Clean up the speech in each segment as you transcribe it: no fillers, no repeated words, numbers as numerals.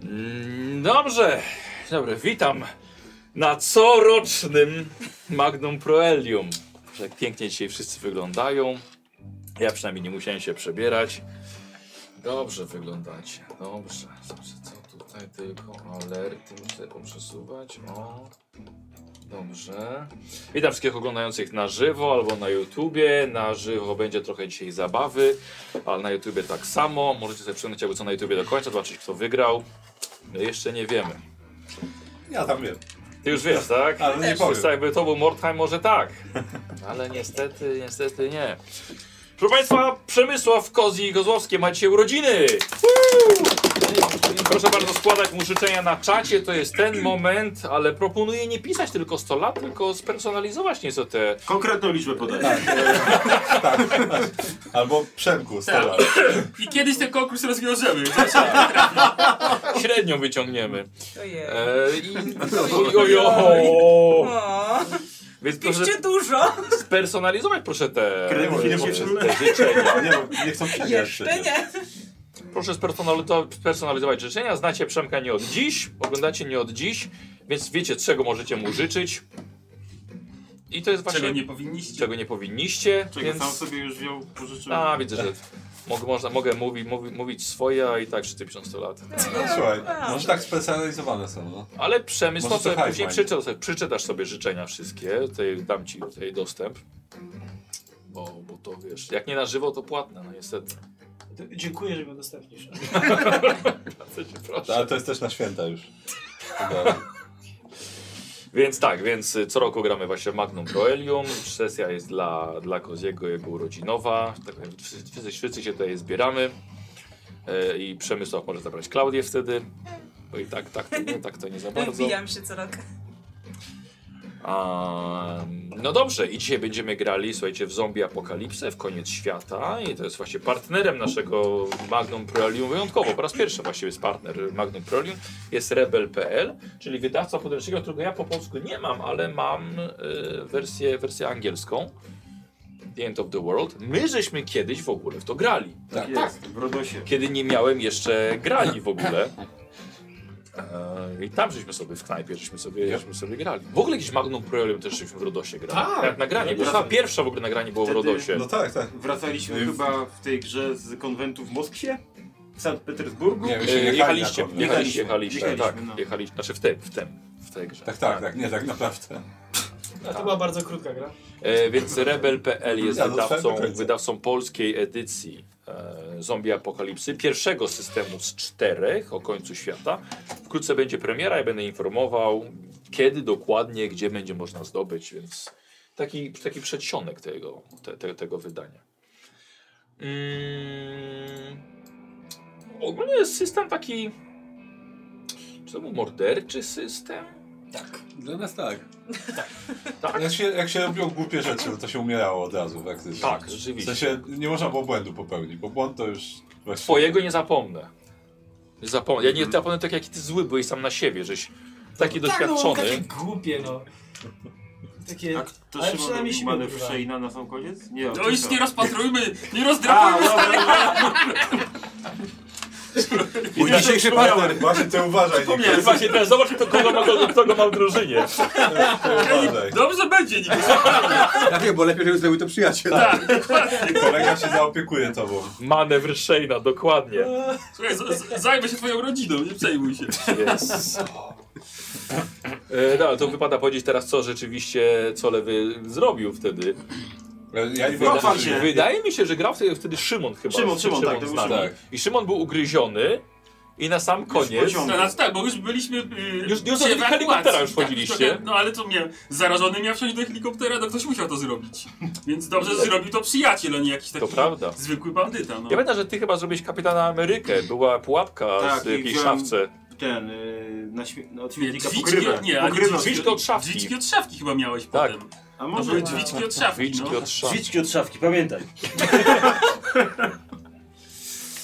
Dobrze, witam na corocznym Magnum Proelium. Jak pięknie dzisiaj wszyscy wyglądają. Ja przynajmniej nie musiałem się przebierać. Dobrze wyglądacie, dobrze. Co tutaj tylko alerty muszę poprzesuwać. O, dobrze. Witam wszystkich oglądających na żywo albo na YouTubie. Na żywo będzie trochę dzisiaj zabawy, ale na YouTubie tak samo. Możecie sobie przeglądać jakby co na YouTubie do końca, zobaczyć kto wygrał. My jeszcze nie wiemy. Ja tam wiem. Ty już wiesz, tak? Ale nie powiem. Jakby to był Mordheim, może tak. Ale niestety nie. Proszę Państwa, Przemysław Kozi i Kozłowskie macie urodziny! Proszę bardzo składać mu życzenia na czacie, to jest ten moment, ale proponuję nie pisać tylko 100 lat, tylko spersonalizować nieco te... Konkretną liczbę podać. Tak. Albo Przemku, 100 lat. I kiedyś ten konkurs rozwiążemy. Średnią wyciągniemy. Ojej. Więc proszę Piszcie dużo. spersonalizować proszę te Kredyty życzenia. Nie chcą przyjść. Jeszcze nie. Proszę spersonalizować życzenia. Znacie Przemka nie od dziś, oglądacie nie od dziś, więc wiecie czego możecie mu życzyć. I to jest właśnie... Czego nie powinniście. Czego nie powinniście, Czego więc... sam sobie już wziął, pożyczyłem. Widzę, że mogę mówić swoje, a i tak wszyscy piszą 100 lat. No słuchaj, może tak spersonalizowane są, no. Ale Przemysł, Może to to później hype przeczytasz sobie życzenia wszystkie, tutaj dam ci tutaj dostęp. Bo to wiesz, jak nie na żywo, to płatne, no niestety. Dziękuję, że mnie udostępnisz. Bardzo cię proszę. Ale to jest też na święta już. Więc co roku gramy właśnie w Magnum Proelium. Sesja jest dla Koziego, jego urodzinowa. Tak, wszyscy się tutaj zbieramy. I Przemysław może zabrać Klaudię wtedy. Bo i tak to nie za bardzo. Wbijam się co roku. No dobrze, i dzisiaj będziemy grali, słuchajcie, w Zombie Apokalipsę, w Koniec Świata. I to jest właśnie partnerem naszego Magnum Proelium wyjątkowo. Po raz pierwszy właściwie jest partner Magnum Proelium. Jest Rebel.pl, czyli wydawca podręcznika, którego ja po polsku nie mam, ale mam wersję angielską. The End of the World. My żeśmy kiedyś w ogóle w to grali. Tak jest, w Rodosie. Kiedy nie miałem jeszcze grali w ogóle. I tam żeśmy sobie w knajpie, żeśmy sobie grali. W ogóle jakieś Magnum Proelium też żeśmy w Rodosie grali. Tak. Nagranie, bo chyba pierwsza w ogóle nagranie było w Wtedy- Rodosie. No tak. Wracaliśmy chyba w tej grze z konwentu w Moskwie? W Sankt Petersburgu? Nie, Jechaliście, Jechaliśmy, tak. no. Jechaliście, znaczy w tej grze. Tak, nie tak naprawdę. A to była bardzo krótka gra. Więc Rebel.pl jest Ja dostałem do końca. wydawcą polskiej edycji Zombie Apokalipsy, pierwszego systemu z 4 o końcu świata. Wkrótce będzie premiera, ja będę informował kiedy dokładnie, gdzie będzie można zdobyć, więc taki przedsionek tego wydania. Ogólnie jest system taki, czy to był morderczy system? Dla nas tak. Tak. Jak się robią głupie rzeczy, to się umierało od razu praktycznie. Tak, W rzeczywiście. sensie nie można było błędu popełnić, bo błąd to już... Właściwie... Twojego nie zapomnę. Ja nie zapomnę tak, jaki ty zły byłeś sam na siebie, żeś taki doświadczony. Tak, no, takie głupie, no. Takie... A to Ale Szymon przynajmniej robił się manewr ukrywałem. Sheina na sam koniec? Nie, To już nie rozpatrujmy, nie A, rozdrapujmy starych. I dzisiejszy partner, właśnie ty uważaj. Wspomniałem. Właśnie teraz zobacz, kto go ma w drużynie. Uważaj. Dobrze będzie, nikt. Ja wiem, bo lepiej, żeby zrobił to przyjaciel. Tak, dokładnie. Kolega się zaopiekuje tobą. Manewr Sheina, dokładnie. Słuchaj, zajmę się twoją rodziną, nie przejmuj się. Yes. No, to wypada powiedzieć teraz, co Lewy zrobił wtedy. Ja i Wyda- się. Wydaje mi się, że grał wtedy Szymon chyba. Szymon, tak, to z był nami. Szymon. I Szymon był ugryziony i na sam koniec... pociągnął. Teraz tak, bo już byliśmy Już przy do ewakuacji. helikoptera już wchodziliście. trochę, no ale to mnie zarażony miał wsiąść do helikoptera, to ktoś musiał to zrobić. Więc dobrze, że zrobił to przyjaciel, a nie jakiś taki To prawda. zwykły bandyta. No. Ja pamiętam, że ty chyba zrobiłeś Kapitana Amerykę. Była pułapka Tak, z i jakiejś wziąłem- szafce. Od Nie, śmietnika dźwiczki, pokrywę. nie, ale Pokrywę. dźwiczki od szafki. Dźwiczki od szafki chyba miałeś Tak. potem. A To może były dźwiczki od szafki, Dźwiczki no. od szafki. Dźwiczki od szafki, pamiętaj.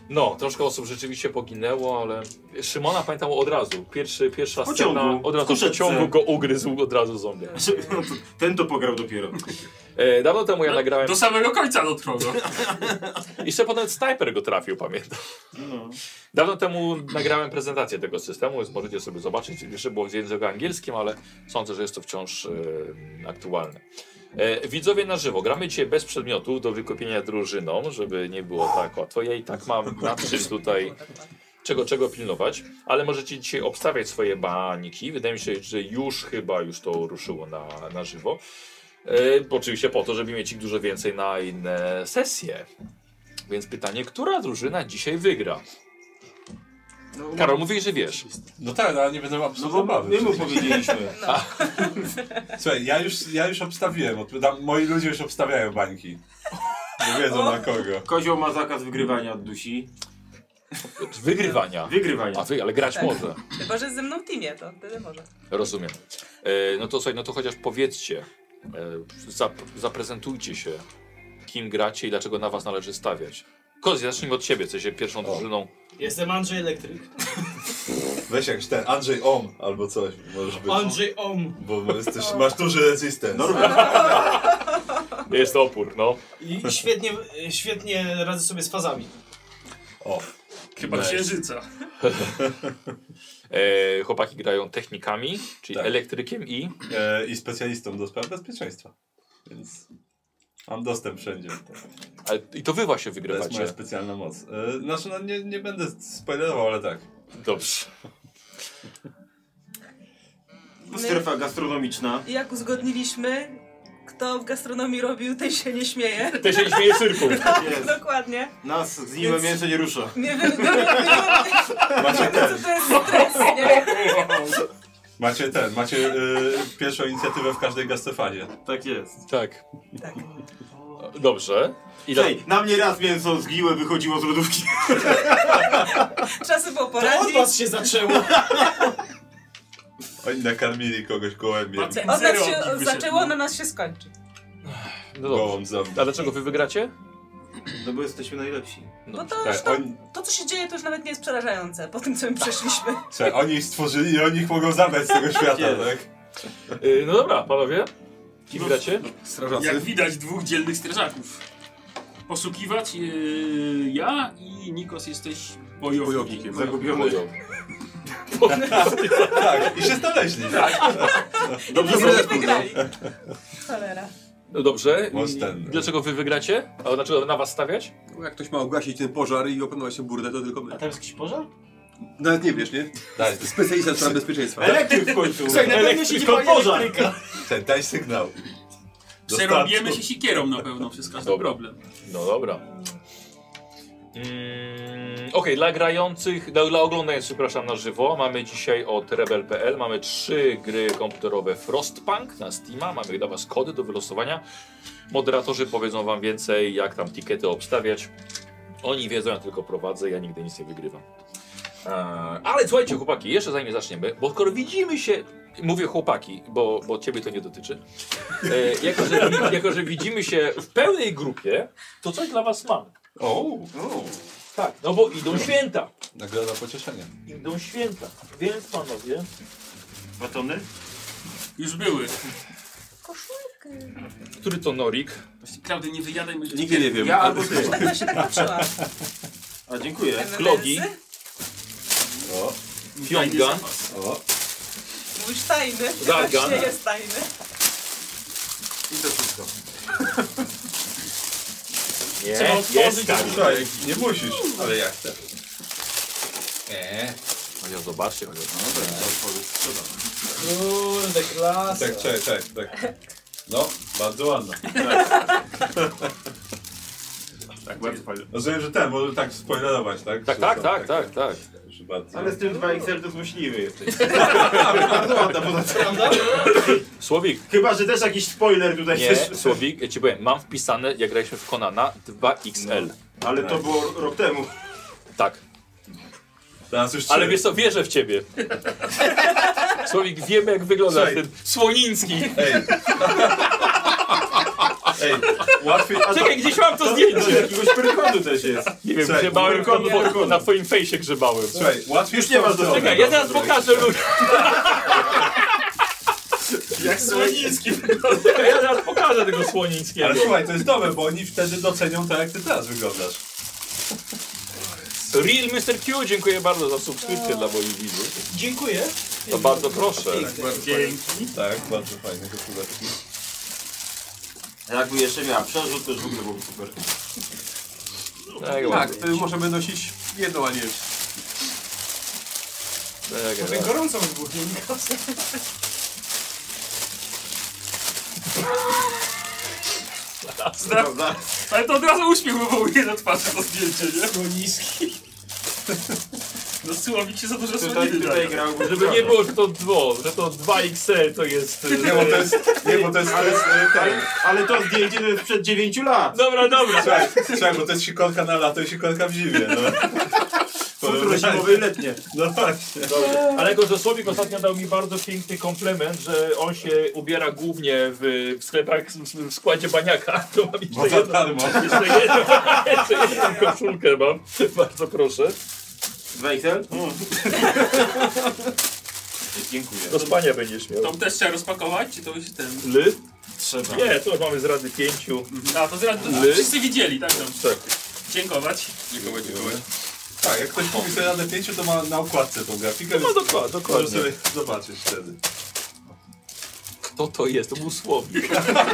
No, troszkę osób rzeczywiście poginęło, ale Szymona pamiętam od razu. Pierwsza Pociągu, scena, od razu w kuszeczce. pociągu go ugryzł od razu zombie. Ten to pograł dopiero. Dawno temu ja nagrałem, Do samego końca dotrwał go. jeszcze potem snajper go trafił, pamiętam. No. Dawno temu nagrałem prezentację tego systemu, więc możecie sobie zobaczyć. Jeszcze było w języku angielskim, ale sądzę, że jest to wciąż aktualne. Widzowie na żywo, gramy dzisiaj bez przedmiotów do wykupienia drużyną, żeby nie było tak łatwo. Ja i tak mam nad czym tutaj czego pilnować, ale możecie dzisiaj obstawiać swoje bańki. Wydaje mi się, że już to ruszyło na żywo. Oczywiście po to, żeby mieć ich dużo więcej na inne sesje. Więc pytanie, która drużyna dzisiaj wygra? Karol, mówisz, że wiesz. No tak, ale nie będę No absolutnie bo zabawy. my mu przecież. powiedzieliśmy. Słuchaj, ja już obstawiłem. Moi ludzie już obstawiają bańki. Nie wiedzą na kogo. Kozioł ma zakaz wygrywania od dusi. Wygrywania. Wygrywania. Ale grać Tak. może. Chyba, że ze mną w teamie, to wtedy może. Rozumiem. No to słuchaj, no to chociaż powiedzcie, zaprezentujcie się, kim gracie i dlaczego na was należy stawiać. Kozi, zacznijmy od ciebie, jesteście pierwszą drużyną. Jestem Andrzej Elektryk. Weź jakiś ten Andrzej Om albo coś. Możesz być. Andrzej Om. Bo masz duży resistance. Jest opór, no. I świetnie radzę sobie z fazami. O. Chyba Nice. księżyca. Chłopaki grają technikami, czyli Tak. elektrykiem i... I specjalistą do spraw bezpieczeństwa. Więc mam dostęp wszędzie. Ale, i to wy właśnie To jest moja wygrywacie. specjalna moc. Znaczy, no nie będę spoilerował, ale tak. Dobrze. Strefa gastronomiczna. I jak uzgodniliśmy, kto w gastronomii robił, ten się nie śmieje. Ty się nie śmieje cyrku. Jest. Dokładnie. Nas z nim mięso nie rusza. Nie wiem, co to jest stres, nie? Macie pierwszą inicjatywę w każdej gastrofanie. Tak jest. Tak. Tak. Dobrze. Słuchaj, na mnie raz mięso zgniłe wychodziło z lodówki. Trzeba sobie było To od poradzić. was się zaczęło. Oni nakarmili kogoś gołębiem. Pacjent Od nas zero się wyszedł. zaczęło, na nas się skończy. No dobrze. Gołąb zombie. A dlaczego wy wygracie? No bo jesteśmy najlepsi. Bo to, Tak, już to, co się dzieje, to już nawet nie jest przerażające po tym, co my przeszliśmy. Słuchaj, oni ich stworzyli i oni ich mogą zabrać z tego świata, Jest. tak? No dobra, panowie. Kim gracie? Jak Strażacy. widać, dwóch dzielnych strażaków. Poszukiwać ja i Nikos jesteś bojownikiem. Zagubiony. Tak, i się znaleźli. Dobrze, Nie że wygrali. Cholera. No dobrze. Ostenny. Dlaczego wy wygracie? A dlaczego na was stawiać? No, jak ktoś ma ugasić ten pożar i opanować się burdę, to tylko A my. tam jest jakiś pożar? Nawet nie wiesz, nie? Daj, Specjalista do spraw bezpieczeństwa. elektryk w końcu. Słuchaj, na pewno się nie Skąd boi pożar? elektryka. daj sygnał. Przerobiemy się sikierą na pewno przez każdy Dobra. problem. No dobra. Okej, dla grających, dla oglądających, przepraszam, na żywo, mamy dzisiaj od Rebel.pl, mamy 3 gry komputerowe Frostpunk na Steama, mamy dla was kody do wylosowania. Moderatorzy powiedzą wam więcej, jak tam tikety obstawiać. Oni wiedzą, ja tylko prowadzę, ja nigdy nic nie wygrywam. Ale słuchajcie, chłopaki, jeszcze zanim zaczniemy, bo skoro widzimy się, mówię chłopaki, bo ciebie to nie dotyczy, jako że widzimy się w pełnej grupie, to coś dla was mam. O, Tak, no bo idą święta. nagroda pocieszenia. Idą święta. Więc panowie. Batony? Już były. Koszulkę. Który to Norik? Właśnie, Klaudy, nie wyjadaj my Nigdy nie wiem. Ja albo ty. Tak właśnie patrzyłam. A dziękuję. Klogi. O, Fionga. o. Mówisz tajny. Zargan. Właśnie jest tajny. I to wszystko. Nie, Trzeba jest otworzyć, tak. Słuchaj, nie musisz, ale ja chcę. No zobaczcie, chociaż. Kurde, klasa. Tak. No, bardzo ładna. Tak, bardzo fajnie. Rozumiem, że może tak spoilerować, tak? Tak, Że tak, są tak, takie- tak, tak. Proszę bardzo. Ale z tym 2XL to złośliwy jesteś. Bardzo ładna poza tym. Prawda? Słowik. Chyba, że też jakiś spoiler tutaj Nie, jest. Słowik, ja ci powiem, mam wpisane, jak graliśmy w Konana, 2XL. Ale to było rok temu. Tak. Teraz już Ale trzy. wiesz co, wierzę w ciebie. Słowik, wiemy jak wygląda Słuchaj. ten Słoniński. Ej. Ej, łatwiej... Czekaj, gdzieś mam to To zdjęcie. jakiegoś perykodu też jest. Nie wiem, Słuchaj, grzebałem Pyrkonu. na twoim fejsie grzebałem. Słuchaj, łatwiej Już nie masz do Czekaj, ja zaraz pokażę ludziom. Jak Słoniński. Ja zaraz pokażę tego Słonińskiego. Ale słuchaj, to jest dobre, bo oni wtedy docenią tak, jak ty teraz wyglądasz. Real Mr. Q, dziękuję bardzo za subskrypcję dla moich widzów. Dziękuję. To bardzo proszę. Dzięki. Tak, bardzo fajne gospodarki. Jakby jeszcze miała przerzut, to już w ogóle byłoby super. Tak, wtedy możemy nosić jedną, a nie... Trochę gorąco wybuchnie, Nikos. Prawda? Ale to od razu uśmiech wywołuje na twarzy to zdjęcie, nie? Słoniński. No Słowik się za dużo Tutaj, słoniny tutaj daje. grał... Żeby nie było, że to 2XL to jest... Nie, bo to jest... Nie, bo to jest... Ale to zdjęcie to jest sprzed 9 lat. Dobra, dobra. Słuchaj, bo to jest sikorka na lato i sikorka w zimie, no. Futro zimowe i letnie. No właśnie. Ale jako, że Słowik ostatnio dał mi bardzo piękny komplement, że on się ubiera głównie w sklepach w składzie baniaka. To mam Bo za darmo. jeszcze jedną koszulkę mam. Bardzo proszę. 2XL? Dziękuję. Do spania będziesz miał. To też trzeba rozpakować, czy to już ten... Ly? Trzeba. Nie, to już mamy z Rady 5. A, to zaraz wszyscy widzieli, tak? Dobrze. Tak. Dziękować. Dziękuję. Tak, jak ktoś kupi sobie Radę 5, to ma na okładce tą grafikę, No więc dokładnie. może sobie zobaczyć wtedy. Kto to jest? To był Słowik.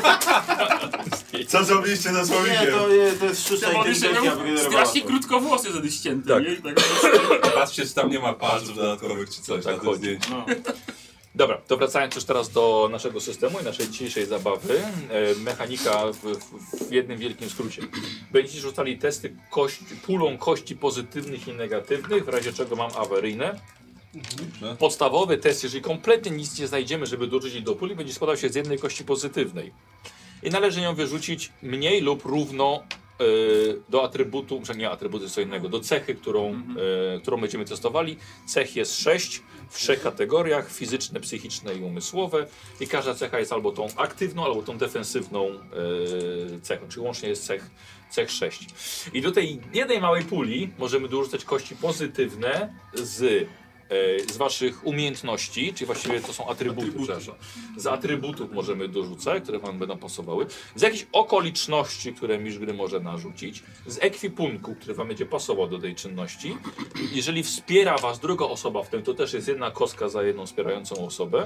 Co zrobiliście ze Nie, Słowikiem? to jest sztuczna Bo on jeszcze inteligencja miał wygenerowała strasznie to. krótkowłosy wtedy ścięte, Tak. nie? Tak. Patrzcie, czy tam nie ma palców dodatkowych czy coś Tak na tym chodzi. zdjęciu. No. Dobra, to wracając już teraz do naszego systemu i naszej dzisiejszej zabawy. Mechanika w jednym wielkim skrócie. Będziecie rzucali testy pulą kości pozytywnych i negatywnych, w razie czego mam awaryjne. Podstawowy test, jeżeli kompletnie nic nie znajdziemy, żeby dorzucić do puli, będzie składał się z jednej kości pozytywnej. I należy ją wyrzucić mniej lub równo do atrybutu, że nie atrybuty, co innego, do cechy, którą będziemy testowali. Cech jest 6 w 3 kategoriach: fizyczne, psychiczne i umysłowe. I każda cecha jest albo tą aktywną, albo tą defensywną cechą, czyli łącznie jest cech 6. I do tej jednej małej puli możemy dorzucać kości pozytywne z waszych umiejętności, czyli właściwie to są atrybuty. Przepraszam. Z atrybutów możemy dorzucać, które wam będą pasowały, z jakichś okoliczności, które mistrz gry może narzucić, z ekwipunku, który wam będzie pasował do tej czynności. Jeżeli wspiera was druga osoba w tym, to też jest jedna kostka za jedną wspierającą osobę.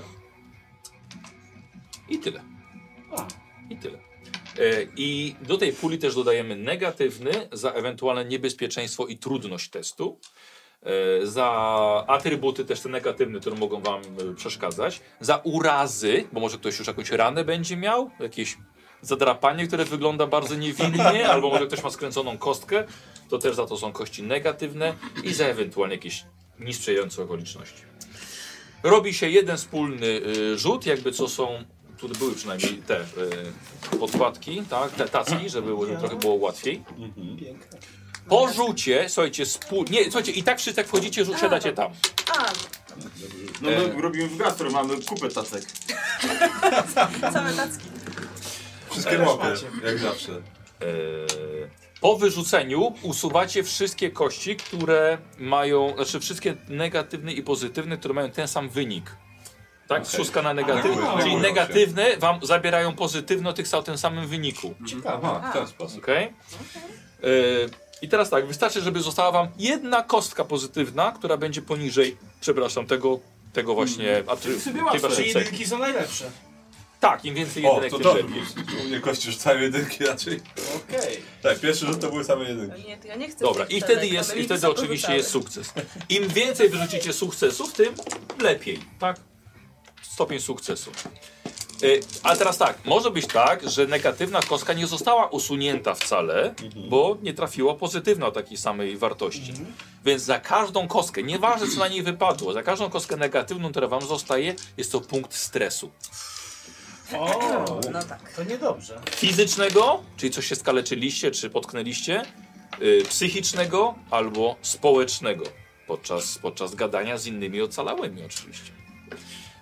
I tyle. I tyle. I do tej puli też dodajemy negatywny za ewentualne niebezpieczeństwo i trudność testu. Za atrybuty też te negatywne, które mogą wam przeszkadzać. Za urazy, bo może ktoś już jakąś ranę będzie miał, jakieś zadrapanie, które wygląda bardzo niewinnie, albo może ktoś ma skręconą kostkę, to też za to są kości negatywne i za ewentualnie jakieś niesprzyjające okoliczności. Robi się jeden wspólny rzut, jakby co są, tu były przynajmniej te podkładki, tak, te tacki, żeby trochę było łatwiej. Piękne. Po rzucie, słuchajcie, nie, słuchajcie, i tak wszyscy jak wchodzicie, siadacie tam. A, No my robimy w gastro, mamy kupę tacek. same tacki. Wszystkie mopy, jak zawsze. Po wyrzuceniu usuwacie wszystkie kości, które mają, znaczy wszystkie negatywne i pozytywne, które mają ten sam wynik. Tak? Okej. Szóstka na negatywne. Negują Czyli się. negatywne wam zabierają pozytywne o tym samym wyniku. Aha, w ten sposób. Okay? I teraz tak, wystarczy, żeby została wam jedna kostka pozytywna, która będzie poniżej, przepraszam, tego właśnie tej waszej Czyli cechy. jedynki są najlepsze. Tak, im więcej O, jedynek, to tym to. lepiej. U mnie kości rzucają jedynki raczej. Okej. Tak, pierwszy rzut to były same jedynki. Nie, to ja nie chcę. Dobra, tych i wtedy celek, jest, one i mi wtedy wysoko oczywiście rzucały. jest sukces. Im więcej wyrzucicie sukcesów, tym lepiej, tak? Stopień sukcesu. A teraz tak, może być tak, że negatywna kostka nie została usunięta wcale, bo nie trafiła pozytywna o takiej samej wartości. Więc za każdą kostkę, nieważne co na niej wypadło, za każdą kostkę negatywną, która wam zostaje, jest to punkt stresu. O, No tak. to niedobrze. Fizycznego, czyli coś się skaleczyliście, czy potknęliście, psychicznego albo społecznego podczas gadania z innymi ocalałymi oczywiście.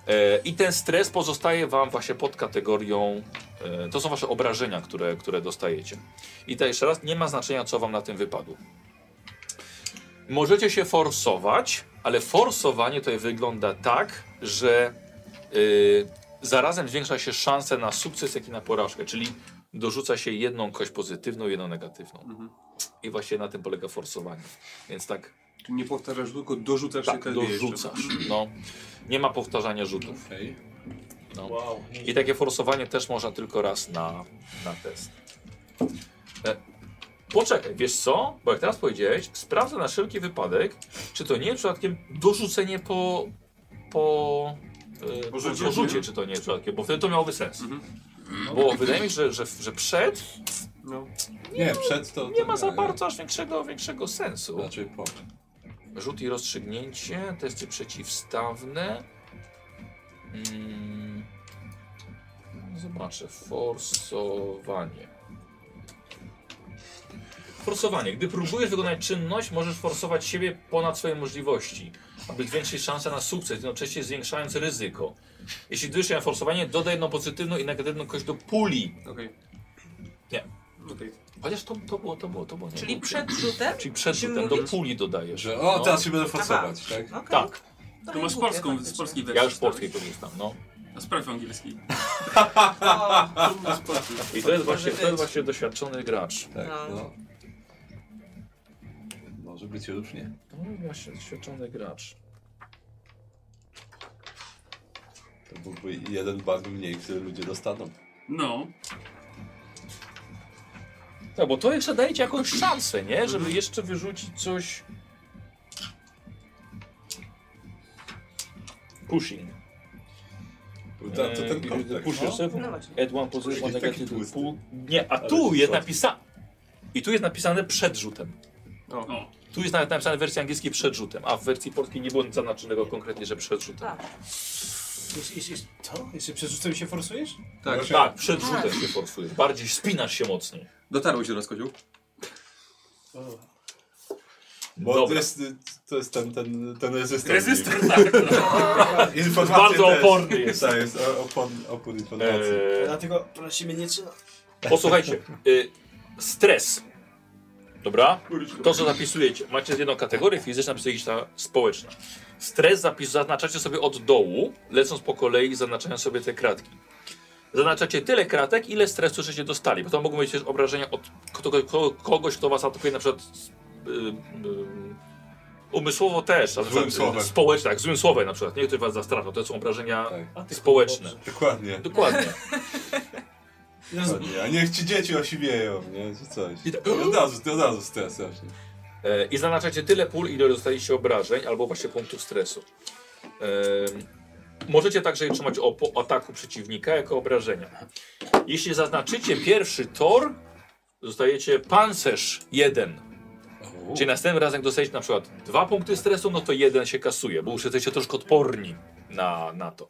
I ten stres pozostaje wam właśnie pod kategorią, to są wasze obrażenia, które dostajecie. I to jeszcze raz, nie ma znaczenia, co wam na tym wypadło. Możecie się forsować, ale forsowanie to wygląda tak, że zarazem zwiększa się szanse na sukces, jak i na porażkę, czyli dorzuca się jedną kość pozytywną, jedną negatywną. I właśnie na tym polega forsowanie. Więc tak, Czy nie powtarzasz, tylko dorzucasz tak się dorzucasz. No, nie ma powtarzania rzutów. Okej. No. Wow. I takie forsowanie też można tylko raz na test. Poczekaj, wiesz co? Bo jak teraz powiedziałeś, sprawdzę na wszelki wypadek, czy to nie jest przypadkiem dorzucenie po rzucie, czy to nie jest przypadkiem, bo wtedy to miałoby sens. Bo wydaje mi się, że przed No. Nie, przed to... nie ma za bardzo aż większego sensu. Raczej po. Rzut i rozstrzygnięcie, testy przeciwstawne. Zobaczę, forsowanie. Forsowanie. Gdy próbujesz wykonać czynność, możesz forsować siebie ponad swoje możliwości, aby zwiększyć szansę na sukces, jednocześnie zwiększając ryzyko. Jeśli dojdziesz na forsowanie, dodaj jedną pozytywną i negatywną kość do puli. Okej. Nie. Okej. Chociaż to było nie. Czyli przed rzutem? Czyli przed musimy rzutem do mówić? puli dodajesz. Że No. teraz się będę forsować, tak? Okej. Tak. To masz polską, z polskiej wersji. Ja już w polskiej korzystam, no. A sprawdź w angielskiej. I to jest właśnie doświadczony gracz. Tak, No. no. Może być różnie. To jest właśnie doświadczony gracz. To byłby jeden bug mniej, który ludzie dostaną. No. Tak, bo to jeszcze daje ci jakąś szansę, nie? Żeby jeszcze wyrzucić coś... Pushing. To ten kompleks. Push yourself, No właśnie. add one positive, one Taki negative tłusty. pull. Nie, a Ale tu jest słodki. napisane... I tu jest napisane przed rzutem. O. Tu jest nawet napisane w wersji angielskiej przed rzutem, a w wersji polskiej nie było zaznaczonego konkretnie, że przed rzutem. Tak. Co? Jeszcze przed rzutem się forsujesz? Tak. Właśnie- Tak, przed rzutem się forsujesz. Bardziej spinasz się mocniej. Dotarłeś do nas, Koziu? Bo to Dobra. jest ten rezystent. Rezystent, tak. Informacja Bardzo też. oporny jest. Tak, jest opór informacji. Dlatego prosimy nie trzymać. Posłuchajcie, stres. Dobra? To, co zapisujecie. Macie jedną kategorię fizyczna, psychiczna, społeczna. Stres zaznaczacie sobie od dołu, lecąc po kolei, zaznaczają sobie te kratki. Zaznaczacie tyle kratek, ile stresu żeście dostali, bo to mogą być też obrażenia od kogoś, kto was atakuje na przykład umysłowo też, a na Złym przykład słowem. społecznie, tak, złym słowem na przykład, nie, który was zastraszał, to są obrażenia Tak. społeczne. Dokładnie. Dokładnie. Dokładnie. A niech ci dzieci osiwieją, nie? Czy coś. I tak- I od razu stres właśnie. I zaznaczacie tyle pól, ile dostaliście obrażeń, albo właśnie punktów stresu. Możecie także je trzymać o ataku przeciwnika jako obrażenia. Jeśli zaznaczycie pierwszy tor, dostajecie pancerz 1. Czyli następnym razem, jak dostajecie na przykład 2 punkty stresu, no to 1 się kasuje, bo już jesteście troszkę odporni na to.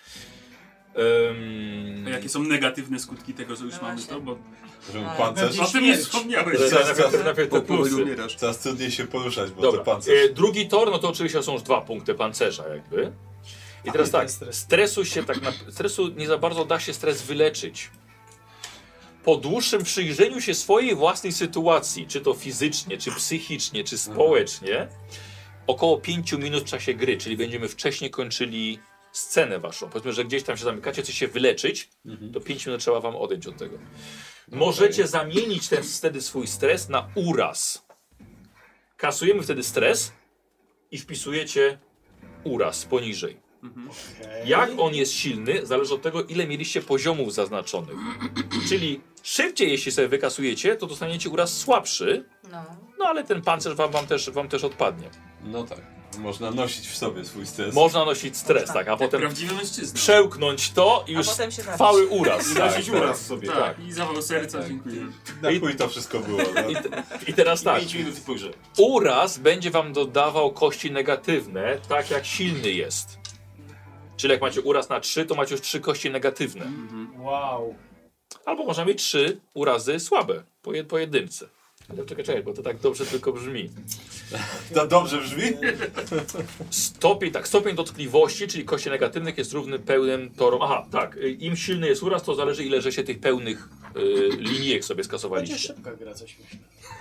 A jakie są negatywne skutki tego, że już No mamy właśnie. to? Bo Że A. pancerz. o tym nie wspomniałeś. Najpierw te Powoli plusy. umierasz. Coraz trudniej się poruszać, bo Dobra, to pancerz. drugi tor, no to oczywiście są już 2 punkty pancerza jakby. I teraz tak, stresu nie za bardzo da się stres wyleczyć. Po dłuższym przyjrzeniu się swojej własnej sytuacji, czy to fizycznie, czy psychicznie, czy społecznie, około 5 minut w czasie gry, czyli będziemy wcześniej kończyli scenę waszą. Powiedzmy, że gdzieś tam się zamykacie, coś się wyleczyć, to 5 minut trzeba wam odejść od tego. Możecie zamienić wtedy swój stres na uraz. Kasujemy wtedy stres i wpisujecie uraz poniżej. Jak on jest silny, zależy od tego, ile mieliście poziomów zaznaczonych. Czyli szybciej, jeśli sobie wykasujecie, to dostaniecie uraz słabszy, no ale ten pancerz wam też odpadnie. No tak. Można nosić w sobie swój stres. Można nosić stres, tak, a potem Prawdziwy mężczyzna. przełknąć to i już potem się trwały uraz. I Tak, nosić uraz sobie. Tak, i zawał serca, Tak. dziękuję. Na chuj to wszystko było. No. I teraz tak, 5 minut i pójrze. uraz będzie wam dodawał kości negatywne, tak jak silny jest. Czyli jak macie uraz na 3, to macie już 3 kości negatywne. Wow. Albo można mieć 3 urazy słabe, po jedynce. Ale czekaj, bo to tak dobrze tylko brzmi. To dobrze brzmi? Stopień dotkliwości, czyli kości negatywnych jest równy pełnym torom. Aha, tak. Im silny jest uraz, to zależy ile że się tych pełnych linijek sobie Będzie skasowaliście. szybka gra, coś myślę.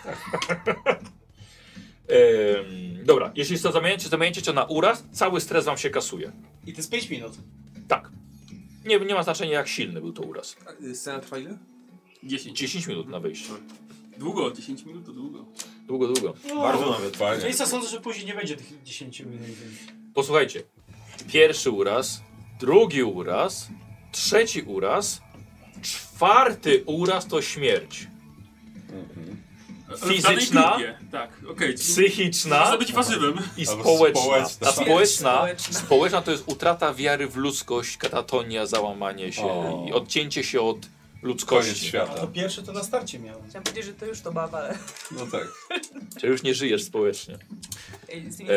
Dobra, jeśli zamienicie to na uraz, cały stres wam się kasuje. I to jest 5 minut. Tak. Nie ma znaczenia jak silny był to uraz. Scena trwa ile? 10. 10 minut na wyjście. Długo, 10 minut to długo. Długo. No, Bardzo nawet fajnie. Czyli sądzę, że później nie będzie tych 10 minut. Posłuchajcie. Pierwszy uraz, drugi uraz, trzeci uraz, czwarty uraz to śmierć. Ale w danej Fizyczna, grupie. Tak, okej. Można psychiczna być warzywem. i Albo społeczna. społeczna. A społeczna, Społeczna. społeczna to jest utrata wiary w ludzkość, katatonia, załamanie się O. i odcięcie się od Koniec ludzkości. A świata. to pierwsze to na starcie miałem. Chciałam powiedzieć, że to już to baba, ale... No tak. Czy już nie żyjesz społecznie. Ej, z nimi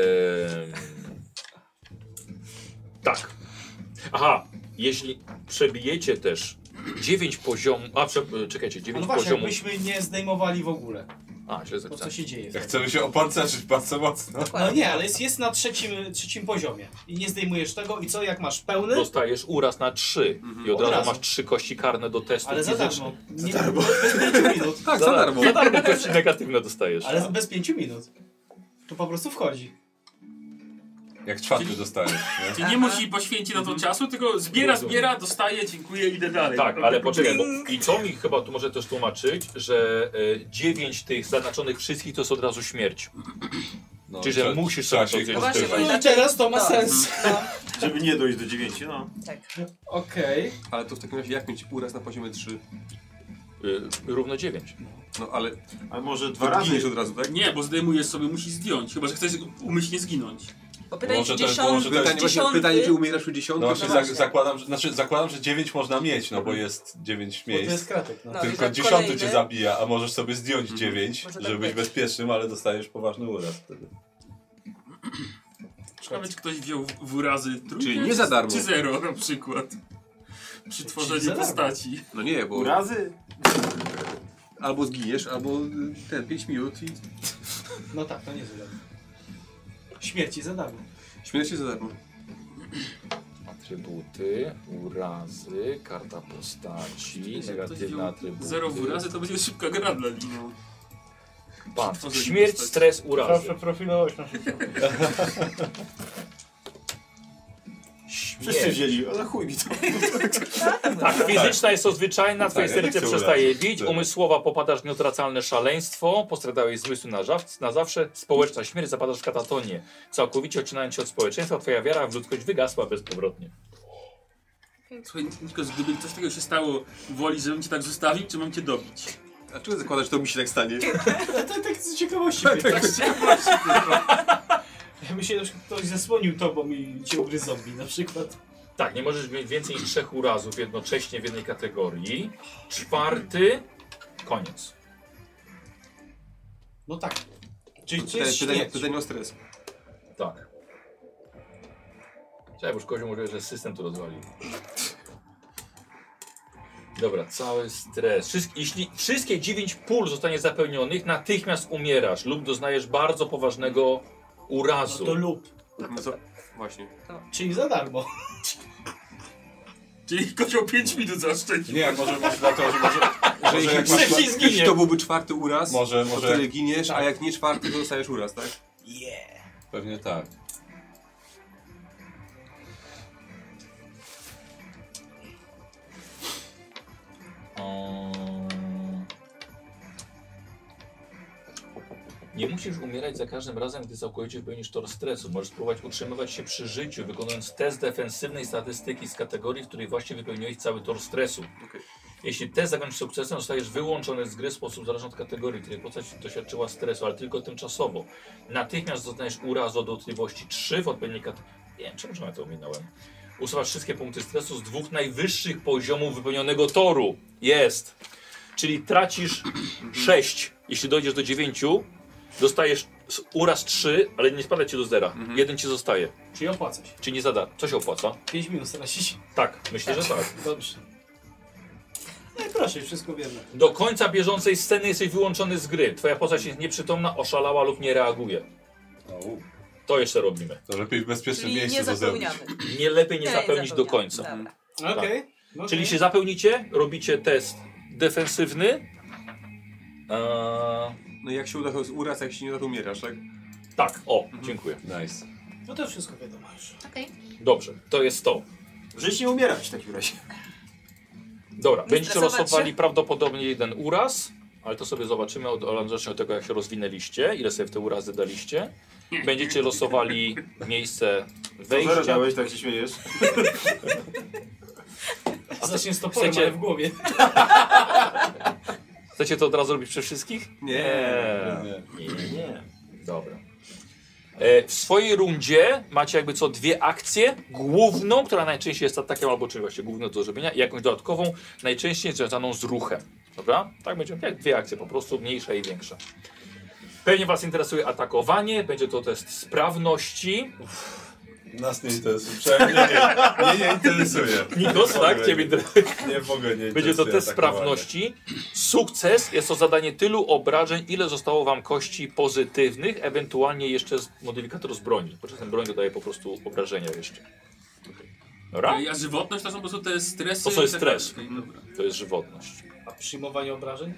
Tak. Aha, jeśli przebijecie też 9 poziomów. Czekajcie, A 9 no właśnie, poziomów. jakbyśmy nie zdejmowali w ogóle. A, źle To co zapisałem. się dzieje? Jak chcemy się opancerzyć bardzo mocno. No nie, ale jest na trzecim poziomie. I nie zdejmujesz tego i co, jak masz pełny? Dostajesz uraz na 3 i od Od razu razu. masz 3 kości karne do testu Ale za fizycznych. darmo. Bez 5 minut. Tak, za darmo. Za darmo kości negatywne dostajesz. Ale bez 5 minut. To po prostu wchodzi. Jak czwarty dostajesz, nie? Czyli nie musi poświęcić na to czasu, tylko zbiera, dostaje, dziękuję, idę dalej. Tak, ale poczekaj, bo i to mi chyba tu może też tłumaczyć, że 9 tych zaznaczonych wszystkich to jest od razu śmierć. No, Czyli, że musisz trzeba sobie się to No właśnie, pozbywać. bo I teraz to ma No. sens. Żeby nie dojść do 9, no. Tak. Okej. Ale to w takim razie jak mieć uraz na poziomie 3? Równo 9. No ale A może to 2 razy? giniesz od razu, tak? Nie, bo zdejmujesz sobie, musisz zdjąć. Chyba że chcesz umyślnie zginąć. Bo pytanie, Może czy to jest- dziesiąty, może to jest- Pytanie, właśnie, dziesiąty... pytanie czy umierasz przy 10? No właśnie, właśnie. zakładam, że 9 można mieć, no bo jest 9 Bo to jest miejsc. kratek. No. No. Tylko że 10 kolejny- cię zabija, a możesz sobie zdjąć 9, Może tak żeby być być. bezpiecznym, ale dostajesz poważny uraz wtedy. Ciekawe, czy ktoś wziął w urazy trójkę, Czyli nie za darmo. czy 0 na przykład. Przy za tworzeniu darmo. postaci. No nie, bo Urazy? albo zginiesz, albo 5 minut i No tak, to nie jest źle. Śmierci za darmo. śmierć jest za darmo. Atrybuty, urazy, karta postaci, Jak ktoś negatywne wziął atrybuty. 0 w urazy, to będzie szybka gra dla nich. Pan, Tworzenie śmierć, postaci. stres, urazy. profilować na Wszyscy Śmierć. wzięli, ale chuj mi to. Tak, fizyczna jest to zwyczajna, twoje Tak, ja nie serce chcę przestaje urazy. bić, Tak. umysłowa popadasz w nieodwracalne szaleństwo, postradałeś zmysły na zawsze, społeczna śmierć, zapadasz w katatonię. Całkowicie odcinając się od społeczeństwa, twoja wiara w ludzkość wygasła bezpowrotnie. Słuchaj, Nikos, gdyby coś takiego się stało, woli, żebym cię tak zostawił, czy mam cię dobić? A czego zakładasz, że to mi się tak stanie? To tak z ciekawości pytasz. Ja myślę, że ktoś zasłonił tobą i cię ugryzł zombie na przykład. Tak, nie możesz mieć więcej niż 3 urazów jednocześnie w jednej kategorii. 4, koniec. No tak. Czyli to jest śmierć. Pytanie o stres. Tak. Chciałem już Kozioł mówił, że system tu rozwalił. Dobra, cały stres. Jeśli wszystkie 9 pól zostanie zapełnionych, natychmiast umierasz lub doznajesz bardzo poważnego No urazu. to lub. No co? Właśnie. Czyli za darmo. Czyli kozioł 5 minut zaszczędził. Nie, może dlatego, że może Że jak masz... Trzeci zginie. jeśli to byłby 4 uraz, Może to wtedy jak... giniesz, a jak nie 4, to dostajesz uraz, tak? Pewnie tak. Nie musisz umierać za każdym razem, gdy całkowicie wypełnisz tor stresu. Możesz spróbować utrzymywać się przy życiu, wykonując test defensywnej statystyki z kategorii, w której właśnie wypełniłeś cały tor stresu. Okej. Jeśli test zakończysz sukcesem, zostajesz wyłączony z gry w sposób zależny od kategorii, której postać doświadczyła stresu, ale tylko tymczasowo. Natychmiast dostaniesz uraz od dotkliwości 3 w odpowiedniej kategorii. Nie wiem, czemu ja to ominąłem. Usuwasz wszystkie punkty stresu z 2 najwyższych poziomów wypełnionego toru. Jest. Czyli tracisz 6. Jeśli dojdziesz do 9, dostajesz uraz 3, ale nie spada ci do 0. Jeden ci zostaje. Czyli opłaca się. Czy nie zada? Co się opłaca? 5 minut stracić. Tak, myślę, że tak. Dobrze. Proszę, wszystko wiemy. Do końca bieżącej sceny jesteś wyłączony z gry. Twoja postać jest nieprzytomna, oszalała lub nie reaguje. To jeszcze robimy. To lepiej w bezpiecznym Czyli miejscu nie to zrobić. zapełniamy. Nie lepiej nie zapełnić do końca. Dobra. Okej. Czyli się zapełnicie, robicie test defensywny. No jak się uda, to jest uraz, jak się nie uda, to umierasz, tak? Tak, o, dziękuję. Nice. No to wszystko wiadomo już. Okej. Dobrze, to jest to. Żyć nie umierać w takim razie. Dobra, Nie będziecie stresować losowali się? prawdopodobnie jeden uraz, ale to sobie zobaczymy zacznę od tego, jak się rozwinęliście, ile sobie w te urazy daliście. Będziecie losowali miejsce Co wejścia. dałeś, tak się śmiejesz? Zacznie z toporem, chcecie- ale w głowie. Chcecie to od razu robić przy wszystkich? Nie. Nie. Dobra. W swojej rundzie macie jakby co dwie akcje. Główną, która najczęściej jest atakiem albo czymś właśnie główną do zrobienia i jakąś dodatkową, najczęściej związaną z ruchem. Dobra? Tak będzie jak dwie akcje po prostu, mniejsza i większa. Pewnie was interesuje atakowanie, będzie to test sprawności. Nas nie interesuje. Przynajmniej nie interesuje. Nikos, tak? Ciebie interesuje. Nie w ogóle nie interesuje. Będzie to test atakowanie. sprawności. Sukces jest to zadanie tylu obrażeń, ile zostało wam kości pozytywnych, ewentualnie jeszcze modyfikator z broni. Poczasem broń dodaje po prostu obrażenia jeszcze. Dobra? A żywotność to są po prostu te stresy. To jest i tak stres. dalej. Dobra. To jest żywotność. A przyjmowanie obrażeń?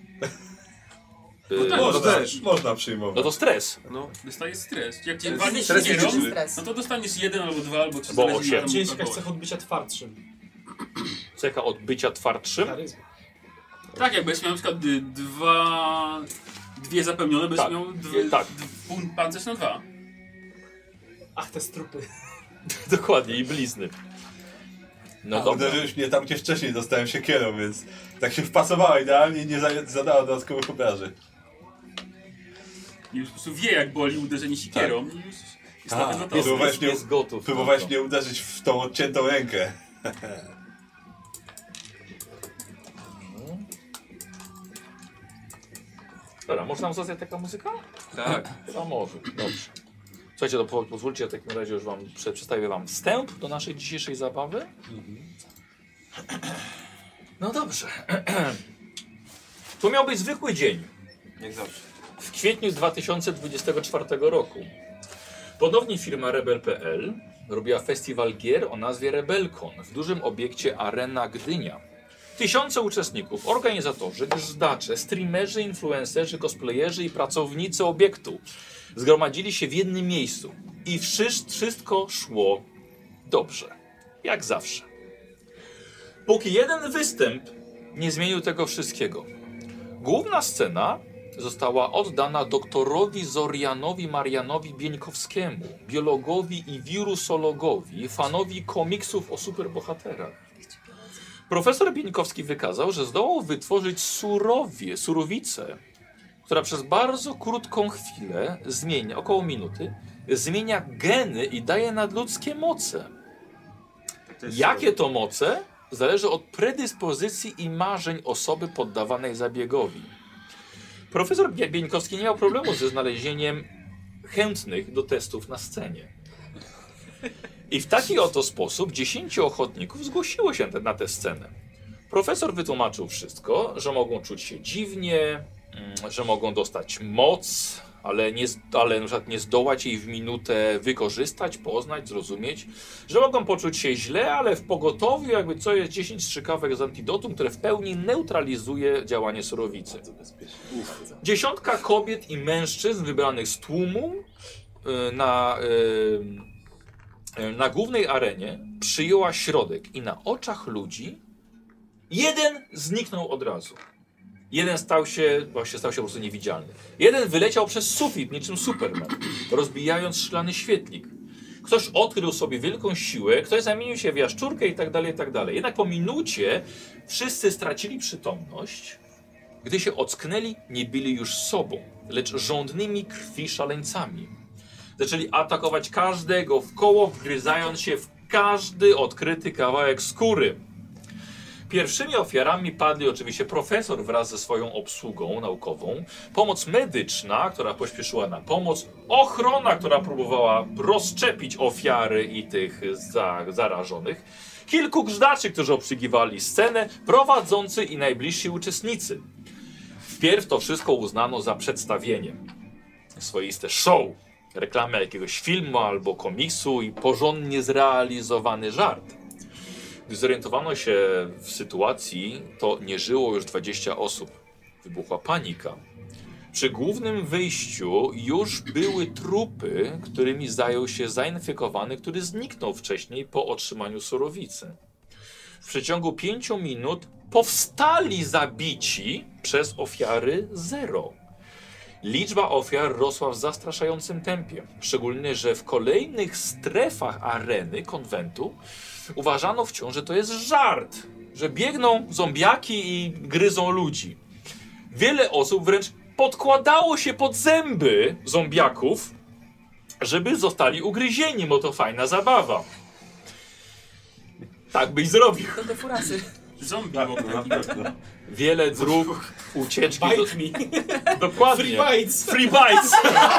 Yy, tak, Można, też. można przyjmować. no to stres. No. Dostajesz stres. Jak cię Czyli walniesz stres sikierą, fizyczny. stres. no to dostaniesz jeden albo dwa, albo trzy. Bo zależy, ile 8. tam Ciężka brakować. chce odbycia twardszym. Cecha odbycia twardszym. Charyzma. Tak, jakbyś miał na przykład dwie zapełnione, byś Tak, miał tak. pancerz na 2. Ach, te strupy. Dokładnie, i blizny. No dobra. Uderzyłeś mnie tam, gdzie wcześniej dostałem siekierą, więc tak się wpasowała idealnie i nie zadała dodatkowych obrażeń. I już po prostu wie, jak boli uderzenie sikierą. I już jest A, nawet gotowy. próbowałeś mnie, Jest gotów. próbowałeś mnie uderzyć w tą odciętą rękę. Dobra, może nam zostać taka muzyka? Tak. A może, dobrze. Słuchajcie, to pozwólcie, w takim razie już wam przedstawię wam wstęp do naszej dzisiejszej zabawy. No dobrze. To miał być zwykły dzień. Jak zawsze. W kwietniu 2024 roku. Ponownie firma Rebel.pl robiła festiwal gier o nazwie Rebelcon w dużym obiekcie Arena Gdynia. Tysiące uczestników, organizatorzy, grzdacze, streamerzy, influencerzy, cosplayerzy i pracownicy obiektu zgromadzili się w jednym miejscu i wszystko szło dobrze, jak zawsze. Póki jeden występ nie zmienił tego wszystkiego. Główna scena została oddana doktorowi Zorianowi Marianowi Bieńkowskiemu, biologowi i wirusologowi, fanowi komiksów o superbohaterach. Profesor Bieńkowski wykazał, że zdołał wytworzyć surowicę, która przez bardzo krótką chwilę zmienia, około minuty, zmienia geny i daje nadludzkie moce. Jakie to moce? Zależy od predyspozycji i marzeń osoby poddawanej zabiegowi. Profesor Bieńkowski nie miał problemu ze znalezieniem chętnych do testów na scenie. I w taki oto sposób 10 ochotników zgłosiło się na tę scenę. Profesor wytłumaczył wszystko, że mogą czuć się dziwnie, że mogą dostać moc, ale na przykład nie zdołać jej w minutę wykorzystać, poznać, zrozumieć, że mogą poczuć się źle, ale w pogotowiu jakby co jest 10 strzykawek z antidotum, które w pełni neutralizuje działanie surowicy. Dziesiątka kobiet i mężczyzn wybranych z tłumu na głównej arenie przyjęła środek i na oczach ludzi jeden zniknął od razu. Jeden stał się po prostu niewidzialny. Jeden wyleciał przez sufit niczym Superman, rozbijając szklany świetlik. Ktoś odkrył sobie wielką siłę, ktoś zamienił się w jaszczurkę i tak dalej, i tak dalej. Jednak po minucie wszyscy stracili przytomność. Gdy się ocknęli, nie byli już sobą, lecz żądnymi krwi szaleńcami. Zaczęli atakować każdego w koło, wgryzając się w każdy odkryty kawałek skóry. Pierwszymi ofiarami padli oczywiście profesor wraz ze swoją obsługą naukową, pomoc medyczna, która pośpieszyła na pomoc, ochrona, która próbowała rozszczepić ofiary i tych zarażonych, kilku grzdaczy, którzy obsługiwali scenę, prowadzący i najbliżsi uczestnicy. Wpierw to wszystko uznano za przedstawienie. Swoiste show, reklamę jakiegoś filmu albo komiksu i porządnie zrealizowany żart. Gdy zorientowano się w sytuacji, to nie żyło już 20 osób. Wybuchła panika. Przy głównym wyjściu już były trupy, którymi zajął się zainfekowany, który zniknął wcześniej po otrzymaniu surowicy. W przeciągu 5 minut powstali zabici przez ofiary 0. Liczba ofiar rosła w zastraszającym tempie. Szczególnie, że w kolejnych strefach areny konwentu uważano wciąż, że to jest żart. Że biegną zombiaki i gryzą ludzi. Wiele osób wręcz podkładało się pod zęby zombiaków, żeby zostali ugryzieni, bo to fajna zabawa. Tak byś zrobił. To te furasy. Zombie Tak, mogą. na pewno. Wiele dróg ucieczki. Bite me. Dokładnie. Free bites. Free bites.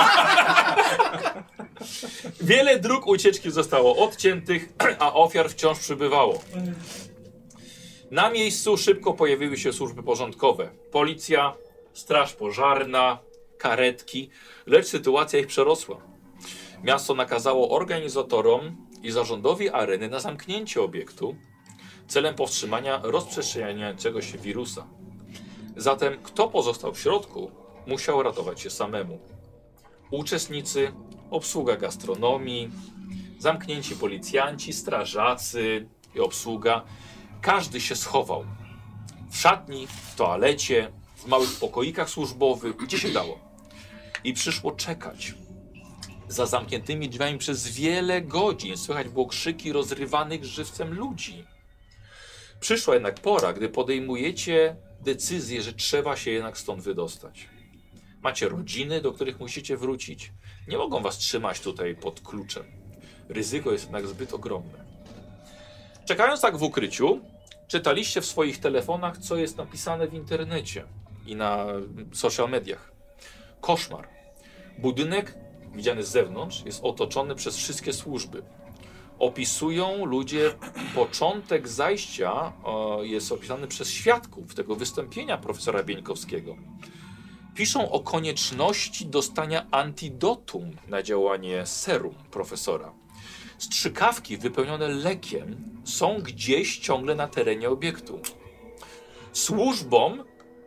Wiele dróg ucieczki zostało odciętych, a ofiar wciąż przybywało. Na miejscu szybko pojawiły się służby porządkowe. Policja, straż pożarna, karetki, lecz sytuacja ich przerosła. Miasto nakazało organizatorom i zarządowi areny na zamknięcie obiektu celem powstrzymania rozprzestrzeniającego się wirusa. Zatem kto pozostał w środku, musiał ratować się samemu. Uczestnicy, obsługa gastronomii, zamknięci policjanci, strażacy i obsługa. Każdy się schował. W szatni, w toalecie, w małych pokoikach służbowych, gdzie się dało. I przyszło czekać. Za zamkniętymi drzwiami przez wiele godzin słychać było krzyki rozrywanych żywcem ludzi. Przyszła jednak pora, gdy podejmujecie decyzję, że trzeba się jednak stąd wydostać. Macie rodziny, do których musicie wrócić. Nie mogą was trzymać tutaj pod kluczem. Ryzyko jest jednak zbyt ogromne. Czekając tak w ukryciu, czytaliście w swoich telefonach, co jest napisane w internecie i na social mediach. Koszmar. Budynek, widziany z zewnątrz, jest otoczony przez wszystkie służby. Opisują ludzie, początek zajścia jest opisany przez świadków tego wystąpienia profesora Bieńkowskiego. Piszą o konieczności dostania antidotum na działanie serum profesora. Strzykawki wypełnione lekiem są gdzieś ciągle na terenie obiektu. Służbom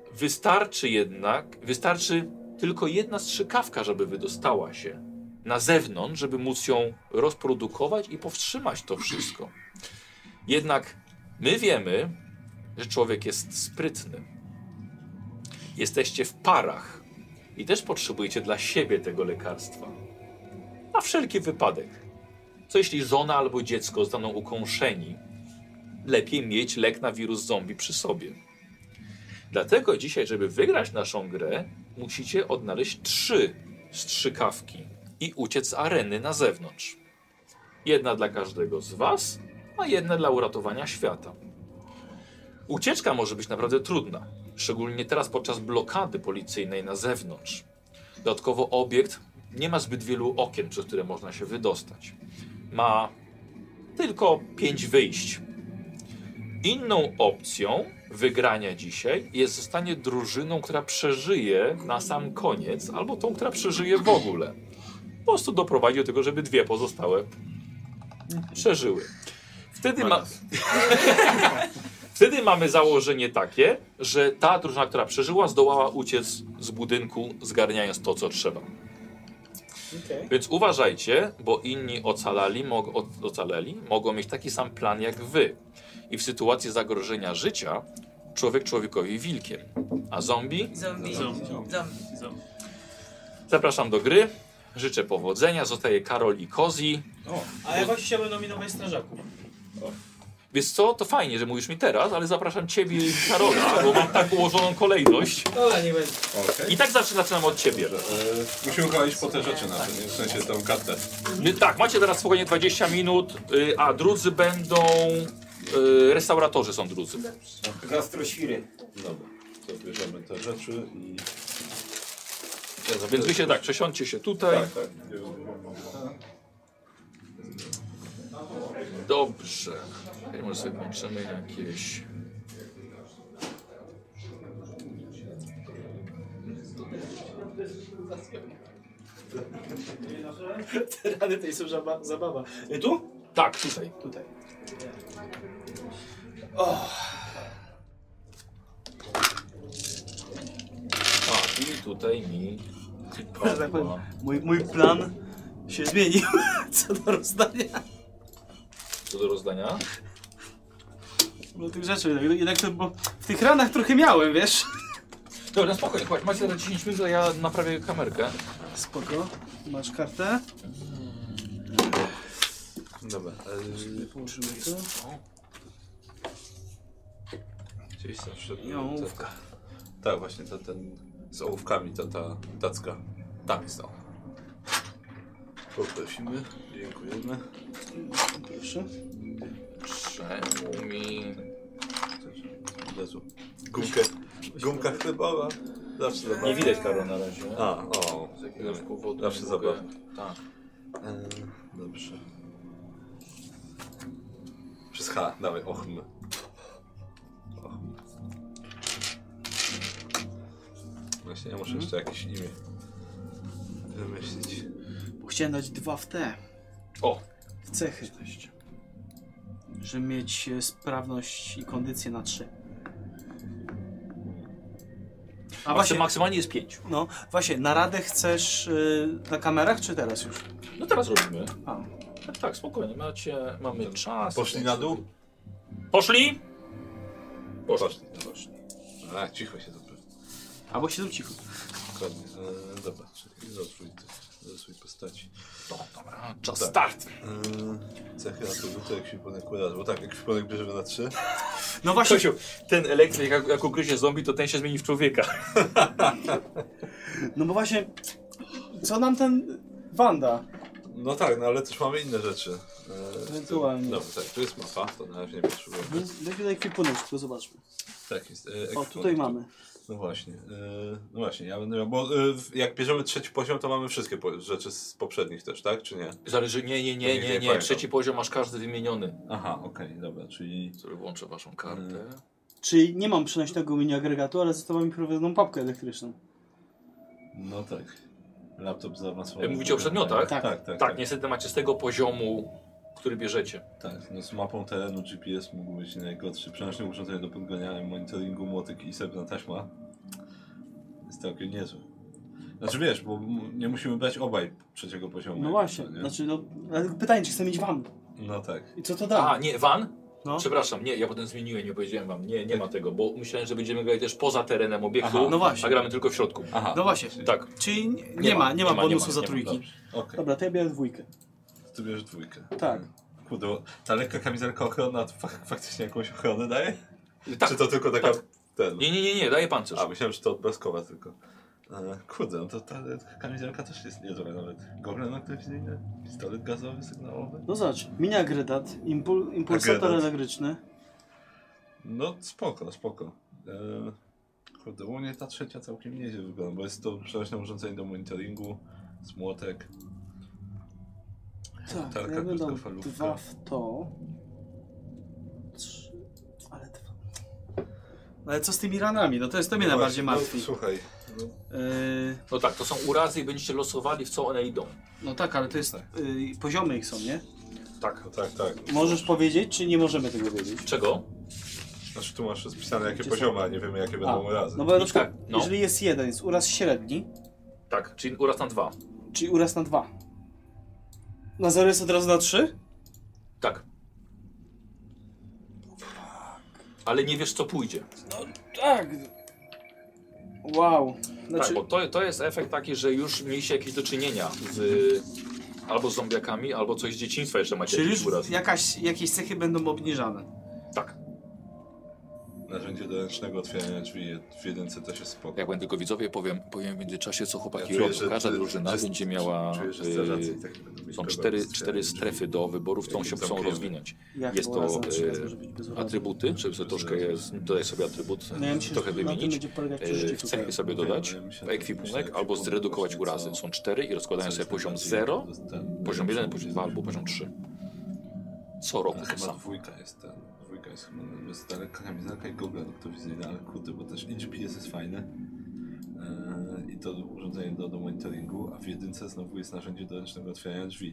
wystarczy tylko jedna strzykawka, żeby wydostała się na zewnątrz, żeby móc ją rozprodukować i powstrzymać to wszystko. Jednak my wiemy, że człowiek jest sprytny. Jesteście w parach i też potrzebujecie dla siebie tego lekarstwa. Na wszelki wypadek. Co jeśli żona albo dziecko zostaną ukąszeni? Lepiej mieć lek na wirus zombie przy sobie. Dlatego dzisiaj, żeby wygrać naszą grę, musicie odnaleźć 3 strzykawki i uciec z areny na zewnątrz. Jedna dla każdego z was, a jedna dla uratowania świata. Ucieczka może być naprawdę trudna, szczególnie teraz podczas blokady policyjnej na zewnątrz. Dodatkowo obiekt nie ma zbyt wielu okien, przez które można się wydostać. Ma tylko 5 wyjść. Inną opcją wygrania dzisiaj jest zostanie drużyną, która przeżyje na sam koniec, albo tą, która przeżyje w ogóle. Po prostu doprowadzi do tego, żeby 2 pozostałe przeżyły. Wtedy mamy założenie takie, że ta drużyna, która przeżyła, zdołała uciec z budynku, zgarniając to, co trzeba. Okay. Więc uważajcie, bo inni ocaleli mogą mieć taki sam plan jak wy. I w sytuacji zagrożenia życia człowiek człowiekowi wilkiem. A zombie? Zombie. Zombie. Zombie. Zapraszam do gry. Życzę powodzenia. Zostaje Karol i Kozi. A ja właśnie chciałbym nominować strażaków. Wiesz co, to fajnie, że mówisz mi teraz, ale zapraszam ciebie i Karola, bo mam tak ułożoną kolejność. Dobra, nie będzie. Okej. I tak zaczynam od ciebie. Musimy chyba iść po te rzeczy na to, nie? W sensie tą kartę. Tak, macie teraz spokojnie 20 minut, a drudzy będą... restauratorzy są drudzy. Gastroświry. Dobra, to bierzemy te rzeczy i... Więc wy się tak, przesiądźcie się tutaj. Tak. Dobrze. Może sobie włączymy jakieś... Te rany to jest zabawa. Tu? Tak, tutaj. Tutaj. A, i tutaj mi... Że tak powiem, mój plan się zmienił co do rozdania. Co do rozdania? No tych rzeczy, jednak to, bo w tych ranach trochę miałem, wiesz? Dobra, spokojnie, chodź, macie teraz 10 minut, a ja naprawię kamerkę. Spoko. Masz kartę? Dobra. Położymy to. Gdzieś zawsze... I ołówka. Tak, właśnie ten z ołówkami, ta tacka. Tam jest to. Poprosimy, dziękujemy. Proszę. Czemu mi... Od razu. Gumka chlebowa. Zawsze zabawa. Nie widać Karol na razie. A, o. Z jakiegoś powodu Zawsze nie mogę- zabawa. Tak. Dobrze. Przez H, dawaj, ochm. Właśnie, ja muszę jeszcze jakieś imię wymyślić. Bo chciałem dać 2 w te. O! W cechy. Żeby mieć sprawność i kondycję na 3. A właśnie, Maksymalnie jest 5. no właśnie, naradę chcesz na kamerach, czy teraz już? No teraz robimy. A. Tak, spokojnie, mamy czas. Poszli na dół? Poszli? Poszli. A, cicho się to pewnie. Albo się zrób cicho. Dokładnie. Dobra, czekaj, rozwój postaci. No, dobra, czas Tak. start. Cechy atrybuty, ekwipunek urazu. Bo tak, ekwipunek bierzemy na 3. No właśnie, Kosiu, ten elektryk, jak ugryzie zombie, to ten się zmieni w człowieka. no bo właśnie, co nam ten Wanda? No tak, no ale też mamy inne rzeczy. Ewentualnie. Dobra, tak, tu jest mapa, to na razie nie potrzebujemy. Weźmy ekwipunek, tylko zobaczmy. Tak jest. O, ekwipunek. tutaj mamy. No właśnie, ja będę miał, bo jak bierzemy 3. poziom, to mamy wszystkie rzeczy z poprzednich też, tak? Czy nie? Zależy, nie. pamiętam. Trzeci poziom masz każdy wymieniony. Aha, okej, dobra, czyli... Sobie włączę waszą kartę. Czyli nie mam przenośnego mini agregatu, ale została mi prowadzoną papkę elektryczną. No tak. Laptop zaawansowany. Mówicie o przedmiotach? Tak. Niestety macie z tego poziomu, który bierzecie. Tak, no z mapą terenu GPS mógł być najgorszy. Przenośne urządzenie do podganiania, monitoringu, młotek i srebrna taśma. Jest całkiem niezłe. Znaczy wiesz, bo nie musimy brać obaj 3. poziomu. No właśnie, nie? znaczy no, ale pytanie, czy chcę mieć van? No tak. I co to da? A, nie, van? No. Przepraszam, nie, ja potem zmieniłem, nie powiedziałem wam. Nie ma tego, bo myślałem, że będziemy grać też poza terenem obiektu, Aha, no właśnie. a gramy tylko w środku. Aha. No właśnie, Tak. czyli nie ma bonusu za trójki. Dobrze, okej. Dobra, to ja biorę 2. Ty bierzesz 2. Tak. Kurde, bo ta lekka kamizelka ochronna to faktycznie jakąś ochronę daje? Tak. Czy to tylko taka... Ten... Nie, daję pancerz. A, myślałem, że to odblaskowa tylko. Kurde, no to ta kamizelka też jest niezła nawet. Gogle naklepizyjne, pistolet gazowy, sygnałowy. No zobacz, mini agregat, impulsator Agregat. elektryczny. No spoko. Kurde, u mnie ta 3. całkiem nieźle wygląda, bo jest to przenośne urządzenie do monitoringu, z młotek. Tak, Tarka ja bym dał krótkofalówka. 2 w to. 3, ale 2. Ale co z tymi ranami? No to mnie najbardziej martwi. No, słuchaj, no, No tak, to są urazy i będziecie losowali, w co one idą. no tak, ale to jest poziomy ich są, nie? Tak. tak. Możesz powiedzieć, czy nie możemy tego wiedzieć? Czego? Znaczy tu masz spisane jakie Gdzie poziomy, a nie wiemy jakie będą urazy. No bo na przykład, no. jeżeli jest 1, jest uraz średni, Tak, czyli uraz na 2. czyli uraz na 2. Na 0 jest od razu na 3? Tak. Ale nie wiesz, co pójdzie. Tak. Wow. Znaczy, Tak, bo to jest efekt taki, że już mieliście jakieś do czynienia z albo z zombiakami, albo coś z dzieciństwa jeszcze macie czyli jakiś już uraz. jakieś cechy będą obniżane. Tak. Narzędzie do ręcznego otwierania drzwi w 1 też jest spoko. Jak będę tylko widzowie, powiem w międzyczasie, co chłopaki czuję, robią. że Każda ty- drużyna że- będzie miała... Czuję, że strażacy i tak nie będą mieć Są problemu z 4 otwieraniem strefy drzwi. do wyboru, w którą się Jak chcą zamkniemy. rozwinąć. Jak Jest to uraz na 3 razy może być bez urazu? atrybuty, żeby sobie troszkę dodać sobie atrybut, No ja myślę, trochę że na tym wymienić. będzie polegać przeżycie W cechy tutaj. sobie dodać, ale myślę, w ekwipunek, albo zredukować właśnie, urazy. co- Są 4 i rozkładają sobie poziom 0, poziom 1, poziom 2 albo poziom 3. Co roku to Chyba samo. dwójka jest chyba z daleka kamizelka i gogle noktowizyjne, ale kurde, bo też i GPS jest fajny. I to urządzenie do monitoringu, a w jedynce znowu jest narzędzie do ręcznego otwierania drzwi.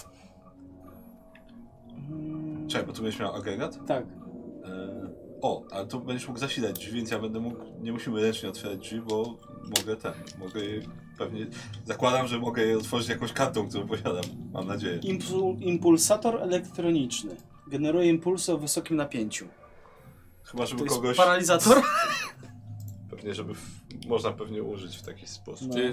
Czekaj, bo tu będziesz miał agregat? Tak. Ale tu będziesz mógł zasilać drzwi, więc ja będę mógł, nie musimy ręcznie otwierać drzwi, bo mogę je pewnie, zakładam, że mogę je otworzyć jakąś kartą, którą posiadam, mam nadzieję. Impulsator elektroniczny. Generuje impulsy o wysokim napięciu. Chyba, żeby To jest kogoś... paralizator? Pewnie, żeby można pewnie użyć w taki sposób. No.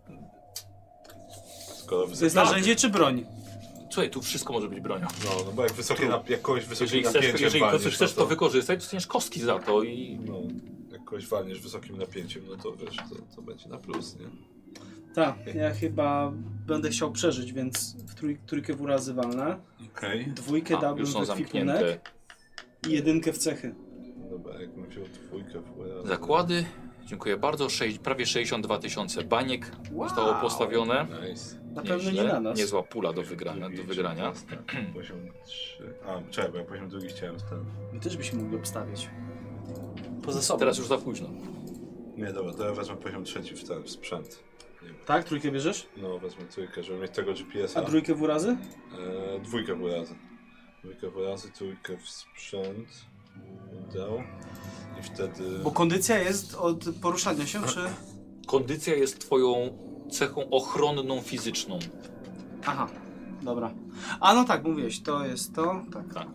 Skoro To jest narzędzie czy broń? Słuchaj, tu wszystko może być bronią. No bo jak jak kogoś wysokim Jeżeli napięciem walniesz, chcesz no to wykorzystać, dostaniesz kostki za to i... No, jak kogoś walniesz wysokim napięciem, no to wiesz, to będzie na plus, nie? Tak, ja chyba będę chciał przeżyć, więc w trójkę w razy walnę. Okej. Dwójkę dałbym już są w ekwipunek zamknięte. i jedynkę w cechy. Dobra, jakbym wziął dwójkę w Zakłady. Dziękuję bardzo. Prawie 62 000 baniek zostało postawione. Nice. Na pewno nie na nas. Niezła pula do wygrania. Poziom 3. Czekaj, bo ja poziom drugi chciałem ten. My też byśmy mogli obstawiać. Poza sobą. Teraz już za późno. Nie, dobra, to ja wezmę poziom trzeci w sprzęt. Tak? Trójkę bierzesz? No, wezmę trójkę, żeby mieć tego GPS-a. A trójkę w razy? Dwójkę w razy. Dwójkę w razy, trójkę w sprzęt. Dał. I wtedy... Bo kondycja jest od poruszania się, czy... Kondycja jest twoją cechą ochronną fizyczną. Aha, dobra. A no tak, mówiłeś, to jest to. Tak. Tak.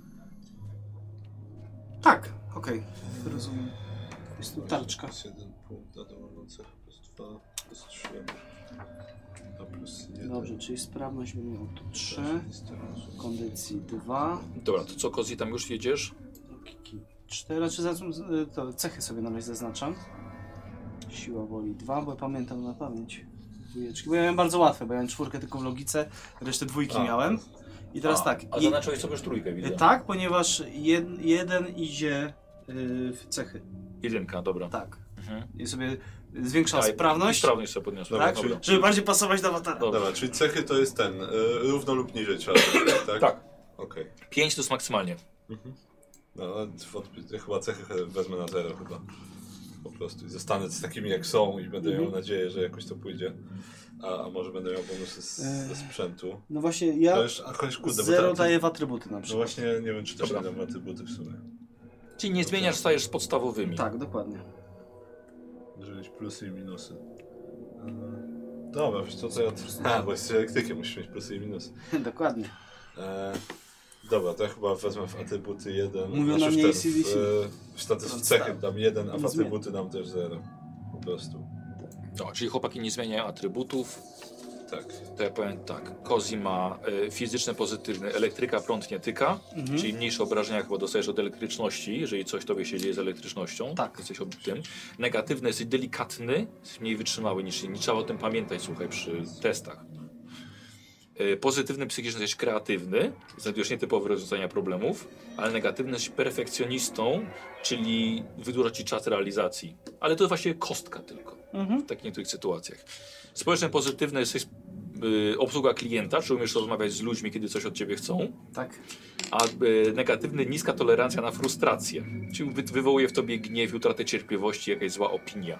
Tak, okej. Rozumiem. Jest tu tarczka. Plus 1 punkt, dodam cechę plus 2, plus 3. A plus 1. Dobrze, czyli sprawność bym miał tu 3, kondycji 2, Dobra, to co, Kozi, tam już jedziesz? 4, czy to cechy sobie na razie zaznaczam. Siła woli 2, bo pamiętam na pamięć. Dwójeczki, bo ja miałem bardzo łatwe, bo ja miałem 4 tylko w logice, resztę dwójki miałem. I teraz tak. A zaznaczyłeś sobie już trójkę, widzę. Tak, ponieważ jeden idzie w cechy. Jedynka, dobra. Tak. Mhm. I sobie zwiększa A, i sprawność. sprawność sobie podniosłem. Tak? Dobra. Żeby bardziej pasować do awatara. Dobra, czyli cechy to jest ten, równo lub niżej trzeba zrobić, tak? Tak. Okej. 5 to jest maksymalnie. No, chyba cechy wezmę na 0 chyba. Po prostu i zostanę z takimi jak są i będę miał nadzieję, że jakoś to pójdzie. A może będę miał bonusy ze sprzętu. No właśnie, ja Chociaż kurde, 0 daję w atrybuty na No przykład. właśnie, nie wiem czy też nie dam atrybuty w sumie. Czyli nie zmieniasz, stajesz z podstawowymi. Tak, dokładnie. Żeby mieć plusy i minusy. Dobra, wiesz co, to ja... bo jesteś elektrykiem, musisz mieć plusy i minusy. Dokładnie. Dobra, to ja chyba wezmę w atrybuty 1. Mówią na mnie ACDC. W cechy dam 1, a w atrybuty dam też 0. Po prostu. No, czyli chłopaki nie zmieniają atrybutów. Tak. To ja powiem tak. Kozi ma fizyczne, pozytywne, elektryka, prąd nie tyka, czyli mniejsze obrażenia chyba dostajesz od elektryczności, jeżeli coś tobie się dzieje z elektrycznością. Tak. Jesteś tym. Negatywny, jesteś delikatny, jesteś mniej wytrzymały niż inni. Trzeba o tym pamiętać, słuchaj, przy testach. Pozytywny, psychiczny jesteś kreatywny, znajdujesz nietypowe rozwiązania problemów, ale negatywny jesteś perfekcjonistą, czyli wydłuża ci czas realizacji. Ale to jest właściwie kostka tylko w takich niektórych sytuacjach. Społeczny, pozytywny jesteś obsługa klienta, czy umiesz rozmawiać z ludźmi, kiedy coś od ciebie chcą, Tak. a negatywny, niska tolerancja na frustrację, czyli wywołuje w tobie gniew i utratę cierpliwości, jakaś zła opinia.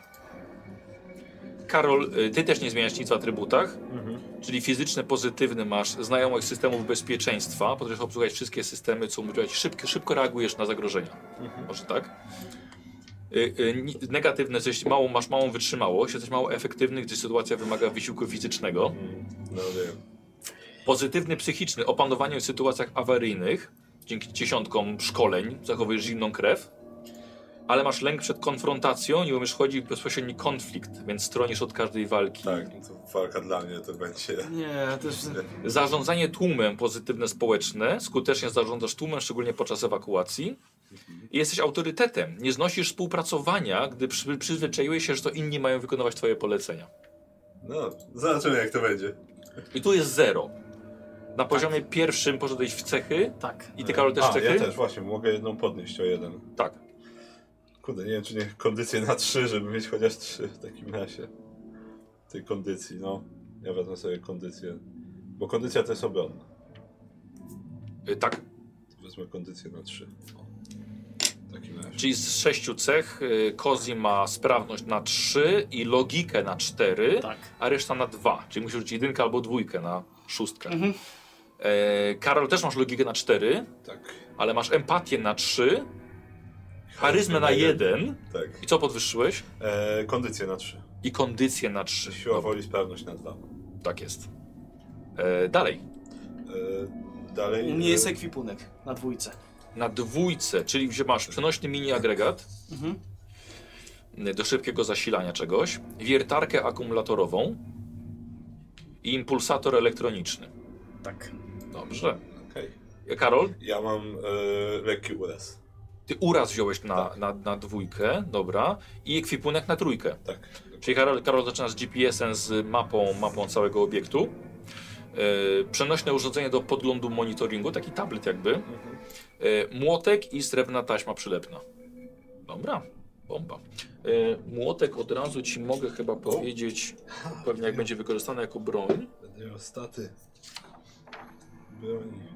Karol, ty też nie zmieniasz nic w atrybutach, czyli fizyczny, pozytywny masz znajomość systemów bezpieczeństwa, potrafisz obsługiwać wszystkie systemy, co umożliwia ci szybko reagujesz na zagrożenia. Może tak? Negatywny, masz małą wytrzymałość, jesteś mało efektywny, gdy sytuacja wymaga wysiłku fizycznego. No wiem. Pozytywny, psychiczny, opanowanie w sytuacjach awaryjnych, dzięki dziesiątkom szkoleń, zachowujesz zimną krew, ale masz lęk przed konfrontacją, nie umiesz chodzić w bezpośredni konflikt, więc stronisz od każdej walki. Tak, to walka dla mnie to będzie... Nie, też... Zarządzanie tłumem, pozytywne, społeczne, skutecznie zarządzasz tłumem, szczególnie podczas ewakuacji. I jesteś autorytetem, nie znosisz współpracowania, gdy przyzwyczaiłeś się, że to inni mają wykonywać twoje polecenia. No, zobaczymy jak to będzie. I tu jest 0. Na poziomie pierwszym poszedłeś w cechy. Tak. I ty, Karol, też cechy? Ja też, właśnie, mogę jedną podnieść o 1. Tak. Kurde, nie wiem czy nie kondycję na 3, żeby mieć chociaż 3 w takim razie. Tej kondycji, no. Ja wezmę sobie kondycję. Bo kondycja to jest obronna. Tak, Wezmę kondycję na 3. W takim razie. czyli z 6 cech Kozi ma sprawność na 3 i logikę na 4, Tak. a reszta na 2. Czyli musisz rzucić 1 albo 2 na 6. Mhm. Karol, też masz logikę na 4, Tak. ale masz empatię na 3, charyzmę na 1. Tak. I co podwyższyłeś? Kondycję na 3. I kondycję na 3. Siła woli, sprawność na 2. Tak jest. Dalej. Dalej. U mnie jest ekwipunek na 2. Na 2, czyli gdzie masz przenośny mini agregat Mhm. do szybkiego zasilania czegoś, wiertarkę akumulatorową i impulsator elektroniczny. Tak. Dobrze. Okej. Karol, Ja mam lekki uraz. ty uraz wziąłeś na, Tak. na 2, dobra, i ekwipunek na 3. Tak. Czyli Karol zaczyna z GPS-em, z mapą całego obiektu. Przenośne urządzenie do podglądu monitoringu, taki tablet jakby. Młotek i srebrna taśma przylepna. Dobra, bomba. Młotek od razu ci mogę chyba powiedzieć, pewnie jak będzie wykorzystany jako broń. Będę miał staty. Broni.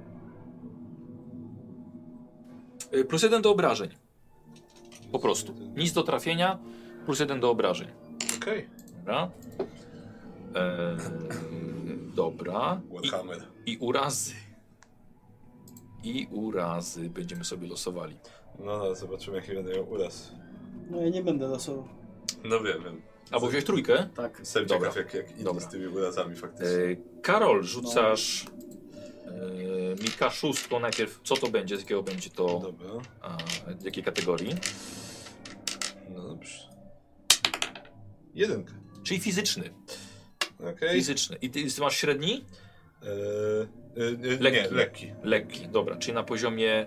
+1 do obrażeń. Po prostu. Nic do trafienia, +1 do obrażeń. Okej. Dobra. Dobra. Warhammer. I urazy. I urazy będziemy sobie losowali. No, zobaczymy jaki będę miał uraz. No ja nie będę losował. No wiem. Albo wziąłeś 3? Tak. Jestem Dobra. ciekaw jak idzie Dobra. z tymi urazami faktycznie. Karol, rzucasz Mika 6 najpierw. Co to będzie? Z jakiego będzie to? Dobra. Z jakiej kategorii? No dobrze. 1. Czyli fizyczny. Okej. Fizyczny. I ty masz średni? Nie, lekki. Lekki, dobra. Czyli na poziomie...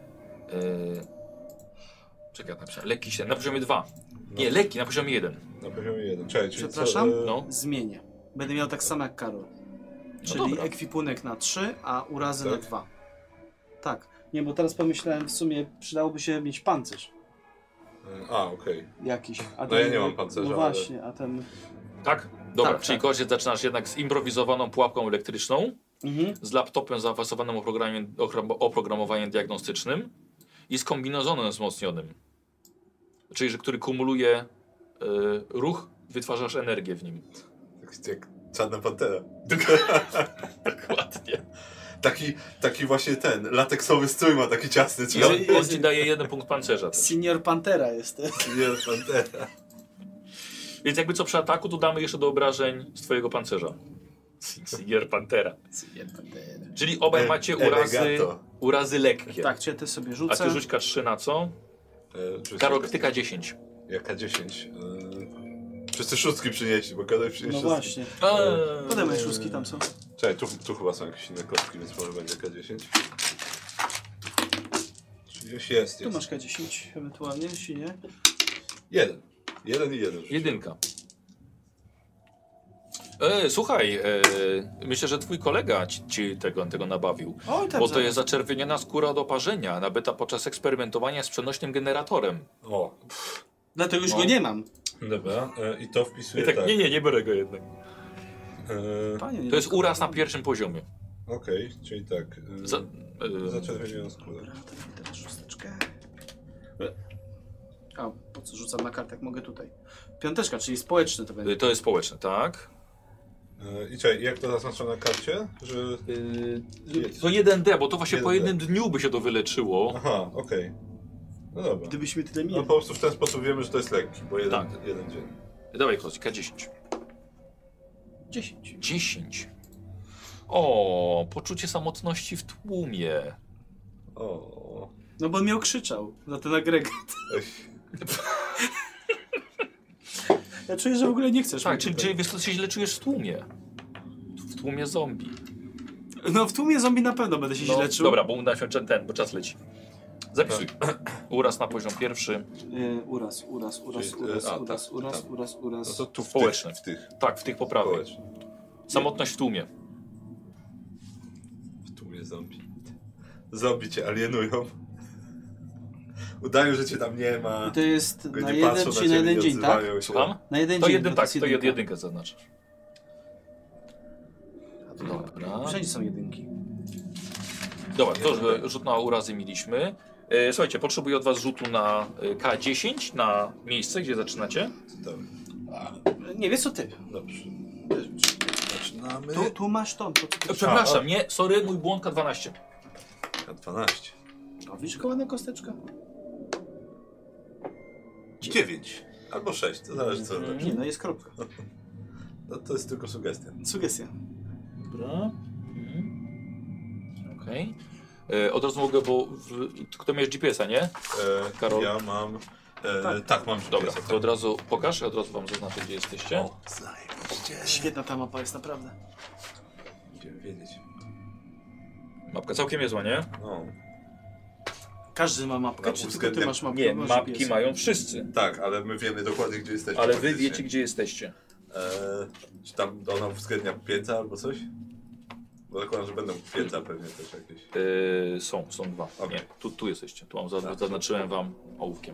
Czekaj, napisałem. Lekki się. Na poziomie 2. No. Nie, lekki na poziomie 1. Na poziomie 1. Czyli Przepraszam? Co, No. Zmienię. Będę miał tak samo jak Karol. Czyli dobra. ekwipunek na 3, a urazy na Tak? 2. Tak. Nie, bo teraz pomyślałem, w sumie przydałoby się mieć pancerz Okej. jakiś. A No ja nie mam pancerza, No ale- właśnie, a ten... Tak? Dobra, Tak, czyli tak. Kozie zaczynasz jednak z improwizowaną pułapką elektryczną, Mhm. z laptopem zaawansowanym oprogramowaniem diagnostycznym i z kombinezonem wzmocnionym. Czyli, że który kumuluje ruch, wytwarzasz energię w nim. Jak Czarna Pantera. Dokładnie. Taki właśnie ten, lateksowy strój ma taki ciasny. I on ci daje 1 punkt pancerza też. Senior Pantera jest. Nie, Pantera. Więc jakby co przy ataku, to damy jeszcze do obrażeń z twojego pancerza. Senior Pantera. Senior Pantera. Czyli obaj macie Elegato. urazy lekkie. Tak, czy ja te sobie A rzucę? ty rzuć K3 na co? Karol krytyka 10. Jaka 10? Wszyscy szóstki przynieśli, bo Karol przyniesie No szóstki. właśnie. Potem moje szóstki tam są. Czekaj, tu chyba są jakieś inne kostki, więc może będzie K10. Czyli już jest. Tu masz K10 ewentualnie, jeśli nie. 1. 1 i 1. Jedynka. Słuchaj, myślę, że twój kolega ci tego nabawił. Oj, tam Bo to jest zaczerwieniona skóra od oparzenia, nabyta podczas eksperymentowania z przenośnym generatorem. O, Dlatego już No. go nie mam. dobra. I to wpisuję I tak, tak. nie biorę go jednak. Panie, nie To jest tylko- uraz na pierwszym poziomie. Okej, czyli tak. Zaczerwienioną skórę. Dobra, to mi teraz szósteczkę. A, po co rzucam na kartę, jak mogę tutaj. Piąteczka, czyli społeczny to będzie. To jest społeczne, tak? I czekaj, jak to zaznaczam na karcie? Że... To 1D, bo to właśnie po 1D. jednym dniu by się to wyleczyło. Aha, okej. No dobra. Gdybyśmy tyle No mieli. po prostu w ten sposób wiemy, że to jest lekki, bo jeden dzień. Dawaj Kozika, 10. 10. 10. O, poczucie samotności w tłumie. O. No bo on miał krzyczał na ten agregat. Ej. Ja czuję, że w ogóle nie chcesz. Tak, mnie czyli tutaj. wiesz co, się źle czujesz w tłumie. W tłumie zombie. No w tłumie zombie na pewno będę się źle czuł. Dobra, bo uda się bo czas leci. Zapisuj. Uraz na poziom pierwszy. Uraz. No to tu w Społeczne. tych. W tych. Tak, w tych poprawach. Społeczne. Samotność w tłumie. W tłumie zombie. Zombie cię alienują. Udają, że cię tam nie ma. I to jest Tylko na nie jeden, patrzą czyli na na ciebie, jeden nie dzień, tak? odzywają się. Słucham? Na jeden To dzień. jeden, bo tak, jest to jedynka. jedynkę zaznaczasz. Dobra. Wszędzie są jedynki. Dobra, to rzut na urazy mieliśmy. Słuchajcie, potrzebuję od was rzutu na K10, na miejsce, gdzie zaczynacie. Dobra. Nie, wiesz co ty? Dobrze. Zaczynamy. Tu masz to. Przepraszam, nie, sorry, mój błąd K12. K12. A widzisz kołana kosteczka? 9. Albo 6, to zależy co robisz. Nie, no jest kropka. No to jest tylko sugestia. Sugestia. Dobra. Okej. Od razu mogę, bo kto miałeś GPS-a, nie? Karol? Ja mam... tak, mam GPS. Dobra, to od razu pokaż, ja od razu wam zaznaczę, gdzie jesteście. O, zajebiście. Świetna ta mapa jest naprawdę. Będziemy wiedzieć. Mapka całkiem niezła, nie? No. Każdy ma mapkę, czy tylko ty masz mapkę? Nie, Masz mapki GPS-a. mają wszyscy. Tak, ale my wiemy dokładnie gdzie jesteśmy. Ale wy faktycznie. wiecie, gdzie jesteście. Czy tam ona uwzględnia pieca albo coś? Bo zakładam, że będą pieca pewnie też jakieś. Są dwa. Okej. Nie, tu jesteście. Tu mam zaznaczyłem wam ołówkiem.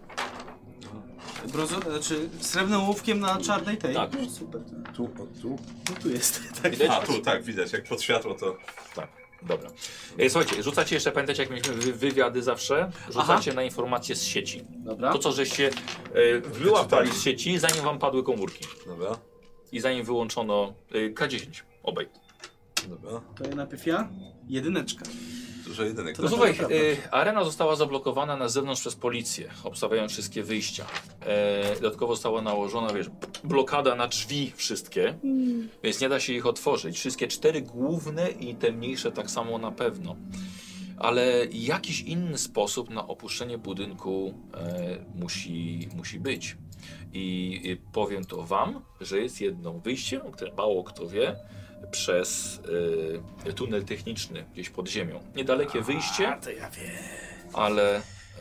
Znaczy srebrnym ołówkiem na czarnej tej? Tak. No, super. Tu, tu. No tu jest. Tak. Widać? A, tu, tak, widać. Jak pod światło to... Tak, dobra. Słuchajcie, rzucacie jeszcze, pamiętacie jak mieliśmy wywiady zawsze? Rzucacie na informacje z sieci. Dobra. To co żeście wyłapali z sieci, zanim wam padły komórki. Dobra, I zanim wyłączono K10, obaj. dobra. To ja najpierw ja. Jedyneczka. Dużo jedynek. No To słuchaj, prawda. arena została zablokowana na zewnątrz przez policję, obstawiając wszystkie wyjścia. Dodatkowo została nałożona, wiesz, blokada na drzwi wszystkie, więc nie da się ich otworzyć. Wszystkie 4 główne i te mniejsze tak samo na pewno. Ale jakiś inny sposób na opuszczenie budynku musi być. I powiem to wam, że jest jedno wyjście, o którym mało kto wie, przez tunel techniczny gdzieś pod ziemią. Niedalekie wyjście, To ja wiem. ale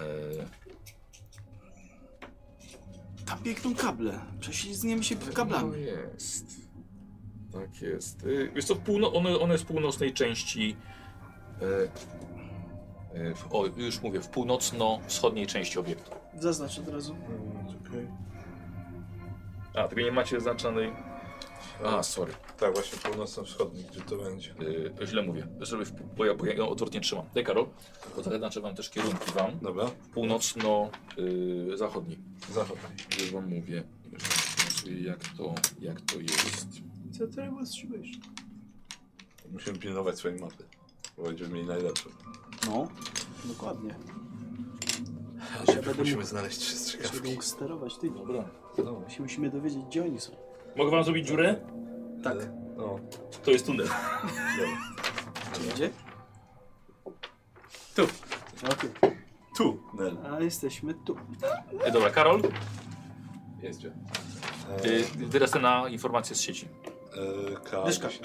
Tam biegną kable. Prześlizgniemy się kablami. jest. Tak jest. Wiesz co, one z północnej części już mówię, w północno-wschodniej części obiektu. Zaznacz od razu. Czekaj. A, tego nie macie zaznaczonej. A, sorry. Tak, właśnie północno-wschodni, gdzie to będzie. Źle mówię. Bo ja ją odwrotnie trzymam. Daj Karol, bo zaznaczę wam też kierunki wam. Dobra, Północno-zachodni. zachodni. Już wam mówię, jak to jest. Co ty chyba strzymujesz? Musimy pilnować swojej mapy, bo będziemy mieli najlepszą. No, dokładnie. Musimy znaleźć 3 strzykawki. Będę mógł sterować ty. Dobra. No, Się musimy dowiedzieć, gdzie oni są. Mogę wam zrobić dziurę? Tak. no. To jest tunel. Gdzie? Tu. Okej. Tu, Nel. A jesteśmy tu. Dobra, Karol, Jest gdzie. teraz na informacje z sieci. Dyszka. K10.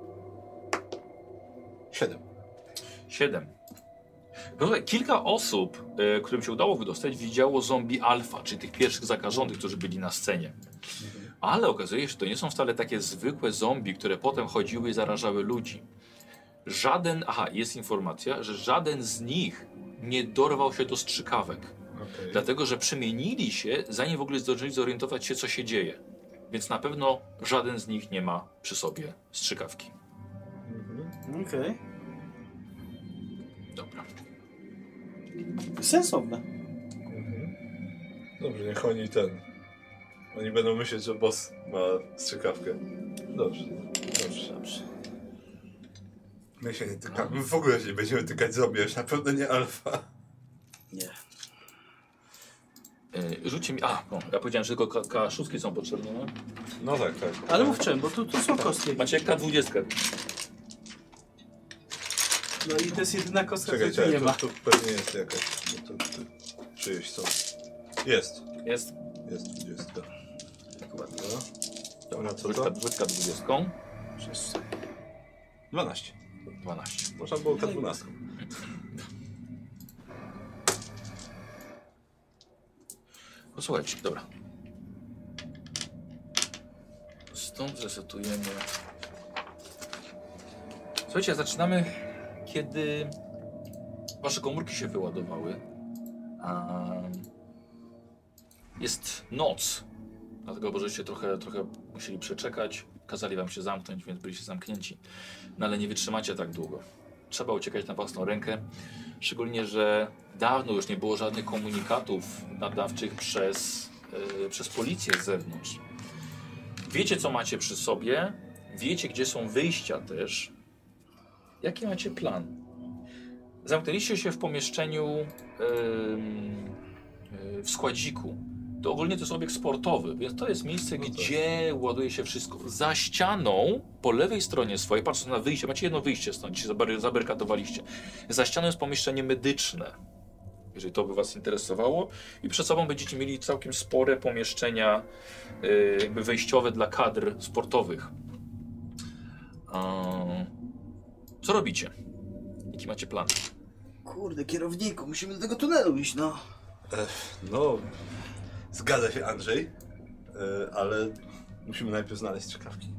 7. 7. Słuchaj, kilka osób, którym się udało wydostać, widziało zombie alfa, czyli tych pierwszych zakażonych, którzy byli na scenie. Ale okazuje się, że to nie są wcale takie zwykłe zombie, które potem chodziły i zarażały ludzi. Jest informacja, że żaden z nich nie dorwał się do strzykawek. Okay. Dlatego, że przemienili się, zanim w ogóle zdążyli zorientować się, co się dzieje. Więc na pewno żaden z nich nie ma przy sobie strzykawki. Okej. Dobra. Sensowne. Dobrze, niech oni Oni będą myśleć, że boss ma strzykawkę. Dobrze. My się nie tykamy. My w ogóle się nie będziemy tykać zombie, już na pewno nie alfa. Nie. Rzućcie mi... ja powiedziałem, że tylko K6 są potrzebne, no? No tak. Ale mów czym, bo tu są kostki. Macie K20. No i to jest jedyna kostka, Czekaj, której nie ma. tu pewnie jest jakaś. Bo to czyjeś są. Jest. Jest. Jest 20. Dokładnie. Dobra, co Rzućka to? 20. 12. 12. Można było K12. Posłuchajcie, dobra. Stąd resetujemy. Słuchajcie, zaczynamy, kiedy wasze komórki się wyładowały. Jest noc. Dlatego, bo żeście trochę musieli przeczekać. Kazali wam się zamknąć, więc byliście zamknięci. No ale nie wytrzymacie tak długo. trzeba uciekać na własną rękę. Szczególnie, że dawno już nie było żadnych komunikatów nadawczych przez policję z zewnątrz. Wiecie, co macie przy sobie, wiecie, gdzie są wyjścia też. Jaki macie plan? Zamknęliście się w pomieszczeniu w składziku. To ogólnie to jest obiekt sportowy, więc to jest miejsce, gdzie ładuje się wszystko. Za ścianą, po lewej stronie swojej, patrząc na wyjście, macie jedno wyjście stąd, gdzie się zabarykadowaliście. Za ścianą jest pomieszczenie medyczne, jeżeli to by was interesowało. I przed sobą będziecie mieli całkiem spore pomieszczenia jakby wejściowe dla kadr sportowych. Co robicie? Jaki macie plan? Kurde, kierowniku, musimy do tego tunelu iść, no. No, zgadza się Andrzej, ale musimy najpierw znaleźć strzykawki.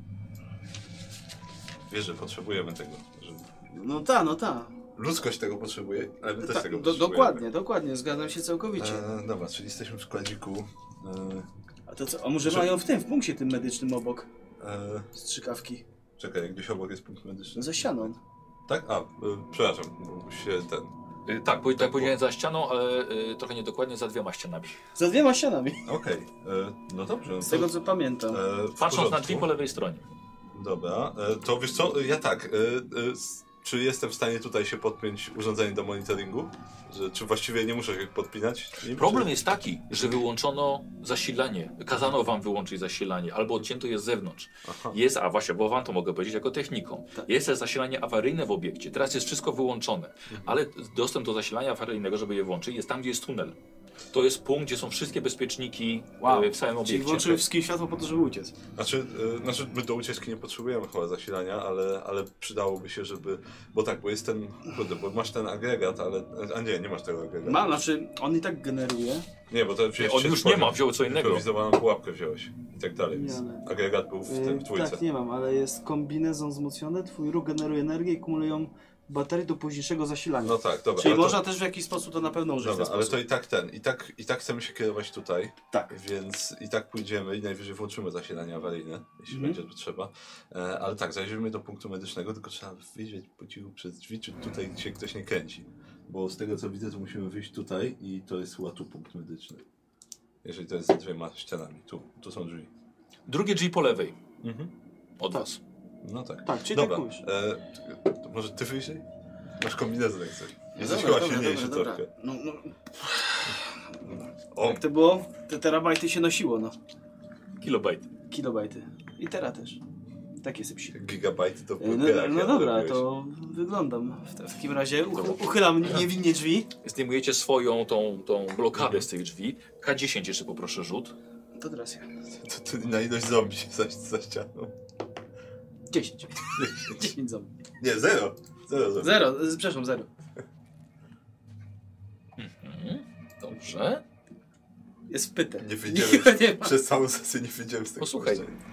Wiesz, że potrzebujemy tego. Że No ta, no ta. ludzkość tego potrzebuje, ale my też Ta, tego potrzebujemy. dokładnie, zgadzam się całkowicie. Dobra, czyli jesteśmy w składziku. A to co, a może mają w punkcie tym medycznym obok strzykawki? Czekaj, gdzieś obok jest punkt medyczny? No za ścianą. Tak? Przepraszam, bo się ten... Tak powiedziałem za ścianą, ale trochę niedokładnie za 2 ścianami. Za 2 ścianami. Okej, no dobrze. Z tego co pamiętam. w Patrząc na porządku. drzwi po lewej stronie. Dobra, to wiesz co, ja tak, czy jestem w stanie tutaj się podpiąć urządzenie do monitoringu? Czy właściwie nie muszę się podpinać? Problem jest taki, że wyłączono zasilanie. Kazano wam wyłączyć zasilanie, albo odcięto je z zewnątrz. Aha. Jest, a właśnie, bo wam to mogę powiedzieć jako techniką. Tak. Jest też zasilanie awaryjne w obiekcie. Teraz jest wszystko wyłączone, ale dostęp do zasilania awaryjnego, żeby je włączyć, jest tam, gdzie jest tunel. To jest punkt, gdzie są wszystkie bezpieczniki w całym obiekcie. Czyli włączyły wszystkie światło po to, żeby uciec. Znaczy, my do ucieczki nie potrzebujemy chyba zasilania, ale przydałoby się, żeby... Bo jest ten... Kurde, bo masz ten agregat, ale... A nie masz tego agregatu. Mam, znaczy on i tak generuje. Nie, bo to On już nie ma, wziął co innego. Improwizowaną pułapkę wziąłeś i tak dalej, więc Nie, ale- agregat był w tym w dwójce. Tak, nie mam, ale jest kombinezon wzmocniony, twój ruch generuje energię i kumulują baterii do późniejszego zasilania. No tak, dobra. Czyli ale można też w jakiś sposób to na pewno użyć. Dobra, w ten ale sposób. to i tak chcemy się kierować tutaj, Tak. więc i tak pójdziemy i najwyżej włączymy zasilanie awaryjne, jeśli Mhm. będzie potrzeba. Ale tak, zajrzymy do punktu medycznego, tylko trzeba wyjrzeć po cichu przez drzwi, czy tutaj się ktoś nie kręci. Bo z tego co widzę, to musimy wyjść tutaj i to jest chyba tu punkt medyczny. Jeżeli to jest za 2 ścianami, tu są drzwi. Drugie drzwi po lewej Mhm. od was. No tak. Tak, czyli Dobra, tak mówisz. to może ty wyjrzyj? Masz kombinezon jak coś. Jesteś Dobra, chyba silniejszy trochę. No, O, jak to było? Te terabajty się nosiło, no. Kilobajt. Kilobajty. I teraz też. Tak jest psi. gigabajty to No, no dobra, to wyglądam. W takim razie uchylam niewinnie drzwi. Zdejmujecie swoją tą blokadę z tych drzwi. K10 jeszcze poproszę rzut. To teraz ja. To na ilość zombie się za ścianą. 10. 10 zombie. Nie, 0. 0 zombie. 0, przepraszam, 0. Dobrze. Jest wpyte. Nie wyjdziemy, Nie ma. przez całą sesję nie wyjdziemy z tego Posłuchaj. pomieszczenia.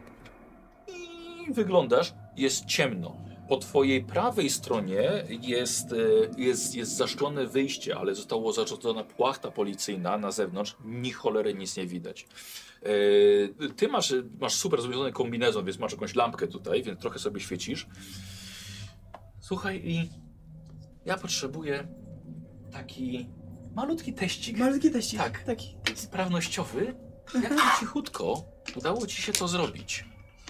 I wyglądasz, jest ciemno. Po twojej prawej stronie jest zaszklone wyjście, ale zostało zarzucona płachta policyjna na zewnątrz. Ni cholery nic nie widać. Ty masz super zrobiony kombinezon, więc masz jakąś lampkę tutaj, więc trochę sobie świecisz. Słuchaj, i ja potrzebuję taki malutki teścik. Malutki teścik. Tak. Taki. Sprawnościowy. Jak to cichutko udało ci się to zrobić?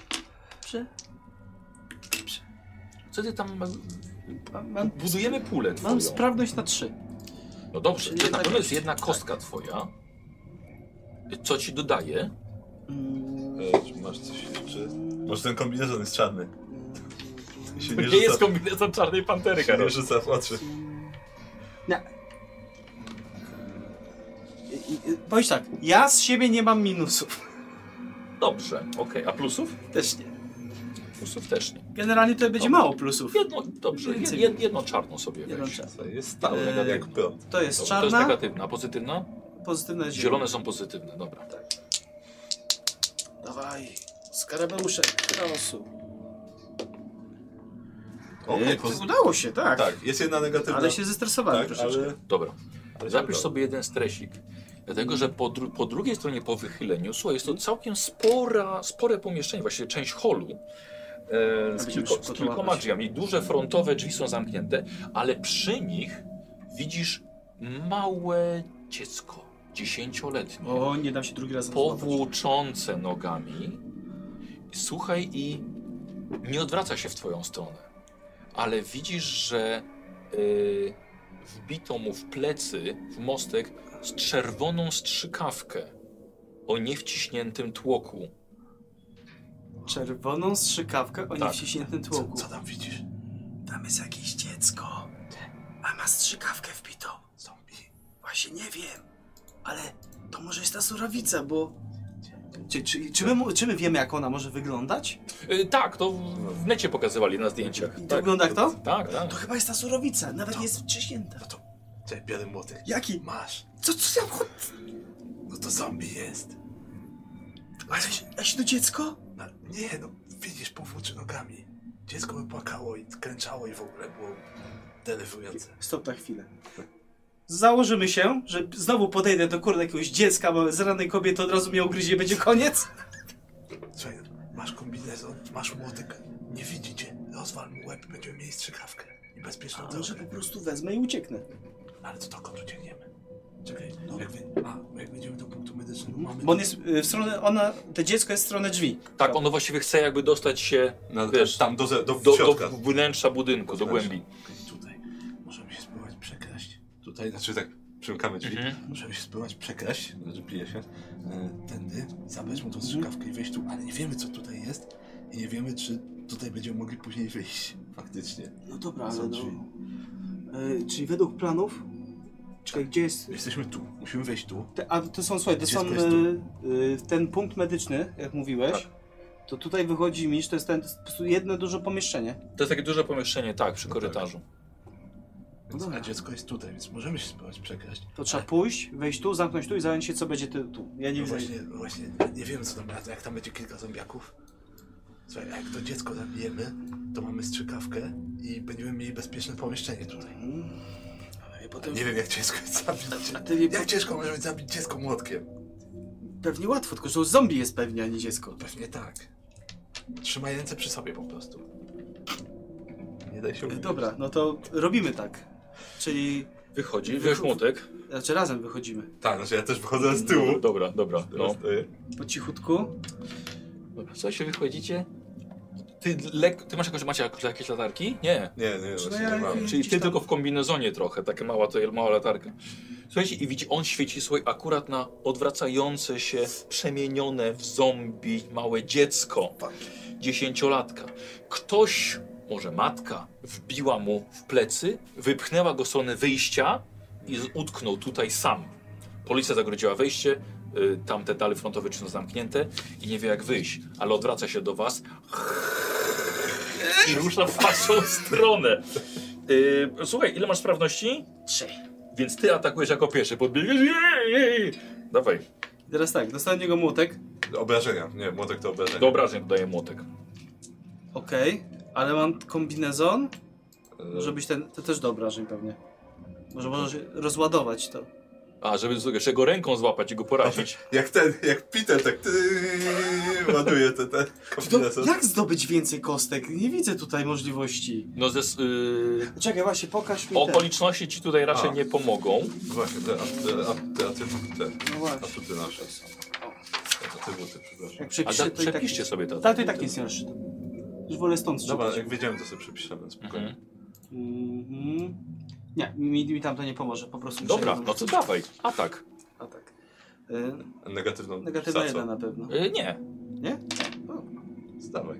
Co ty tam... Mam Budujemy pulę twoją. Mam sprawność na 3. No dobrze, Czyli to na jednak pewno jest jest- jedna kostka twoja. Co ci dodaje? Czy masz coś jeszcze? Może ten kombinezon jest czarny. Się To nie jest kombinezon Czarnej Pantery, nie Karol. rzuca w oczy. Nie. Powiedz tak, ja z siebie nie mam minusów. Dobrze, okej. A plusów? Też nie. Plusów też nie. Generalnie to będzie Dobra. mało plusów. Dobrze, Więcej. jedną czarną sobie Jedną weź. czarną. Jest stałe, jak prąd. To jest Dobra, to jest czarna, negatywna. A pozytywna? pozytywna jest Zielone są pozytywne, dobra. Dawaj, skarabeuszek, losu. Okej, Udało się, tak. tak, jest jedna negatywna. Ale się zestresowałem tak, troszeczkę. ale... Dobra. ale Zapisz się sobie jeden stresik. Dlatego, że po drugiej stronie, po wychyleniu, słuchaj, jest to całkiem spore pomieszczenie, właściwie część holu. z kilkoma drzwiami. Duże frontowe drzwi są zamknięte, ale przy nich widzisz małe dziecko, 10-letnie. O, nie dam się drugi raz złapać. Powłóczące nogami. Słuchaj, i nie odwraca się w twoją stronę, ale widzisz, że wbito mu w plecy, w mostek, z czerwoną strzykawkę o niewciśniętym tłoku. Czerwoną strzykawkę o Tak. niewciśniętym tłoku. Co tam widzisz? Tam jest jakieś dziecko, a ma strzykawkę wbitą. Zombie. Właśnie nie wiem, ale to może jest ta surowica, bo... Czy my wiemy, jak ona może wyglądać? Tak, to w necie pokazywali na zdjęciach. I to Tak, wygląda jak to? tak. To chyba jest ta surowica, nawet nie jest wciśnięta. No to biorę młotek. Jaki? Masz. Co ja... No to zombie jest. Ale to dziecko? No, nie, no widzisz, powłóczy nogami. Dziecko by płakało i klęczało i w ogóle było denerwujące. Stop na chwilę. Założymy się, że znowu podejdę do jakiegoś dziecka, bo z ranej kobiety od razu mnie ugryzie i będzie koniec. Słuchaj, masz kombinezon, masz młotek, nie widzicie, rozwal mu łeb, będziemy mieli strzykawkę i bezpieczną A może drogę. po prostu wezmę i ucieknę. Ale to dokąd uciekniemy? Czekaj, jak będziemy do punktu medycznego, mamy... Bo on jest w stronę, te dziecko jest w stronę drzwi. Tak, ono właściwie chce jakby dostać się, wiesz, tam do do środka. wnętrza budynku, do głębi. Tutaj możemy się spróbować przekraść. Tutaj, znaczy tak, przymykamy drzwi. Możemy się spróbować przekraść, na GPS-ie, tędy, zabrać mu tą strzykawkę i wejść tu, ale nie wiemy, co tutaj jest i nie wiemy, czy tutaj będziemy mogli później wyjść, faktycznie. No dobra, Są ale drzwi. czyli według planów... Czekaj, gdzie jest... Jesteśmy tu, musimy wejść tu. A to są, słuchaj, to są Dziecko jest ten punkt medyczny, jak mówiłeś. Tak. To tutaj wychodzi mi, że to jest po prostu jedno duże pomieszczenie. To jest takie duże pomieszczenie, tak, przy korytarzu. Więc, dobra. a dziecko jest tutaj, więc możemy się spróbować przekraść. To trzeba pójść, wejść tu, zamknąć tu i zająć się, co będzie tu. Ja nie No widzę. właśnie, nie wiemy, co tam, jak tam będzie kilka zombiaków. Słuchaj, jak to dziecko zabijemy, to mamy strzykawkę i będziemy mieli bezpieczne pomieszczenie tutaj. I potem... Nie wiem, jak ciężko jest zabić. A ty Jak ciężko może być zabić dziecko młotkiem? Pewnie łatwo, tylko że to zombie jest pewnie, a nie dziecko. Pewnie tak. Trzymaj ręce przy sobie po prostu. Nie daj się ubić. Dobra, no to robimy tak. Czyli... Wychodzi, weź młotek. Znaczy razem wychodzimy. Tak, znaczy ja też wychodzę z tyłu. Dobra. No. Po cichutku. Dobra, słuchajcie, wychodzicie. Ty macie jakieś latarki? Nie. Nie, właśnie ja- nie mam. Czyli ty tylko w kombinezonie trochę, taka mała latarka. Słuchajcie, i widzi, on świeci swoje akurat na odwracające się, przemienione w zombie małe dziecko. 10-latka. Ktoś, może matka, wbiła mu w plecy, wypchnęła go w stronę wyjścia i utknął tutaj sam. Policja zagrodziła wejście, tamte dale frontowe są zamknięte i nie wie jak wyjść, ale odwraca się do was i rusza w waszą stronę. Słuchaj, ile masz sprawności? 3. Więc ty atakujesz jako pierwszy, podbiegasz. Dawaj. Teraz tak, dostanę od niego młotek. Obrażenia. Nie, młotek to obrażenia. Do obrażeń dodaję młotek. Okej, ale mam kombinezon. Może być to też do obrażeń pewnie. Może możesz rozładować to. A, żeby jeszcze go ręką złapać i go porazić. Jak Peter tak ładuje ten kombinezon. Jak zdobyć więcej kostek? Nie widzę tutaj możliwości. No Czekaj, właśnie, pokaż mi te. okoliczności ci tutaj raczej A. nie pomogą. Właśnie, te No właśnie. atuty nasze. Atrybuty, przepraszam. Jak A przepiszę, to i tak... przepiszcie sobie to. Tak, to i tak nic nie rozczytam. Już wolę stąd Dobra, czytać. jak wiedziałem, to sobie przepiszemy, spokojnie. Mhm. Nie, mi tam to nie pomoże, po prostu Dobra, muszę no to dawaj. Atak. A tak. Negatywną Negatywna za co? 1 na pewno. Nie. Nie? O. Zdawaj.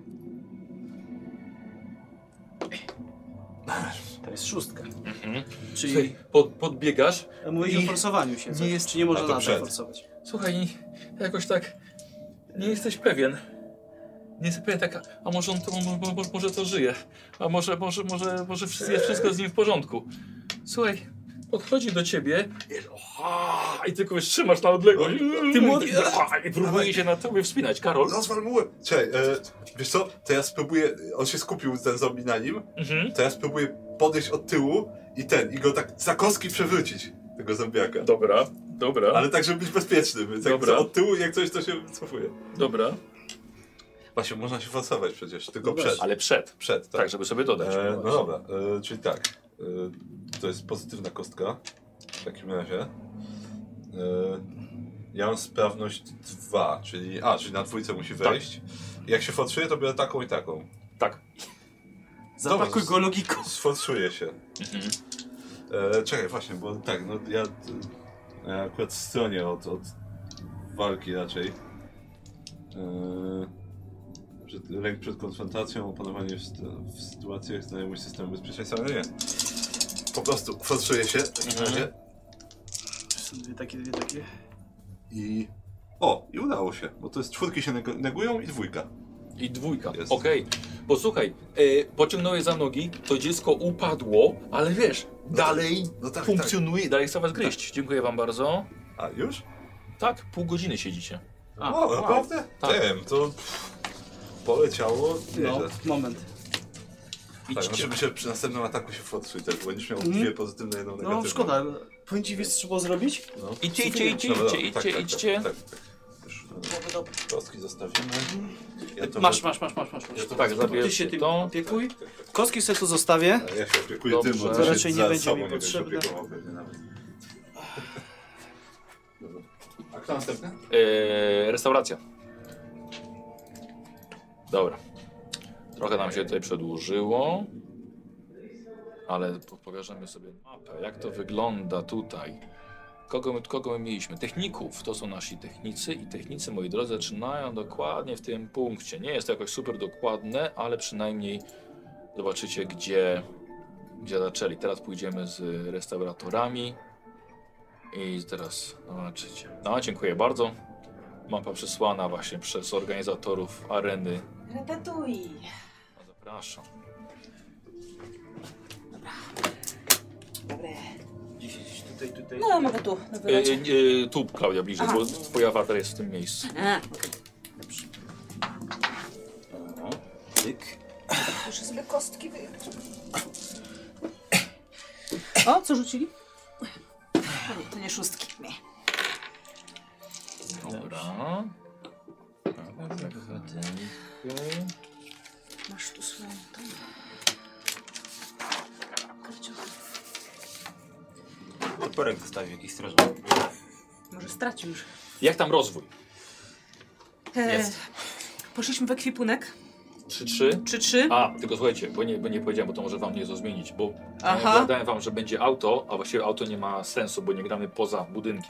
To jest 6. Mhm. Czyli Słuchaj, podbiegasz. mówisz i o forsowaniu się. nie Nie jest- Czy nie można A to nadal przed. forsować? Słuchaj, jakoś tak nie jesteś pewien. Nie jesteś pewien tak, a może on to, może to żyje. A może jest wszystko z nim w porządku. Słuchaj, podchodzi do ciebie i tylko już trzymasz na odległość. Ty młody- I próbuje się na tobie wspinać. Karol. Rozwal mu łeb. Czekaj, wiesz co? To ja spróbuję, on się skupił, ten zombie na nim, Mhm. to ja spróbuję podejść od tyłu i go tak za kostki przewrócić, tego zombiaka. Dobra. Ale tak, żeby być bezpiecznym, więc jak Dobra. od tyłu, jak coś, to się wycofuje. Dobra. Właśnie, można się forsować przecież, tylko No przed. Ale przed. Przed, Tak, żeby sobie dodać. No dobra, czyli tak. To jest pozytywna kostka. W takim razie. Ja mam sprawność 2, czyli na dwójce musi wejść. Jak się forsuje, to biorę taką i taką. Tak. Zapakuj go logiką. Sforsuję się. Czekaj, właśnie, bo tak, no ja akurat stronię od walki raczej. Lęk przed konfrontacją, opanowanie w sytuacjach znajomość systemu bezpieczeństwa, ale nie. Po prostu forsuję się w takim razie. Są dwie takie. I udało się, bo to jest 4 się negują i 2. I 2. Jest. Okej. Bo słuchaj, pociągnąłeś za nogi, to dziecko upadło, ale wiesz, dalej tak, funkcjonuje, dalej chce was gryźć. Dziękuję wam bardzo. A już? Tak, pół godziny siedzicie. Naprawdę? Tak. Wiem, to poleciało. No, Nieźle. moment. Tak, znaczy myślę, że przy następnym ataku się forsuj też, bo będziesz miał 2 pozytywne, 1 negatywną. No szkoda. Powiem ci, wiesz co trzeba zrobić? No. Idźcie. Tak. Już, kostki zostawimy. Ja to Masz. Tak, zabierzcie Ty się tym to. opiekuj. Kostki sobie tu zostawię. Ja się opiekuję Dobrze. tym, bo To to raczej nie za będzie sobą mi nie będziesz potrzebne. opiekował pewnie nawet. Dobra. A kto następny? Restauracja. Dobra. Trochę nam się tutaj przedłużyło. Ale pokażemy sobie mapę, jak to wygląda tutaj. Kogo my mieliśmy? Techników. To są nasi technicy i technicy, moi drodzy, zaczynają dokładnie w tym punkcie. Nie jest to jakoś super dokładne, ale przynajmniej zobaczycie, gdzie zaczęli. Teraz pójdziemy z restauratorami i teraz zobaczycie. No, dziękuję bardzo. Mapa przesłana właśnie przez organizatorów areny. Ratatuj. No, zapraszam. Dobre. Gdzieś tutaj. No, mogę tu. Na wylocie. Tu, Klaudia, bliżej, Aha. bo twój awatar jest w tym miejscu. A, okej. Dobrze. Tyk. Muszę sobie kostki wyjąć. O, co rzucili? To nie szóstki. Nie. Dobra. Masz tu swoją tą karciochy. Toporek zostawił jakiś strażnik. Może stracił już. Jak tam rozwój? Jest. Poszliśmy w ekwipunek. 3-3? 3-3. A, tylko słuchajcie, bo nie powiedziałem, bo to może wam nieco zmienić, bo Aha. gadałem wam, że będzie auto, a właściwie auto nie ma sensu, bo nie gramy poza budynkiem.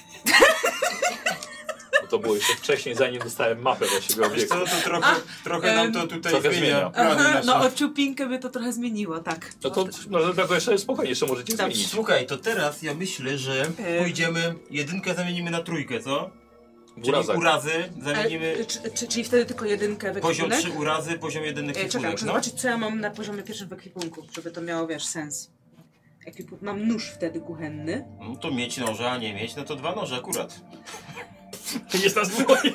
Bo to było jeszcze wcześniej, zanim dostałem mapę właściwie Wiesz obiektu. co, to trochę nam to tutaj trochę zmienia. zmienia plany Aha, nasze. no o ciupinkę by to trochę zmieniło, tak. No to tak jeszcze spokojnie, jeszcze możecie Dobrze. zmienić. Słuchaj, to teraz ja myślę, że pójdziemy, 1 zamienimy na 3, co? Czyli Urazak. urazy zamienimy, Czyli wtedy tylko jedynkę w poziom ekwipunek? 3 urazy, poziom 1 Czekaj, ekwipunek, muszę no. zobaczyć, co ja mam na poziomie pierwszym w ekwipunku, żeby to miało, wiesz, sens. Mam nóż wtedy kuchenny. No to mieć noże, a nie mieć, no to 2 noże akurat. Jest nas dwoje.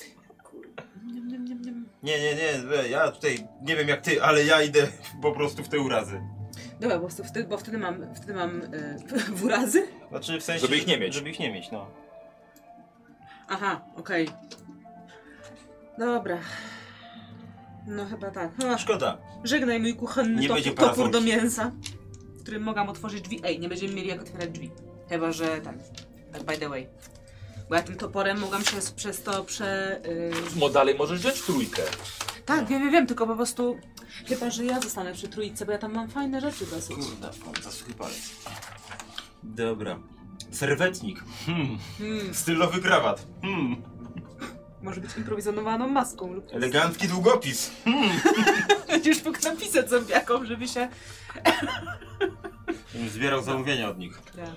Nie, ja tutaj nie wiem jak ty, ale ja idę po prostu w te urazy. Dobra, bo wtedy mam w urazy? Znaczy w sensie, Żeby ich nie mieć. Żeby ich nie mieć, no. Aha, okej. Dobra. No chyba tak. O, Szkoda. żegnaj mój kuchenny Nie będzie topór parasolki. do mięsa, którym mogłam otworzyć drzwi. Ej, nie będziemy mieli jak otwierać drzwi. Chyba, że tak by the way. Bo ja tym toporem mogłam się przez to Dalej możesz wziąć 3. Tak, wiem, tylko po prostu... Chyba, że ja zostanę przy trójce, bo ja tam mam fajne rzeczy dosyć. Kurde, za suchy palec. Dobra. Serwetnik. Stylowy krawat. Może być improwizowaną maską lub... Elegancki długopis. Będziesz mógł napisać zombiakom, żeby się... Bym zbierał zamówienia od nich. Ja.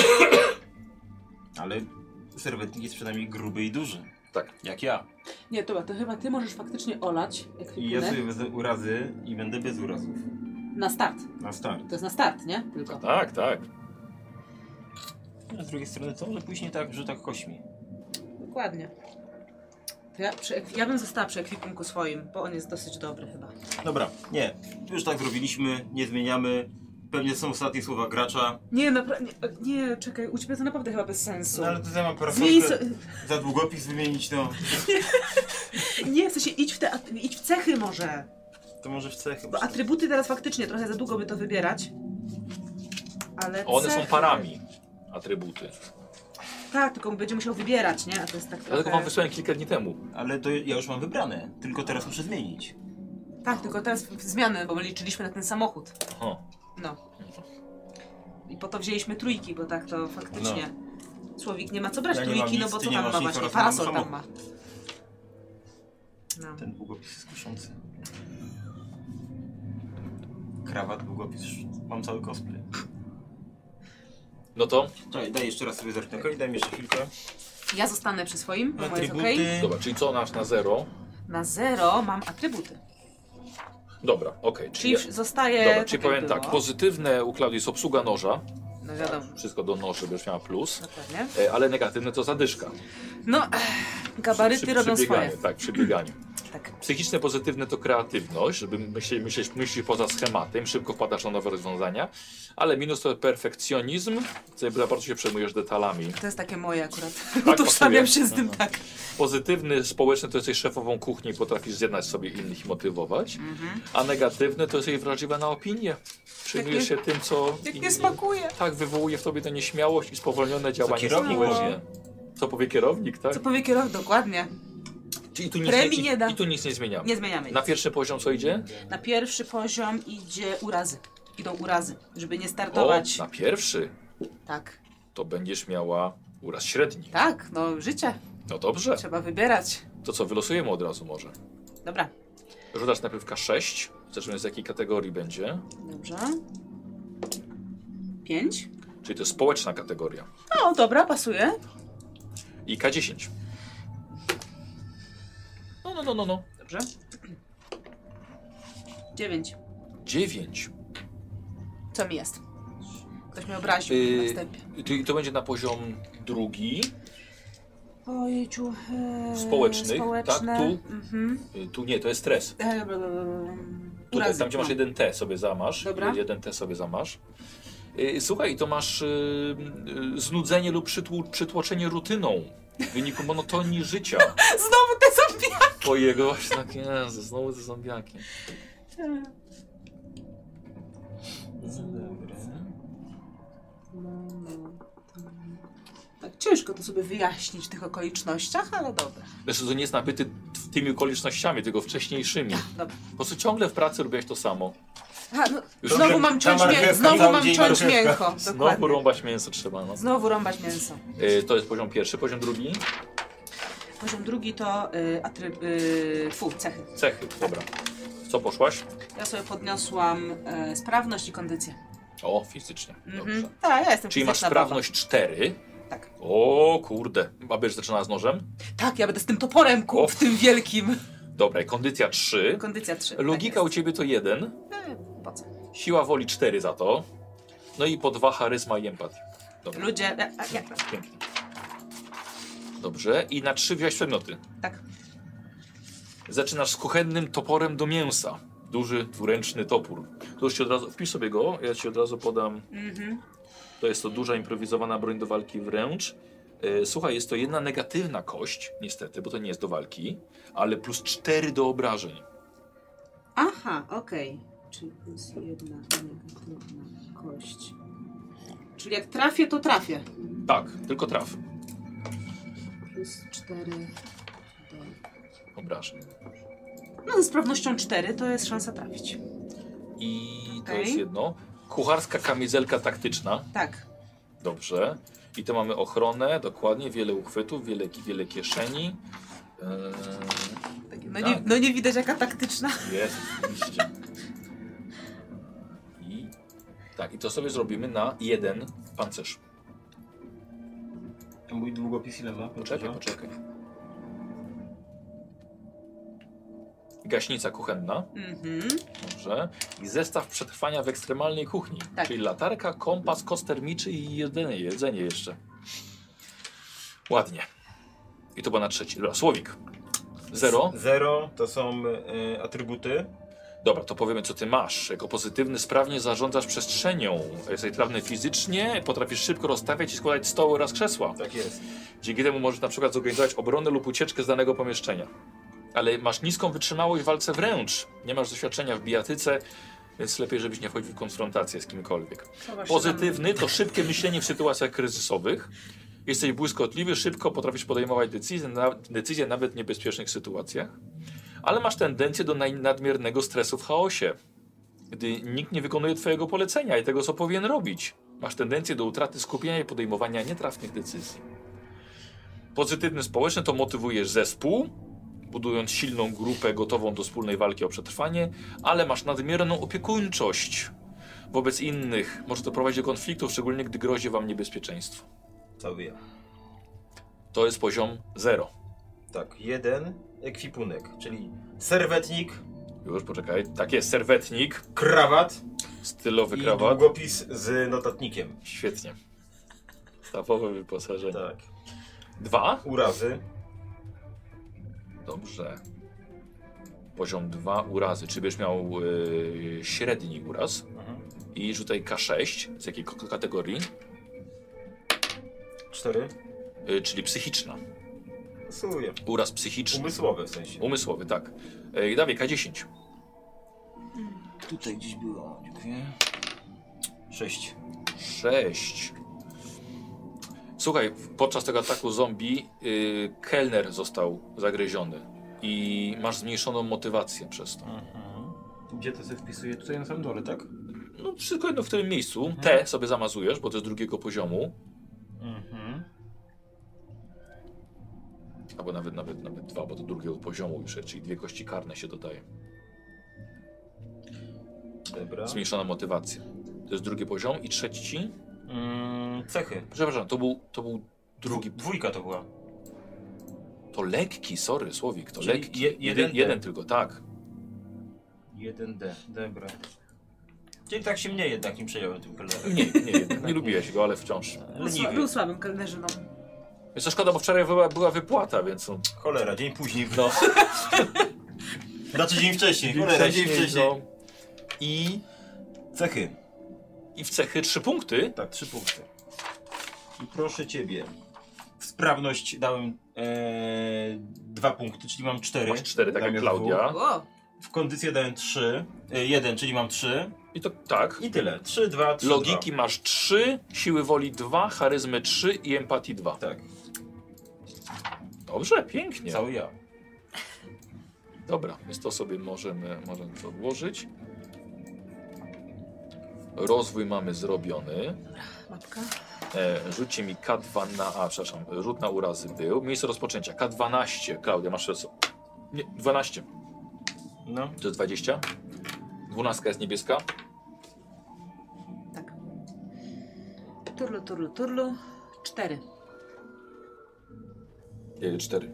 Ale serwetnik jest przynajmniej gruby i duży. Tak. Jak ja. Nie, dobra, to chyba ty możesz faktycznie olać I ja ekwipunek sobie wezmę urazy i będę bez urazów. na start. Na start. To jest na start, nie? Tylko. Tak. A z drugiej strony co? Że później tak, że tak kośmi. Dokładnie. To ja bym została przy ekwipunku swoim, bo on jest dosyć dobry chyba. Dobra, nie. Już tak zrobiliśmy, nie zmieniamy. Pewnie są ostatnie słowa gracza. Nie, nie, czekaj, u ciebie to naprawdę chyba bez sensu. No ale to ja mam Zmień parasolkę za długopis wymienić, no. Nie, w sensie idź w cechy może. To może w cechy. Bo atrybuty teraz faktycznie trochę za długo by to wybierać. Ale One cechy. są parami. Atrybuty. Tak, tylko będzie musiał wybierać, nie? A to jest tak Dlatego trochę... wam wysłałem kilka dni temu. Ale to ja już mam wybrane, tylko teraz muszę zmienić. Tak, tylko teraz zmiany, bo my liczyliśmy na ten samochód. O. No. I po to wzięliśmy trójki, bo tak to faktycznie... Słowik nie ma co brać Ja nie mam trójki, no nic, bo ty co nie tam masz ma nic, właśnie? oraz mam Parasol tam ma. samochód. No. Ten długopis jest kuszący. Krawat, długopis, mam cały cosplay. No to? Daj jeszcze raz sobie zerknę. Okej, daj mi jeszcze chwilkę. Ja zostanę przy swoim, bo jest Atrybuty. okej. Dobra, czyli co nasz na 0? Na 0 mam atrybuty. Dobra, okej. Czyli zostaje... Dobra, tak czyli jak powiem tak, było. pozytywne u Klaudii jest obsługa noża. No wiadomo, Wszystko do noży będziesz miała plus. dokładnie. Ale negatywne to zadyszka. No, gabaryty robią przy swoje. bieganiu, tak, przy bieganiu. Tak. Psychiczne pozytywne to kreatywność, żeby myśleć poza schematem, szybko wpadasz na nowe rozwiązania, ale minus to perfekcjonizm, co bardzo się przejmujesz detalami. To jest takie moje akurat. Tak, Utożsamiam pasuje. się z tym, tak. Pozytywny, społeczny to jesteś szefową kuchni i potrafisz zjednać sobie innych i motywować, a negatywny to jesteś wrażliwa na opinię. Przejmujesz się tym, co Jak inni- nie smakuje. Tak, wywołuje w tobie tę nieśmiałość i spowolnione działanie kierownik społecznie. Co powie kierownik, tak? Co powie kierownik? Dokładnie. Czyli tu nic Premii nie da. I tu nic nie zmieniamy. Nie zmieniamy. Na pierwszy poziom co idzie? Na pierwszy poziom idzie urazy. Idą urazy, żeby nie O, startować. na pierwszy Tak. to będziesz miała uraz średni. Tak, no życie. No dobrze, Trzeba wybierać. to co, wylosujemy od razu może. Dobra. Rzucasz najpierw K6, zobaczymy z jakiej kategorii będzie. Dobrze. 5. Czyli to jest społeczna kategoria. O, dobra, pasuje. I K10. No. Dobrze. 9. 9. Co mi jest? Ktoś mnie obraził na wstępie. I to będzie na poziom drugi. Ojejciu. Społecznych, społeczne. tak? Tu? Mhm. Tu nie, to jest stres. Tutaj, Urazy, tam gdzie masz no. 1T sobie zamasz. Dobra. 1T sobie zamasz. Słuchaj, to masz znudzenie lub przytłoczenie rutyną w wyniku monotonii życia. Znowu te zombiaki! Twojego właśnie tak, Jezu, znowu te zombiaki. Tak ciężko to sobie wyjaśnić w tych okolicznościach, ale dobra. Zresztą to nie jest nabyty tymi okolicznościami, tylko wcześniejszymi. Dobra. Po prostu ciągle w pracy robiłeś to samo. A, no, Już znowu dobrze, mam ta ciąć, marchewka, znowu cały mam dzień ciąć marchewka. mięcho. Znowu Dokładnie. rąbać mięso trzeba. No. Znowu rąbać mięso. To jest poziom pierwszy, poziom drugi. Poziom drugi to cechy. Cechy, dobra. W co poszłaś? Ja sobie podniosłam sprawność i kondycję. O, fizycznie. Dobrze. Mhm. Tak, ja jestem Czyli masz fizyczna sprawność 4. baba. Tak. O kurde. A będziesz zaczynała z nożem? Tak, ja będę z tym toporem O. w tym wielkim. Dobra, i kondycja 3. Kondycja 3. Logika u ciebie to 1. Po co? Siła woli 4 za to. No i po 2 charyzma i empatia. Dobra, Ludzie... pięknie. Dobrze. I na 3 wziąłeś przedmioty. Tak. Zaczynasz z kuchennym toporem do mięsa. Duży, dwuręczny topór. To już ci od razu, wpisz sobie go, ja ci od razu podam. Mhm. To jest to duża improwizowana broń do walki wręcz. Słuchaj, jest to jedna negatywna kość, niestety, bo to nie jest do walki, ale plus 4 do obrażeń. Aha, okej. Czyli to jest jedna negatywna kość. Czyli jak trafię, to trafię. Tak, tylko traf. Plus 4 do... Obrażeń. No ze sprawnością 4 to jest szansa trafić. I to Okej. jest jedno. Kucharska kamizelka taktyczna. Tak. Dobrze. I to mamy ochronę, dokładnie, wiele uchwytów, wiele kieszeni. No, Tak. no nie widać jaka taktyczna. Jest, oczywiście. I tak, i to sobie zrobimy na 1 pancerz. A mój długopis ile ma? Poczekaj. Gaśnica kuchenna. Mhm. Dobrze. I zestaw przetrwania w ekstremalnej kuchni. Tak. Czyli latarka, kompas, koc termiczy i jedzenie jeszcze. Ładnie. I to była na 3. Dobra, Słowik. 0. 0 to są atrybuty. Dobra, to powiemy co ty masz. Jako pozytywny sprawnie zarządzasz przestrzenią. Jesteś trawny fizycznie, potrafisz szybko rozstawiać i składać stoły oraz krzesła. Tak jest. Dzięki temu możesz na przykład zorganizować obronę lub ucieczkę z danego pomieszczenia. ale masz niską wytrzymałość w walce wręcz. Nie masz doświadczenia w bijatyce, więc lepiej, żebyś nie wchodził w konfrontację z kimkolwiek. Pozytywny to szybkie myślenie w sytuacjach kryzysowych. Jesteś błyskotliwy, szybko potrafisz podejmować decyzje nawet w niebezpiecznych sytuacjach, ale masz tendencję do nadmiernego stresu w chaosie, gdy nikt nie wykonuje twojego polecenia i tego, co powinien robić. Masz tendencję do utraty skupienia i podejmowania nietrafnych decyzji. Pozytywny społeczny to motywujesz zespół, budując silną grupę gotową do wspólnej walki o przetrwanie, ale masz nadmierną opiekuńczość wobec innych. Może to prowadzić do konfliktów, szczególnie gdy grozi wam niebezpieczeństwo. Cały ja. To jest poziom 0. Tak, 1 ekwipunek, czyli serwetnik, Już poczekaj. Tak jest, serwetnik, krawat stylowy i krawat. długopis z notatnikiem. Świetnie. Stawowe wyposażenie. Tak. 2. Urazy. Dobrze. Poziom 2 urazy. Czy będziesz miał średni uraz? I rzucaj K6. Z jakiej kategorii? 4. Czyli psychiczna. Pasuję. Uraz psychiczny. Umysłowe w sensie. Umysłowy, tak. Dawaj K10. Tutaj gdzieś było. Dziękuję. 6. 6. Słuchaj, podczas tego ataku zombie kelner został zagryziony i masz zmniejszoną motywację przez to. Gdzie to sobie wpisuję? Tutaj na samym dole, tak? No wszystko jedno w którym miejscu. T sobie zamazujesz, bo to jest drugiego poziomu. Albo nawet 2, bo to drugiego poziomu już jest, czyli 2 kości karne się dodaje. Dobra. Zmniejszona motywacja. To jest drugi poziom i trzeci. Cechy. Przepraszam, to był drugi. Dwójka to była. To lekki, sorry, Słowik, to Czyli lekki. jeden Jeden tylko, tak. 1D, dobra. Czyli tak się mnie jednak nie przejąłem tym kelnerem. Nie lubiłeś go, ale wciąż. Był słabym kelnerzyną. Jest to szkoda, bo wczoraj była wypłata, więc. Cholera, dzień później. No. Znaczy dzień wcześniej. Cholera, dzień wcześniej. No. I Cechy. w cechy 3 punkty. Tak, 3 punkty. I proszę ciebie. W sprawność dałem 2 punkty, czyli mam 4. Masz 4, tak jak Zamiast Klaudia. O, W kondycję dałem 3. 1, czyli mam 3. I to tak. I tyle. 3, 2, 3. Logiki masz 3, siły woli 2, charyzmy 3 i empatii 2. 2. Tak, Dobrze, pięknie. cały ja. Dobra, więc to sobie możemy to odłożyć. Rozwój mamy zrobiony. matka. Rzućcie mi K2 na... przepraszam, rzut na urazy był. Miejsce rozpoczęcia K12. Klaudia, masz co? Nie, 12. No. To jest 20. 12 jest niebieska. Tak. Turlu. 4. 4.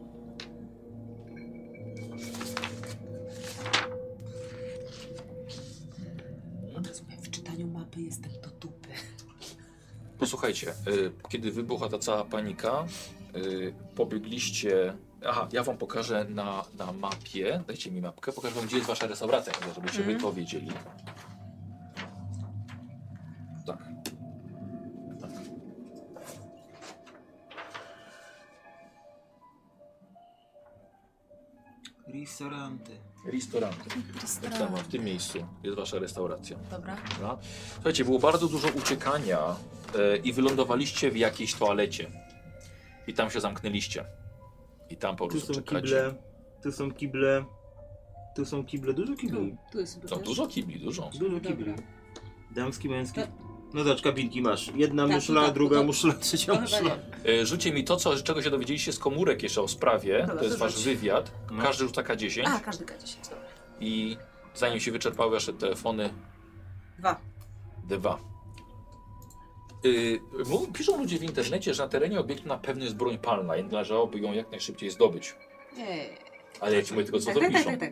W czytaniu mapy jestem do dupy. Posłuchajcie, kiedy wybuchła ta cała panika, pobiegliście... Aha, ja wam pokażę na mapie. Dajcie mi mapkę. Pokażę wam, gdzie jest wasza restauracja, żebyście wy to wiedzieli. Tak. Restauranty. Tak samo, w tym miejscu jest wasza restauracja. Dobra. Dobra. Słuchajcie, było bardzo dużo uciekania i wylądowaliście w jakiejś toalecie. I tam się zamknęliście. I tam po Tu prostu są czekacie. kible. Tu są kible. Tu są kible. Dużo kibli. Tu jest No, dużo kibli, dużo. Dużo kibli. Dobra. Damski, męski. To- No zobacz, kabinki masz. Jedna Tak, muszla, tak, druga to- muszla, trzecia To chyba muszla. nie. Rzućcie mi to, czego się dowiedzieliście z komórek jeszcze o sprawie. Dobra, To jest to wasz rzuć. wywiad. No. Każdy rzuca K10. A, każdy K10, dobra. I zanim się wyczerpały wasze telefony, 2. 2. Piszą ludzie w internecie, że na terenie obiektu na pewno jest broń palna i należałoby ją jak najszybciej zdobyć. Ale ja ci mówię tylko, co to piszą. Tak.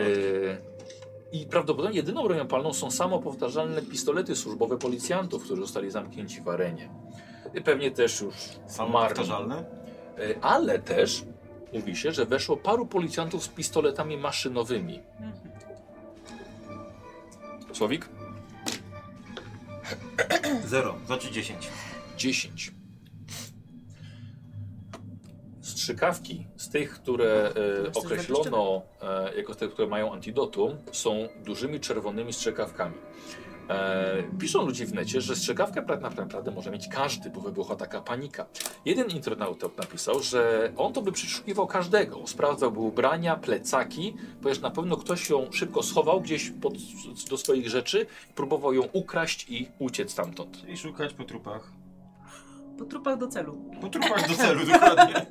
I prawdopodobnie jedyną bronią palną są samopowtarzalne pistolety służbowe policjantów, którzy zostali zamknięci w arenie. I pewnie też już Samopowtarzalne? ale też mówi się, że weszło paru policjantów z pistoletami maszynowymi. Słowik? 0, znaczy 10. 10. strzykawki z tych, które określono jako te, które mają antidotum, są dużymi czerwonymi strzykawkami. Piszą ludzie w necie, że strzykawkę naprawdę może mieć każdy, bo wybuchła taka panika. Jeden internauta napisał, że on to by przeszukiwał każdego. Sprawdzałby ubrania, plecaki, ponieważ na pewno ktoś ją szybko schował gdzieś do swoich rzeczy, próbował ją ukraść i uciec stamtąd. I szukać po trupach. Po trupach do celu. Po trupach do celu, dokładnie.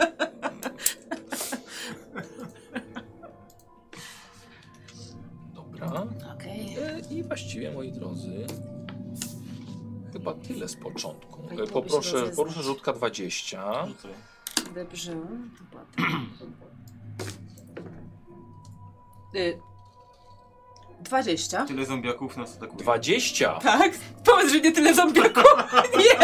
Dobra. Okej. I właściwie, moi drodzy, chyba tyle z początku. Fajnie byłoby się Poproszę rozeznać. rzutka 20. Rzucaj. Dobrze. To była ta. 20. Tyle zombiaków nas atakuje. 20! Tak? Powiedz, że nie tyle zombiaków. Nie!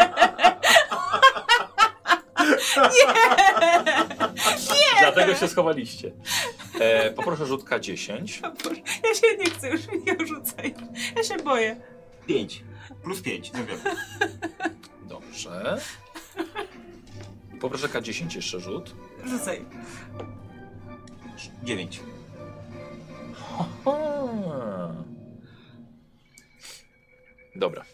Dlatego się schowaliście. Poproszę rzutka 10. Ja się nie chcę, już mi nie rzucaj. Ja się boję. 5. Plus 5 zombiaków. Dobrze. Poproszę K10 jeszcze rzut. Rzucaj. 9. Dobra.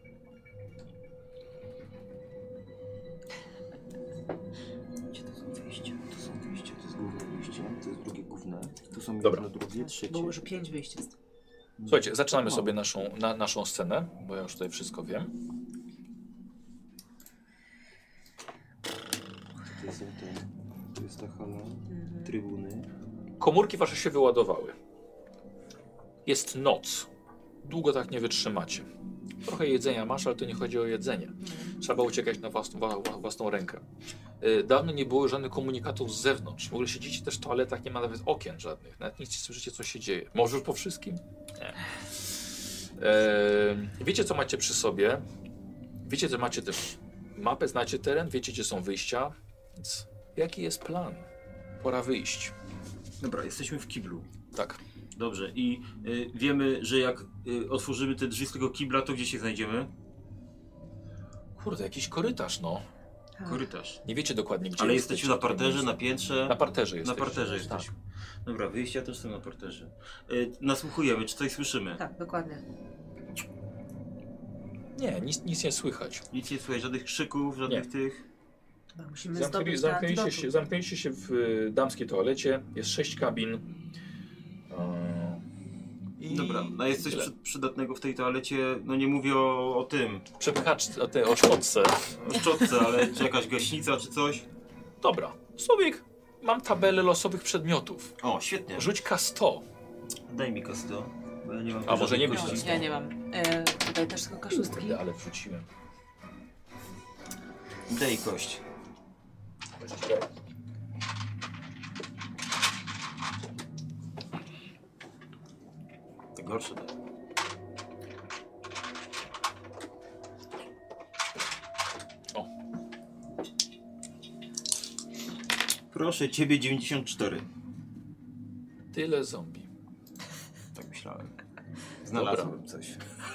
Gdzie to są wyjścia? To są wyjścia, to jest główne wyjście, to jest drugie główne. Tu są Dobra. jedno, drugie, trzecie. Bo już 5 wyjść jest. Słuchajcie, zaczynamy sobie naszą scenę, bo ja już tutaj wszystko wiem. To jest ten, tu jest ta hala, trybuny. Komórki wasze się wyładowały. Jest noc. Długo tak nie wytrzymacie. Trochę jedzenia masz, ale to nie chodzi o jedzenie. Trzeba uciekać na własną rękę. Dawno nie było żadnych komunikatów z zewnątrz. W ogóle siedzicie też w toaletach, nie ma nawet okien żadnych. Nawet nic nie słyszycie, co się dzieje. Może już po wszystkim? Nie. Wiecie, co macie przy sobie. Wiecie, że macie też mapę, znacie teren, wiecie, gdzie są wyjścia. Więc jaki jest plan? Pora wyjść. Dobra, jesteśmy w kiblu. Tak. Dobrze, i wiemy, że jak otworzymy te drzwi z tego kibla, to gdzie się znajdziemy? Kurde, jakiś korytarz, no. Korytarz. Nie wiecie dokładnie, gdzie Ale jesteście jesteśmy na w tym parterze, miejscu. na piętrze? Na parterze Na jesteście. parterze jesteśmy. Dobra, wyjścia też są na parterze. Nasłuchujemy, czy coś słyszymy? Tak, dokładnie. Nie, nic nie słychać. Nic nie słychać, żadnych krzyków, żadnych Nie. tych... Chyba musimy zdobyć te antidotum. Zamknęliście się w damskiej toalecie. Jest 6 kabin. I Dobra, a jest coś tyle. przydatnego w tej toalecie? No nie mówię o tym, Przepychacz, o szczotce. o szczotce, ale czy jakaś gaśnica, czy coś? Dobra, Słowik, mam tabelę losowych przedmiotów. O, świetnie. Rzuć K100. Daj mi kasto, bo ja nie mam A może nie żadnej być kości. Ja nie mam. Tutaj też tylko kaszustki. Kurde, ale wrzuciłem. Daj kość. To gorsze daj. O. Proszę ciebie 94. Tyle zombie. Tak myślałem. Znalazłem coś.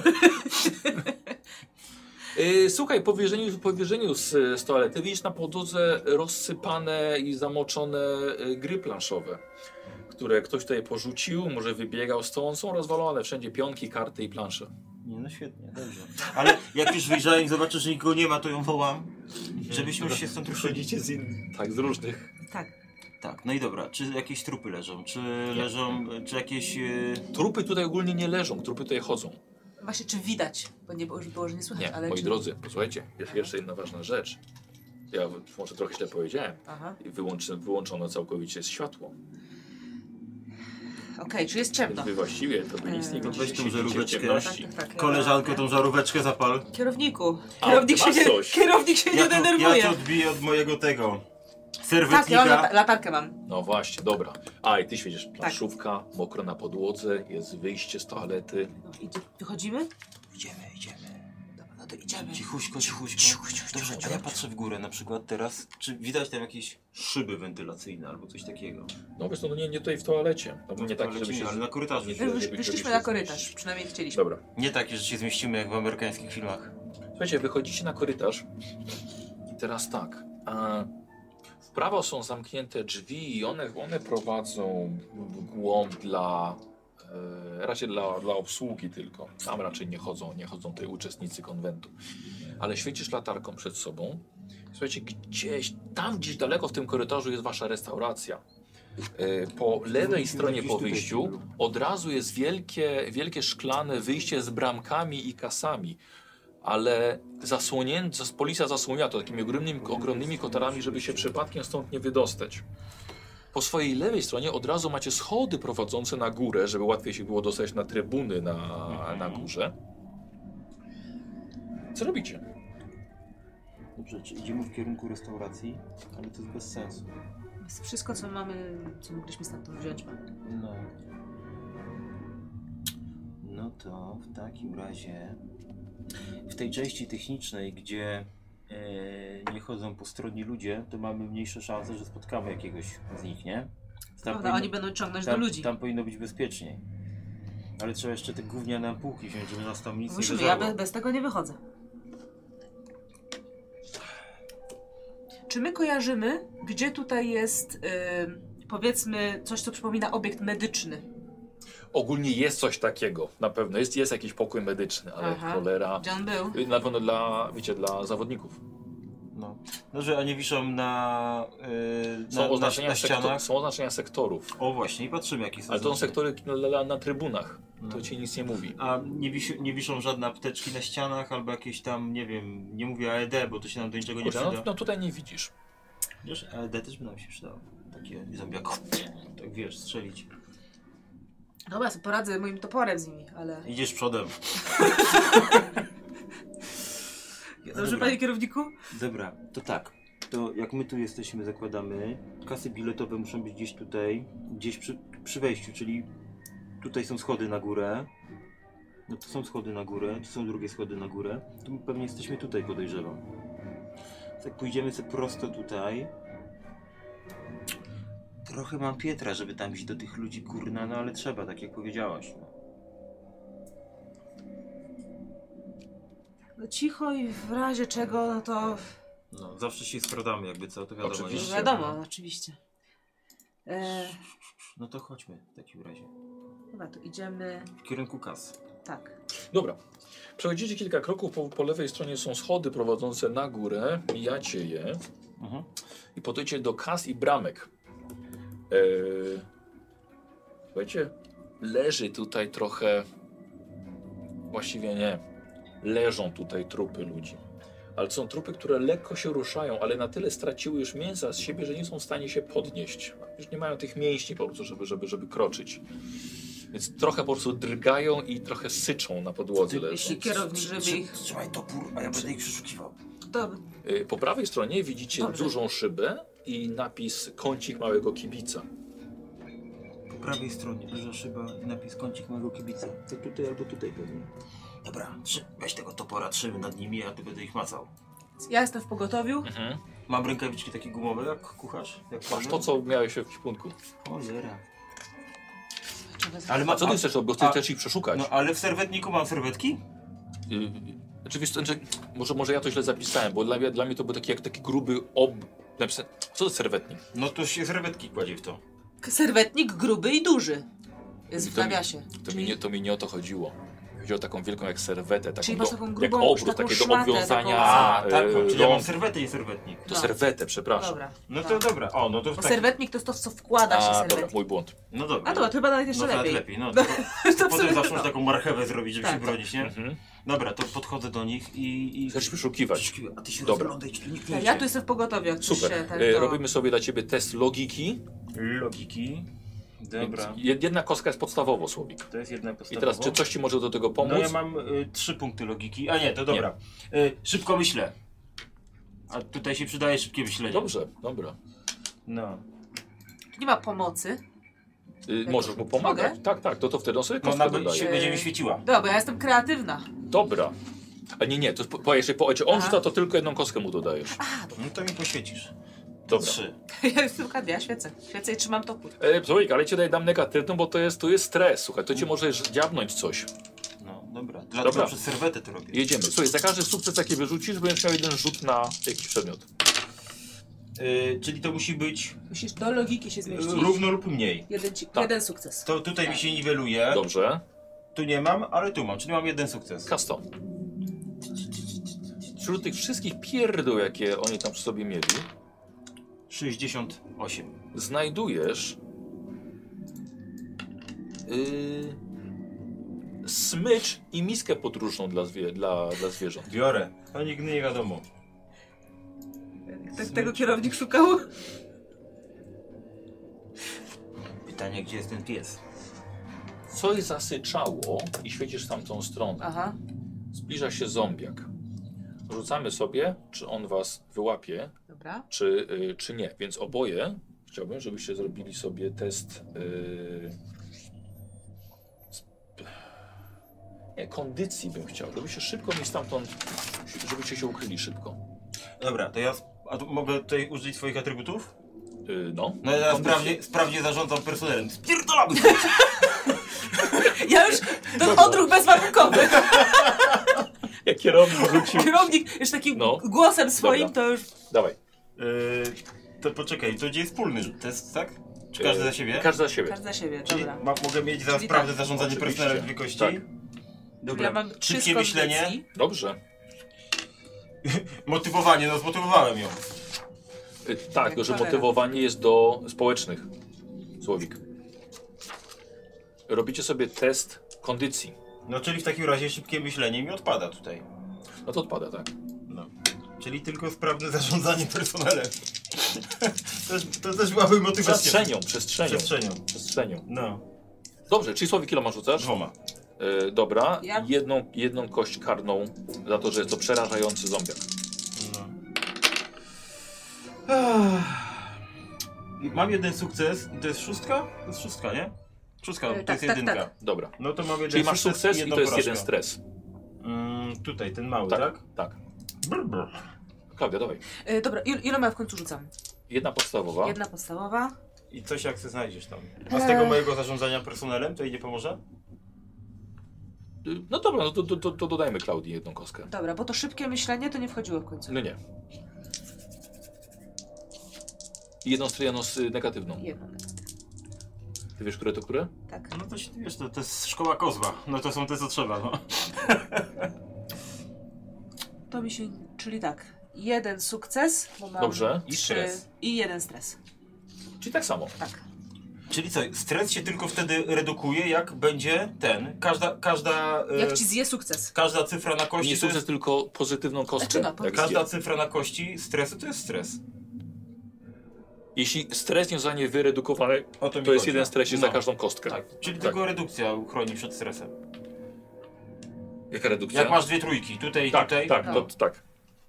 Słuchaj, po wyjrzeniu z toalety widzisz na podłodze rozsypane i zamoczone gry planszowe, które ktoś tutaj porzucił, może wybiegał stąd. Są rozwalone wszędzie pionki, karty i plansze. Nie, no świetnie, dobrze. Ale jak już wyjrzałem i zobaczę, że nikogo nie ma, to ją wołam, żebyśmy już się stąd ruszyli. z innych. Tak, z różnych. Tak. Tak, no i dobra, czy jakieś trupy leżą, czy leżą, czy jakieś... Trupy tutaj ogólnie nie leżą, trupy tutaj chodzą. Właśnie, czy widać? Bo nie było, już było, że nie słychać, Nie, ale moi czy... drodzy, posłuchajcie, jest jeszcze jedna ważna rzecz. Ja może trochę źle powiedziałem. Aha. Wyłączono całkowicie światło. Okej, czy jest ciemno? Więc wy właściwie to by nic nie To widzicie. weź tą siedzicie w żaróweczkę. ciemności. Tak. Koleżanko, tą żaróweczkę zapal. Kierowniku. A, Kierownik masz coś. się nie denerwuje. Ja to odbiję od mojego tego Tak, serwetnika. ja mam latarkę mam. No właśnie, dobra. A, i ty świecisz planszówka, mokro na podłodze, jest wyjście z toalety. No, wychodzimy? Idziemy. Dobra, no to idziemy. Cichuśko. Dobrze, a ja patrzę w górę na przykład teraz. Czy widać tam jakieś szyby wentylacyjne albo coś takiego? No wiesz, no nie tutaj w toalecie. No, nie tak, Ale żeby się... ale na korytarzu. Nie, Wyszliśmy na korytarz, przynajmniej chcieliśmy. Dobra. Nie takie, że się zmieścimy jak w amerykańskich filmach. Słuchajcie, wychodzicie na korytarz i teraz tak. prawo są zamknięte drzwi i one prowadzą w głąb raczej dla obsługi tylko. Tam raczej nie chodzą tutaj uczestnicy konwentu. Ale świecisz latarką przed sobą. Słuchajcie, gdzieś daleko w tym korytarzu jest wasza restauracja. Po lewej stronie po wyjściu od razu jest wielkie szklane wyjście z bramkami i kasami. Ale policja zasłoniła to takimi ogromnymi kotarami, żeby się przypadkiem stąd nie wydostać. Po swojej lewej stronie od razu macie schody prowadzące na górę, żeby łatwiej się było dostać na trybuny na górze. Co robicie? Dobrze, czy idziemy w kierunku restauracji, ale to jest bez sensu. Jest wszystko, co mamy, co mogliśmy stamtąd wziąć, mamy. No to w takim razie w tej części technicznej, gdzie nie chodzą postronni ludzie, to mamy mniejsze szanse, że spotkamy jakiegoś z nich, nie? Prawda, oni będą ciągnąć do ludzi. Tam powinno być bezpieczniej. Ale trzeba jeszcze te gówniane ampułki wziąć, żeby nas tam nic Musimy, nie leżało. ja bez tego nie wychodzę. Czy my kojarzymy, gdzie tutaj jest, powiedzmy, coś, co przypomina obiekt medyczny? Ogólnie jest coś takiego, na pewno. Jest jakiś pokój medyczny, ale cholera. Gdzie on był? Na pewno dla zawodników. No, że oni wiszą na ścianach. Są oznaczenia sektorów. O właśnie, i patrzymy jakie są. Ale to są sektory na trybunach. To ci nic nie mówi. A nie wiszą żadne apteczki na ścianach albo jakieś tam, nie wiem, nie mówię AED, bo to się nam do niczego nie przyda. No tutaj nie widzisz. Wiesz, AED też by nam się przydało. Takie zombiaków, tak wiesz, strzelić. Dobra, sobie poradzę moim toporem z nimi, ale... Idziesz przodem. Dobrze, panie kierowniku? Dobra, to tak. To jak my tu jesteśmy, zakładamy, kasy biletowe muszą być gdzieś tutaj, gdzieś przy wejściu, czyli tutaj są schody na górę. No to są schody na górę, tu są drugie schody na górę. To my pewnie jesteśmy tutaj, podejrzewam. Więc jak pójdziemy sobie prosto tutaj... Trochę mam Pietra, żeby tam iść do tych ludzi, kurna, no ale trzeba, tak jak powiedziałaś. No cicho i w razie czego, no to... No, zawsze się skradamy, jakby co, to wiadomo. Oczywiście. Wiadomo, oczywiście. No to chodźmy w takim razie. Dobra, to idziemy... W kierunku kas. Tak. Dobra. Przechodzicie kilka kroków, po lewej stronie są schody prowadzące na górę, mijacie je i podejdziecie do kas i bramek. Słuchajcie, leży tutaj trochę, właściwie nie, leżą tutaj trupy ludzi. Ale to są trupy, które lekko się ruszają, ale na tyle straciły już mięsa z siebie, że nie są w stanie się podnieść. Już nie mają tych mięśni po prostu, żeby kroczyć. Więc trochę po prostu drgają i trochę syczą na podłodze leżą. Kierownik, żeby ich... Trzymaj topór, a ja będę ich przeszukiwał. Dobra. Po prawej stronie widzicie dużą szybę i napis kącik małego kibica. Po prawej stronie duża szyba i napis kącik małego kibica. To tutaj albo tutaj pewnie. Dobra, weź tego topora, trzymaj nad nimi, a ty będę ich macał. Ja jestem w pogotowiu. Mam rękawiczki takie gumowe jak kucharz? Jak Masz to, co miałeś w ekwipunku. Cholera. Ale co ty chcesz, bo ty chcesz ich przeszukać? No ale w serwetniku mam serwetki? Oczywiście, może ja to źle zapisałem, bo dla mnie to był taki gruby Co to serwetnik? No to się serwetki kładzie w to. Serwetnik gruby i duży. Jest w nawiasie. To mi nie o to chodziło. Chodzi o taką wielką jak serwetę, Czyli masz taką grubą, jak obrót, takie do obwiązania tak, czyli ja mam serwetę i serwetnik. To serwetę, przepraszam. Dobra. No to dobra, no to Bo serwetnik to jest to, w co wkłada się serwetnik. Dobra, mój błąd. No dobra. A dobra, to chyba nawet jeszcze lepiej. lepiej. No, to potem zawsze można taką marchewę zrobić, żeby się bronić, nie? Dobra, to podchodzę do nich i... Chcesz przeszukiwać. A ty się Dobra. rozglądaj, czy tu nikt nie Ja idzie. tu jestem w pogotowiu. Jak coś Super. się, Robimy sobie dla ciebie test logiki. Logiki. Dobra. Jedna kostka jest podstawowo, Słowik. To jest jedna podstawowa. I teraz, czy coś ci może do tego pomóc? No ja mam 3 punkty logiki. A nie, to dobra. Szybko myślę. A tutaj się przydaje szybkie myślenie. Dobrze, dobra. No. Nie ma pomocy. Możesz mu pomagać. Mogę? Tak, to wtedy on sobie No kostkę nawet dodaje. się będzie mi świeciła. Dobra, ja jestem kreatywna. Dobra. A nie, to jeszcze on rzuca, to tylko jedną kostkę mu dodajesz. No to mi poświecisz. Dobra. 3. Ja jestem ja świecę. Świecę i trzymam topór. Słowik, ale ci dam negatywną, bo to jest stres. Słuchaj, to ci może dziabnąć coś. No, dobra. Dlatego przez serwetę to robię. Jedziemy. Słuchaj, za każdy sukces jaki wyrzucisz, będziesz miał jeden rzut na jakiś przedmiot. Czyli to musi być Musisz do logiki się zmieścić. równo lub mniej. Jeden sukces. To tutaj mi się niweluje. Dobrze. Tu nie mam, ale tu mam, czyli mam jeden sukces. Custom. Wśród tych wszystkich pierdół, jakie oni tam przy sobie mieli, 68. znajdujesz smycz i miskę podróżną dla zwierząt. Biorę. To nigdy nie wiadomo. Tego kierownik szukał? Pytanie, gdzie jest ten pies? Coś zasyczało i świecisz w tamtą stronę. Aha. Zbliża się zombiak. Rzucamy sobie, czy on was wyłapie, Dobra. czy nie. Więc oboje chciałbym, żebyście zrobili sobie test kondycji bym chciał, żebyście szybko mi stamtąd, żebyście się ukryli szybko. Dobra, to ja mogę tutaj użyć swoich atrybutów? No. No ja Kondycji. sprawnie zarządzam personelem. Spierdolamy! Ja już ten odruch bezwarunkowy. Jak kierownik rzucił. Kierownik już takim No. głosem swoim Dobra. to już... Dawaj. To poczekaj, to gdzie jest wspólny test, tak? Czy każdy za siebie? Każdy za siebie. Każdy za siebie, Czyli dobra. mogę mieć za Czyli sprawne tak. zarządzanie Oczywiście. personelem dwie kości? Tak. Dobra. Ja mam 3 Szybkie myślenie. kondycji. Dobrze. Motywowanie, no zmotywowałem ją. Tak, tylko że motywowanie jest do społecznych. Słowik. Robicie sobie test kondycji. No czyli w takim razie szybkie myślenie mi odpada tutaj. No to odpada, tak. No. Czyli tylko sprawne zarządzanie personelem. to też byłaby motywacja. Przestrzenią. No. Dobrze, czyli Słowik, ile masz rzucasz? 2. Dobra, Ja? jedną kość karną za to, że jest to przerażający zombiak. No. Mam jeden sukces i to jest 6? To jest 6, nie? 6, to tak, jest tak, jedynka. tak. Dobra. No to mam jeden Czyli masz sukces i jedną to jest porażkę. jeden stres. Tutaj, ten mały, Tak, tak? tak. Brr, brr. Klaudia, dawaj. Dobra, ile ja w końcu rzucam? Jedna podstawowa. Jedna podstawowa. I coś jak ty znajdziesz tam. A z tego mojego zarządzania personelem to jej nie pomoże? No dobra, no to dodajmy Klaudii jedną kostkę. Dobra, bo to szybkie myślenie to nie wchodziło w końcu. No nie. I jedną negatywną. Jedno. Ty wiesz, które to które? Tak. No to wiesz, to jest szkoła kozła. No to są te co trzeba, no. To mi się... Czyli tak. Jeden sukces, bo mam Dobrze. I 3 stres. i jeden stres. Czyli tak samo. Tak. Czyli co, stres się tylko wtedy redukuje, jak będzie ten, każda Jak ci zje sukces? każda cyfra na kości Nie to sukces, jest, tylko pozytywną kostkę. Znaczy, no, jak każda zje. cyfra na kości stresu to jest stres. Jeśli stres nie zostanie wyredukowany, O to mi to jest chodzi. jeden stres No. za każdą kostkę. Tak, czyli Tak. tylko redukcja chroni przed stresem. Jaka redukcja? Jak masz dwie trójki, tutaj i Tak, tutaj. tak, No. tak.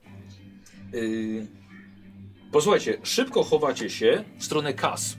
Posłuchajcie, szybko chowacie się w stronę kas.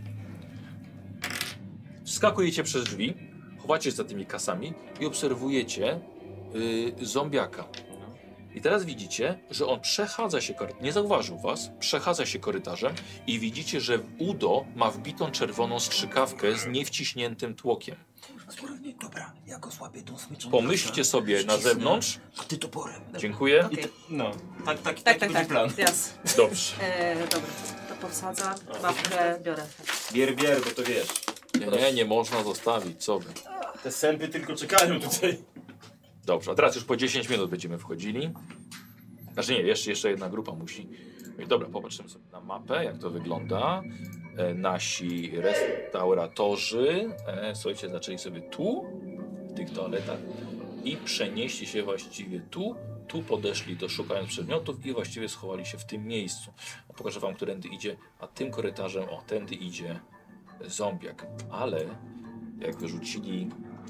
Wskakujecie przez drzwi, chowacie się za tymi kasami i obserwujecie zombiaka. I teraz widzicie, że on przechadza się, nie zauważył was, przechadza się korytarzem i widzicie, że Udo ma wbitą czerwoną strzykawkę z niewciśniętym tłokiem. Dobra, ja go złapię tą smyczą. Pomyślcie sobie na zewnątrz. A ty toporem. Dziękuję. Okej. No, taki Tak, będzie plan. Teraz. Dobrze. Dobra, to powsadzam. Mapkę biorę. Bier, bo to wiesz. Nie można zostawić, co wy. Te sępy tylko czekają tutaj. Dobrze, a teraz już po 10 minut będziemy wchodzili. Znaczy nie, jeszcze jedna grupa musi. No i dobra, popatrzymy sobie na mapę, jak to wygląda. Nasi restauratorzy, słuchajcie, zaczęli sobie tu, w tych toaletach i przenieśli się właściwie tu. Tu podeszli do szukając przedmiotów i właściwie schowali się w tym miejscu. Pokażę wam, którędy idzie, a tym korytarzem, o, tędy idzie zombiak. Ale jak wyrzucili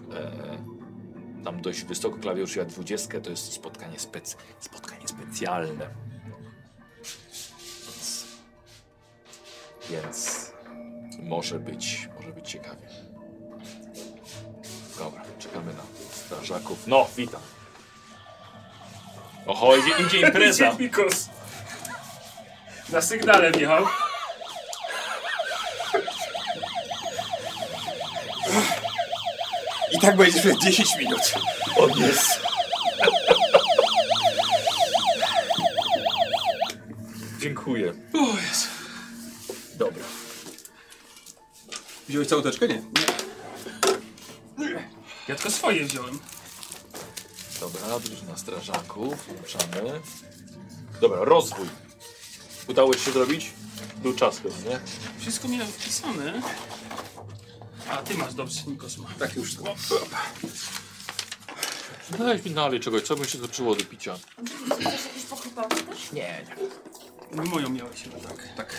tam dość wysoko, Klaudia już 20, to jest spotkanie specjalne. Więc może być ciekawie. Dobra, czekamy na strażaków. No, witam. Oho, idzie impreza. Idzie Mikos. Na sygnale wjechał. I tak będzie przez 10 minut. O jest. Dziękuję. Dobra. Wziąłeś całą teczkę? Nie. Ja tylko swoje wziąłem. Dobra, drużyna strażaków. Włączamy. Dobra, rozwój. Udało ci się zrobić? Był czas chyba, nie? Wszystko miałem wpisane. A ty masz dobrze, Nikos ma. Tak już. Daj mi nalej czegoś, co bym się doczyło do picia. Chcesz jakieś pochypały też? Nie. Moją miałeś chyba, tak. Tak.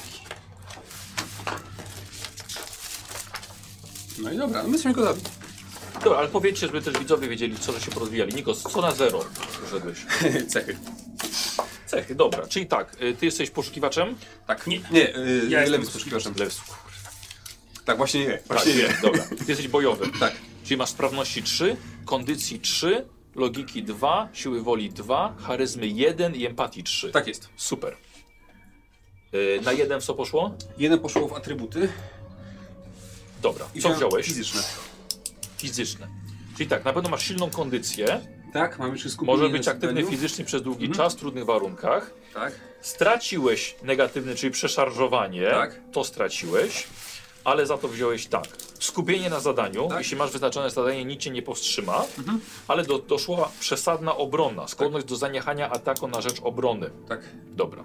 No i dobra, my jesteśmy gotowi. Dobra, ale powiedzcie, żeby też widzowie wiedzieli, co się porozwijali. Nikos, co na 0 poszedłeś? Cechy. Cechy, dobra. Czyli tak, ty jesteś poszukiwaczem? Tak. Nie. Nie, Ja lewy jestem z poszukiwaczem. Lewy. Tak, właśnie nie. Tak, Właśnie nie. dobra. Ty jesteś bojowy. Tak. Czyli masz sprawności 3, kondycji 3, logiki 2, siły woli 2, charyzmy 1 i empatii 3. Tak jest. Super. Na 1 w co poszło? Jeden poszło w atrybuty. Dobra. I Co wziąłem wziąłeś? Fizyczne. Fizyczne. Czyli tak, na pewno masz silną kondycję. Tak, mamy jeszcze skupienie Może na być aktywny zadaniu. fizycznie przez długi czas w trudnych warunkach. Tak. Straciłeś negatywny, czyli przeszarżowanie. Tak. To straciłeś. Ale za to wziąłeś tak. Skupienie na zadaniu. Tak. Jeśli masz wyznaczone zadanie, nic cię nie powstrzyma. Ale doszła przesadna obrona. Skłonność do zaniechania ataku na rzecz obrony. Tak. Dobra.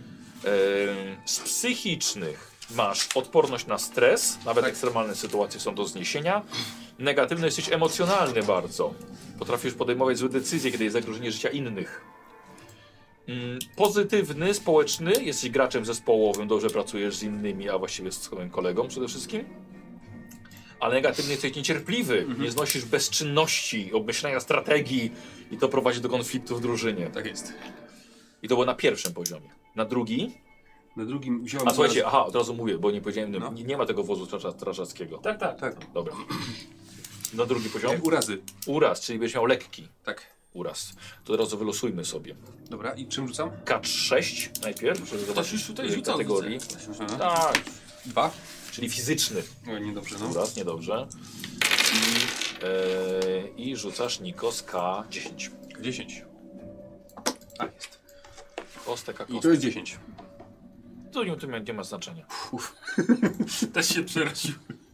Z psychicznych masz odporność na stres. Nawet Tak. ekstremalne sytuacje są do zniesienia. Negatywny jesteś emocjonalny bardzo. Potrafisz podejmować złe decyzje, kiedy jest zagrożenie życia innych. Pozytywny, społeczny, jesteś graczem zespołowym, dobrze pracujesz z innymi, a właściwie z swoim kolegą przede wszystkim. Ale negatywny jesteś niecierpliwy, nie znosisz bezczynności, obmyślania strategii i to prowadzi do konfliktu w drużynie. Tak jest. I to było na pierwszym poziomie. Na drugi? Na drugim wziąłem... A słuchajcie, aha, od razu mówię, bo nie powiedziałem, No. nie ma tego wozu strażackiego. Tak, tak. Tak. Dobra. Na drugi poziom? Urazy. Uraz, czyli będziesz miał lekki Tak. uraz. To od razu wylosujmy sobie. Dobra, i czym rzucam? K6 najpierw, żeby Ktoś zobaczyć już tutaj rzucał. kategorii. widzę. Aha. Tak, 2. czyli fizyczny No niedobrze, no. uraz, niedobrze. I rzucasz Nikos K10. 10. A, jest. Kostek, I to jest 10. To nie ma znaczenia. Też się przeraził.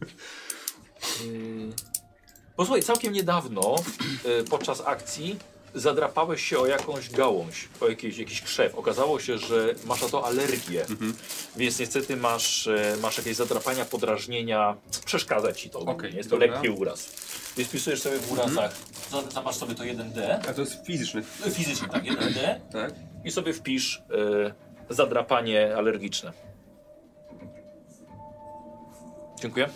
Posłuchaj, całkiem niedawno podczas akcji zadrapałeś się o jakąś gałąź, o jakiś krzew. Okazało się, że masz na to alergię, więc niestety masz jakieś zadrapania, podrażnienia. Przeszkadza ci to. Okej, jest to dobra. lekki uraz. Więc wpisujesz sobie w urazach, masz sobie to 1D, A to jest fizyczny. fizycznie tak, 1D Tak. i sobie wpisz zadrapanie alergiczne. Dziękuję.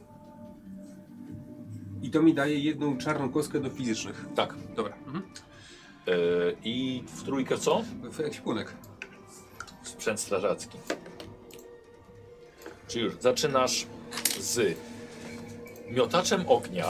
I to mi daje jedną czarną kostkę do fizycznych. Tak. Dobra. I w trójkę co? W ekwipunek. Sprzęt strażacki. Czyli już zaczynasz z miotaczem ognia,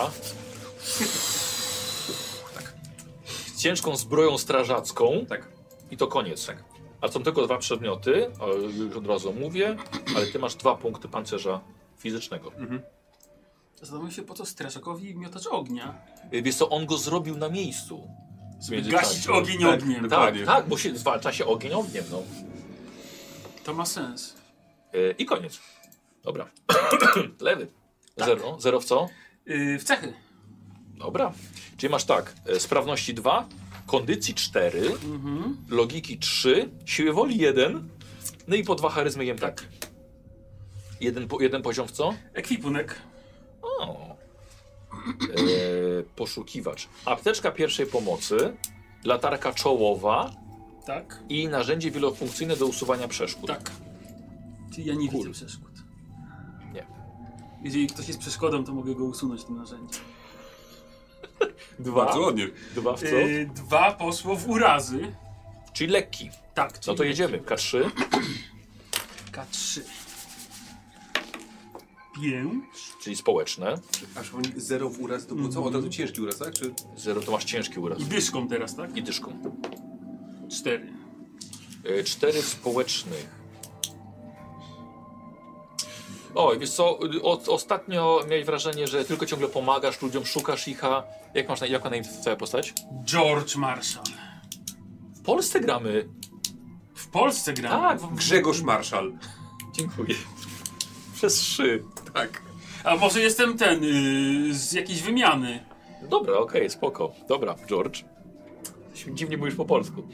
z ciężką zbroją strażacką Tak. i to koniec. A są tylko 2 przedmioty, już od razu mówię, ale ty masz 2 punkty pancerza fizycznego. Zastanawiam się, po co strażakowi miotacz ognia. Wiesz co, on go zrobił na miejscu. W Gasić międzyczasie. ogień ogniem. Tak, Dokładnie. tak, bo się zwalcza się ogień ogniem, no. To ma sens. I koniec. Dobra. Lewy. 0. 0 w co? W cechy. Dobra. Czyli masz tak, sprawności 2, kondycji 4, logiki 3, siły woli 1, no i po 2 charyzmy i empatii. Jeden poziom w co? Ekwipunek. O. Poszukiwacz. Apteczka pierwszej pomocy, latarka czołowa Tak. i narzędzie wielofunkcyjne do usuwania przeszkód. Tak. Czyli ja nie widzę przeszkód. Nie. Jeżeli ktoś jest przeszkodą, to mogę go usunąć tym narzędziem. 2. Bardzo ładnie. 2 w co? 2 poszło w urazy. Czyli lekki. Tak. No czyli to jedziemy. K3. K3. 5. Czyli społeczne. Aż oni 0 w uraz, to było co? Od razu ciężki uraz, tak? Czy... 0 to masz ciężki uraz. I dyszką teraz, tak? I dyszką. 4. 4 społecznych. Oj, wiesz co, ostatnio miałeś wrażenie, że tylko ciągle pomagasz ludziom, szukasz ich, a jak ma na imię twoja postać? George Marshall. W Polsce gramy. W Polsce gramy. Tak, Grzegorz Marszal. Dziękuję. Przez 3. Tak. A może jestem ten, z jakiejś wymiany. Dobra, okej, spoko. Dobra, George. Dziwnie mówisz po polsku.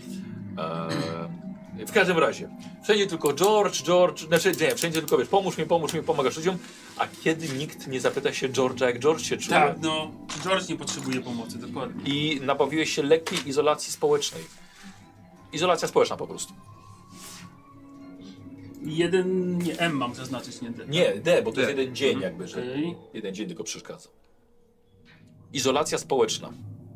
W każdym razie, wszędzie tylko George, znaczy nie, wszędzie tylko wiesz, pomóż mi, pomagasz ludziom, a kiedy nikt nie zapyta się George'a, jak George się czuje. Tak, no, George nie potrzebuje pomocy, dokładnie. I nabawiłeś się lekkiej izolacji społecznej. Izolacja społeczna po prostu. Nie, M mam zaznaczyć, nie D. Nie, D, bo to jest D. jeden dzień jakby, że Okej. jeden dzień tylko przeszkadza. Izolacja społeczna.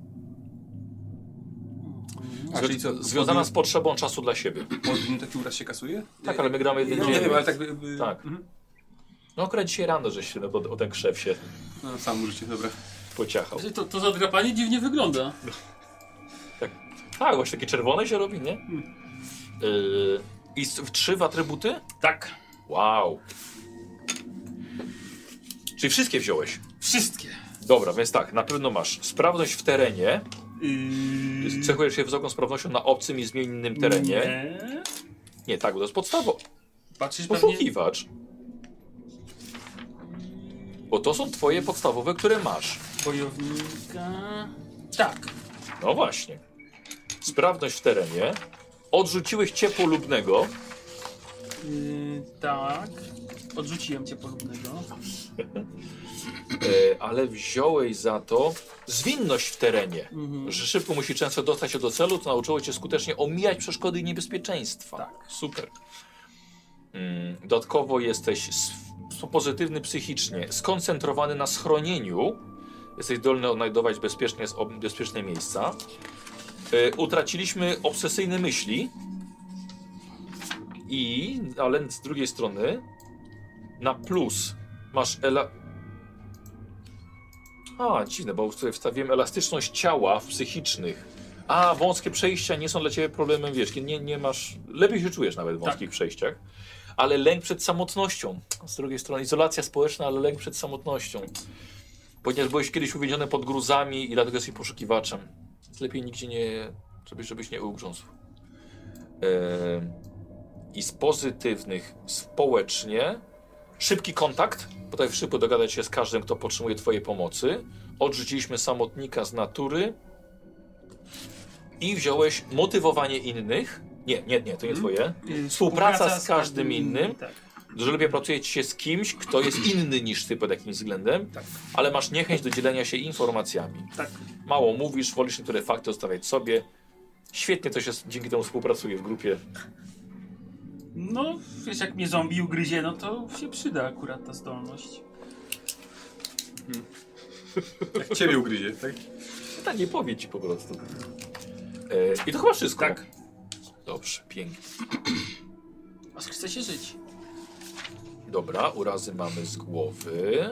A, czyli co? Związana z potrzebą czasu dla siebie. Od taki uraz się kasuje? Tak, ale my gramy jeden No, dzień. nie wiem, ale tak... Tak. Mhm. No akurat dzisiaj rano, żeś się o ten krzew się No, sam możecie, dobra. pociachał. To zadrapanie dziwnie wygląda. Tak, właśnie takie czerwone się robi, nie? I 3 w atrybuty? Tak. Wow. Czyli wszystkie wziąłeś? Wszystkie. Dobra, więc tak, na pewno masz sprawność w terenie. Cechujesz się wysoką sprawnością na obcym i zmiennym terenie. Nie. Nie, tak, bo to jest podstawa. Patrzysz pewnie... Poszukiwacz. Bo to są twoje podstawowe, które masz. Bojownika... Tak. No właśnie. Sprawność w terenie. Odrzuciłeś ciepłolubnego. Tak. Odrzuciłem cię polubnego. Ale wziąłeś za to zwinność w terenie. Mhm. Że szybko musi często dostać się do celu, to nauczyło cię skutecznie omijać przeszkody i niebezpieczeństwa. Tak. Super. Dodatkowo jesteś pozytywny psychicznie, skoncentrowany na schronieniu. Jesteś zdolny odnajdować bezpieczne miejsca. Utraciliśmy obsesyjne myśli. Ale z drugiej strony na plus masz dziwne, bo sobie wstawiłem elastyczność ciała w psychicznych. Wąskie przejścia nie są dla ciebie problemem, wiesz, nie masz... Lepiej się czujesz nawet w wąskich przejściach. Ale lęk przed samotnością. Z drugiej strony izolacja społeczna, ale lęk przed samotnością. Ponieważ byłeś kiedyś uwięziony pod gruzami i dlatego jesteś poszukiwaczem. Więc lepiej nigdzie nie... żebyś nie ugrzązł. I z pozytywnych społecznie szybki kontakt, potrafisz szybko dogadać się z każdym, kto potrzebuje twojej pomocy. Odrzuciliśmy samotnika z natury i wziąłeś motywowanie innych. Nie, to nie twoje. Współpraca z każdym innym. Tak. Dużo lepiej pracuje ci się z kimś, kto jest inny niż ty pod jakimś względem, ale masz niechęć do dzielenia się informacjami. Tak. Mało mówisz, wolisz niektóre fakty zostawiać sobie. Świetnie to się dzięki temu współpracuje w grupie. No, wiesz, jak mnie zombie ugryzie, no to się przyda akurat ta zdolność. Jak ciebie ugryzie, tak? Tak, nie powie ci po prostu. I to chyba wszystko. Tak. Dobrze, pięknie. Aż chce się żyć. Dobra, urazy mamy z głowy.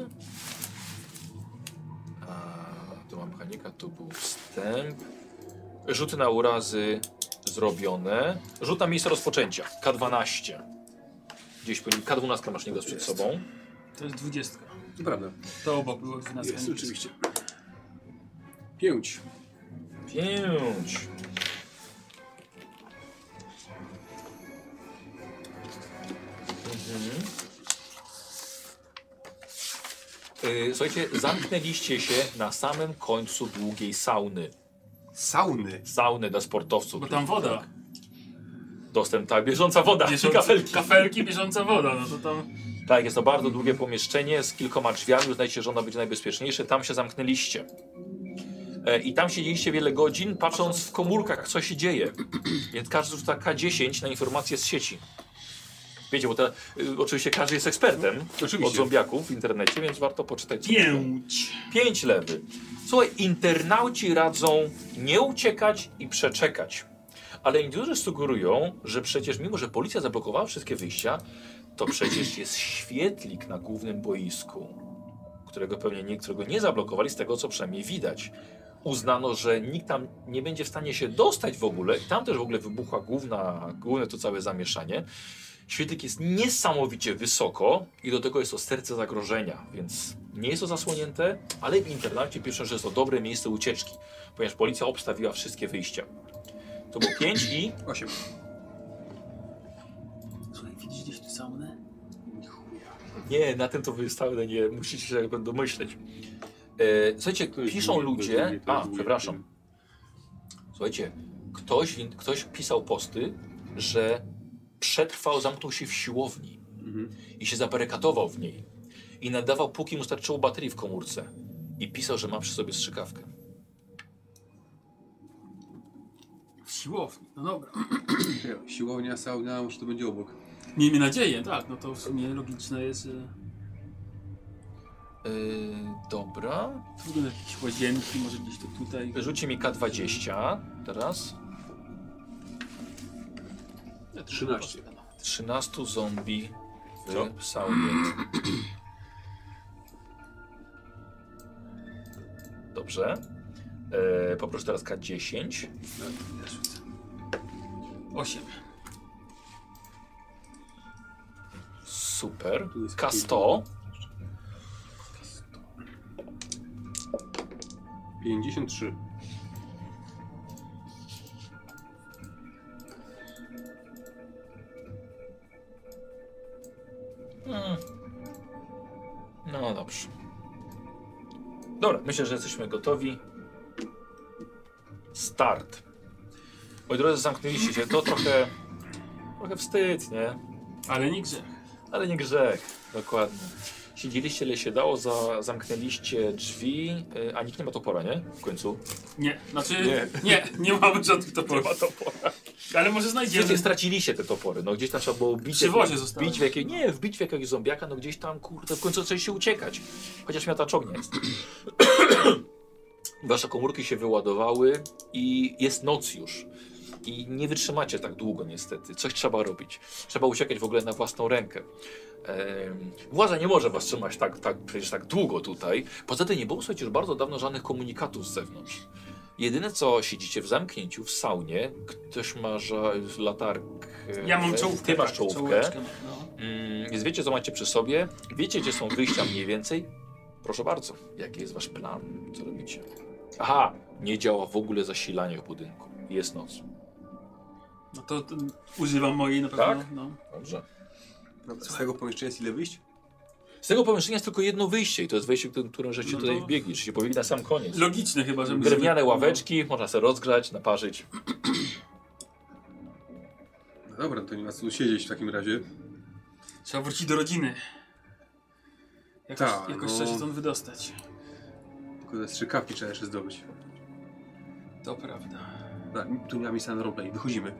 To ma mechanika, to był wstęp. Rzuty na urazy zrobione. Rzut na miejsce rozpoczęcia. K12. Gdzieś K12 masz niego przed sobą. To jest 20. To prawda. To obok było 12. Jest, oczywiście. 5. 5. Słuchajcie, zamknęliście się na samym końcu długiej sauny. Sauny. Sauny dla sportowców. Bo tam woda. Tak. Dostęp, tak, bieżąca woda i kafelki. Kafelki, bieżąca woda, no to tam... Tak, jest to bardzo długie pomieszczenie z kilkoma drzwiami. Uznajcie, że ono będzie najbezpieczniejsze. Tam się zamknęliście. I tam siedzieliście wiele godzin, patrząc w komórkach, co się dzieje. Więc każdy rzuca K10 na informacje z sieci. Wiecie, bo oczywiście każdy jest ekspertem od zombiaków w internecie, więc warto poczytać. 5 lewy. Słuchaj, internauci radzą nie uciekać i przeczekać. Ale niektórzy sugerują, że przecież mimo, że policja zablokowała wszystkie wyjścia, to przecież jest świetlik na głównym boisku, którego pewnie niektórzy nie zablokowali, z tego co przynajmniej widać. Uznano, że nikt tam nie będzie w stanie się dostać w ogóle i tam też w ogóle wybuchła główne to całe zamieszanie. Świetlik jest niesamowicie wysoko i do tego jest to serce zagrożenia, więc nie jest to zasłonięte, ale w internecie piszą, że jest to dobre miejsce ucieczki, ponieważ policja obstawiła wszystkie wyjścia. To było 5 i 8. Słuchaj, widzisz gdzieś tu saunę? Nie, na tym to wystawione, nie musicie się jakby domyśleć. Słuchajcie, To jest piszą długie, ludzie... to jest długie, to jest długie. Przepraszam. Słuchajcie, ktoś pisał posty, że przetrwał, zamknął się w siłowni i się zabarykadował w niej. I nadawał, póki mu starczyło baterii w komórce. I pisał, że ma przy sobie strzykawkę. W siłowni, no dobra. Siłownia, sauna, może to będzie obok. Miejmy nadzieję, tak, no to w sumie logiczne jest, że Dobra. to wygląda jakieś łazienki, może gdzieś to tutaj. Rzuci mi K20 teraz. 13. 13 zombie Co? w saunie. Dobrze. Poproszę teraz K10. 8. Super. Tu jest K100. 53. No dobrze. Dobra, myślę, że jesteśmy gotowi. Start. Moi drodzy, zamknęliście się. To trochę wstyd, nie? Ale nie grzech. Ale nie grzech. Dokładnie. Siedzieliście, ile się dało, zamknęliście drzwi, a nikt nie ma topora, nie? W końcu. Nie, znaczy nie mamy żadnych toporów. Nie ma topora. Ale może znajdziemy. Gdzieś straciliście te topory, no gdzieś tam trzeba było bić. Przy wozie zostały. Wbić w jakiegoś zombiaka, no gdzieś tam, kurde, w końcu zaczęliście uciekać. Chociaż miotacz ognia jest. Wasze komórki się wyładowały i jest noc już. I nie wytrzymacie tak długo niestety. Coś trzeba robić. Trzeba uciekać w ogóle na własną rękę. Władza nie może was trzymać przecież tak długo tutaj. Poza tym nie było, słuchajcie, już bardzo dawno żadnych komunikatów z zewnątrz. Jedyne co, siedzicie w zamknięciu, w saunie. Ktoś ma latarkę. Ja mam czołówkę. Ty masz tak, czołówkę. czołóweczkę mam, no. Więc wiecie, co macie przy sobie. Wiecie, gdzie są wyjścia mniej więcej. Proszę bardzo, jaki jest wasz plan? Co robicie? Aha, nie działa w ogóle zasilanie w budynku. Jest noc. No to używam mojej na pewno. Tak? No. Dobrze. Dobra, z tego pomieszczenia jest ile wyjść? Z tego pomieszczenia jest tylko jedno wyjście i to jest wejście, którym żeście No to- tutaj wbiegli. Czy się pobiegli na sam koniec. Logiczne chyba, że Drewniane ławeczki, można sobie rozgrzać, naparzyć. No dobra, to nie ma co siedzieć w takim razie. Trzeba wrócić do rodziny. Tak, Jakoś no. trzeba się stąd wydostać. Tylko te strzykawki trzeba jeszcze zdobyć. To prawda. Dobra, tu miałem miejsce na roleplay. Wychodzimy.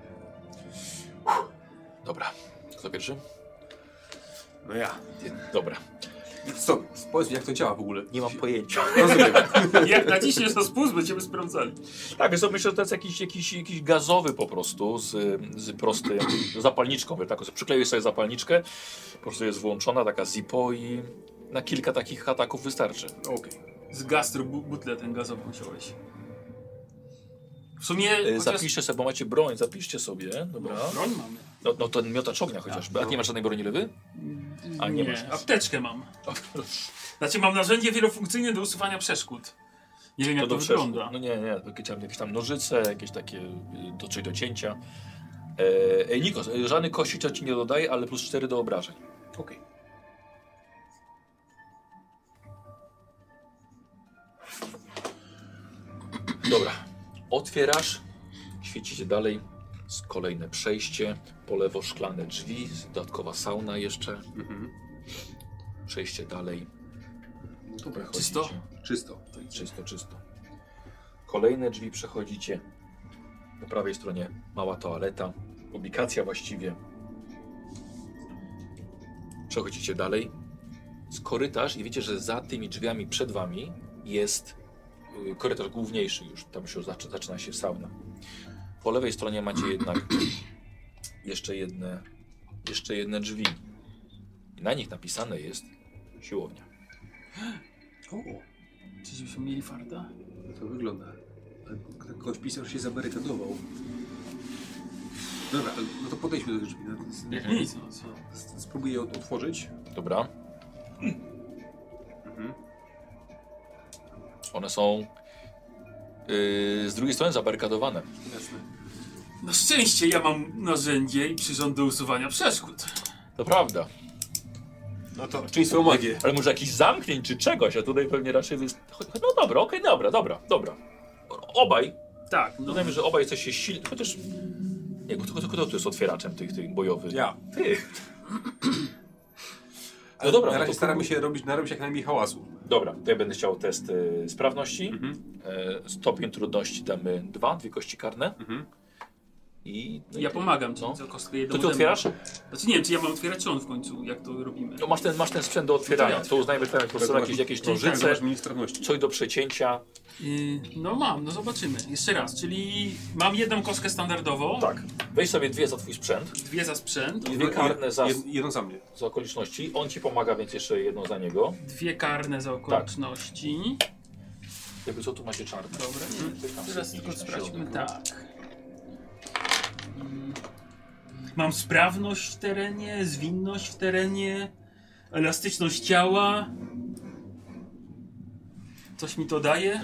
Dobra. Kto pierwszy? No ja. Dobra. Stop, powiedz mi jak to działa w ogóle. Nie mam pojęcia. Rozumiem. Jak naciśniesz to spust, będziemy sprawdzali. Tak, więc to myślę, że to jest jakiś gazowy po prostu z prostym zapalniczką. Wiesz, taką, przykleiłeś sobie zapalniczkę, po prostu jest włączona, taka Zippo i na kilka takich ataków wystarczy. Okej. Z gastro butlę ten gazowy musiałeś. W sumie... chociaż- Zapiszcie sobie, bo macie broń, zapiszcie sobie, dobra. Broń mamy. No ten miotacz ognia chociażby. A ty nie masz żadnej broni lewy? A nie masz. Apteczkę mam. Znaczy mam narzędzie wielofunkcyjne do usuwania przeszkód. Nie wiem jak to wygląda. No nie, jakieś tam nożyce, jakieś takie coś do cięcia. Nikos, żadnych kości to ci nie dodaje, ale plus 4 do obrażeń. Okej. Dobra, otwierasz, świecicie dalej, jest kolejne przejście, po lewo szklane drzwi, dodatkowa sauna jeszcze, Mhm. przejście dalej. No dobra, Czysto? Czysto. Czysto. Kolejne drzwi przechodzicie, po prawej stronie mała toaleta, ubikacja właściwie. Przechodzicie dalej, jest korytarz i wiecie, że za tymi drzwiami przed wami jest korytarz główniejszy już, tam się zaczyna się sauna. Po lewej stronie macie jednak jeszcze jedne drzwi. I na nich napisane jest siłownia. O, Czyżbyśmy mieli farta? to wygląda. Ktoś pisał, że się zabarykadował. Dobra, no to podejdźmy do drzwi. No, Jak nic, no co? spróbuję je otworzyć. Dobra. Mhm. One są z drugiej strony zabarykadowane. Jasne. Na szczęście ja mam narzędzie i przyrząd do usuwania przeszkód. To prawda. No to czyń swoją magię. Ale może jakiś zamknięć czy czegoś, a tutaj pewnie raczej jest... No dobra, okej, dobra. Obaj. Tak, no. Dodajmy, że obaj jesteście silni, chociaż... Nie, bo kto tu jest otwieraczem tych bojowych? Ja. Ty. Ale dobra, na no razie to staramy się narobić jak najmniej hałasu. Dobra, to ja będę chciał test sprawności. Stopień trudności damy 2 kości karne. I... No Ja i pomagam ci, no. co kostkę jedną To ty ode mnie. otwierasz? Znaczy nie wiem, czy ja mam otwierać, czy on w końcu, jak to robimy. No masz ten sprzęt do otwierania, No to to uznajmy tam po prostu jakieś Czyli nożyce, masz mniej sprawności. coś do przecięcia. No mam, no zobaczymy. Jeszcze raz, czyli mam jedną kostkę standardowo, Tak. Weź sobie 2 za twój sprzęt, dwie za sprzęt, 2 karne za Jedną za mnie. okoliczności. On ci pomaga, więc jeszcze jedną za niego. dwie karne za okoliczności. Jakby co tu macie czarne? Dobra, Coś tam teraz sobie tylko na sprawdźmy, środek. tak. Mam sprawność w terenie, zwinność w terenie, elastyczność ciała. Coś mi to daje?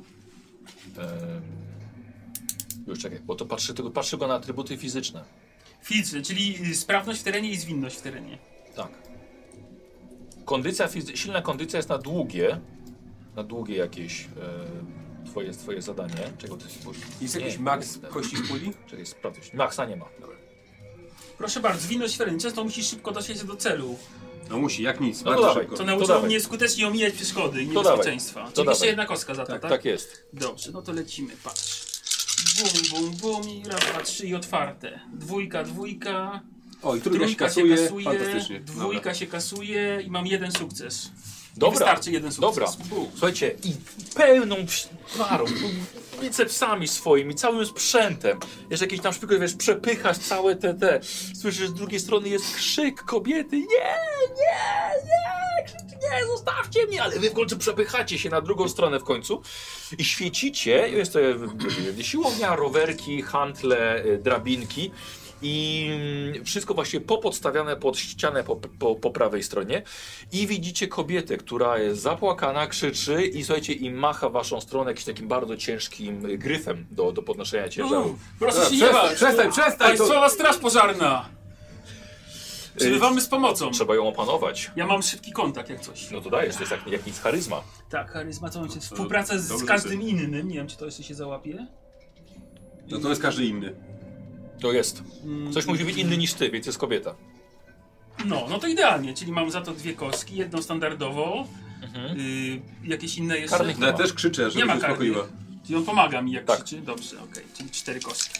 Już czekaj, bo to patrzy go na atrybuty fizyczne. Fizyczne, czyli sprawność w terenie i zwinność w terenie. Tak. Kondycja silna kondycja jest na długie jakieś twoje zadanie. Czego to jest? Jest Nie, jakiś max jest- kości w puli? Czekaj, sprawdzę. Maxa nie ma. Proszę bardzo, zwinność w terenie. Często musisz szybko dotrzeć do celu, No musi, jak nic. No bardzo dawaj. szybko. co To nauczyło dawaj. mnie skutecznie omijać przeszkody i To dawaj. niebezpieczeństwa. To Czyli jeszcze dawaj. jedna kostka za to, tak? Tak jest. Dobrze, no to lecimy, patrz. Bum, bum, bum i raz, dwa, trzy i otwarte. Dwójka. O, i trójka się Trójka kasuje. się Fantastycznie. kasuje, dwójka się kasuje i mam jeden sukces. Dobra. Wystarczy jeden sukces. Dobra. Bum. Słuchajcie, i pełną parą, bicepsami swoimi, całym sprzętem. Jeszcze jakieś tam szpilki, wiesz, przepychasz całe te. Słyszysz, z drugiej strony jest krzyk kobiety. Nie, krzyczy, nie, zostawcie mnie. Ale wy w końcu przepychacie się na drugą stronę w końcu i świecicie. Jest to siłownia, rowerki, hantle, drabinki. I wszystko właśnie popodstawiane pod ścianę po prawej stronie. I widzicie kobietę, która jest zapłakana, krzyczy i słuchajcie, i macha w waszą stronę jakimś takim bardzo ciężkim gryfem do podnoszenia ciężaru. Proszę się nie bać. Przestań! Państwowa straż pożarna! Przybywamy z pomocą. Trzeba ją opanować. Ja mam szybki kontakt jak coś. No to dajesz, to jest jak nic charyzma. Tak, charyzma, co mam się współpraca z dobrze, każdym innym. Nie wiem, czy to jeszcze się załapie. No to jest każdy inny. To jest. Coś musi być inny niż ty, więc jest kobieta. No to idealnie, czyli mam za to dwie kostki, jedną standardowo, jakieś inne jeszcze. Karnych No ja też krzyczę, żeby Nie ma się karnych. uspokoiła. Czyli on pomaga mi jak Tak. krzyczy. Dobrze, okej, czyli 4 kostki.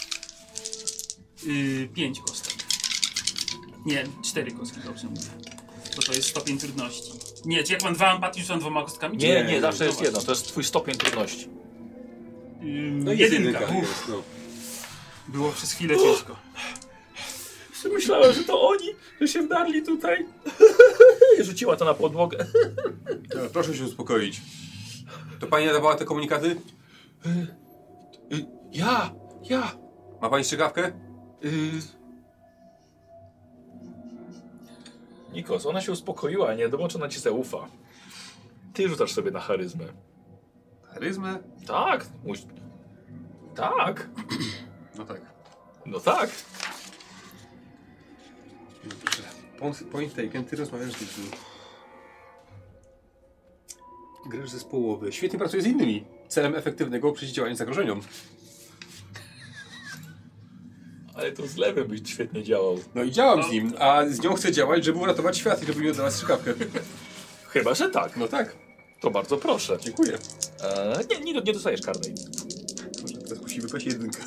5 kostek. Nie, 4 kostki, dobrze mówię. Bo to jest stopień trudności. Nie, czy jak mam 2 empatii, rzucam 2 kostkami? czy Nie, zawsze No jest właśnie. jedno, to jest twój stopień trudności. No i jest jedynka. jedynka. Uff, Jest, no. było przez chwilę ciężko. Myślałem, że to oni, że się wdarli tutaj. Rzuciła to na podłogę. Proszę się uspokoić. To pani nadawała te komunikaty? Ja. Ma pani strzykawkę? Nikos, ona się uspokoiła, nie? Zobacz, ona ci zaufa. Ty rzucasz sobie na charyzmę. Charyzmę? Tak. Tak. No tak. No tak. Point taken, ty rozmawiasz z ludźmi. Gracz zespołowy. Świetnie pracuje z innymi. Celem efektywnego przeciwdziałania zagrożeniom. Ale to z lewym byś świetnie działał. No i działam z nim, a z nią chcę działać, żeby uratować świat i żeby mi oddawać strzykawkę. Chyba, że tak. No tak. To bardzo proszę. Dziękuję. Nie dostajesz karnej. Może teraz musi wypaść jedynka.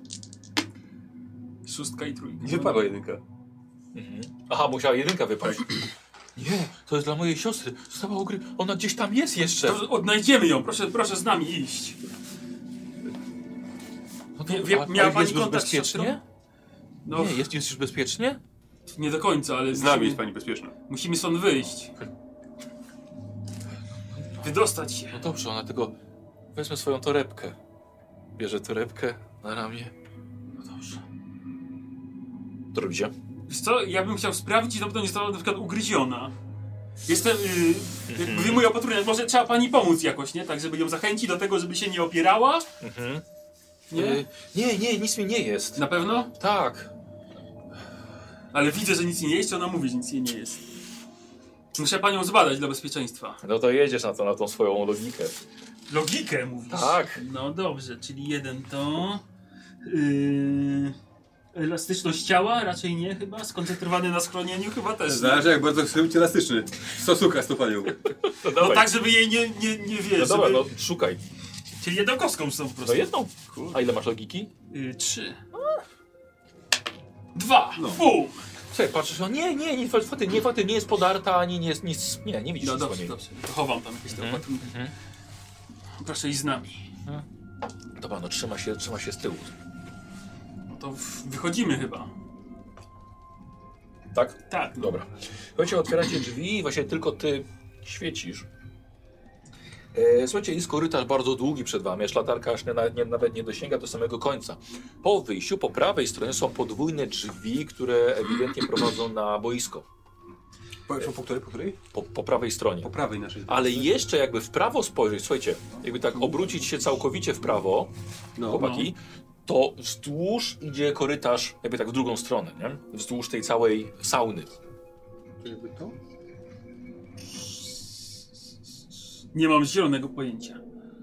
6 i 3. Nie wypadła jedynka. Aha, musiała jedynka wypaść. Nie, to jest dla mojej siostry. Została ona gdzieś tam jest jeszcze. To odnajdziemy ją, proszę z nami iść. No miała pani jest już kontakt z bezpiecznie? siostrą? No, Nie, jest już bezpiecznie? nie do końca, ale Z nami jest pani bezpieczna. musimy stąd wyjść. Wydostać się. No dobrze, ona tylko wezmę swoją torebkę. Bierze torebkę na ramię. No dobrze. To robicie? Wiesz co, ja bym chciał sprawdzić, czy to potem nie została na przykład ugryziona. Jestem, wyjmuję opatrunek, może trzeba pani pomóc jakoś, nie? Tak, żeby ją zachęcić do tego, żeby się nie opierała? Nie? Nie, nic mi nie jest. Na pewno? Tak. Ale widzę, że nic jej nie jest, czy ona mówi, że nic jej nie jest? Muszę panią zbadać dla bezpieczeństwa. No to jedziesz na tą swoją logikę. Logikę mówisz? Tak. No dobrze, czyli jeden to... Elastyczność ciała? Raczej nie chyba. Skoncentrowany na schronieniu? Chyba też nie. Zależy jak bardzo chcę być elastyczny. Stosunka z tą panią. To No dawaj. tak, żeby jej nie wiesz. No dobra, żeby... no szukaj. Czyli jedną kostką są po prostu. No jedną. A ile masz logiki? 3. 2. No. Bum! Słuchaj, patrzysz, nie, fakty, nie jest podarta, ani nie jest nic, nie widzisz No nic po dobrze, niej. dobrze. To chowam tam jakieś te opatrunki. Proszę iść z nami. Dobra, no trzyma się z tyłu. No to wychodzimy chyba. Tak? Tak. No. Dobra. Słuchajcie, otwieracie drzwi i właśnie tylko ty świecisz. Słuchajcie, jest korytarz bardzo długi przed wami, aż latarka aż nawet nie dosięga do samego końca. Po wyjściu, po prawej stronie są podwójne drzwi, które ewidentnie prowadzą na boisko. Po której? Po prawej stronie. Po prawej naszej. Ale jeszcze jakby w prawo spojrzeć, słuchajcie, jakby tak obrócić się całkowicie w prawo, No. chłopaki, to wzdłuż idzie korytarz, jakby tak w drugą stronę, nie? Wzdłuż tej całej sauny. Jakby to? Nie mam zielonego pojęcia.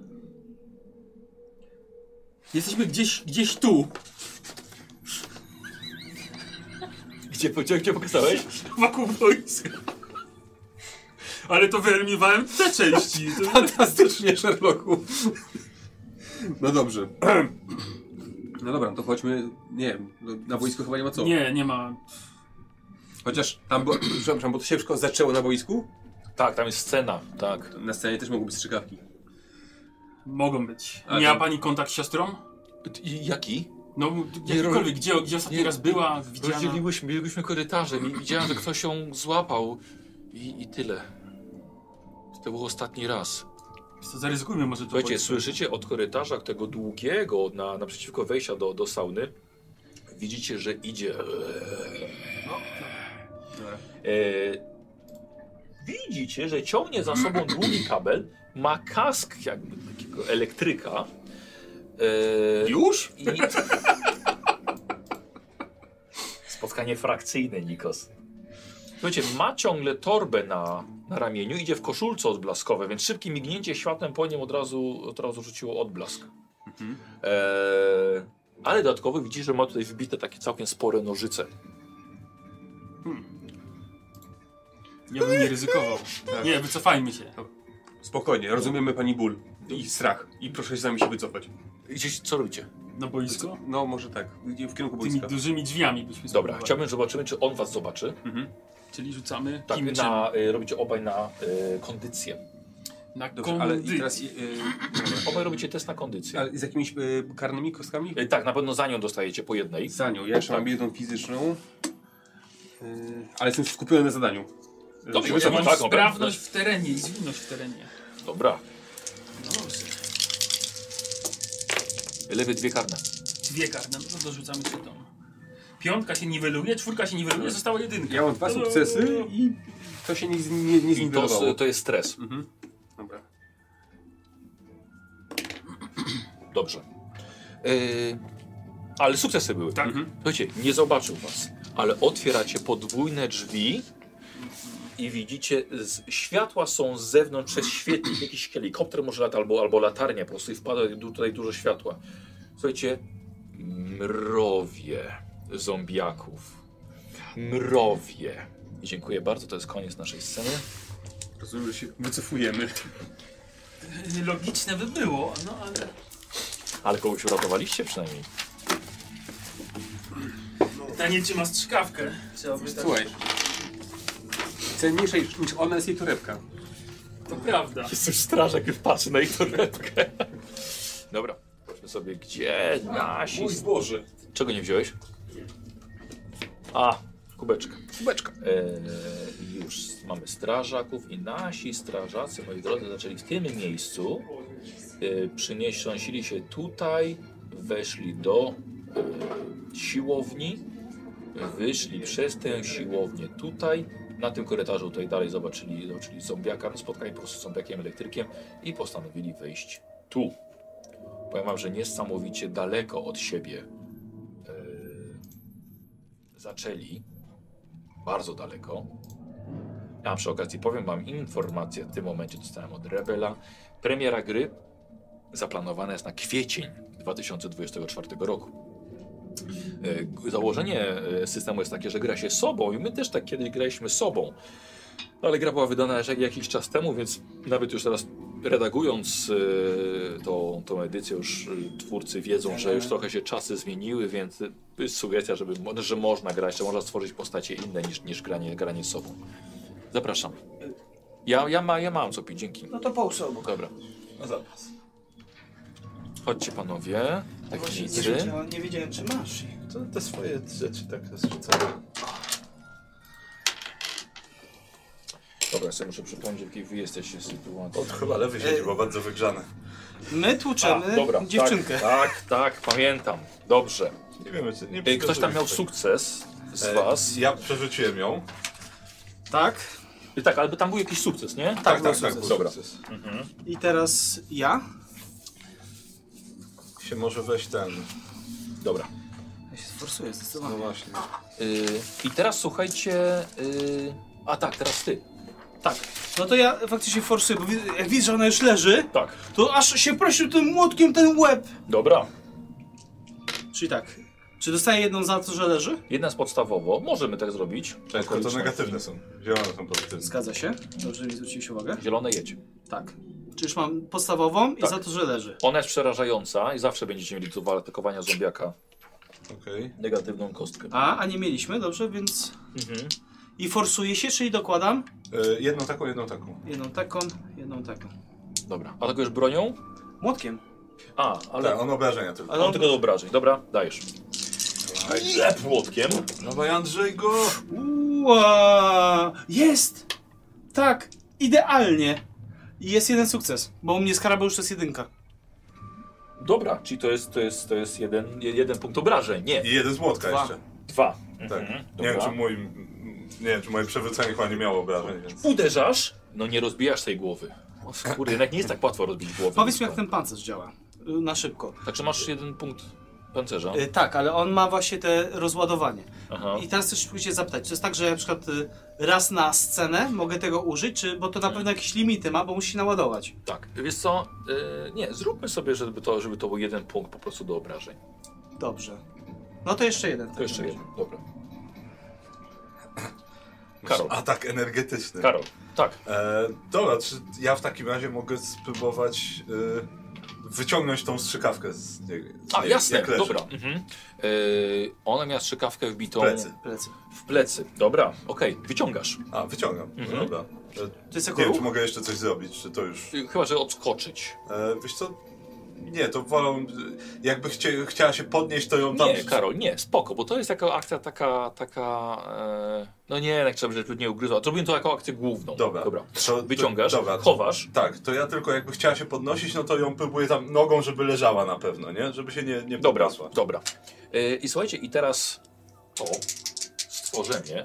Jesteśmy gdzieś tu. Gdzie pokazałeś? Wokół boiska. Ale to wyeliminowałem te części. To... Fantastycznie, Sherlocku. No dobrze. No dobra, to chodźmy, nie wiem, na boisku chyba nie ma co. Nie ma. Chociaż tam było, przepraszam, bo to się wszystko zaczęło na boisku? Tak, tam jest scena, tak. Na scenie też mogą być strzykawki. Mogą być. A Miała to- pani kontakt z siostrą? Jaki? No, jakikolwiek. Gdzie ostatni raz była, widziana? Rozdzieliłyśmy korytarzem i widziałem, że ktoś ją złapał i tyle. To był ostatni raz. Co, zaryzykujmy może to. Słuchajcie, boisko. słyszycie od korytarza tego długiego naprzeciwko wejścia do sauny. Widzicie, że idzie. Dobra. Widzicie, że ciągnie za sobą długi kabel, ma kask jakby takiego elektryka. Już? I... Spotkanie frakcyjne, Nikos. Słuchajcie, ma ciągle torbę na ramieniu, idzie w koszulce odblaskowej, więc szybkie mignięcie światłem po nim od razu rzuciło odblask. Ale dodatkowo widzisz, że ma tutaj wbite takie całkiem spore nożyce. Ja bym nie ryzykował. Nie, wycofajmy się. Spokojnie, rozumiemy pani ból i strach. I proszę z nami się wycofać. Gdzieś, co robicie? Na boisko? No może tak, w kierunku Tymi boiska. dużymi drzwiami byśmy Dobra, spróbowali. chciałbym, zobaczymy, czy on was zobaczy. Czyli rzucamy Tak, kim robicie obaj na kondycję. na Dobrze, ale i teraz... Obaj robicie test na kondycję. ale z jakimiś karnymi kostkami? Tak, na pewno za nią dostajecie po jednej. Za nią, ja jeszcze Tak. mam jedną fizyczną. Ale jestem skupiony na zadaniu. Dobrze, Żeby ja zobaczyć- mam taką, sprawność w terenie i zwinność w terenie. Dobra. No dobrze. Lewy 2 karne. 2 karne, no to dorzucamy się tą. 5 się niweluje, 4 się niweluje, została 1. Ja mam 2 sukcesy i to się nie I zniwelowało. to jest stres. Dobra. Dobrze. Ale sukcesy były. Tak. Słuchajcie, nie zobaczył was, ale otwieracie podwójne drzwi i widzicie, światła są z zewnątrz przez świetlik, jakiś helikopter może lata albo latarnia po prostu i wpada tutaj dużo światła. Słuchajcie, mrowie zombiaków. Mrowie. I dziękuję bardzo, to jest koniec naszej sceny. Rozumiem, że się wycofujemy. Logiczne by było, no ale... Ale kogoś uratowaliście przynajmniej. Pytanie, czy ma strzykawkę? Trzeba by tak... Słuchaj. Cenniejsza niż ona jest jej torebka. To prawda. Jest już strażak, już patrzy na ich torebkę. Dobra, chodźmy sobie, gdzie nasi... Mój Boże. Czego nie wziąłeś? A, kubeczka. Kubeczka. Już mamy strażaków i nasi strażacy, moi drodzy, zaczęli w tym miejscu. Przenieśli się tutaj, weszli do siłowni, wyszli przez tę siłownię tutaj. Na tym korytarzu tutaj dalej zobaczyli zombiaka, spotkali po prostu z zombiakiem elektrykiem i postanowili wejść tu. Powiem wam, że niesamowicie daleko od siebie zaczęli. Bardzo daleko. A przy okazji powiem wam informację, w tym momencie dostałem od Rebela. Premiera gry zaplanowana jest na kwiecień 2024 roku. Założenie systemu jest takie, że gra się sobą i my też tak kiedyś graliśmy sobą. Ale gra była wydana jakiś czas temu, więc nawet już teraz redagując tą edycję już twórcy wiedzą, że już trochę się czasy zmieniły, więc jest sugestia, że można grać, że można stworzyć postacie inne niż granie z sobą. Zapraszam. Ja mam co pić, dzięki. No to połóż obok. Dobra. No zapas. Chodźcie panowie. Technicy. Nie wiedziałem, czy masz. To te swoje rzeczy tak zrzucałem. Dobra, sobie muszę przypomnieć, w jakiej wy jesteście sytuacji. On chyba lewy siedzi, bo bardzo wygrzany. My tłuczemy Dobra, dziewczynkę. Tak, pamiętam. Dobrze. Nie wiem, czy nie Ktoś tam miał sukces z was. Ja przerzuciłem ją. Tak. Tak, ale tam był jakiś sukces, nie? Tak, był Dobra. sukces. I teraz ja. Się może weź ten. Dobra. Ja się sforsuję No zdecydowanie. właśnie. I teraz słuchajcie. A tak, teraz ty. Tak. No to ja faktycznie forsuję, bo jak widzę, że ona już leży, Tak. to aż się prosił tym młotkiem ten łeb. Dobra. Czyli tak. Czy dostaję jedną za to, że leży? Jedna jest podstawowo. Możemy tak zrobić. Często to negatywne są. Zielone są pozytywne. Zgadza się. Dobrze mi zwróciłeś uwagę. Zielone jedź. Tak. Czyli już mam podstawową i Tak. za to, że leży. Ona jest przerażająca i zawsze będziecie mieli do atakowania zombiaka Okej. negatywną kostkę. A nie mieliśmy, dobrze, więc... Mhm. I forsuję się, czyli dokładam Jedną taką, jedną taką. jedną taką. Dobra. Atakujesz bronią? Młotkiem. A, ale Tak, on obrażenia tylko. Ale on tylko do obrażeń. Dobra, dajesz. Lep młotkiem. Dawaj Andrzej go! Ua! Jest! Tak, idealnie. I jest jeden sukces, bo u mnie skarabeusz to jest jedynka. Dobra, czyli to jest jeden punkt obrażeń. Nie, I jeden z młotka Dwa. jeszcze. 2. Tak. Mhm. Nie wiem, Dobra. nie wiem, czy moje przewrócenie chyba nie miało obrażeń, więc... Uderzasz, no nie rozbijasz tej głowy. O kurde, jednak nie jest tak łatwo rozbić głowy. Powiedz mi, jak ten pancerz działa. Na szybko. Także masz jeden punkt pancerza. Tak, ale on ma właśnie te rozładowanie. Aha. I teraz też próbuję zapytać, czy to jest tak, że ja na przykład raz na scenę mogę tego użyć, czy, bo to na pewno jakieś limity ma, bo musi naładować. Tak, wiesz co, nie, zróbmy sobie, żeby to był jeden punkt po prostu do obrażeń. Dobrze. No to jeszcze jeden. To jeszcze jeden, dobra. Karol. Atak energetyczny. Karol, tak. Dobra, czy ja w takim razie mogę spróbować wyciągnąć tą strzykawkę z niego? A, jasne, jak leży. dobra. Mhm. Ona miała strzykawkę wbitą Plecy. Plecy. w plecy. Dobra, okej, wyciągasz. A, wyciągam. Mhm. Dobra. To jest jako Nie wiem, ruch? czy mogę jeszcze coś zrobić, czy to już... Chyba, że odskoczyć. Wiesz co? Nie, to wolą... Jakby chciała się podnieść, to ją tam... Nie, Karol, nie, spoko, bo to jest taka akcja no nie, jak trzeba, żeby nie ugryzła. Zrobimy to jako akcję główną. Dobra. Wyciągasz, dobra. chowasz. Tak, to ja tylko jakby chciała się podnosić, no to ją próbuję tam nogą, żeby leżała na pewno, nie? Żeby się nie Dobra, podniosła. dobra. I słuchajcie, i teraz to stworzenie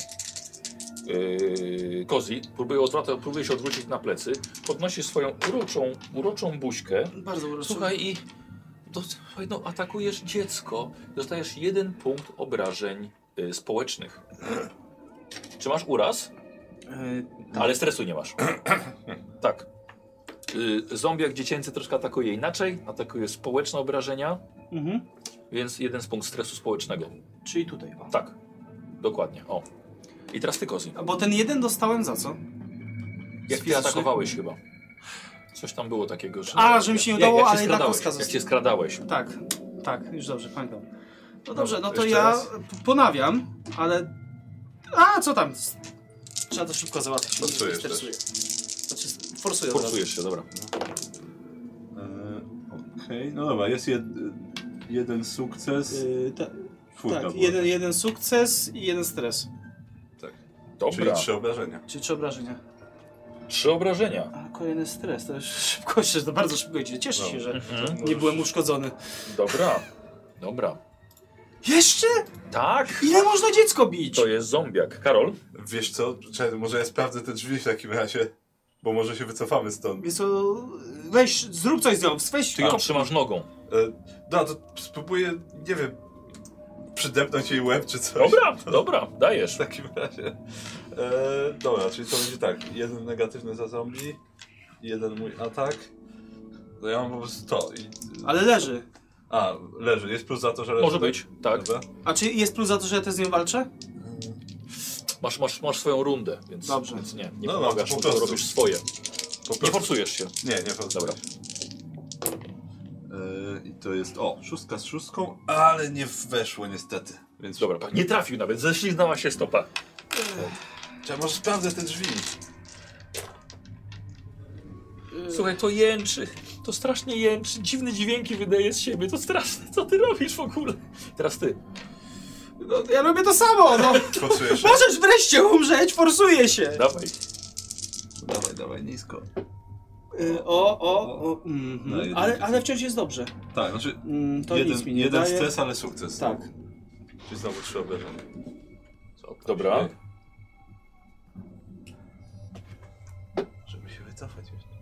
Kozi próbuje się odwrócić na plecy, podnosi swoją uroczą buźkę. Bardzo uroczy. Słuchaj, słuchaj, no atakujesz dziecko, dostajesz 1 punkt obrażeń społecznych. Czy masz uraz? Ale stresu nie masz. Tak. Zombiak dziecięcy troszkę atakuje inaczej, atakuje społeczne obrażenia, Mhm. więc 1 punkt stresu społecznego. Czyli tutaj. O. Tak, dokładnie. O. I teraz ty, Kozi. A bo ten jeden dostałem za co? Jak ty fizycznych? atakowałeś chyba. Coś tam było takiego, że... A, że mi się nie udało, jak się ale jednak skradałeś, kostka jak została. się skradałeś. Tak, już dobrze, pamiętam. No dobrze, no to jeszcze ja raz. ponawiam, ale... A, co tam? Trzeba to szybko załatwić. Forsujesz nie stresuję. Znaczy, forsuję od razu. Forsujesz się, dobra. Okej, no dobra, jest jeden sukces. Czwórka Tak, była. jeden sukces i jeden stres. Czyli Dobra. 3 obrażenia. Czyli 3 obrażenia. 3 obrażenia. A kolejny stres, to już szybko, to bardzo szybko idzie. Cieszę się, że nie byłem uszkodzony. Dobra. Jeszcze? Tak, Ile można dziecko bić? to jest zombiak. Karol? Wiesz co, czekaj, może ja sprawdzę te drzwi w takim razie, bo może się wycofamy stąd. Więc to, weź, zrób coś z nią, weź Ty ją trzymasz nogą. No to spróbuję, nie wiem, przydepnąć jej łeb czy coś. Dobra, dajesz. W takim razie. Dobra, czyli to będzie tak. Jeden negatywny za zombie, jeden mój atak. No ja mam po prostu to. Ale leży. A, leży. Jest plus za to, że leży. Może być, tak. Dobra. A czy jest plus za to, że ja też z nią walczę? Masz swoją rundę, więc, Dobrze. więc nie No, pomagasz, po po prostu. robisz swoje. Po prostu. Nie forsujesz się. Nie forsujesz. Dobra. I to jest, 6 z 6, ale nie weszło niestety. Więc Dobra, nie trafił nawet, ześliznęła się stopa. Trzeba może sprawdzę te drzwi. Słuchaj, to jęczy. To strasznie jęczy. Dziwne dźwięki wydaje z siebie. To straszne. Co ty robisz w ogóle? Teraz ty. No, ja robię to samo, no. Forsujesz się? Możesz wreszcie umrzeć, forsuję się. Dawaj, nisko. No, jeden Ale wciąż jest dobrze. Tak, znaczy To nic mi nie jeden daje. stres, ale sukces. Tak. Czyli znowu 3 obrażenia. Dobra. Żeby się wycofać jeszcze.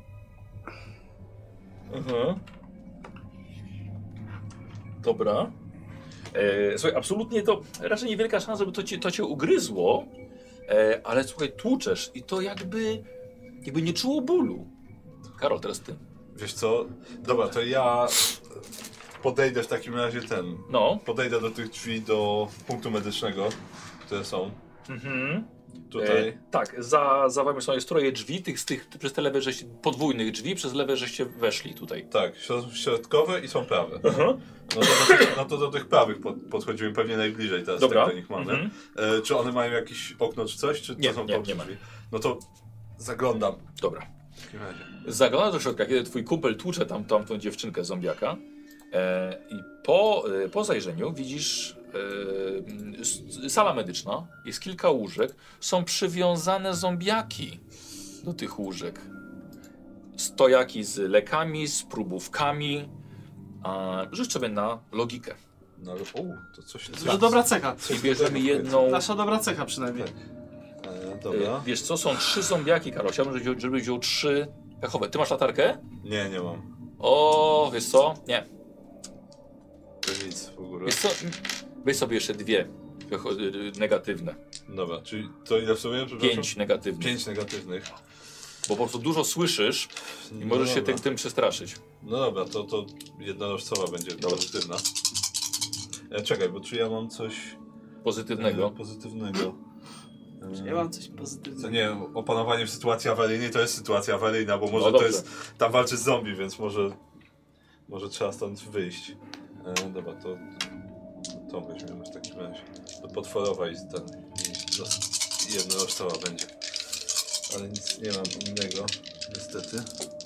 Dobra. Słuchaj, absolutnie to raczej niewielka szansa, żeby to cię ugryzło, ale słuchaj, tłuczesz i to jakby nie czuło bólu. Karol, teraz ty. Wiesz co? Dobra, to ja podejdę w takim razie podejdę do tych drzwi do punktu medycznego, które są tutaj. Tak, za wami są troje drzwi, przez te lewe żeście, podwójnych drzwi, przez lewe żeście weszli tutaj. Tak, są środkowe i są prawe. No to do tych prawych podchodzimy pewnie najbliżej teraz, Dobra. tak do nich mamy. Czy one mają jakieś okno czy coś? Czy to Nie, są nie ma. drzwi? No to zaglądam. Dobra. W takim razie. Zaglądasz do środka, kiedy twój kumpel tłucze tamtą dziewczynkę zombiaka i po zajrzeniu widzisz sala medyczna, jest kilka łóżek, są przywiązane zombiaki do tych łóżek. Stojaki z lekami, z próbówkami. Rzuć sobie na logikę. No ale to coś To dobra cecha. I bierzemy jedną... Nasza dobra cecha przynajmniej. Dobra. Wiesz co, są 3 zombiaki, Karol. Chciałbym, żebyś wziął 3 pechowe. Ty masz latarkę? Nie mam. O, wiesz co? Nie. To nic w ogóle. Wiesz co? Weź sobie jeszcze 2 negatywne. Dobra, czyli to ile w sumie? 5 negatywnych. 5 negatywnych. Bo po prostu dużo słyszysz i możesz się tym przestraszyć. No dobra, to jednorożcowa będzie pozytywna. Czekaj, bo czy ja mam coś Pozytywnego. pozytywnego? Ja mam coś pozytywnego. Co nie, opanowanie w sytuacji awaryjnej to jest sytuacja awaryjna, bo może to jest, tam walczy z zombie, więc może trzeba stąd wyjść. Dobra, to weźmiemy w takim razie. To potworowa i jednorożcowa będzie. Ale nic nie mam innego, niestety.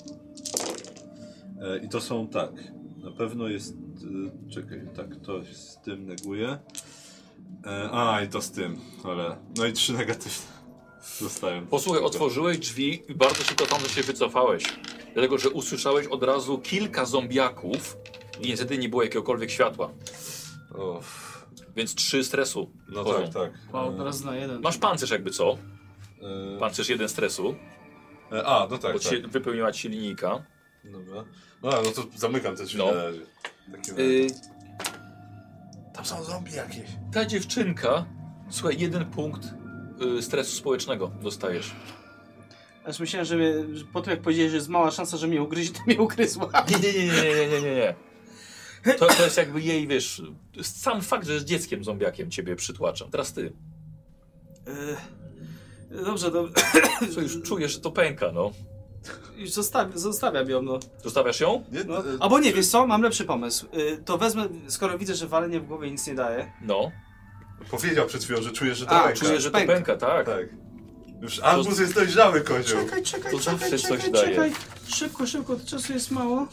I to są tak. Na pewno jest. Czekaj, tak, to z tym neguję. I to z tym, ale. No i 3 negatywne. Zostałem. Posłuchaj, otworzyłeś drzwi i bardzo szybko tam się wycofałeś. Dlatego, że usłyszałeś od razu kilka zombiaków i niestety nie było jakiegokolwiek światła. Więc 3 stresu. No wchodzą. tak. Wow, teraz na 1. Masz pancerz jakby co? Pancerz 1 stresu. No tak. Bo ci się wypełniła ci linijka. Dobra. No to zamykam te drzwi na razie. Tam są zombie jakieś. Ta dziewczynka, słuchaj, 1 punkt stresu społecznego dostajesz. Aż myślałem, że po tym jak powiedziałeś, że jest mała szansa, że mnie ugryzie, to mnie ugryzła. Nie. To jest jakby jej, wiesz, sam fakt, że jest dzieckiem zombiakiem ciebie przytłacza. Teraz ty. Dobrze, to... Co już czujesz, że to pęka, no. Już zostawiam ją, no. Zostawiasz ją? No. Albo nie, wiesz co, mam lepszy pomysł. To wezmę, skoro widzę, że walenie w głowie nic nie daje. No. Powiedział przed chwilą, że czujesz, że to pęka. Czujesz, że to pęka, tak. Już arbuz jest dojrzały, kozioł. Czekaj. Szybko, czasu jest mało.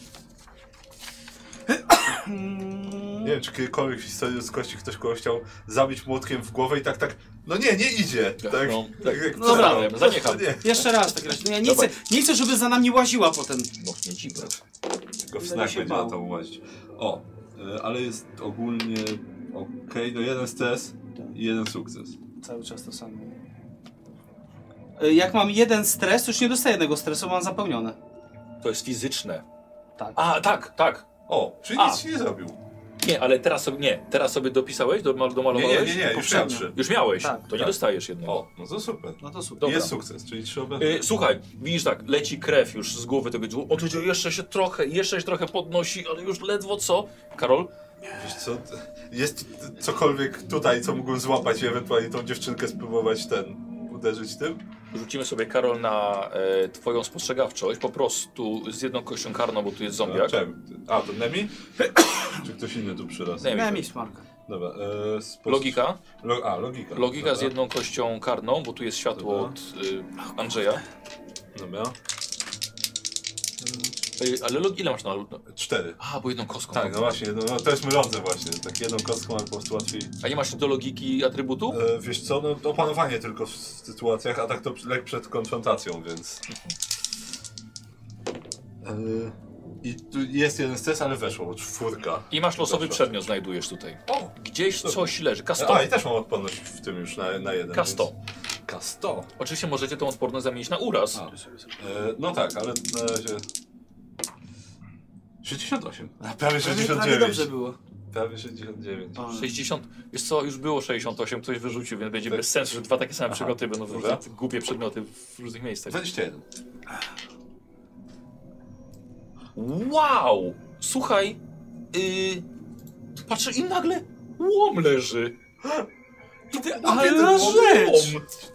Nie wiem, czy kiedykolwiek w historii z kości ktoś kogoś chciał zabić młotkiem w głowę i tak, no nie idzie. Tak, jak dobra, zaniecham. Jeszcze raz tak grać. No ja nie chcę, żeby za nami łaziła potem. No nie dziwne. Tylko w znak będzie na to łazić. Ale jest ogólnie okej, no 1 stres i 1 sukces. Cały czas to samo. Jak mam 1 stres, to już nie dostaję jednego stresu, bo mam zapełnione. To jest fizyczne. Tak. Tak. Czyli nic się nie zrobił. Nie, ale teraz sobie dopisałeś, domalowałeś? Nie, już Poprzednio. miałem 3. Już miałeś, Tak, to nie tak. dostajesz jednego. O, no to super. No to super. Dobra. Jest sukces, czyli 3 obrażenia. Słuchaj, widzisz tak, leci krew już z głowy tego dziecka. On tu jeszcze się trochę podnosi, ale już ledwo co. Karol? Wiesz co, jest cokolwiek tutaj, co mógłbym złapać i ewentualnie tą dziewczynkę spróbować uderzyć tym? Rzucimy sobie, Karol, na twoją spostrzegawczość, po prostu z jedną kością karną, bo tu jest zombiak. A, to Nemi? Czy ktoś inny tu przyraz? Nemi. Miałem mieć markę. Dobra, Logika? Logika. Logika Dobra. z jedną kością karną, bo tu jest światło Dobra. od Andrzeja. Dobra. Ale ile masz na... 4. A, bo jedną kostką. Tak, no właśnie, no, to jest mylące właśnie. Tak jedną kostką, ale po prostu łatwiej. A nie masz do logiki atrybutu? Wiesz co, no opanowanie tylko w sytuacjach, a tak to lek przed konfrontacją, więc... I tu jest jeden stres, ale weszło, bo 4. I masz losowy Weszło. przedmiot, znajdujesz tutaj. O, gdzieś Super. coś leży. K100. A, i też mam odporność w tym już na 1. K100. Więc... K100? Oczywiście możecie tą odporność zamienić na uraz. No tak, ale na razie... 68. Prawie Prawie 69. dobrze było. Prawie 69. 60, jest co, już było 68, ktoś wyrzucił, więc będzie Tak. bez sensu, że dwa takie same przedmioty będą Dobra. wyrzucać głupie przedmioty w różnych miejscach. 21. Wow! Słuchaj, patrzę i nagle łom leży. Ale na rzecz!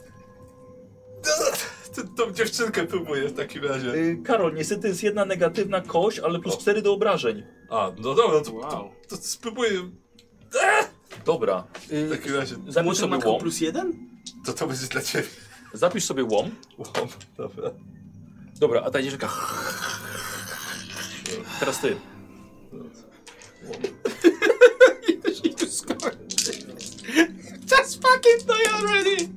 Tą dziewczynkę próbuję w takim razie. Karol, niestety jest jedna negatywna kość, ale plus 4 do obrażeń. A, no dobra, Wow. to spróbuję Dobra. w takim razie. Zapisz Młotek sobie ma tylko łom. plus 1? To będzie dla ciebie. Zapisz sobie łom. Łom, dobra. Dobra, a ta dziewczynka. Teraz ty. Just fucking die already!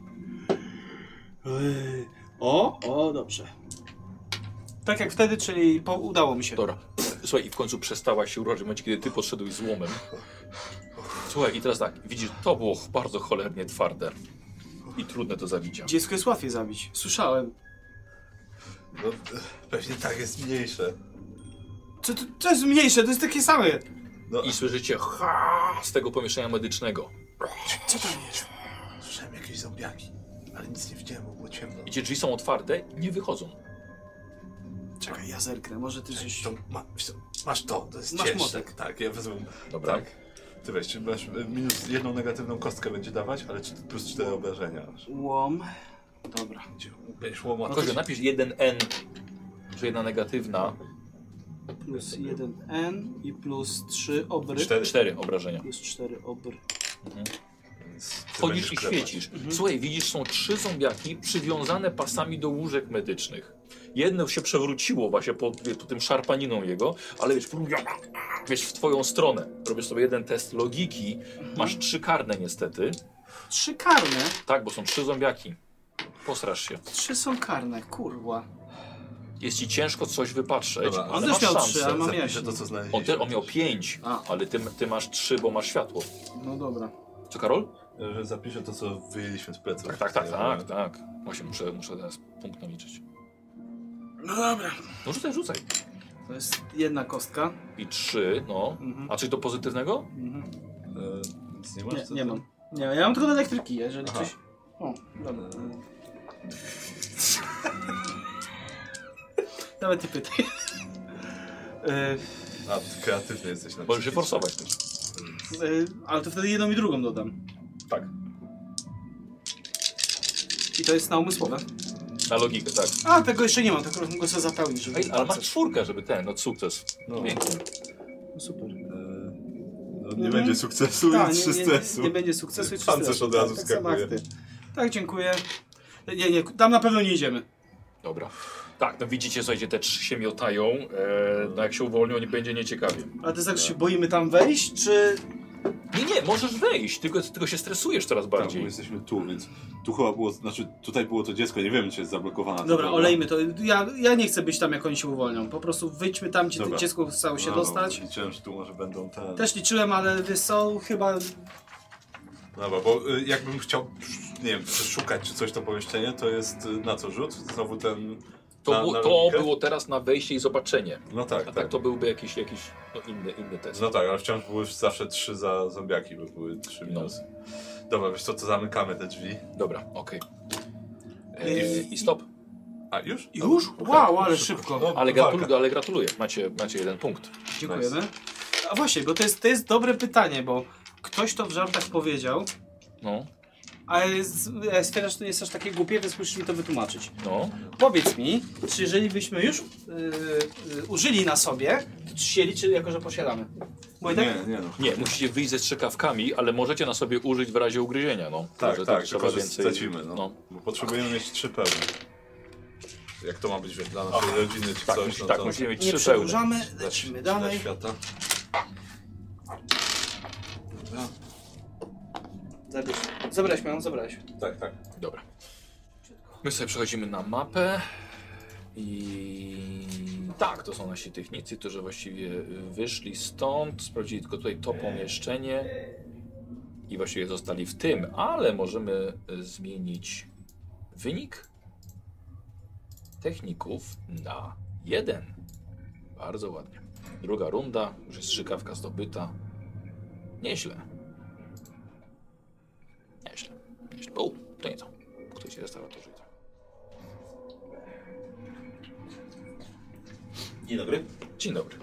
O, dobrze. Tak jak wtedy, czyli udało mi się. Dobra. Słuchaj, i w końcu przestała się urodzić w momencie, kiedy ty podszedłeś z łomem. Słuchaj, i teraz tak, widzisz, to było bardzo cholernie twarde. I trudne do zabicia. Dziecko jest łatwiej zabić. Słyszałem. No, pewnie tak jest mniejsze. To jest mniejsze, to jest takie same. No, I słyszycie z tego pomieszczenia medycznego. Co tam jest? słyszałem jakieś zombiaki, ale nic nie widziałem, bo było ciemno. I drzwi są otwarte, nie wychodzą. Czekaj, ja zerknę, może ty coś... To masz to jest Masz cięższe. młotek. Tak, ja wezmę. Dobra. Tak. Ty weź, masz minus jedną negatywną kostkę będzie dawać, ale plus 4 obrażenia. Łom. Dobra. Będziesz łomot. Kozio, napisz 1N, że jedna negatywna, Plus 1N i plus 3 obry. 4 obrażenia. Plus 4 obry. Wchodzisz i świecisz. Słuchaj, widzisz, są 3 zombiaki przywiązane pasami do łóżek medycznych. Jedno się przewróciło właśnie po tym szarpaniną jego, ale wiesz, w twoją stronę. Robisz sobie jeden test logiki, masz 3 karne niestety. 3 karne? Tak, bo są 3 zombiaki. Posrasz się. 3 są karne, kurwa. Jest ci ciężko coś wypatrzeć, Dobra, ale on też masz miał szansę. 3, ale mam Zapiszę jaśniej. to, co znaleźliśmy. On miał 5, A. ale ty masz 3, bo masz światło. No dobra. Co, Karol? Że zapiszę to, co wyjęliśmy z pleców. Tak. Właśnie muszę teraz punkt naliczyć. No dobra. No rzucaj. To jest jedna kostka. I 3, no. Mhm. A coś do pozytywnego? Mhm. Nic nie masz? Nie, Co nie to? mam. Nie, ja mam tylko do elektryki, jeżeli Aha. coś... O, dobra. Nawet ty pytaj. A, kreatywny jesteś na Możesz się forsować też. Ale to wtedy jedną i drugą dodam. Tak. I to jest na umysłowe. Na logikę, tak. A, tego jeszcze nie mam, tylko mogę sobie zapełnić, żeby... Ej, ale masz 4, żeby no sukces. No. Pięknie. No super. No, nie będzie sukcesu, Tak, jest 3 stresu. nie będzie sukcesu i 3 Pancerz stresu. od razu tak samo jak skakuje. ty. Tak, dziękuję. Nie, tam na pewno nie idziemy. Dobra. Tak, no widzicie, słuchajcie, te 3 się miotają. No jak się uwolnią, nie będzie nieciekawie. Ale to jest tak, że się boimy tam wejść, czy... Nie, możesz wejść, tylko się stresujesz coraz Tak, bo bardziej. jesteśmy tu, więc tu chyba było, znaczy tutaj było to dziecko, nie wiem, czy jest zablokowane. Dobra, olejmy to. Ja nie chcę być tam, jak oni się uwolnią. Po prostu wyjdźmy tam, gdzie Dobra. dziecko chciało się dostać. Liczyłem, że tu może będą te... Też liczyłem, ale wiesz co, chyba... Dobra, bo jakbym chciał, nie wiem, przeszukać czy coś to pomieszczenie, to jest na co rzut? Znowu ten To logikę? było teraz na wejście i zobaczenie. No tak, A tak. tak to byłby jakiś no, inny test. No tak, ale wciąż były zawsze 3 za zombiaki, bo były 3 minusy. Dobra, wiesz co, to zamykamy te drzwi. Dobra, okej. I stop. A, już? Już? Wow, ale szybko. No, Ale walka. gratuluję. Macie 1 punkt. Dziękujemy. A właśnie, bo to jest dobre pytanie, bo ktoś to w żartach powiedział, No, ale stwierdzam, że to nie jest aż takie głupie, więc musisz mi to wytłumaczyć. no. Powiedz mi, czy jeżeli byśmy już użyli na sobie, to czy się liczy jako, że posiadamy? Bo i tak Nie, no. Nie, musicie wyjść ze strzykawkami, ale możecie na sobie użyć w razie ugryzienia, no. Tak, Że tak, trzeba tylko że więcej. stracimy, no. Bo potrzebujemy mieć 3 pełne. Jak to ma być wiesz, dla naszej rodziny czy Tak, coś, no tak, to... musimy mieć nie 3 pełne. przedłużamy, dla- lecimy dla dalej. świata. Dobra. Zabrałeś moją, zabrałeś. Tak, tak. Dobra. My sobie przechodzimy na mapę i tak, to są nasi technicy, którzy właściwie wyszli stąd, sprawdzili tylko tutaj to pomieszczenie i właściwie zostali w tym, ale możemy zmienić wynik techników na 1. Bardzo ładnie. Druga runda, już jest strzykawka zdobyta. Nieźle. Nieźle. O, to nie to. Ktoś restauratorzy. Dzień dobry. Dzień dobry.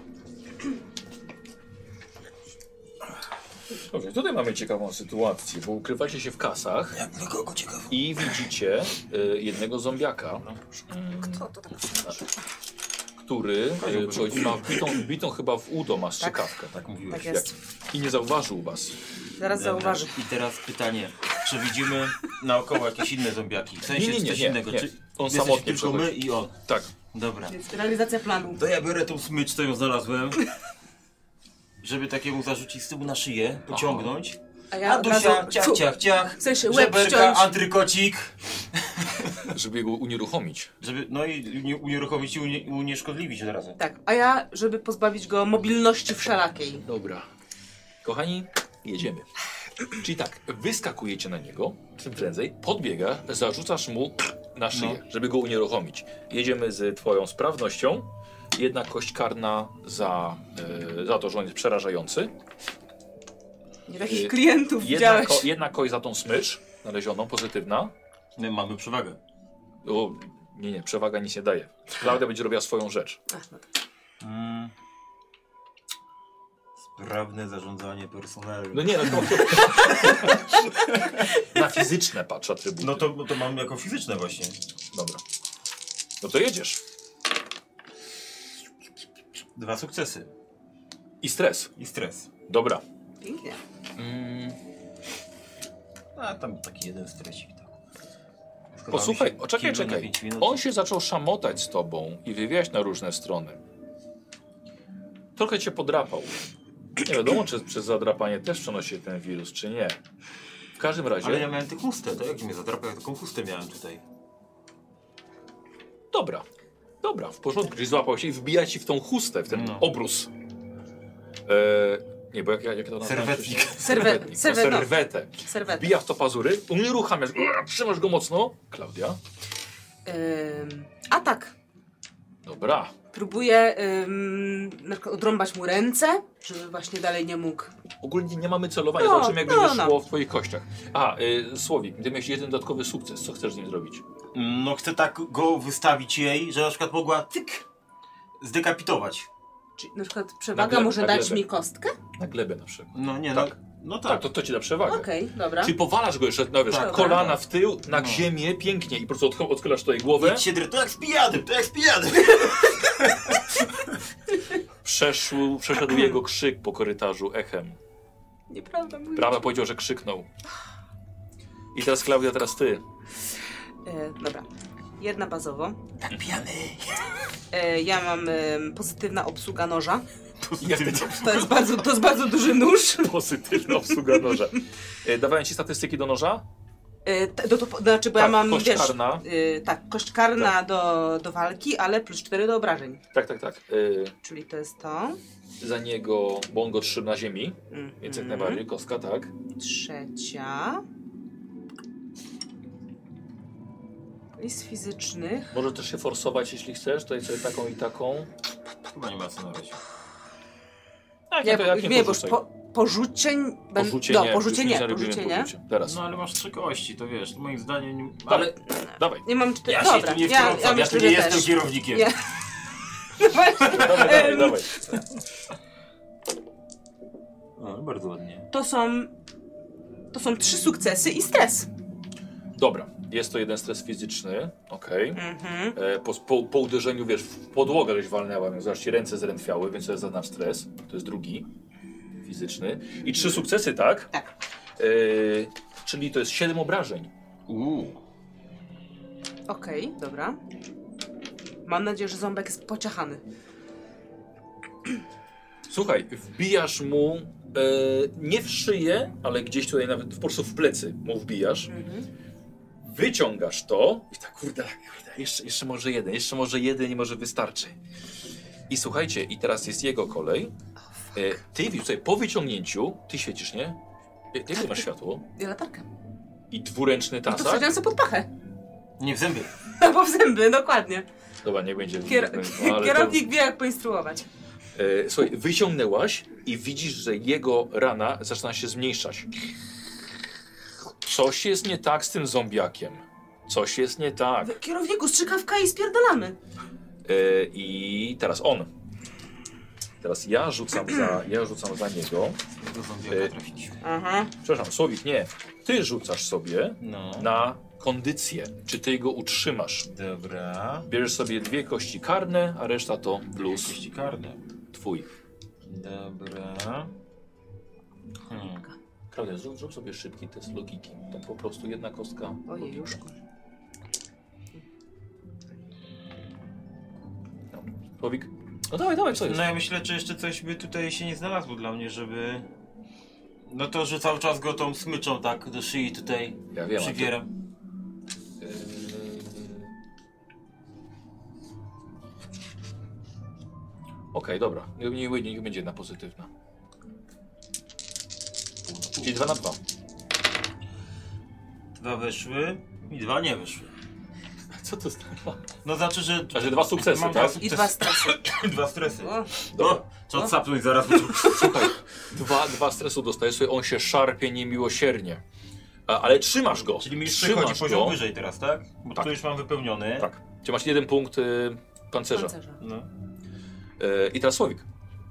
Dobrze, tutaj mamy ciekawą sytuację, bo ukrywacie się w kasach Jak dla kogo ciekawe? i widzicie jednego zombiaka, Kto to tak który przychodzi, ma bitą chyba w udo, ma strzykawkę. Tak mówiłeś. Tak jest. I nie zauważył was. Zaraz zauważy. I teraz pytanie. Czy widzimy naokoło jakieś inne zombiaki? W sensie Nie, coś nie, innego. nie. Czy On jesteśmy samotnie tylko my przechodzi. i on? Tak. Dobra. Więc realizacja planu. To ja biorę tą smycz, co ją znalazłem. Żeby takiemu zarzucić z tyłu na szyję, pociągnąć. A ja A od razu... Dusia, ciach, ciach, ciach. W sensie łeb Żeberka, wciąć. antrykocik. Żeby go unieruchomić. Żeby, no i unieruchomić i unieszkodliwić od razu. Tak, a ja, żeby pozbawić go mobilności wszelakiej. Dobra. Kochani, jedziemy. Czyli tak, wyskakujecie na niego, czym prędzej, podbiega, zarzucasz mu na szyję, żeby go unieruchomić. Jedziemy z twoją sprawnością. 1 kość karna za to, że on jest przerażający. Nie takich klientów Jedna, widziałeś. jedna kość za tą smycz znalezioną, pozytywna. My mamy przewagę. O, nie, przewaga nic nie daje. Klaudia będzie robiła swoją rzecz. Ach, no tak. Sprawne zarządzanie personelem. No nie, no to... Na fizyczne patrz atrybuty. No to mam jako fizyczne właśnie. Dobra. No to jedziesz. 2 sukcesy. I stres. I stres. Dobra. Pięknie. A tam taki jeden stresik. Tak. Posłuchaj, czekaj. On się zaczął szamotać z tobą i wywijać na różne strony. Trochę cię podrapał. Nie wiadomo, czy przez zadrapanie też przenosi ten wirus, czy nie. W każdym razie... Ale ja miałem tę chustę, to jak mnie zadrapał, jak taką chustę miałem tutaj. Dobra, w porządku. Czyli złapał się i wbija ci w tą chustę, w ten obrus. Nie, bo jak to nazywam? Serwetnik. Serwetnik. Serwetę. Serwetę. Wbija w to pazury, unieruchamiasz, trzymasz go mocno. Klaudia. Atak. Dobra. Próbuję na przykład odrąbać mu ręce, żeby właśnie dalej nie mógł. Ogólnie nie mamy celowania, No, zobaczymy jak no, będzie no. szło w twoich kościach. Słowik, ty miałeś 1 dodatkowy sukces, co chcesz z nim zrobić? No chcę tak go wystawić jej, że na przykład mogła tyk zdekapitować. Czyli na przykład przewaga glebę, może na dać glebę. mi kostkę? Na glebę na przykład. No nie, Tak. no Tak, tak. to ci da przewagę. Okej, dobra. Czyli powalasz go jeszcze, no wiesz, Tak, kolana tak. w tył, na ziemię, pięknie i po prostu odchylasz tutaj głowę. Idź się to jak z pijadem, to jak z pijadem. Przeszedł jego krzyk po korytarzu echem. Nieprawda, mój. Prawa powiedział, że krzyknął. I teraz Klaudia, teraz ty. Dobra. 1 bazowo. Tak pijany. Ja mam pozytywna obsługa noża. Jak ty To jest bardzo duży nóż. pozytywna obsługa noża. Dawałem ci statystyki do noża? Znaczy, bo ja Tak, mam, kość wiesz, karna. tak, kość karna do walki, ale plus 4 do obrażeń. Tak. Czyli to jest to. Za niego, bo on go trzyma na ziemi, więc jak najbardziej, kostka, tak. 3. I z fizycznych. Możesz też się forsować, jeśli chcesz. Tutaj sobie taką i taką. Chyba nie ma co na razie. Tak, Nie, to jak nie, bo porzucaj. porzucie... Porzucie No, nie. porzucie nie, Już porzucie nie. porzucie. Teraz. No ale masz 3 kości, to wiesz, to moim zdaniem... Nie... Ale... Dawaj. Nie mam 4. Ja Dobra, się tu nie ja wtrącam, ja tu myślę, nie że jestem też. kierownikiem. Nie. No właśnie. Dawaj. O, bardzo ładnie. To są 3 sukcesy i stres. Dobra. Jest to jeden stres fizyczny. Okej. Mhm. Po uderzeniu, wiesz, w podłogę żeś walnęła, więc aż ci ręce zrętwiały, więc to jest zaznacz stres. To jest drugi. Fizyczny. I 3 sukcesy, tak? Tak. Czyli to jest 7 obrażeń. Okej, dobra. Mam nadzieję, że ząbek jest pociachany. Słuchaj, wbijasz mu nie w szyję, ale gdzieś tutaj nawet po prostu w plecy mu wbijasz. Wyciągasz to i tak kurde, jeszcze może jeden i może wystarczy. I słuchajcie, i teraz jest jego kolej. Ty tutaj po wyciągnięciu, ty świecisz, nie? Jakie masz światło? I latarkę. I dwuręczny I to tasak? wsadziłam sobie pod pachę. Nie w zęby. Albo w zęby, dokładnie. Dobra, nie będzie... Kierownik wie, jak poinstruować. Słuchaj, wyciągnęłaś i widzisz, że jego rana zaczyna się zmniejszać. Coś jest nie tak z tym zombiakiem. Coś jest nie tak. Kierowniku, strzykawka i spierdalamy. I teraz on. Teraz ja rzucam za niego. Do zombiaka trafiliśmy. Aha. Przepraszam, Słowik, nie. Ty rzucasz sobie No. na kondycję. Czy ty go utrzymasz? Dobra. Bierzesz sobie 2 kości karne, a reszta to plus Kości karne. twój. Dobra. Klaudia, zrób sobie szybki test logiki. To po prostu jedna kostka. Ojej, już. No. Słowik? No dawaj, co jest? No ja myślę, czy jeszcze coś by tutaj się nie znalazło dla mnie, żeby... No to, że cały czas go tą smyczą tak do szyi tutaj Ja wiem, przywieram. Okej, dobra. Niech będzie jedna pozytywna. Czyli 2 na 2. 2 weszły i 2 nie wyszły. Co to znaczy? No znaczy, że... Znaczy 2 sukcesy, Mam tak? I 2 stresy. 2 stresy. O, Dobra. Trzeba odsapnąć zaraz. Słuchaj, 2 stresu dostajesz sobie, on się szarpie niemiłosiernie. Ale trzymasz go. Czyli mi już Trzymasz przechodzi poziom go. wyżej teraz, tak? Bo Tak. tu już mam wypełniony. Tak. Czy masz 1 punkt pancerza. pancerza. No. I teraz Słowik.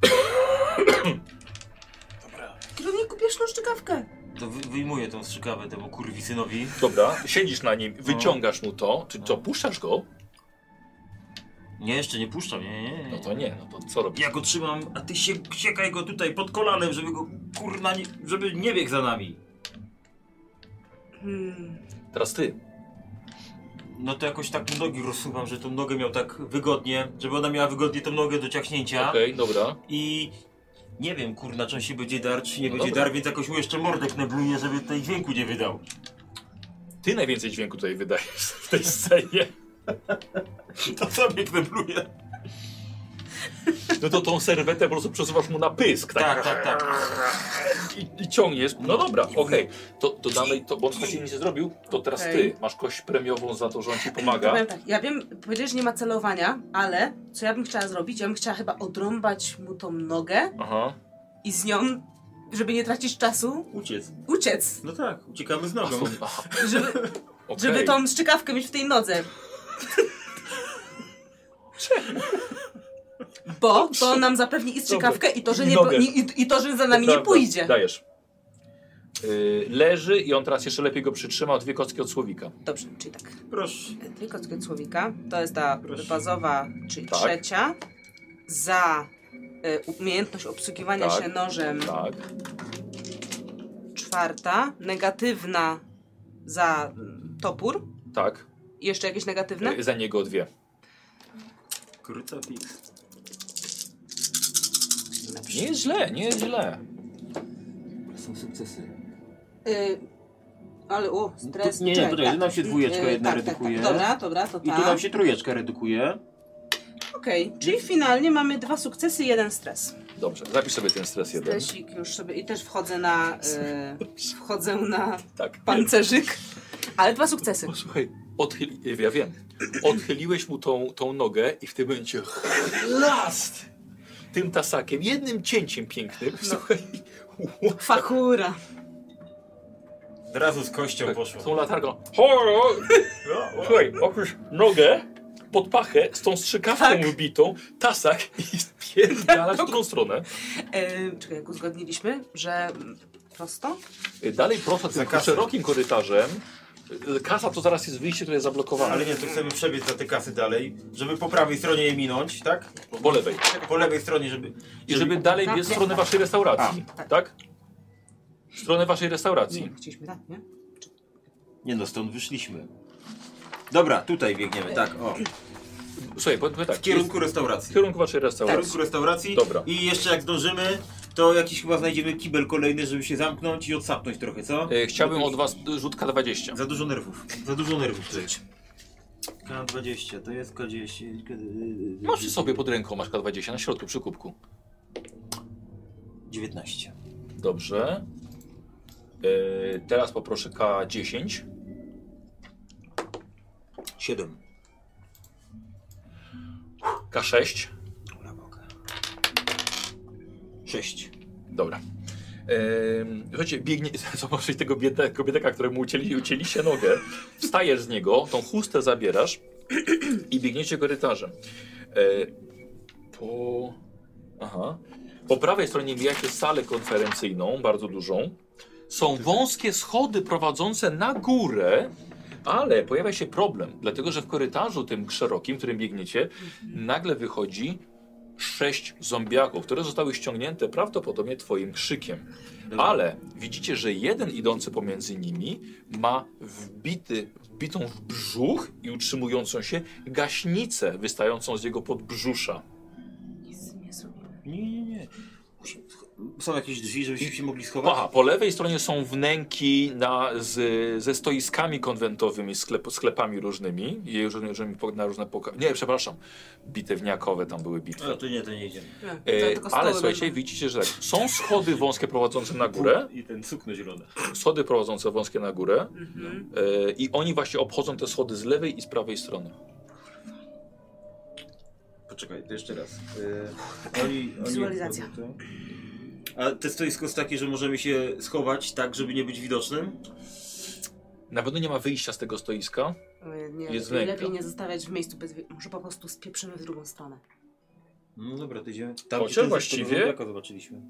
Kierowniku, bierz tą szczykawkę. To wyjmuję tą strzykawę temu kurwisynowi. Dobra, siedzisz na nim, wyciągasz mu to. Czy co, puszczasz go? Nie, jeszcze nie puszczam, nie. No to nie, no to co robisz? Ja go trzymam, a ty siekaj go tutaj pod kolanem, żeby go kurna, żeby nie biegł za nami. Teraz ty. No to jakoś tak nogi rozsuwam, że tą nogę miał tak wygodnie, żeby ona miała wygodnie tą nogę do ciachnięcia. Okej, dobra. I nie wiem, kurna, czy on się będzie dar, czy nie No będzie dobra. dar, więc jakoś mu jeszcze mordę knebluję, żeby tej dźwięku nie wydał. Ty najwięcej dźwięku tutaj wydajesz w tej scenie. To sobie knebluję. No to tą serwetę po prostu przesuwasz mu na pysk, tak? Tak. I ciągniesz. No dobra, okej. To dalej, bo on wcześniej nic nie zrobił, to teraz Okej. ty masz kość premiową za to, że on ci To pomaga. powiem tak, ja wiem, powiedziałeś, że nie ma celowania, ale co ja bym chciała zrobić? Ja bym chciała chyba odrąbać mu tą nogę Aha. i z nią, żeby nie tracić czasu, uciec. No tak, uciekamy z nogą. Aha. Żeby, żeby tą szczykawkę mieć w tej nodze. Bo to nam zapewni i strzykawkę i to, że, I nie, nogę. i to, że za nami nie Prawda. pójdzie. Dajesz. Leży i on teraz jeszcze lepiej go przytrzyma, 2 kostki od Słowika. Dobrze, czyli tak. Proszę. 2 kostki od Słowika. To jest ta Proszę. bazowa, czyli Tak. 3. Za umiejętność obsługiwania Tak. się nożem Tak. 4. Negatywna za topór. Tak. I jeszcze jakieś negatywne? Za niego 2. Krucifix. Nie jest źle, nie jest źle. Są sukcesy. Ale stres. Nie, czekaj, poczekaj, tu nam się dwójeczka jedna redukuje. Dobra, to I tu nam się trójeczka redukuje. Okej, czyli finalnie mamy 2 sukcesy i 1 stres. Dobrze, zapisz sobie ten stres 1. Stresik już sobie i też wchodzę na Tak. pancerzyk, ale 2 sukcesy. Słuchaj, Ja wiem. Odchyliłeś mu tą nogę i w tym momencie chlast tym tasakiem, jednym cięciem pięknym. Słuchaj. Fachura. Od razu z kością Tak, poszło. z tą latarką. Słuchaj, oprócz nogę, pod pachę, z tą strzykawką Tak. wbitą, tasak i spierdala w którą stronę. Czekaj, jak uzgodniliśmy, że prosto? Dalej prosto tym szerokim korytarzem. Kasa to zaraz jest wyjście, które jest zablokowane. Ale nie, to chcemy przebiec za te kasy dalej, żeby po prawej stronie je minąć, tak? Po lewej. Po lewej stronie, żeby... I żeby dalej biec w stronę waszej restauracji. Tak? W stronę waszej restauracji. Nie, chcieliśmy tak, nie? Nie no, stąd wyszliśmy. Dobra, tutaj biegniemy, tak, o. Słuchaj, powiedzmy tak. W kierunku W restauracji. kierunku waszej W restauracji. kierunku restauracji. Dobra. I jeszcze jak zdążymy, to jakiś chyba znajdziemy kibel kolejny, żeby się zamknąć i odsapnąć trochę, co? Chciałbym od was rzut K20. Za dużo nerwów. Za dużo nerwów. K20, to jest K10. Masz przy sobie pod ręką, masz K20 na środku przy kubku. 19. Dobrze. Teraz poproszę K10. 7. K6. Ula Boga. 6. Dobra. Słuchajcie, biegnie, zobaczyć tego kobietaka, któremu ucięliście nogę. Wstajesz z niego, tą chustę zabierasz i biegniecie korytarzem. Po prawej stronie mijacie salę konferencyjną, bardzo dużą. Są wąskie schody prowadzące na górę, ale pojawia się problem, dlatego że w korytarzu tym szerokim, którym biegniecie, nagle wychodzi 6 zombiaków, które zostały ściągnięte prawdopodobnie twoim krzykiem. Ale widzicie, że jeden idący pomiędzy nimi ma wbitą w brzuch i utrzymującą się gaśnicę wystającą z jego podbrzusza. Nic nie zrobimy. Nie. Są jakieś drzwi, żebyśmy się mogli schować? Aha, po lewej stronie są wnęki ze stoiskami konwentowymi, sklepami różnymi. Na różne nie, przepraszam. Bitewniakowe tam były bitwy. No to nie idziemy. Ale słuchajcie, widzicie, że tak, są schody wąskie prowadzące na górę. I ten sukno zielone. Schody prowadzące wąskie na górę. I oni właśnie obchodzą te schody z lewej i z prawej strony. Poczekaj, to jeszcze raz. Oni Wizualizacja. A te stoisko jest takie, że możemy się schować tak, żeby nie być widocznym? Na pewno nie ma wyjścia z tego stoiska. Jest wnęka. Lepiej nie zostawiać w miejscu bez... Może po prostu spieprzymy w drugą stronę. No dobra, to idziemy. Chociaż właściwie... Zombiaka zobaczyliśmy.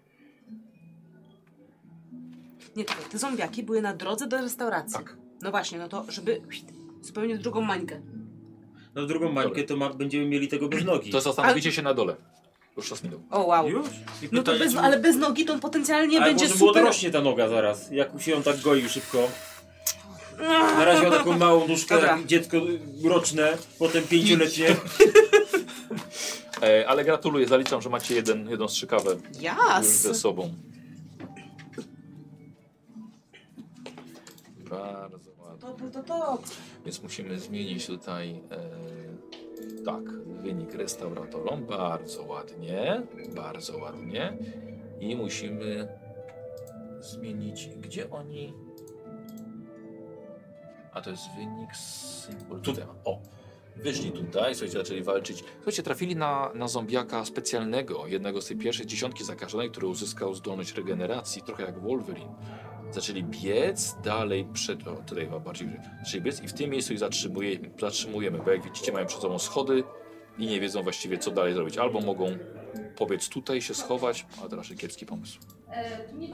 Nie, tylko te zombiaki były na drodze do restauracji. Tak. No właśnie, no to żeby zupełnie w drugą mańkę. No w drugą mańkę to będziemy mieli tego bez nogi. To zastanowicie się na dole. Już czas minął. O wow. Już? No to ale bez nogi to potencjalnie będzie może super... odrośnie ta noga zaraz, jak się on tak goi szybko. Na razie ma taką małą nóżkę, Dobra. jak dziecko roczne, potem 5-letnie. Ale gratuluję, zaliczam, że macie jedną strzykawę już ze sobą. Bardzo ładnie. To. Więc musimy zmienić tutaj tak, wynik restauratorom. Bardzo ładnie, bardzo ładnie. I musimy zmienić, gdzie oni... A to jest wynik symbol. Tutaj. O! Wyszli tutaj, słuchajcie, zaczęli walczyć. Słuchajcie, trafili na zombiaka specjalnego, jednego z tej pierwszej 10 zakażonej, który uzyskał zdolność regeneracji, trochę jak Wolverine. Zaczęli biec dalej przed... O, tutaj chyba bardziej... Zaczęli biec i w tym miejscu ich zatrzymujemy, bo jak widzicie, mają przed sobą schody i nie wiedzą właściwie, co dalej zrobić. Albo mogą pobiec tutaj, się schować, ale to raczej kiepski pomysł. Tu nie ma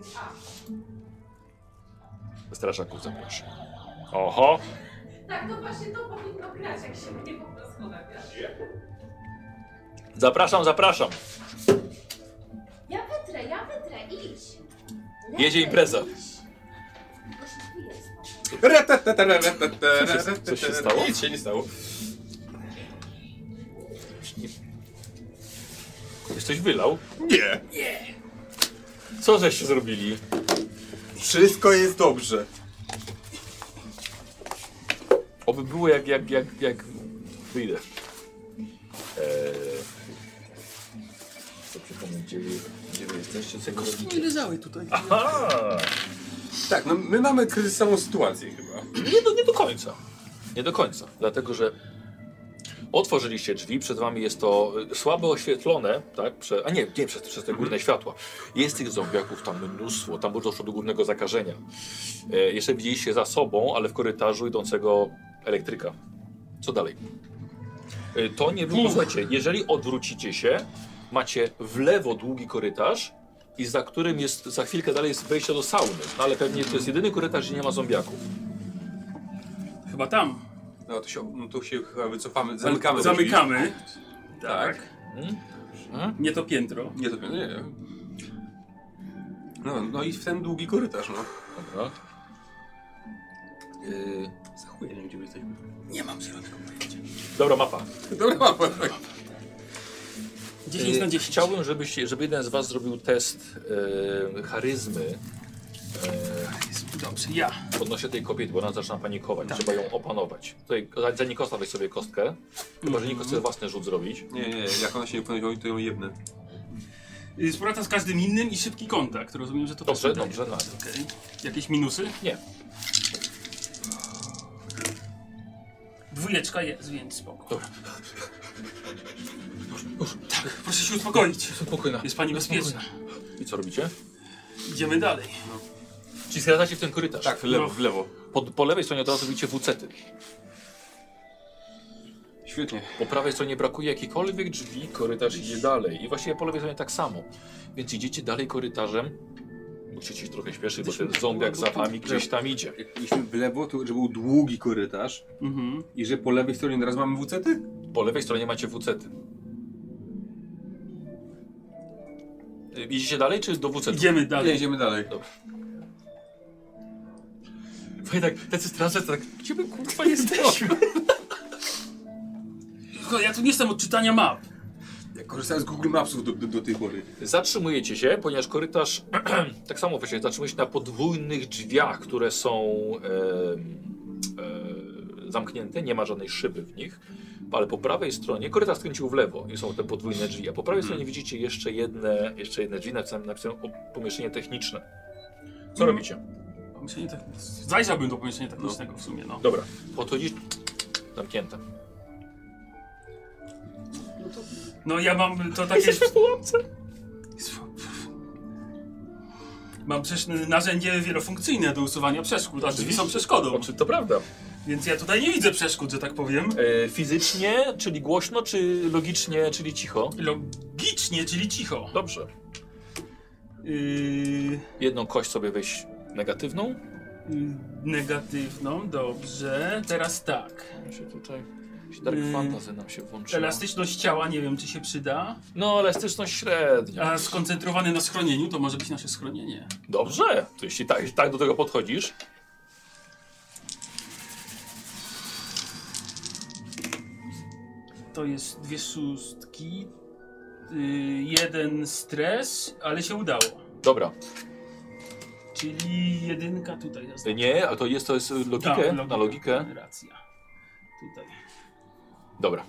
Strażaków zapraszam. Oho! Tak, no właśnie to powinno grać, jak się mnie po prostu nabierze. Zapraszam! Ja wytrę, idź. Jedzie impreza. Co się stało? Nic się nie stało. Ktoś coś wylał? Nie. Co żeście zrobili? Wszystko jest dobrze. Oby było jak wyjdę. Co przypomnę, gdzie wy jesteście? Co wy robicie? Nie leżały tutaj. Aha! Tak, no my mamy kryzysową sytuację chyba. Nie do końca. Nie do końca, dlatego że otworzyliście drzwi, przed wami jest to słabo oświetlone, tak? Przez te górne światła. Jest tych zombiaków tam mnóstwo, tam doszło do górnego zakażenia. Jeszcze widzieliście za sobą, ale w korytarzu idącego elektryka. Co dalej? To nie było, słuchajcie, jeżeli odwrócicie się, macie w lewo długi korytarz i za którym jest, za chwilkę dalej jest wejście do sauny. No ale pewnie to jest jedyny korytarz, gdzie nie ma zombiaków. Chyba tam. No to się chyba wycofamy, Zamykamy. Tak. Nie to piętro. Nie, to nie. No i w ten długi korytarz, no. Dobra. Za chuj, nie wiem, gdzie my jesteśmy. Nie mam zielonego pojęcia. Dobra mapa. Dobra mapa, tak. 10 na 10. Chciałbym, żeby jeden z was zrobił test charyzmy. Dobrze, ja. Odnośnie tej kobiety, bo ona zaczyna panikować. Trzeba ją opanować. Tutaj za Nikosa weź sobie kostkę. Chyba, że Nikos chce własny rzut zrobić. Nie, jak ona się nie opowiedziała, to ją jebnę. Współpraca z każdym innym i szybki kontakt. Rozumiem, że to Dobrze, też dobrze. No. Okay. Jakieś minusy? Nie. 2 jest, więc spoko. Dobra. Tak, proszę się uspokoić. Spokojna. Jest pani bezpieczna. I co robicie? Idziemy dalej. Czyli skradacie w ten korytarz? Tak, w lewo. Po lewej stronie od razu widzicie WC-ty. Świetnie. Po prawej stronie brakuje jakichkolwiek drzwi, korytarz idzie dalej. I właściwie po lewej stronie tak samo. Więc idziecie dalej korytarzem. Musicie się trochę śpieszyć, bo ten zombiak za wami gdzieś tam idzie. Jak idziemy w lewo, to że był długi korytarz i że po lewej stronie teraz mamy WC-ty? Po lewej stronie macie WC-ty. Idziecie dalej, czy do WC-ty? Idziemy dalej. Nie, idziemy dalej. Dobra. Tak, tacy strażacy, tak, gdzie my kurwa jesteśmy? Ja tu nie jestem od czytania map. Ja korzystałem z Google Mapsów do tej pory. Zatrzymujecie się, ponieważ korytarz, tak samo właśnie, zatrzymuje się na podwójnych drzwiach, które są zamknięte, nie ma żadnej szyby w nich, ale po prawej stronie, korytarz skręcił w lewo i są te podwójne drzwi, a po prawej stronie widzicie jeszcze jedne drzwi, napisane pomieszczenie techniczne. Co robicie? Pomieszczenie techniczne. Zajrzałbym do pomieszczenia technicznego w sumie, no. Dobra, podchodzisz, zamknięte. No ja mam to takie... Mam przecież narzędzie wielofunkcyjne do usuwania przeszkód, a drzwi są przeszkodą. To prawda. Więc ja tutaj nie widzę przeszkód, że tak powiem. Fizycznie, czyli głośno, czy logicznie, czyli cicho? Logicznie, czyli cicho. Dobrze. Jedną kość sobie weź negatywną. Negatywną, dobrze. Teraz tak. Tutaj Dark Fantasy nam się włączyło. Elastyczność ciała, nie wiem czy się przyda. No, elastyczność średnia. A skoncentrowany na schronieniu, to może być nasze schronienie. Dobrze, to jeśli tak do tego podchodzisz. To jest 2 szóstki, 1 stres, ale się udało. Dobra. Czyli 1 tutaj. Nie, a to jest logikę, na logikę. Racja. Tutaj. Dobra.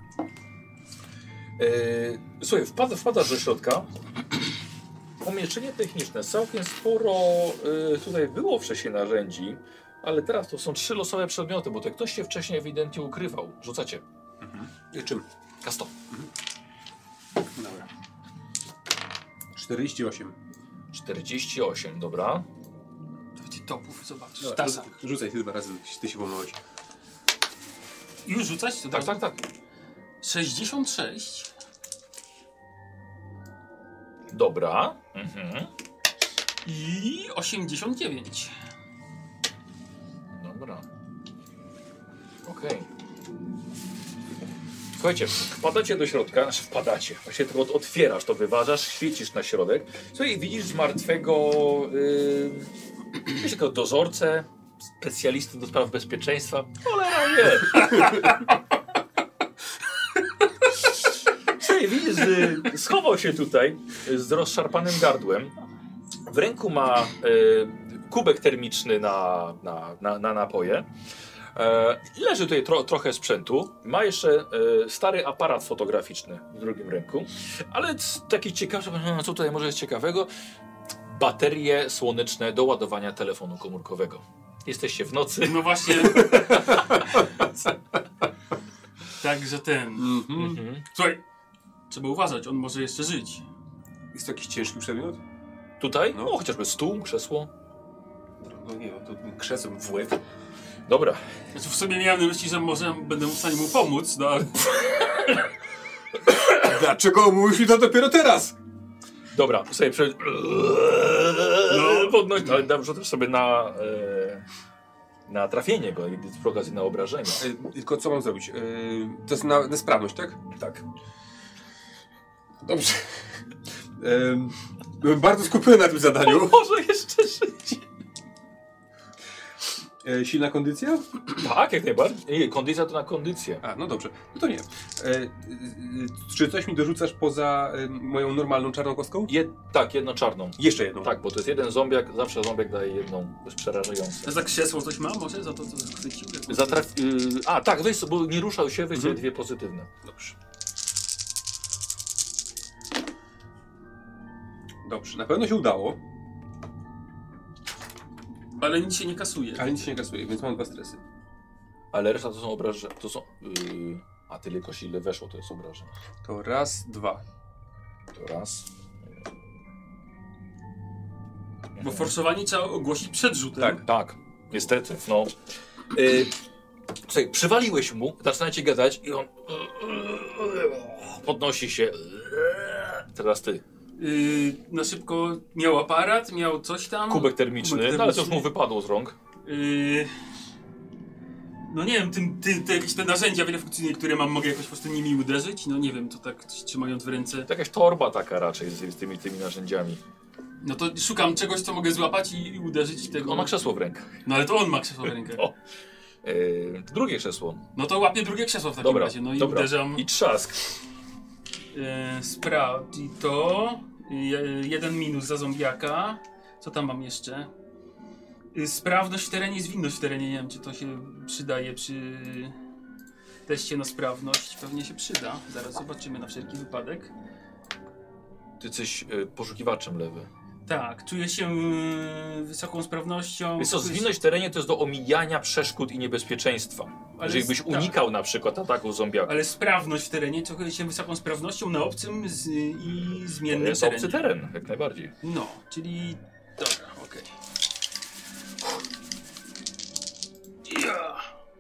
Słuchaj, wpadasz do środka. Pomieszczenie techniczne. Całkiem sporo tutaj było wcześniej narzędzi, ale teraz to są 3 losowe przedmioty, bo to ktoś się wcześniej ewidentnie ukrywał. Rzucacie. Czym? K100. Dobra. 48. 48, dobra. To będzie topów, zobacz. Dobra, Tasa. Rzucaj ty 2 razy, ty się pomyłeś. Już rzucać? To Tak. 66. Dobra. I 89. Dobra. Okej. Słuchajcie, wpadacie do środka, wpadacie. Właśnie tylko otwierasz, to wyważasz, świecisz na środek. Słuchaj, widzisz martwego takiego dozorcę, specjalisty do spraw bezpieczeństwa. Cholera wie. Słuchaj, widzisz, że schował się tutaj z rozszarpanym gardłem. W ręku ma kubek termiczny na napoje. Leży tutaj trochę sprzętu. Ma jeszcze stary aparat fotograficzny w drugim ręku. Ale taki ciekawy, co tutaj może jest ciekawego? Baterie słoneczne do ładowania telefonu komórkowego. Jesteście w nocy. No właśnie. Także ten. Mhm. Słuchaj, trzeba uważać, on może jeszcze żyć. Jest to jakiś ciężki przedmiot? Tutaj? No. No, chociażby stół, krzesło. No nie, no to krzesłem w łeb. Dobra. Znaczy w sobie miałem na myśli, że może będę w stanie mu pomóc, no ale... Dlaczego mówisz mi to dopiero teraz? Dobra, sobie podnoś, ale dobrze też sobie na trafienie go i przy okazji na obrażenia. Tylko co mam zrobić? To jest na sprawność, tak? Tak. Dobrze. Byłem bardzo skupiony na tym zadaniu. Może jeszcze żyć. Silna kondycja? Tak, jak najbardziej. Nie, kondycja to na kondycję. A, no dobrze. No to nie. Czy coś mi dorzucasz poza moją normalną czarną kostką? Tak, jedną czarną. Jeszcze jedną. Tak, bo to jest jeden zombiak, zawsze zombiak daje jedną, to jest przerażające. Za krzesło coś mam może? Za to, co chwycił? Tak, weź, bo nie ruszał się, weź sobie dwie pozytywne. Dobrze. Dobrze, na pewno się udało, Ale nic się nie kasuje. ale nic się nie kasuje, więc mam 2 stresy. Ale reszta to są obrażenia, to są... a tyle kości ile weszło, to jest obrażenie. To raz, 2. To raz. Bo forsowanie trzeba ogłosić przed rzutem. Tak. Tak, niestety, no. Słuchaj, przywaliłeś mu, zaczynacie gadać i on podnosi się. Teraz ty. Na szybko miał aparat, miał coś tam. Kubek termiczny, no ale to już mu wypadło z rąk. No nie wiem, jakieś te narzędzia wielofunkcyjne, które mam, mogę jakoś po prostu nimi uderzyć? No nie wiem, to tak trzymając w ręce. To jakaś torba taka raczej z tymi narzędziami. No to szukam czegoś, co mogę złapać i uderzyć tego. On ma krzesło w rękach. No ale to on ma krzesło w rękach. O. Drugie krzesło. No to łapię drugie krzesło w takim Dobra, razie, no i dobra. uderzam. I trzask. Sprawdź i to. 1 minus za zombiaka. Co tam mam jeszcze? Sprawność w terenie, zwinność w terenie. Nie wiem, czy to się przydaje przy teście na sprawność. Pewnie się przyda. Zaraz zobaczymy na wszelki wypadek. Ty jesteś poszukiwaczem lewy. Tak, czuję się wysoką sprawnością. Wiesz co, zwinność w terenie to jest do omijania przeszkód i niebezpieczeństwa. Ale Jeżeli byś tak. unikał na przykład ataków zombiaka. Ale sprawność w terenie, czuję się wysoką sprawnością na obcym i To zmiennym jest terenie. obcy teren, jak najbardziej. No, czyli... Dobra, okej. Ja.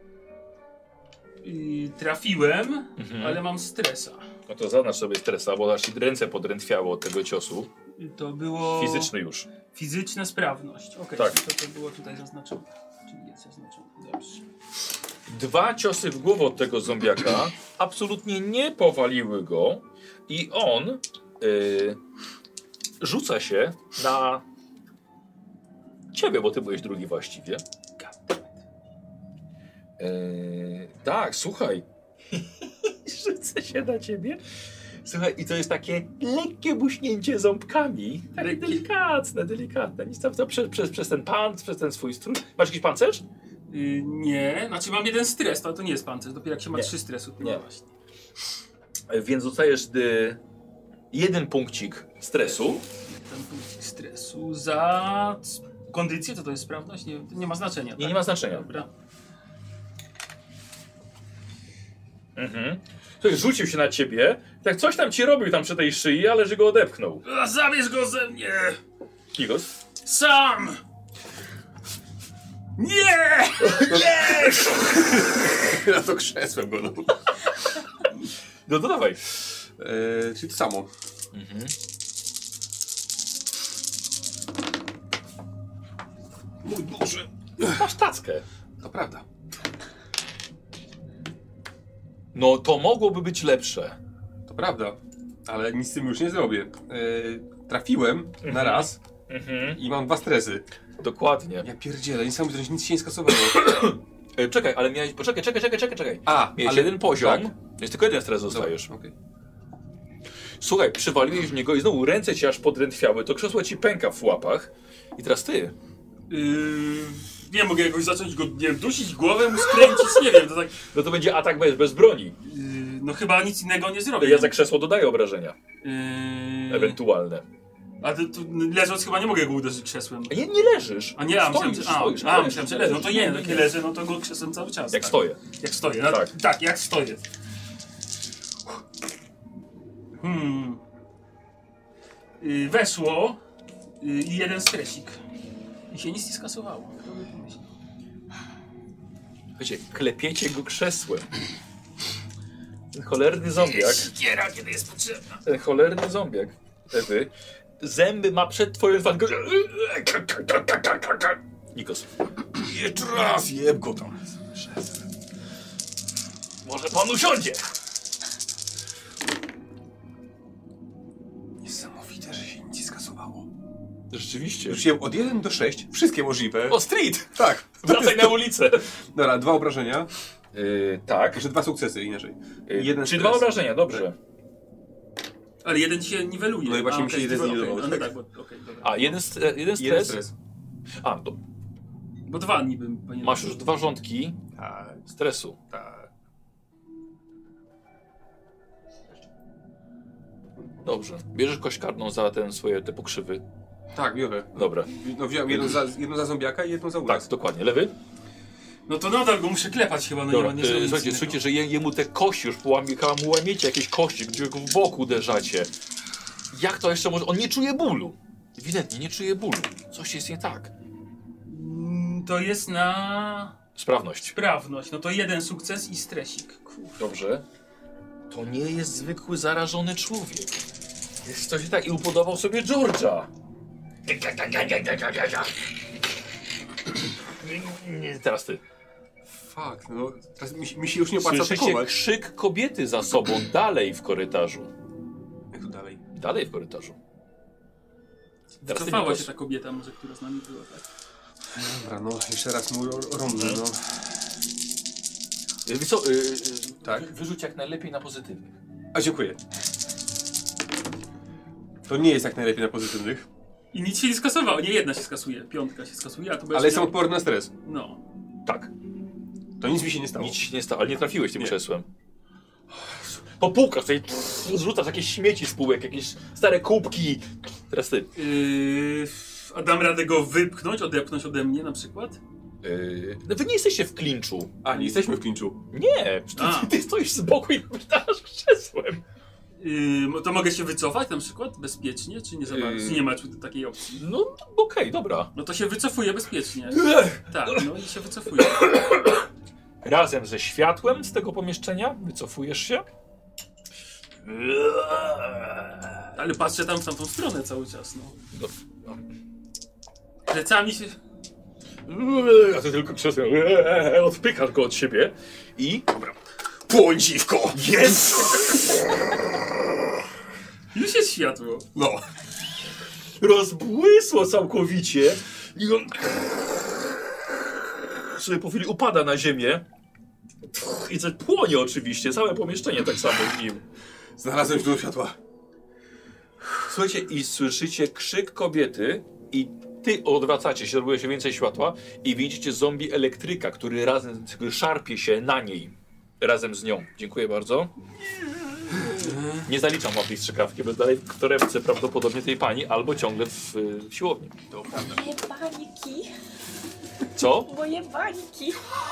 Trafiłem, ale mam stresa. No to zaznacz sobie stresa, bo aż ci ręce podrętwiały od tego ciosu. To było... Fizyczny już. Fizyczna sprawność. Okej, Tak. to było tutaj zaznaczone. Czyli jest zaznaczone. Dobrze. 2 ciosy w głowę od tego zombiaka absolutnie nie powaliły go i on rzuca się na ciebie, bo ty byłeś drugi właściwie. Tak, słuchaj. Rzucę się na ciebie. Słuchaj, i to jest takie lekkie buśnięcie ząbkami. Tak delikatne. Nic tam przez ten pant, przez ten swój strój. Masz jakiś pancerz? Nie, znaczy mam 1 stres, ale to nie jest pancerz. Dopiero jak się ma Nie. 3 stresu. Nie. No właśnie. Więc dostajesz 1 punkcik stresu. Ten punkt stresu za kondycję, to jest sprawność? Nie ma znaczenia. Nie ma znaczenia. Dobra. Ktoś rzucił się na ciebie, tak coś tam ci robił tam przy tej szyi, ale że go odepchnął. Zabierz go ze mnie! Kigos? Sam! Nie! Na to krzesłem go. No to dawaj. Czyli to samo. Mój Boże. Masz tackę. To prawda. No to mogłoby być lepsze. To prawda. Ale nic z tym już nie zrobię. Trafiłem na raz i mam 2 stresy. Dokładnie. Ja pierdzielę, niesamowite, że nic się nie skasowało. Czekaj, ale miałeś... Poczekaj. A, Miałeś ale 1 poziom, tak. więc tylko 1 stres dostajesz. Okej. Słuchaj, przywaliłeś w niego i znowu ręce ci aż podrętwiały, to krzesło ci pęka w łapach. I teraz ty. Nie mogę jakoś zacząć go, nie wiem, dusić głowę, mu skręcić, nie wiem, to tak... No to będzie atak bez broni. No chyba nic innego nie zrobię. Ja za krzesło dodaję obrażenia. Ewentualne. A ty, leżąc chyba nie mogę go uderzyć krzesłem. A nie leżysz. A nie, myślałem, że leżę. No to nie, jak leżę, no to go krzesłem cały czas. Jak tak. stoję. Jak stoję, no, Tak. tak, jak stoję. Weszło i jeden stresik. I się nic nie skasowało. Kto by pomyślał? Wiecie, klepiecie go krzesłem. Ten cholerny zombiak. Siekiera, kiedy jest potrzebna. Ten cholerny zombiak. Ewy. Zęby ma przed twoją twarzą. Nikos. Nie trafię go tam. Może pan usiądzie. Niesamowite, że się nic nie skasowało. Rzeczywiście. Rzuciłem od 1 do 6, wszystkie możliwe. O, street! Tak. Wracaj na ulicę. Dobra, 2 obrażenia. Tak. Jeszcze 2 sukcesy inaczej. Czyli 2 obrażenia, dobrze. Ale jeden ci się niweluje. No i właśnie mi się jeden zniwelował, No tak. tak, okej, dobra. A, jeden Jeden stres? stres. A, to Bo 2 niby. Panie masz już 2 rządki Tak, stresu. tak. Dobrze. Bierzesz kość karną za te pokrzywy. Tak, biorę. Dobra. No wziąłem jedną za zombiaka i jedną za Tak, uraz. dokładnie. Lewy? No to nadal go muszę klepać chyba, no Dobra. nie ma nie Słuchajcie, słyszycie, że jemu te kości już łamiecie jakieś kości, gdzie go w boku uderzacie. Jak to jeszcze może? On nie czuje bólu. Ewidentnie nie czuje bólu. Coś jest nie tak. To jest na Sprawność. sprawność. No to jeden sukces i stresik. Kurwa. Dobrze. To nie jest zwykły zarażony człowiek. Jest coś tak i upodobał sobie George'a. Teraz ty. Fuck, no teraz mi się już nie opłaca Słyszycie atakować. krzyk kobiety za sobą, dalej w korytarzu. Jak to dalej? Dalej w korytarzu. Teraz ty, Cofała Nikos. się ta kobieta może, która z nami była, tak? Dobra, no jeszcze raz mój rąbny, no. Wiesz co, Tak. wyrzuć jak najlepiej na pozytywnych. A dziękuję. To nie jest jak najlepiej na pozytywnych, I nic się nie skasowało. Nie, jedna się skasuje. 5 się skasuje, a to będzie. ale jestem odporny na stres. No. Tak. To nic mi się nie stało. Nic się nie stało, ale nie trafiłeś tym Nie. krzesłem. Po półkach tutaj zrzucasz jakieś śmieci z półek, jakieś stare kubki. Teraz ty. A dam radę go wypchnąć, odepchnąć ode mnie na przykład? No wy nie jesteście w klinczu. A, nie jesteśmy w klinczu. Nie, A. ty stoisz z boku i wydasz krzesłem. To mogę się wycofać na przykład bezpiecznie, czy nie za bardzo? Nie ma takiej opcji. No okej, dobra. No to się wycofuję bezpiecznie. Tak, no i się wycofuję. Razem ze światłem z tego pomieszczenia wycofujesz się. Ale patrzę tam w tamtą stronę cały czas, no. No. Plecami się... A ty tylko krzesłem. Odpychasz go od siebie i... Płoń dziwko! Jest! Już jest światło. No. Rozbłysło całkowicie i on sobie po chwili upada na ziemię i coś płonie oczywiście, całe pomieszczenie tak samo w nim. Znalazłem źródło światła. Słuchajcie, i słyszycie krzyk kobiety i ty odwracacie się, robiło się więcej światła i widzicie zombie elektryka, który który szarpie się na niej razem z nią. Dziękuję bardzo. Nie zaliczam łapki strzykawki, bo dalej w torebce prawdopodobnie tej pani albo ciągle w siłowni. Moje bańki, Co? moje bańki.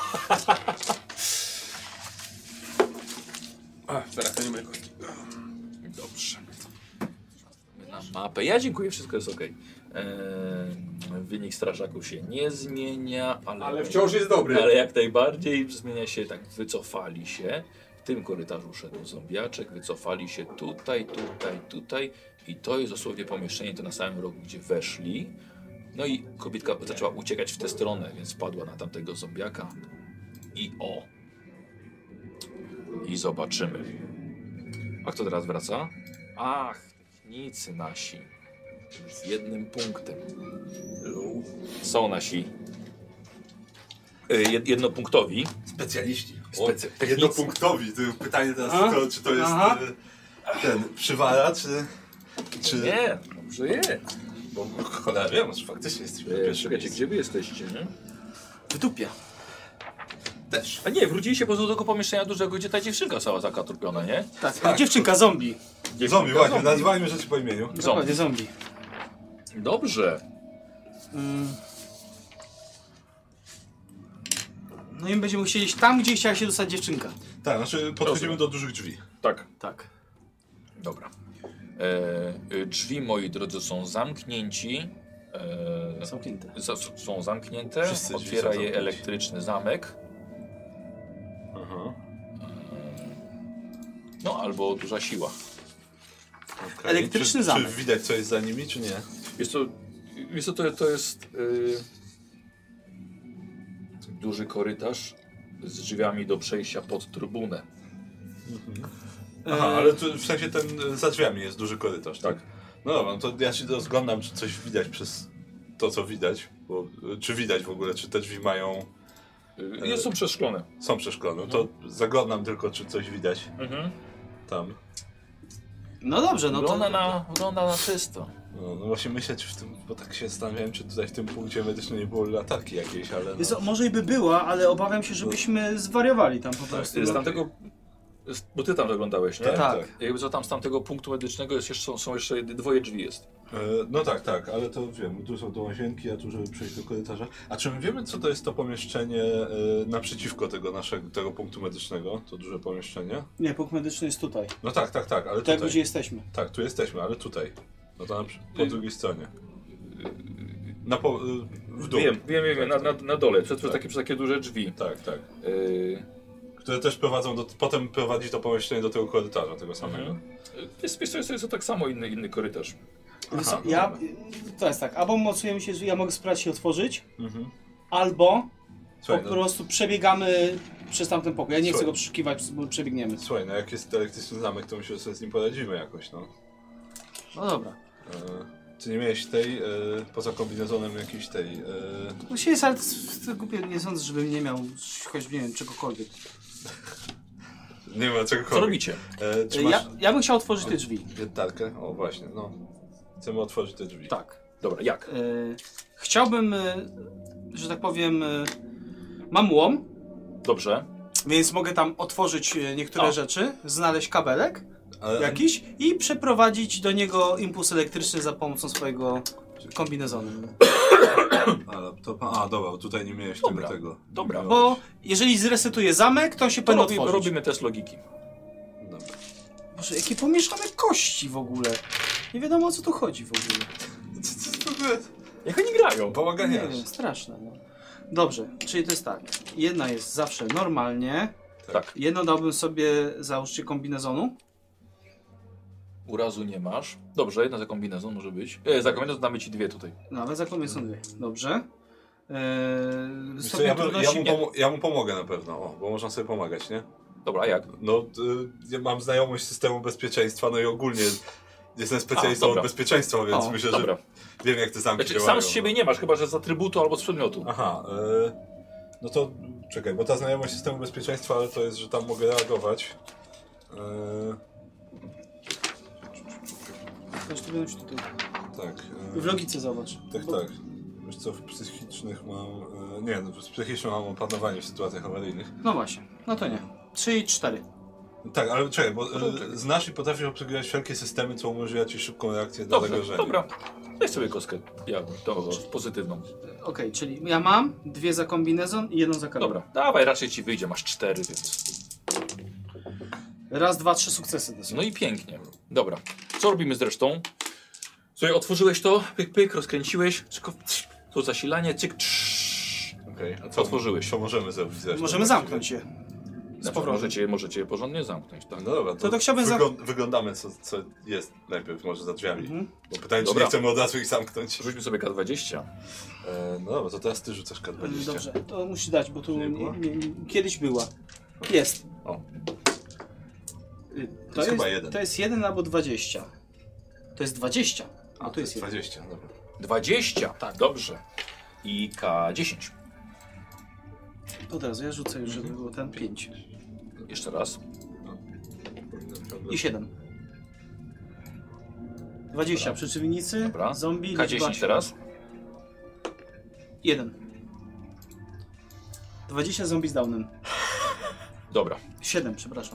A, teraz to nie moje kostki. Dobrze. Na mapę. Ja dziękuję, wszystko jest ok. Wynik strażaków się nie zmienia, Ale wciąż jest dobry. Ale jak najbardziej zmienia się tak, wycofali się. W tym korytarzu szedł zombiaczek, wycofali się tutaj, tutaj, tutaj. I to jest dosłownie pomieszczenie, to na samym rogu, gdzie weszli. No i kobietka zaczęła uciekać w tę stronę, więc wpadła na tamtego zombiaka. I o! I zobaczymy. A kto teraz wraca? Ach, technicy nasi. Z jednym punktem. Są nasi jednopunktowi. Specjaliści. Technicy. Jednopunktowi. To pytanie teraz, czy to jest ten przywala, czy... Nie, dobrze jest. Bo cholera wiem, może faktycznie jesteśmy na pierwszym Czekajcie, miejscu. gdzie wy jesteście, nie? W dupie. Też. A nie, wróciliście po prostu do tego pomieszczenia dużego, gdzie ta dziewczynka cała zakatrupiona, nie? Tak, dziewczynka zombie. Zombie, właśnie, nazywajmy rzeczy po imieniu. Dokładnie, zombie. Dobrze. No i będziemy musieli iść tam, gdzie chciała się dostać dziewczynka. Tak, znaczy podchodzimy do dużych drzwi. Tak. Tak. Dobra. Drzwi, moi drodzy, są zamknięci. Zamknięte. Są zamknięte. Wszyscy drzwi Otwiera są je zamknięte. elektryczny zamek. Aha. No, albo duża siła. Okay. Elektryczny zamek. Czy widać, co jest za nimi, czy nie? Wiesz co, to jest duży korytarz z drzwiami do przejścia pod trybunę. Aha, ale tu, w sensie ten za drzwiami jest duży korytarz, tak? Tak. No dobra, to ja się rozglądam, czy coś widać przez to, co widać. Bo, czy widać w ogóle, czy te drzwi mają... Są przeszklone. Są przeszklone. To zaglądam tylko, czy coś widać tam. No dobrze, no to... Wygląda na czysto. No właśnie myślę, czy w tym, bo tak się zastanawiałem, czy tutaj w tym punkcie medycznym nie było latarki jakiejś, ale Wiesz no. co, może i by była, ale obawiam się, żebyśmy zwariowali tam po prostu. Z tamtego... Bo ty tam zaglądałeś, nie? Tak. Jakby co tam z tamtego punktu medycznego są jeszcze dwoje drzwi jest. No tak, ale to wiem, tu są te łazienki, a tu żeby przejść do korytarza. A czy my wiemy, co to jest to pomieszczenie naprzeciwko tego punktu medycznego, to duże pomieszczenie? Nie, punkt medyczny jest tutaj. No tak, ale Tak, tutaj. gdzie jesteśmy. Tak, tu jesteśmy, ale tutaj. No to po drugiej stronie. W dół. Wiem, na dole, przez takie duże drzwi. Tak. Które też prowadzą potem prowadzi to pomieszczenie do tego korytarza, tego samego. Jest to tak samo inny korytarz. Aha, To jest tak, albo mocujemy się, że ja mogę sprawdzić i otworzyć, Mhm. albo Słuchaj, po prostu przebiegamy przez tamten pokój. Ja nie chcę Słuchaj. go przeszukiwać, bo przebiegniemy. Słuchaj, no jak jest elektryczny zamek, to myślę, że sobie z nim poradzimy jakoś, no. No dobra. Czy nie miałeś tej, poza kombinezonem jakiejś tej... Właściwie jest, ale to głupie, nie sądzę, żebym nie miał choć, nie wiem, czegokolwiek. Nie ma czegokolwiek. Co robicie? Czy masz Ja bym chciał otworzyć te drzwi. wiertarkę? O właśnie, no. Chcemy otworzyć te drzwi. Tak. Dobra, jak? Chciałbym, że tak powiem, mam łom, Dobrze. więc mogę tam otworzyć niektóre rzeczy, znaleźć kabelek Ale, jakiś i przeprowadzić do niego impuls elektryczny za pomocą swojego kombinezonu. dobra, tutaj nie miałeś Dobra. tego. Dobra. Bo jeżeli zresetuje zamek, to się powinno otworzyć. Robimy test logiki. Dobra. Boże, jakie pomieszane kości w ogóle. Nie wiadomo, o co tu chodzi w ogóle. Jak oni grają? Nie Połaganiasz. wiem, straszne. No. Dobrze, czyli to jest tak. Jedna jest zawsze normalnie. Tak. Jedno dałbym sobie za użycie kombinezonu. Urazu nie masz. Dobrze, jedna za kombinezon może być. Za kombinezon damy ci dwie tutaj. Nawet za kombinezon dwie. Dobrze. Wiesz co, Stopień trudności... ja mu pomogę na pewno, bo można sobie pomagać, nie? Dobra, a jak? No, ja mam znajomość systemu bezpieczeństwa, no i ogólnie jestem specjalistą dobra. od bezpieczeństwa, więc myślę, Dobra. że wiem, jak te zamki Znaczy, działają. sam z siebie nie masz, chyba że z atrybutu albo z przedmiotu. Aha, no to czekaj, bo ta znajomość systemu bezpieczeństwa, ale to jest, że tam mogę reagować. Tutaj. Tak. W logice zobacz. Tak. Wiesz co, w psychicznych mam... w psychicznym mam opanowanie w sytuacjach awaryjnych. No właśnie, no to nie. 3 i 4. Tak, ale czekaj, bo znasz i potrafisz obsługiwać wszelkie systemy, co umożliwia ci szybką reakcję na zagrożenie. Dobra. Daj sobie kostkę. Pozytywną. Okej, czyli ja mam 2 za kombinezon i 1 za kabel. Dobra, dawaj, raczej ci wyjdzie, masz 4, więc... Raz, 2, 3 sukcesy. No i pięknie. Dobra. Co robimy z resztą? Słuchaj, otworzyłeś to, pyk, rozkręciłeś, to zasilanie, cyk, Okej, a co otworzyłeś. Co możemy zrobić zresztą? Możemy zamknąć je. Możecie je porządnie zamknąć, tak? No dobra, To chciałbym wyglądamy co jest najpierw może za drzwiami. Bo pytanie, czy Dobra. nie chcemy od razu ich zamknąć. Rzućmy sobie K20. No dobra, to teraz ty rzucasz K20. Dobrze, to musisz dać, bo tu Nie było? kiedyś była. Jest. O. To jest chyba 1. To jest 1 albo 20. To jest 20. A tu jest 1. 20, dobra. 20, tak. Dobrze. I K10. To teraz ja rzucę już, żeby było ten 5. Jeszcze raz. I 7. 20 Dobra. przeciwnicy, Dobra. zombie, liczba K10 7. teraz. 1. 20 zombie z downem. Dobra. 7, przepraszam.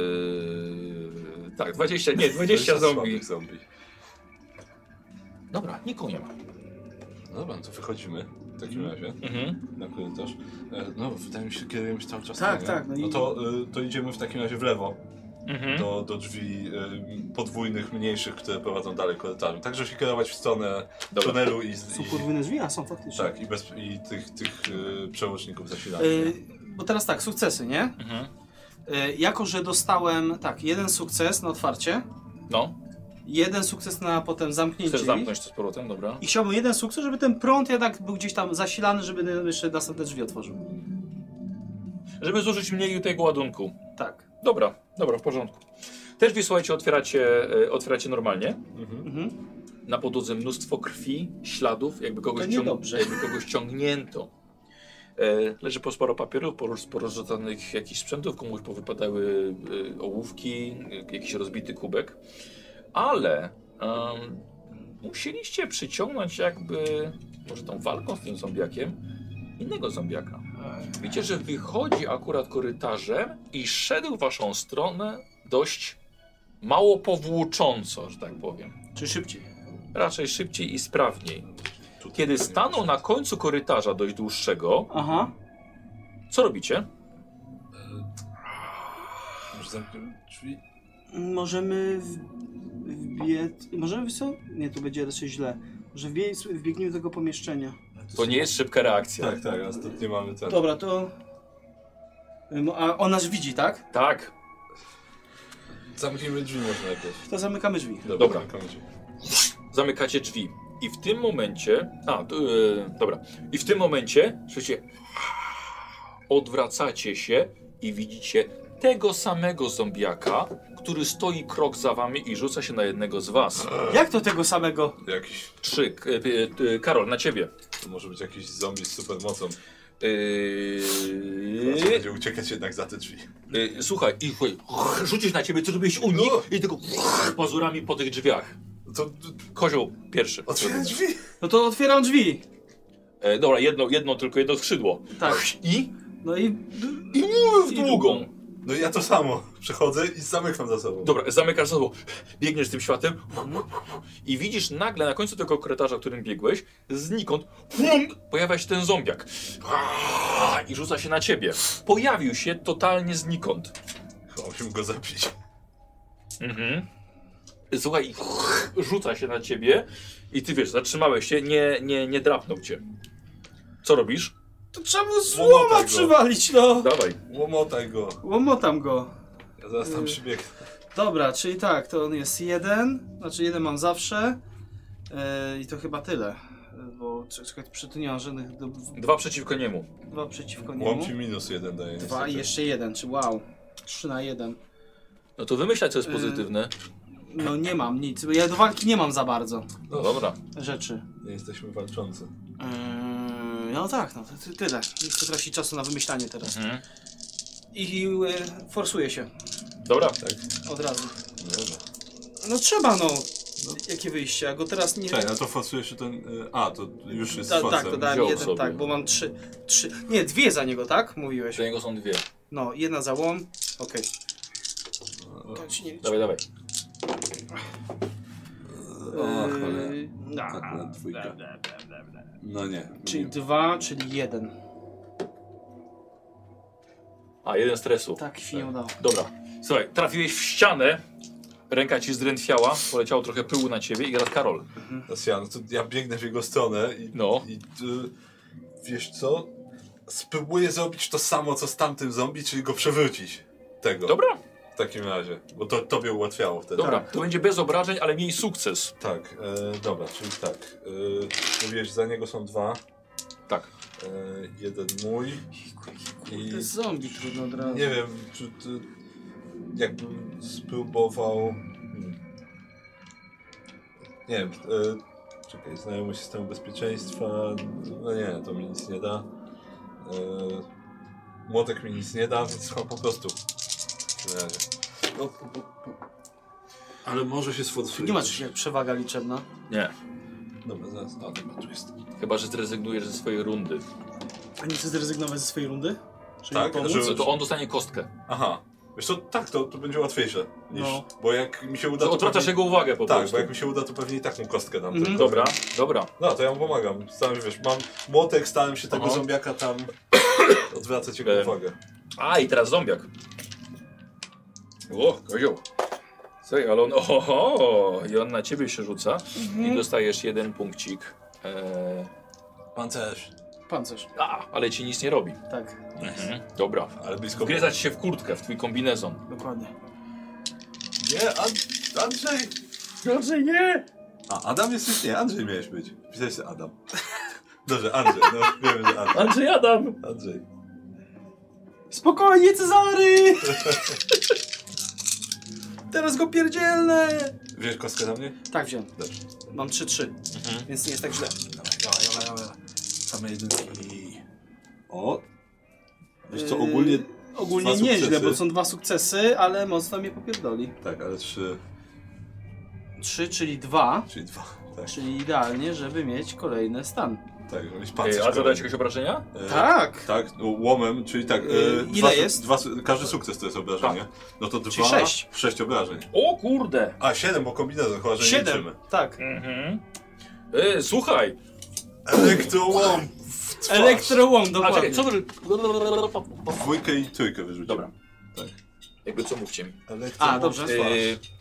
Tak, 20 zombie. zombie. Dobra, nikogo nie ma. No dobra, to wychodzimy w takim razie na korytarz. No, wydaje mi się, kierujemy się cały czas. Tak, nie? tak. No to idziemy w takim razie w lewo. Do drzwi podwójnych, mniejszych, które prowadzą dalej korytarzem. Także się kierować w stronę tunelu i... Są podwójne drzwi? A są faktycznie. Tak, i tych przełączników zasilania. Bo teraz tak, sukcesy, nie? Jako, że dostałem, tak, jeden sukces na otwarcie. No. Jeden sukces na potem zamknięcie. Chcesz zamknąć to z powrotem, dobra. I chciałbym jeden sukces, żeby ten prąd jednak był gdzieś tam zasilany, żeby jeszcze następne drzwi otworzył. Żeby zużyć mniej tego ładunku. Tak. Dobra, w porządku. Też wy, słuchajcie, otwieracie normalnie. Na podłodze mnóstwo krwi, śladów, jakby kogoś ciągnięto. Leży sporo papierów, porozrzucanych jakichś sprzętów, komuś powypadały ołówki, jakiś rozbity kubek. Ale musieliście przyciągnąć jakby, może tą walką z tym zombiakiem, innego zombiaka. Widzicie, że wychodzi akurat korytarzem i szedł w waszą stronę dość mało powłócząco, że tak powiem. Czy szybciej? Raczej szybciej i sprawniej. Kiedy stanął na końcu korytarza dość dłuższego, co robicie? Może zamkniemy drzwi? Możemy wbiec... Możemy co? Nie, to będzie raczej źle. Może wbiegniemy do tego pomieszczenia. To nie jest szybka reakcja. Tak, ostatnio mamy ten. Dobra, to... A on nas widzi, tak? Tak. Zamknijmy drzwi może najpierw. To zamykamy drzwi. Dobra. Zamykamy drzwi. Zamykacie drzwi. I w tym momencie... dobra. I w tym momencie, słuchajcie, odwracacie się i widzicie tego samego zombiaka, który stoi krok za wami i rzuca się na jednego z was. Jak to tego samego? Jakiś... 3. Karol, na ciebie. To może być jakiś zombie z supermocą. Będzie uciekać jednak za te drzwi. Słuchaj, rzucisz na ciebie, co robiłeś u nich i tylko pazurami po tych drzwiach. Kozioł pierwszy. Otwieram drzwi? No to otwieram drzwi. Dobra, jedno skrzydło. Tak. I? No i w drugą. No i ja to samo. Przechodzę i zamykam za sobą. Dobra, zamykasz za sobą. Biegniesz tym światem i widzisz nagle na końcu tego korytarza, którym biegłeś, znikąd pojawia się ten zombiak. I rzuca się na ciebie. Pojawił się totalnie znikąd. Musimy go zabić. Słuchaj, rzuca się na ciebie i ty wiesz, zatrzymałeś się, nie drapnął cię. Co robisz? To trzeba mu słoma przywalić, no. Dawaj. Łomotaj go. Łomotam go. Ja zaraz tam przybiegnę. Dobra, czyli tak, to on jest jeden. Znaczy jeden mam zawsze. I to chyba tyle. Bo czekaj, przy tu nie mam żadnych... 2 przeciwko niemu. 2 przeciwko niemu. Łączy -1 daje. 2 i jeszcze 1, czy wow. 3 na 1. No to wymyślaj, co jest pozytywne. No nie mam nic, bo ja do walki nie mam za bardzo. No dobra. Rzeczy. Nie jesteśmy walczący. No tak, no to tyle. Nie chcę tracić czasu na wymyślanie teraz. I forsuję się. Dobra. Tak. Od razu. Dobra. No trzeba, no. Jakie wyjście? Ja go teraz nie... Czekaj, no to forsujesz ten... to już jest Tak, to dałem jeden, sobie. tak, bo mam 3... Nie, 2 za niego, tak? Mówiłeś. Za niego są 2. No, jedna za łom. Okej. Dawaj. Tak, na dwójkę. No nie. Czyli 2, czyli 1. A, 1 stresu. Tak, się nie udało. Dobra. Słuchaj, trafiłeś w ścianę, ręka ci zdrętwiała, poleciało trochę pyłu na ciebie i teraz Karol. No to ja biegnę w jego stronę i wiesz co? Spróbuję zrobić to samo, co z tamtym zombie, czyli go przewrócić. Tego. Dobra. W takim razie, bo to tobie ułatwiało wtedy. Dobra, to będzie bez obrażeń, ale miej sukces. Tak, dobra, czyli tak. Mówiłeś, za niego są 2. Tak. Jeden mój. To jest zombie, trudno od razu. Nie wiem, czy jakbym spróbował... Nie wiem, czekaj, znajomość systemu bezpieczeństwa... No nie, to mi nic nie da. Młotek mi nic nie da, więc chyba po prostu. W razie. Ale może się sforsuje. Nie ma czegoś jak przewaga liczebna? Nie. Dobra, zaraz. A, dobra, tu jest. Chyba, że zrezygnujesz ze swojej rundy. A nie chcesz zrezygnować ze swojej rundy? Czyli Tak, pomóc? To on dostanie kostkę. Aha, Wiesz co, tak, to będzie łatwiejsze niż... No. Bo jak mi się uda... To odwracasz jego uwagę po tak, prostu. bo jak mi się uda, to pewnie i tak mu kostkę dam. tylko. Dobra, dobra. No, to ja mu pomagam. Staram się, wiesz, mam młotek, staram się tego Aha. zombiaka tam odwracać jego uwagę. A, i teraz zombiak. O, kozioł. Słuchaj, ale on... Oho, i on na ciebie się rzuca i dostajesz 1 punkcik. Pancerz. Pancerz. Ale ci nic nie robi. Tak, Dobra. Ale blisko... Wgryzać się w kurtkę, w twój kombinezon. dokładnie. Nie, Andrzej! Andrzej, nie! A, Adam jesteś? Nie, Andrzej miałeś być. Pisałeś sobie Adam. Dobrze, Andrzej, no wiemy, że Adam. Andrzej Adam! Andrzej. Spokojnie, Cezary! Teraz go pierdzielnę! Wziąłeś kostkę za mnie? Tak, wziąłem. Dobrze. Mam 3-3, więc nie jest tak źle. Dawaj. Same jedynki. O! Wiesz co, ogólnie... Ogólnie dwa nieźle, sukcesy. bo są 2 sukcesy, ale mocno mnie popierdoli. Tak, ale 3, 3, czyli 2, czyli 2. Tak, czyli idealnie, żeby mieć kolejny stan. tak, żebyś pancerz. A zadałeś jakieś obrażenia? Tak! Tak, no, łomem, czyli tak. Ile jest? Każdy sukces to jest obrażenie. No to 2, Czyli 6. 6 obrażeń. O kurde! A, 7, bo kombinezon, chyba, że nie 7, liczymy. tak. Słuchaj! Elektrołom w twarz. Elektrołom, A dokładnie. czekaj, co wy... Dwójkę i trójkę wyrzuciłem. Dobra. Tak. Jakby co mówcie mi. Elektrołom A, dobrze. w twarz.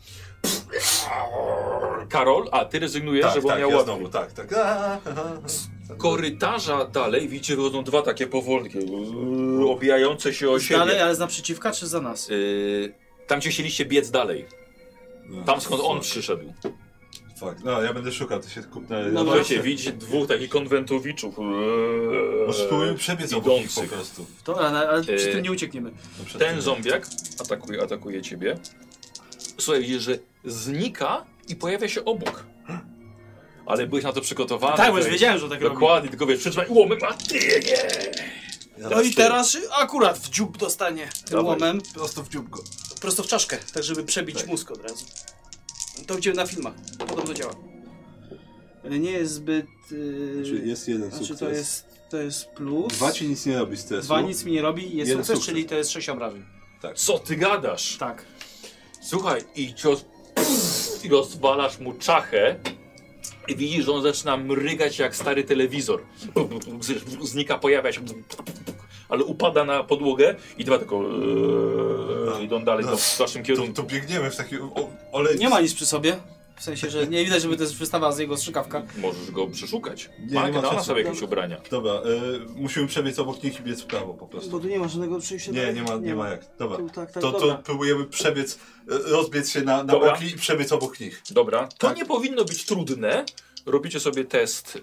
Karol, a ty rezygnujesz, Tak, żeby on tak, miał ja łatwiej. znowu, tak. Z korytarza dalej widzicie, wychodzą 2 takie powolkie, obijające się o siebie. Dalej, ale z naprzeciwka czy za nas? Tam gdzie chcieliście biec dalej. No, Tam skąd on fuck. przyszedł. Fuck. No, ja będę szukał, to się kupnę. No Słuchajcie, widzicie 2 takich konwentowiczów. Może spróbujmy przebiec obok nich po idących. prostu. To, ale przy tym nie uciekniemy. No, przed Ten tym. zombiak atakuje ciebie. Słuchaj, widzisz, że znika i pojawia się obok. Ale byłeś na to przygotowany. Tak, bo już tutaj. wiedziałem, że tak robi. Dokładnie, tylko wiesz, przytrzymaj łomek, a ty nie! No i teraz akurat w dziób dostanie tym Dawaj. łomem. Prosto w dzióbko. Prosto w czaszkę, tak żeby przebić Tak. mózg od razu. To widziałem na filmach, podobno działa. Ale nie jest zbyt... Czyli jest jeden znaczy sukces. to jest plus. 2 ci nic nie robi stresu. 2 nic mi nie robi, jest Jeden sukces, sukces. czyli to jest 6 obrażeń. Co ty gadasz? Tak. Słuchaj, i rozwalasz mu czachę i widzisz, że on zaczyna mrygać jak stary telewizor. Znika, pojawia się, ale upada na podłogę i 2 tylko idą dalej w waszym kierunku. To biegniemy w taki olej. Nie ma nic przy sobie. W sensie, że nie widać, żeby to jest wystawa z jego strzykawka. Możesz go przeszukać. Nie Ma ma na czasu. sobie jakieś ubrania. Dobra, musimy przebiec obok nich i biec w prawo po prostu. Bo tu nie ma żadnego przejścia. Nie ma jak. Dobra. Tu, tak, To dobra. próbujemy przebiec, rozbiec się na Dobra. boki i przebiec obok nich. Dobra, to Tak. nie powinno być trudne. Robicie sobie test.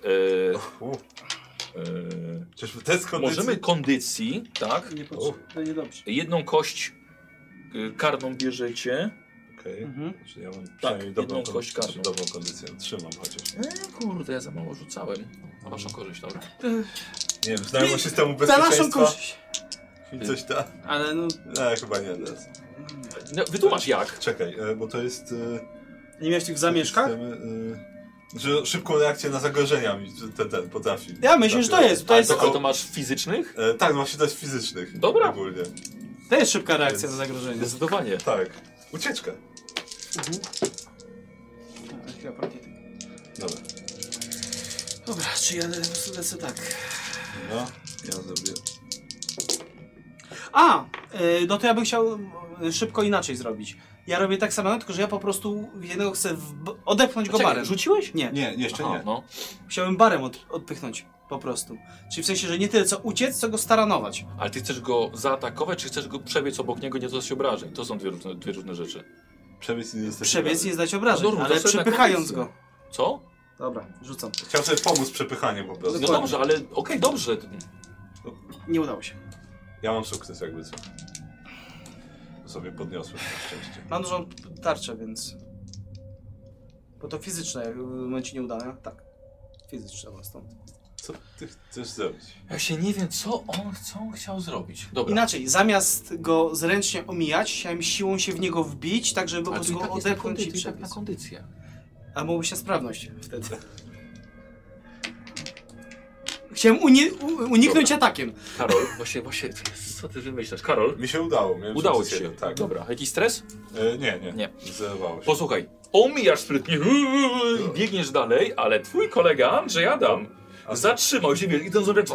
Czyżby test kondycji? Możemy kondycji, tak? Nie potrzebne, to niedobrze. 1 kość karną bierzecie. Okej. Mhm. Czyli ja mam przynajmniej jedną kość karną. dobrą kondycję. Trzymam chociaż. Kurde, ja za mało rzucałem. Na waszą korzyść, dobra. Nie wiem, znajomość systemu Za naszą bezpieczeństwa. korzyść. I coś da. Ale no, Chyba nie teraz. No, wytłumacz jak. Czekaj, bo to jest... nie miałeś tych w zamieszkach? systemy, że szybką reakcję na zagrożenia mi ten potrafi. Ja myślę, że to jest. Ale to masz fizycznych? Tak, no właśnie to jest fizycznych. Dobra. Ogólnie. To jest szybka reakcja Więc- na zagrożenie. Zdecydowanie. Tak. Ucieczka. Chwila, pakietek. Dobra. Dobra, czy ja lecę tak. No, ja zrobię. No to ja bym chciał szybko inaczej zrobić. Ja robię tak samo, tylko że ja po prostu jednego chcę odepchnąć go barem. Rzuciłeś? Nie, Nie, jeszcze Aha, nie. no. chciałbym barem odpychnąć po prostu. Czyli w sensie, że nie tyle co uciec, co go staranować. Ale ty chcesz go zaatakować, czy chcesz go przebiec obok niego, nie dostać obrażeń? To są dwie różne rzeczy. Przebiec i nie zdać Przebiec obrażeń. nie zdać obrażeń, No dobra, ale to sobie na przepychając kondycję. go. Co? Dobra, rzucam. Chciałem sobie pomóc przepychaniem po prostu. No dobrze, ale okej, dobrze. Nie udało się. Ja mam sukces jakby co. To sobie podniosłem na szczęście. Mam dużą tarczę, więc... Bo to fizyczne, jak w momencie nieudane. Tak. Fizyczne ma stąd. Co ty chcesz zrobić? Ja się nie wiem, co on chciał zrobić. Dobra. Inaczej, zamiast go zręcznie omijać, chciałem siłą się w niego wbić, tak żeby po Ale prostu to i go tak jest na odepchnąć i kondycję, tak na przebiec. kondycję. A mogłoby się sprawność wtedy. Chciałem uniknąć atakiem. Karol, właśnie, co ty wymyślasz? Karol, Mi się udało. Miałem udało sukces ci się. jeden, tak. Dobra, jakiś stres? Nie. Nie. Zerowało się. Posłuchaj, omijasz sprytnie, biegniesz dalej, ale twój kolega Andrzej Adam zatrzymał się, wiesz, i ten zombie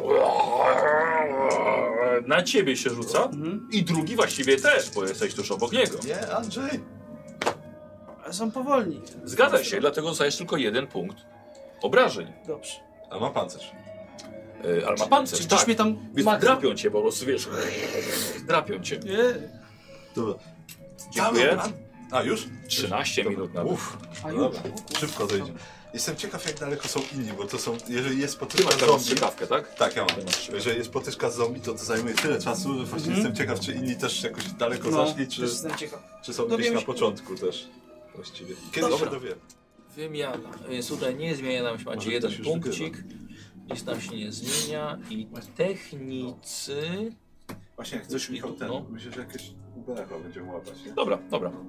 na ciebie się rzuca i drugi właściwie też, bo jesteś tuż obok niego. Nie, Andrzej! Ale są powolni. Zgadza się, dlatego dostajesz tylko 1 punkt obrażeń. Dobrze. A ma pancerz. Ale ma pancerz, Czy tak. gdzieś mnie tam Więc machnął? drapią cię po prostu, wiesz. Drapią cię. Nie. Dobra. Dziękuję. A, już? 13 minut na dół. A No już? dobra, szybko dojdzie. Jestem ciekaw, jak daleko są inni, bo to są, jeżeli jest Ty potyczka masz z teraz zombie... strzykawkę, tak? Tak, ja mam. Jeżeli jest potyczka z zombie, to zajmuje tyle czasu, że właśnie jestem ciekaw, czy inni też jakoś daleko zaszli, czy, też jestem ciekaw. czy są Dowiemy gdzieś na się. początku też. Właściwie. Kiedy Dobra. się dowie? Wymiana. Więc tutaj nie zmienia nam się, macie Może jeden ktoś już punkcik. Nic nam się nie zmienia i technicy... Właśnie jak coś Michał ten, No. myślę, że jakieś Ubera będziemy łapać, nie? Dobra.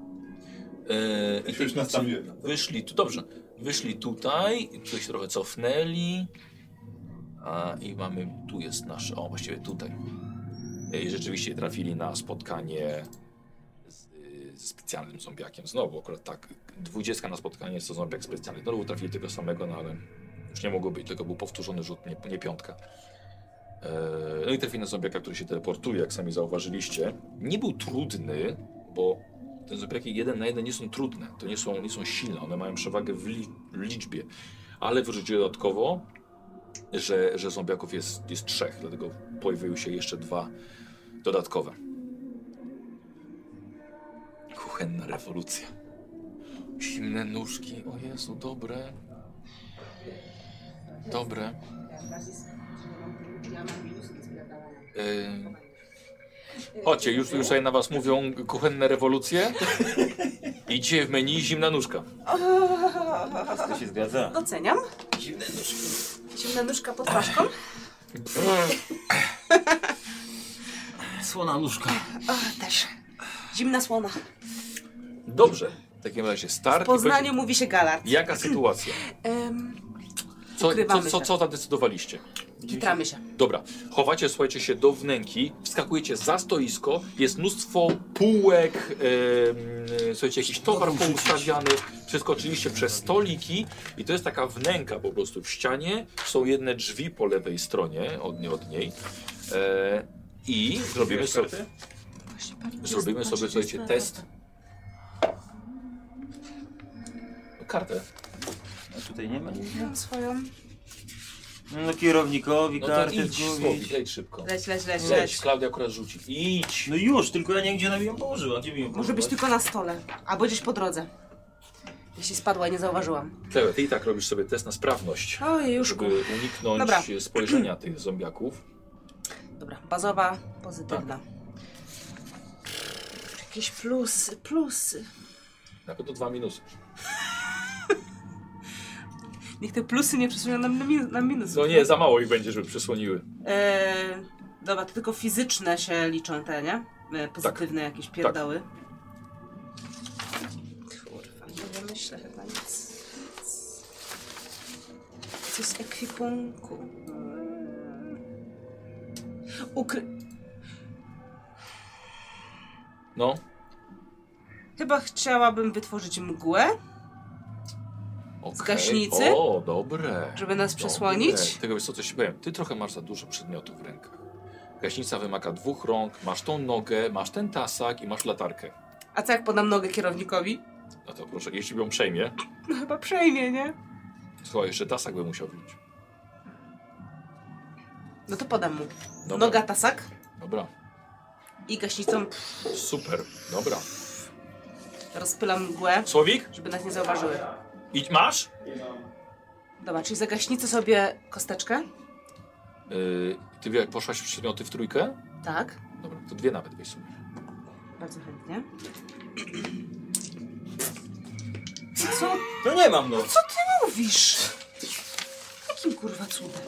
Ja się już nastawiłem. Wyszli tu, dobrze. Wyszli tutaj, tu się trochę cofnęli. I mamy, tu jest nasz, właściwie tutaj. I rzeczywiście trafili na spotkanie ze specjalnym zombiakiem. Znowu akurat tak, 20 na spotkanie jest to zombiak specjalny. Znowu trafili tego samego, no ale już nie mogło być, tylko był powtórzony rzut, nie piątka. No i trafili na zombiaka, który się teleportuje, jak sami zauważyliście. Nie był trudny, bo te zombiaki 1 na 1 nie są trudne, to nie są silne, one mają przewagę w liczbie. Ale wyrzucili dodatkowo, że zombiaków jest 3, dlatego pojawiły się jeszcze 2 dodatkowe. Kuchenna rewolucja. Zimne nóżki, o Jezu, dobre. Dobre. Chodźcie, już tutaj na was mówią kuchenne rewolucje. Idźcie w menu zimna nóżka. To się zgadza. Doceniam. Zimne nóżki. Zimna nóżka pod paszką. Słona nóżka. Też. Zimna słona. Dobrze, w takim razie start. W Poznaniu mówi się Galard. Jaka sytuacja? Ukrywamy się. Co zadecydowaliście? Kitramy się. Dobra, chowacie, słuchajcie, się do wnęki, wskakujecie za stoisko, jest mnóstwo półek, słuchajcie, jakiś towar poustawiany, przeskoczyliście przez stoliki i to jest taka wnęka po prostu w ścianie, są jedne drzwi po lewej stronie od niej i zrobimy sobie, słuchajcie, test. Kartę. A tutaj nie ma nic. Mam swoją. No kierownikowi No to kartę idź, zgubić. Słowik, leć szybko. Leć. Klaudia akurat rzuci. Idź. No już, tylko ja nie wiem, gdzie ona mi ją położyła. Gdzie mi ją Może położyła? być tylko na stole. Albo gdzieś po drodze. Jeśli spadła i nie zauważyłam. Klaudia, ty i tak robisz sobie test na sprawność, Ojejuszku. żeby uniknąć Dobra. spojrzenia tych zombiaków. Dobra, bazowa, pozytywna. Jakieś plusy. Na pewno 2 minusy. Niech te plusy nie przesunią na minus. No nie, za mało ich będzie, żeby przysłoniły. Dobra, to tylko fizyczne się liczą te, nie? Pozytywne jakieś pierdoły. Kurwa, nie myślę chyba nic. Coś z ekwipunku. No. Chyba chciałabym wytworzyć mgłę, Okay. Z gaśnicy? O, dobre. żeby nas Dobre. przesłonić. Tego wiesz co, coś ci powiem. Ty trochę masz za dużo przedmiotów w rękach. Gaśnica wymaga 2 rąk, masz tą nogę, masz ten tasak i masz latarkę. A co jak podam nogę kierownikowi? No to proszę, jeśli ją przejmie. No chyba przejmie, nie? Słuchaj, jeszcze tasak by musiał wziąć. No to podam mu. Dobra. Noga, tasak Dobra, i gaśnicą super, dobra. rozpylam mgłę, Słowik, żeby nas nie zauważyły. idź, masz? Dobra, czyli za gaśnicę sobie kosteczkę. Ty jak poszłaś w przedmioty w trójkę? Tak, Dobra, to 2 nawet weź sobie. bardzo chętnie. Co To nie mam, no. mówisz? Jakim kurwa cudem?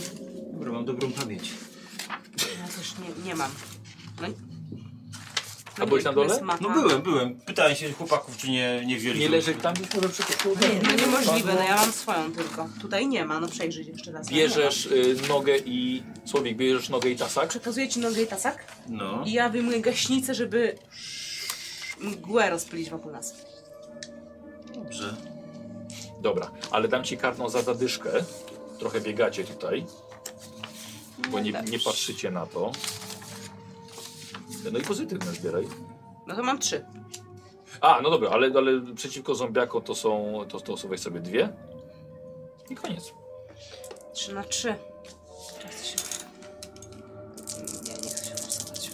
Dobra, mam dobrą pamięć. Ja też nie mam. No, A byłeś na dole? No byłem. Pytałem się chłopaków, czy nie wzięli. Nie leży tam gdzieś może przypadku? Nie, no niemożliwe, no ja mam swoją tylko. Tutaj nie ma, no przejrzyj jeszcze raz. Bierzesz nogę i... Słowik, bierzesz nogę i tasak? Przekazuję ci nogę i tasak No. i ja wyjmuję gaśnicę, żeby mgłę rozpylić wokół nas. Dobrze. Dobra, ale dam ci kartą za zadyszkę. Trochę biegacie tutaj, bo nie patrzycie na to. No i pozytywne zbieraj. No to mam 3. A, no dobra, ale przeciwko zombiakom to weź sobie 2. I koniec. 3 na 3. Czas się... Nie chcę się forsować.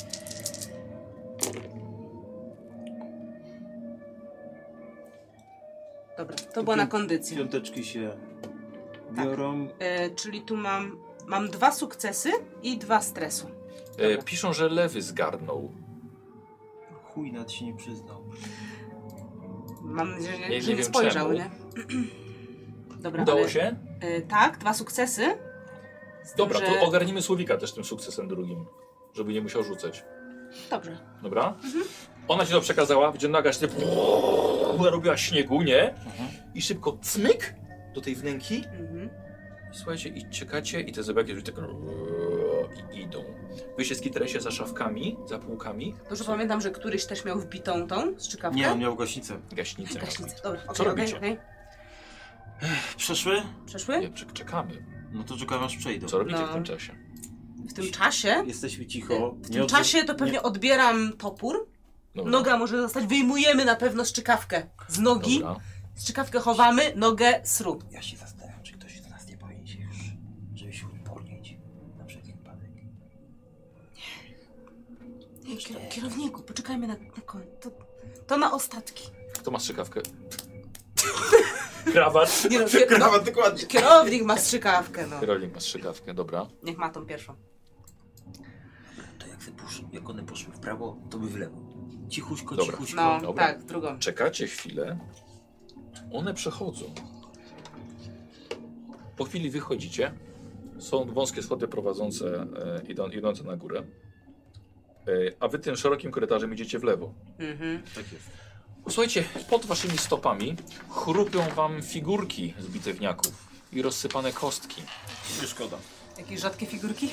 Dobra, to była na kondycję. Piąteczki się biorą. Czyli tu mam 2 sukcesy i 2 stresu. Piszą, że lewy zgarnął. Chuj, nawet się nie przyznał. Mam nadzieję, Nie że nie wiem spojrzał, czemu. nie? Dobra, Udało ale, się? tak, 2 sukcesy. Dobra, że... to ogarnijmy Słowika też tym sukcesem drugim, żeby nie musiał rzucać. Dobrze. Dobra? Ona ci to przekazała, gdzie noga się robiła śniegu, nie? I szybko cmyk do tej wnęki. Słuchajcie, i czekacie i te zębiaki już tak i idą. Wy się skitracie za szafkami, za półkami. Dobrze pamiętam, że któryś też miał wbitą tą strzykawkę? Nie, on miał gaśnicę. Gaśnicę. Dobra, Co robicie? Okay. Przeszły? Przeszły? Nie, czekamy. No to czekam aż przejdą. Co robicie w tym czasie? W tym czasie? Jesteśmy cicho. W tym czasie to pewnie odbieram topór. Dobra. Noga może zostać. Wyjmujemy na pewno strzykawkę z nogi. Dobra. Strzykawkę chowamy, nogę sru. Ja się zastanawiam, czy ktoś z nas nie boi się już, żeby się upornieć na wszelki wypadek. Nie, kierowniku, poczekajmy na koniec. To na ostatki. Kto ma strzykawkę? Krawat. Nie, no, Krawat dokładnie. Kierownik ma strzykawkę, no. Kierownik ma strzykawkę, dobra. Niech ma tą pierwszą. To jak one poszły w prawo, to my w lewo. Cichuśko, Dobra. cichuśko. No, Dobra. tak, drugą. Czekacie chwilę. One przechodzą. Po chwili wychodzicie. Są wąskie schody prowadzące, idące na górę. A wy tym szerokim korytarzem idziecie w lewo. Tak jest. Słuchajcie, pod waszymi stopami chrupią wam figurki z bitewniaków i rozsypane kostki. Nie szkoda. Jakieś rzadkie figurki?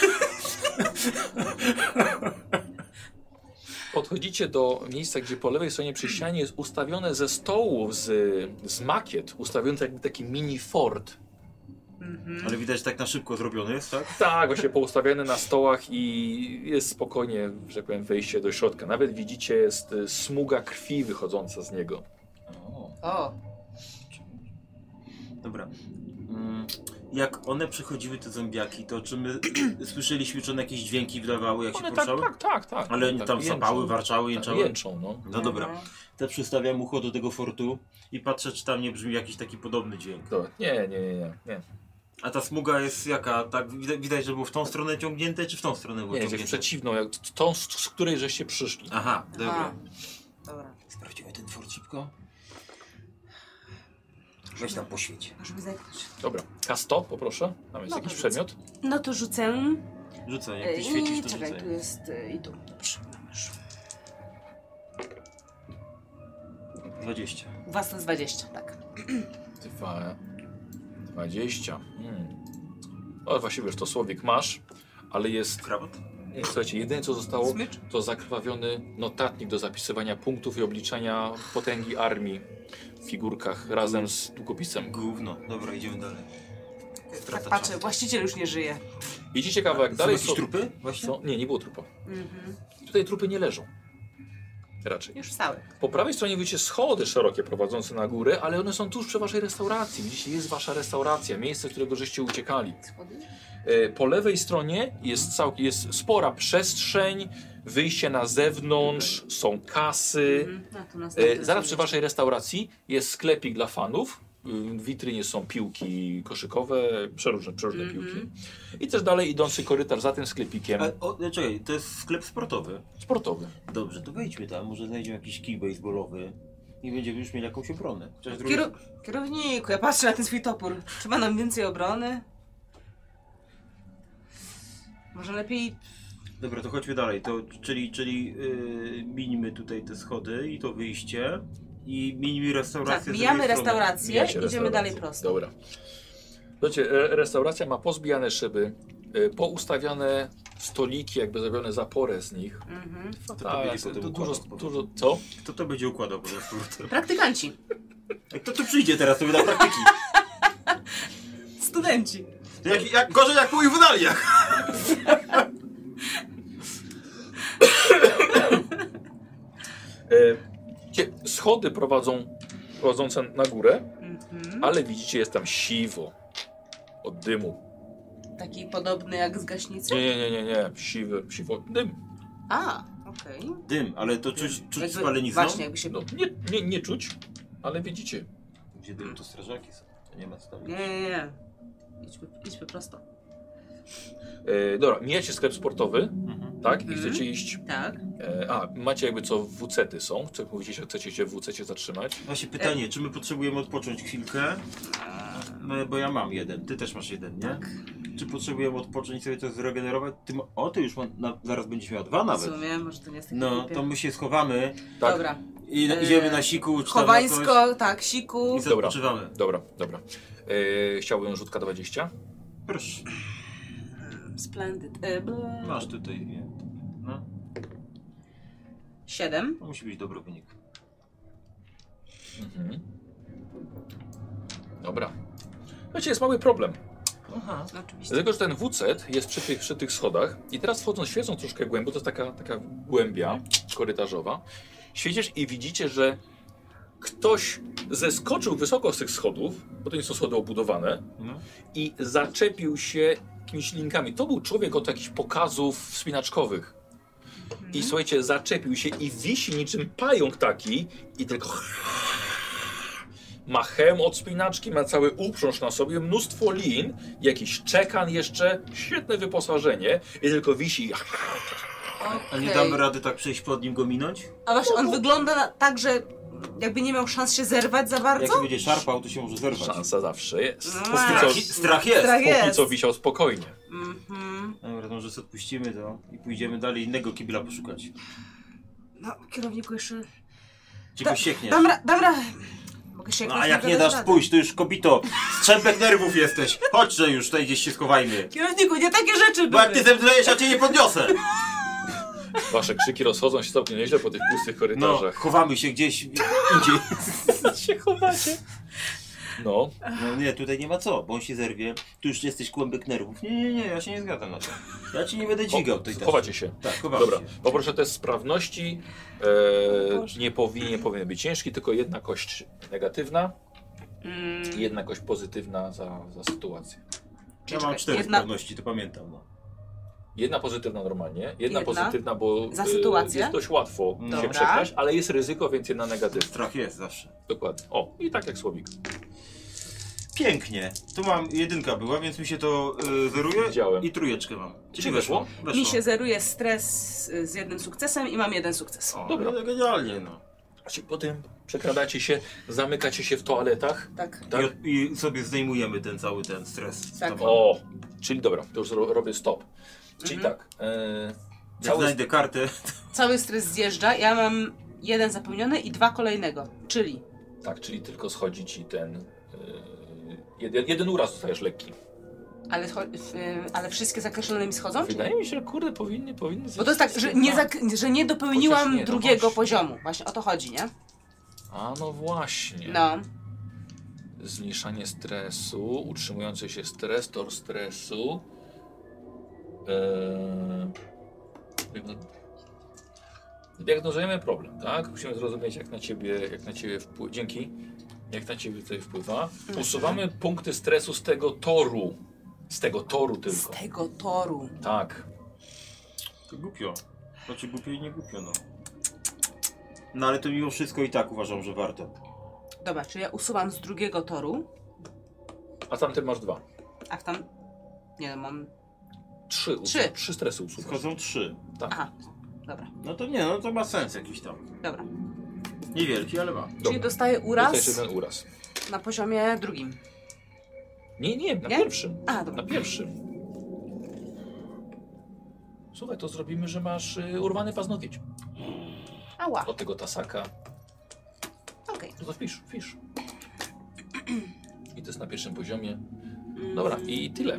Podchodzicie do miejsca, gdzie po lewej stronie przy ścianie jest ustawione ze stołów z makiet, ustawiony jakby taki mini fort. Ale widać tak na szybko zrobiony jest, tak? Tak, właśnie poustawiony na stołach i jest spokojnie, że tak powiem, wejście do środka. Nawet widzicie, jest smuga krwi wychodząca z niego. O. Dobra. Jak one przechodziły, te zombiaki, to czy my słyszeliśmy, czy one jakieś dźwięki wydawały, jak się One poruszały? tak. Ale tak, tam jęczą. sapały, warczały, jęczały? Jęczą, no. No dobra. Te przystawiam ucho do tego fortu i patrzę, czy tam nie brzmi jakiś taki podobny dźwięk. Dobra. Nie. A ta smuga jest jaka? Tak widać, że było w tą stronę ciągnięte, czy w tą stronę było Nie, ciągnięte? gdzieś przeciwną, jak tą, z której żeście przyszli. Aha, dobra. Dobra. Sprawdzimy ten fort szybko. Weź tam poświeć. Możemy zerknąć. Dobra, K100 poproszę. Tam jest No jakiś to przedmiot. No to rzucę. Rzucaj, jak ty świecisz, to czekaj, rzucaj. tu jest i tu. Dobrze, masz. 20. U was to jest 20, tak. 20. O, właściwie już to Słowik masz, ale jest... Krawat? Słuchajcie, jedyne co zostało, Smycz? to zakrwawiony notatnik do zapisywania punktów i obliczania potęgi armii w figurkach razem z długopisem. Gówno. Dobra, idziemy dalej. Tak patrzę, właściciel już nie żyje. Idziecie kawałek Są dalej. jakieś trupy? Właśnie? Nie było trupa. Tutaj trupy nie leżą. Raczej. Już wstały. Po prawej stronie widzicie schody szerokie prowadzące na górę, ale one są tuż przy waszej restauracji. Widzicie, jest wasza restauracja, miejsce, z którego żeście uciekali. Po lewej stronie jest spora przestrzeń, wyjście na zewnątrz, są kasy. Zaraz przy waszej restauracji jest sklepik dla fanów. W witrynie są piłki koszykowe, przeróżne piłki. I też dalej idący korytarz za tym sklepikiem. Czekaj, to jest sklep sportowy. Sportowy. Dobrze, to wejdźmy tam, może znajdziemy jakiś kij baseballowy i będziemy już mieli jakąś obronę. Kierowniku, ja patrzę na ten swój topór. Czy ma nam więcej obrony? Może lepiej Dobra, to chodźmy dalej. To, czyli mińmy tutaj te schody i to wyjście. I mińmy restaurację. Tak, z mijamy drugiej strony. restaurację, Mijacie idziemy restaurację. dalej prosto. Dobra. Słuchajcie, restauracja ma pozbijane szyby, poustawiane stoliki, jakby zrobione zaporę z nich. Mhm. To Tak, będzie potem to układał. dużo, co? Kto to będzie układał po prostu? Praktykanci, Jak kto tu przyjdzie teraz, to wyda praktyki. studenci. To gorzej jak mój w Daliach. Schody prowadzące na górę, Mhm. ale widzicie, jest tam siwo od dymu. Taki podobny jak z gaśnicy? Nie. Siwo dym. A, okej. Dym, ale to czuć Jakby- spalenizną? Właśnie, jakby się... No, nie czuć, ale widzicie. Gdzie dym, to strażaki są. To nie ma stawić. Nie. Idźmy prosto. Dobra, mijacie sklep sportowy, Mhm. tak? I chcecie iść. Tak. Macie jakby co WC-ty są. Mówicie, że chcecie się w WC zatrzymać. Właśnie pytanie, czy my potrzebujemy odpocząć chwilkę? No bo ja mam jeden, ty też masz jeden, nie? Tak. Czy potrzebujemy odpocząć sobie to zregenerować? Ty już zaraz będziesz miała dwa W nawet. sumie, może to nie jest takie No, głupie. to my się schowamy Tak. Dobra. i idziemy na siku, czy tam na Chowańsko, tak, siku. coś i odpoczywamy. Dobra. Chciałbym rzutka 20. Proszę, Splendid. masz tutaj, nie? No, 7. to musi być dobry wynik. Mhm. Dobra. Słuchajcie, jest mały problem. Aha. Oczywiście. Dlatego, że ten WC jest przy tych schodach i teraz świecą troszkę głębiej, bo to jest taka głębia korytarzowa. Świecisz i widzicie, że ktoś zeskoczył wysoko z tych schodów, bo to nie są schody obudowane, No. i zaczepił się jakimiś linkami. To był człowiek od jakichś pokazów wspinaczkowych. I słuchajcie, zaczepił się i wisi niczym pająk taki i tylko ma hełm od spinaczki, ma cały uprząż na sobie, mnóstwo lin, jakiś czekan jeszcze, świetne wyposażenie i tylko wisi. A nie damy rady tak przejść pod nim, go minąć? A właśnie, on wygląda tak, że jakby nie miał szans się zerwać za Jak bardzo? się będzie szarpał, to się może zerwać. Szansa zawsze jest. No Póki właśnie. co, Strach jest! Strach póki jest. co wisiał spokojnie. Mhm. Dobra, to może sobie odpuścimy to i pójdziemy dalej innego kibla poszukać. No, kierowniku jeszcze... Czy go siekniesz? Dobra. Mogę się No jakoś a jak nie nagadać dasz radę. pójść, to już kobito, strzępek nerwów jesteś. Chodźże już, tutaj gdzieś się schowajmy. Kierowniku, nie takie rzeczy Bo jak były. ty zemdlejesz, ja cię nie podniosę. Wasze krzyki rozchodzą się całkiem nieźle po tych pustych No, korytarzach. chowamy się gdzieś indziej. się chowacie. No, No nie, tutaj nie ma co, bo on się zerwie. Tu już jesteś kłębek nerwów. Nie, ja się nie zgadzam na to. Ja ci nie będę dźwigał tutaj też. chowacie się. Tak, chowamy Dobra, się. poproszę test sprawności. Nie powinien być ciężki, tylko jedna kość negatywna i jedna kość pozytywna za sytuację. Ja mam 4 jedna- sprawności, to pamiętam. No. Jedna pozytywna normalnie, jedna Jedna pozytywna, bo za sytuację? jest dość łatwo się Dobra. przekraść, ale jest ryzyko, więc jedna negatywna. Strach jest zawsze. Dokładnie. O, i tak jak słowik. Pięknie. Tu mam jedynka była, więc mi się to zeruje Widziałem. i trójeczkę mam. Czyli weszło? Mi się zeruje stres z jednym sukcesem i mam 1 sukces. O, Dobra. no, genialnie, no. Potem przekradacie się, zamykacie się w toaletach. Tak. Tak? I sobie zdejmujemy ten cały stres. Tak. O, czyli dobra, to już robię stop. Czyli Mhm. tak. Jak znajdę kartę, Cały stres zjeżdża, ja mam 1 zapełniony i 2 kolejnego, czyli Tak, czyli tylko schodzi ci ten. Jeden uraz dostajesz lekki. ale wszystkie zakreślone mi schodzą? czy nie? Wydaje mi się, że kurde, powinny. Bo to jest tak, że nie dopełniłam Chociaż nie, no drugiego właśnie. poziomu. Właśnie o to chodzi, nie? A no właśnie. No. Zmniejszanie stresu, utrzymujący się stres, tor stresu. Diagnozujemy problem, tak? Musimy zrozumieć, jak na ciebie wpływa. Dzięki. Jak na ciebie tutaj wpływa. Usuwamy punkty stresu z tego toru. Z tego toru Z tylko. tego toru. Tak. to głupio. Znaczy głupio i nie głupio, no. No ale to mimo wszystko i tak uważam, że warto. Dobra, czyli ja usuwam z drugiego toru, A tamten masz 2. a w tam... Nie no, mam... 3. 3. 3 stresy usuwasz. Schodzą 3. Tak. Aha, dobra, No to nie, no to ma sens jakiś tam. dobra. Niewielki, ale ma. Czyli dostaję uraz Dostajesz jeden uraz. na poziomie drugim. Nie, na Nie? pierwszym. A, dobra. Na pierwszym. Słuchaj, to zrobimy, że masz urwany paznokieć. Ała. Od tego tasaka. Okej. No to wpisz. I to jest na pierwszym poziomie. Dobra, i tyle.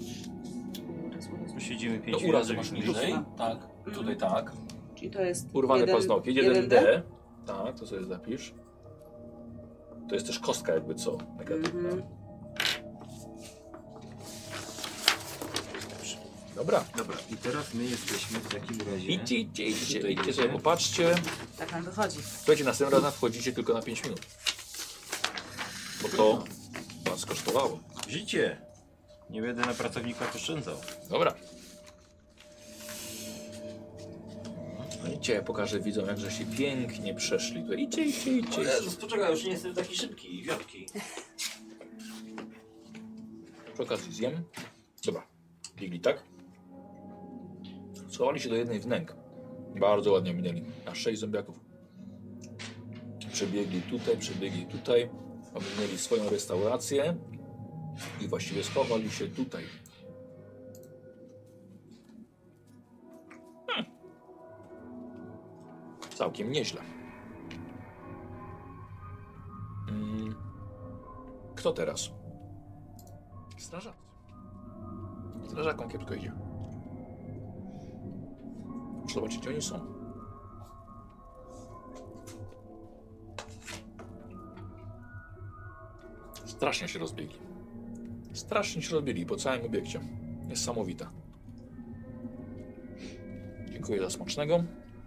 Tu siedzimy To 5 urazy masz niżej. Tak, tutaj tak. Czyli to jest Urwany paznokieć, 1D. 1D. Tak, to sobie zapisz. To jest też kostka jakby co, negatywna. Dobra. Dobra, i teraz my jesteśmy w takim razie... Idźcie sobie, popatrzcie. Tak nam wychodzi. Słuchajcie, następnym razem wchodzicie tylko na 5 minut. Bo to was kosztowało. Życie! Nie będę na pracownikach oszczędzał. Dobra. No idźcie, ja pokażę widzom, jakże się pięknie przeszli. Tutaj idźcie. Jezus, poczekaj, już nie jestem taki szybki, wiatki. Przy okazji zjem. Dobra. Biegli, tak? Schowali się do jednej wnęk. Bardzo ładnie minęli. Na 6 zombiaków. Przebiegli tutaj. Ominęli swoją restaurację. I właściwie schowali się tutaj. Całkiem nieźle. Kto teraz? Strażacy. Strażakom kiepsko idzie. Muszę zobaczyć, gdzie oni są. Strasznie się rozbiegli po całym obiekcie. Niesamowita. Dziękuję za smacznego.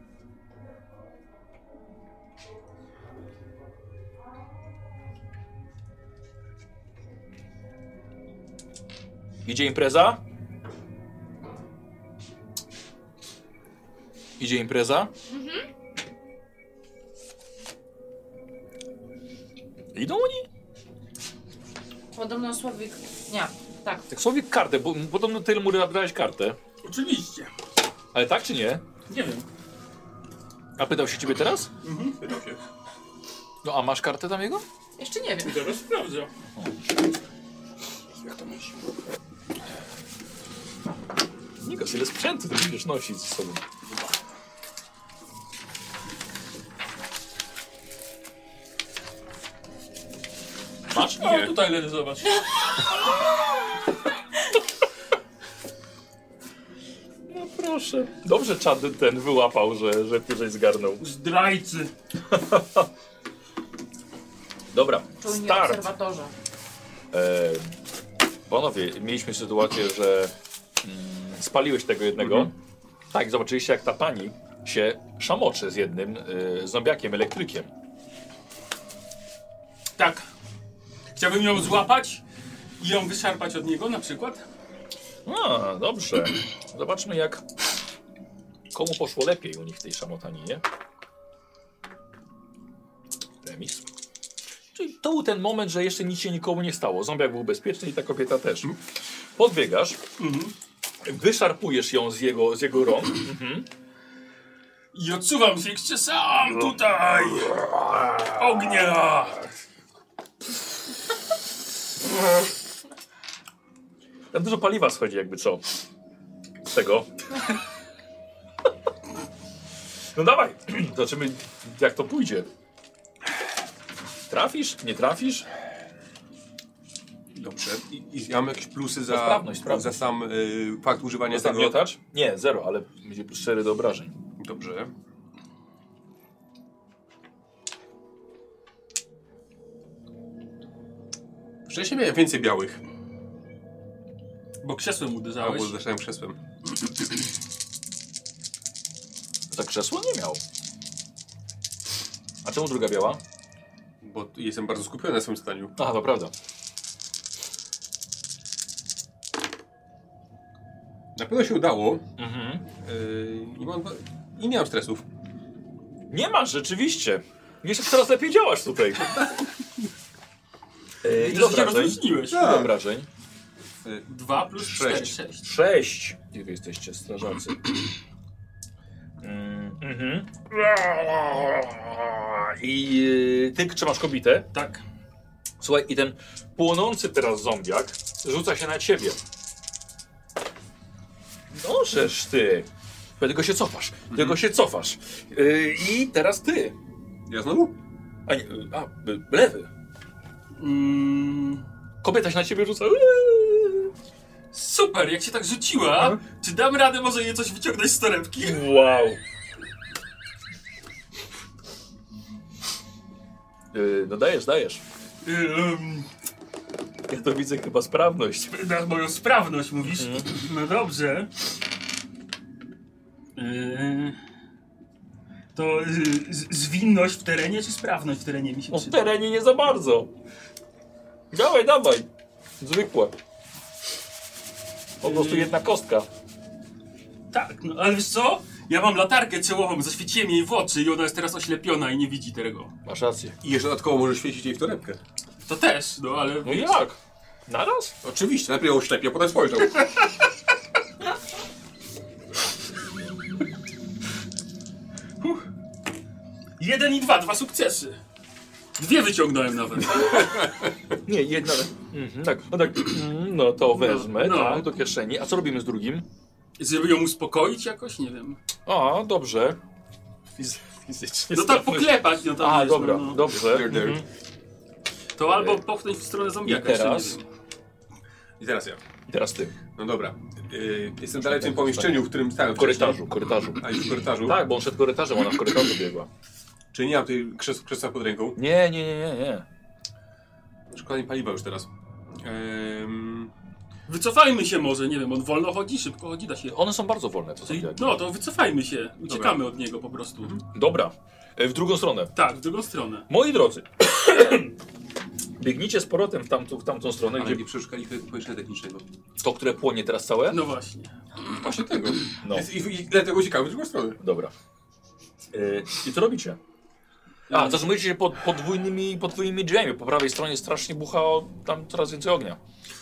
Idzie impreza? Idzie impreza? Idą oni? Podobno Słowik... Nie, tak. Tak sobie kartę, bo podobno tyle mu brałeś kartę. Oczywiście. Ale tak czy nie? Nie wiem. A pytał się ciebie teraz? Pytał się. No a masz kartę tam jego? Jeszcze nie wiem. Zaraz sprawdzę. Jak to myślisz? Nikos, ile sprzętu ty będziesz nosić z sobą? Masz? O, tutaj leży, zobacz. No proszę. Dobrze czad ten wyłapał, że ty zgarnął. Zdrajcy. Dobra, Czujni start. obserwatorze. Panowie, mieliśmy sytuację, że spaliłeś tego jednego. Tak, zobaczyliście jak ta pani się szamocze z jednym zombiakiem, elektrykiem. Tak. Chciałbym ją złapać i ją wyszarpać od niego na przykład. A, dobrze. Zobaczmy jak komu poszło lepiej u nich w tej szamotaninie. Remis. Czyli to był ten moment, że jeszcze nic się nikomu nie stało. Zombiak był bezpieczny i ta kobieta też. Podbiegasz, wyszarpujesz ją z jego rąk. I odsuwam się, jeszcze sam tutaj. Ognia. Tam dużo paliwa schodzi jakby co z tego. No dawaj, zobaczymy jak to pójdzie. Trafisz? Nie trafisz? Dobrze. I ja mam jakieś plusy za, sprawność. za sam fakt używania Jest tam tego. miotacz? Nie, 0, ale będzie plus 4 do obrażeń. Dobrze. Wcześniej miałem więcej białych. Bo krzesłem uderzałeś. Albo uderzałem krzesłem. Za krzesło nie miał. A czemu druga biała? Bo jestem bardzo skupiony na swoim staniu. Aha, to prawda. Na pewno się udało. Mhm. I nie mam stresów. Nie masz, rzeczywiście. Jeszcze coraz lepiej działasz tutaj. Ile To się obrażeń? rozluźniłeś. Ile obrażeń? 2 plus 4, 6. 6. 6. Gdzie wy jesteście, strażacy? I ty trzymasz kobietę. Tak. Słuchaj, i ten płonący teraz zombiak rzuca się na ciebie. Możesz ty. Tylko się cofasz. Tylko się cofasz. I teraz ty. Ja znowu? A nie, lewy. Kobieta się na ciebie rzuca. Super, jak się tak rzuciła, czy dam radę może jej coś wyciągnąć z torebki? Wow. No dajesz. Ja to widzę chyba sprawność. Na moją sprawność mówisz? No dobrze. To zwinność w terenie, czy sprawność w terenie mi się W przyda? terenie nie za bardzo. Dawaj. Zwykłe. Po prostu jedna kostka. Tak, no ale wiesz co? Ja mam latarkę czołową, zaświeciłem jej w oczy i ona jest teraz oślepiona i nie widzi tego. Masz rację. I jeszcze dodatkowo możesz świecić jej w torebkę. To też, no ale... No jak? Naraz? Oczywiście, najpierw ją oślepi, a potem spojrzał. 1 i 2, 2 sukcesy. 2 wyciągnąłem nawet. Nie, jedna. Tak, no to wezmę, No. tak, do kieszeni. A co robimy z drugim? Żeby ją uspokoić jakoś? Nie wiem. A, dobrze. Fizycznie. No tak poklepać, no tam A, wiesz, dobra, no. dobrze. To albo popchnąć w stronę zombiaka, I jeszcze teraz? nie wiem. I teraz ja. I teraz ty. No dobra. Jestem dalej w tym pomieszczeniu, w którym stałem W korytarzu. A już w korytarzu? Tak, bo on szedł korytarzem, ona w korytarzu biegła. Czyli nie mam tej krzesła pod ręką? Nie. Szkoda mi paliwa już teraz. Wycofajmy się może, nie wiem, on wolno chodzi, szybko chodzi, da się... One są bardzo wolne, to Czyli, zombiaki. no to wycofajmy się, uciekamy od niego po prostu. Dobra, w drugą stronę. Tak, w drugą stronę. Moi drodzy, biegnijcie z powrotem w tamtą stronę, Ale gdzie nie przeszukali pomieszczenia technicznego. to, które płonie teraz całe. No właśnie. Właśnie tego. No. I dlatego uciekamy w drugą stronę. Dobra. I co robicie? A, zatrzymujecie się pod podwójnymi drzwiami. Po prawej stronie strasznie bucha tam coraz więcej ognia.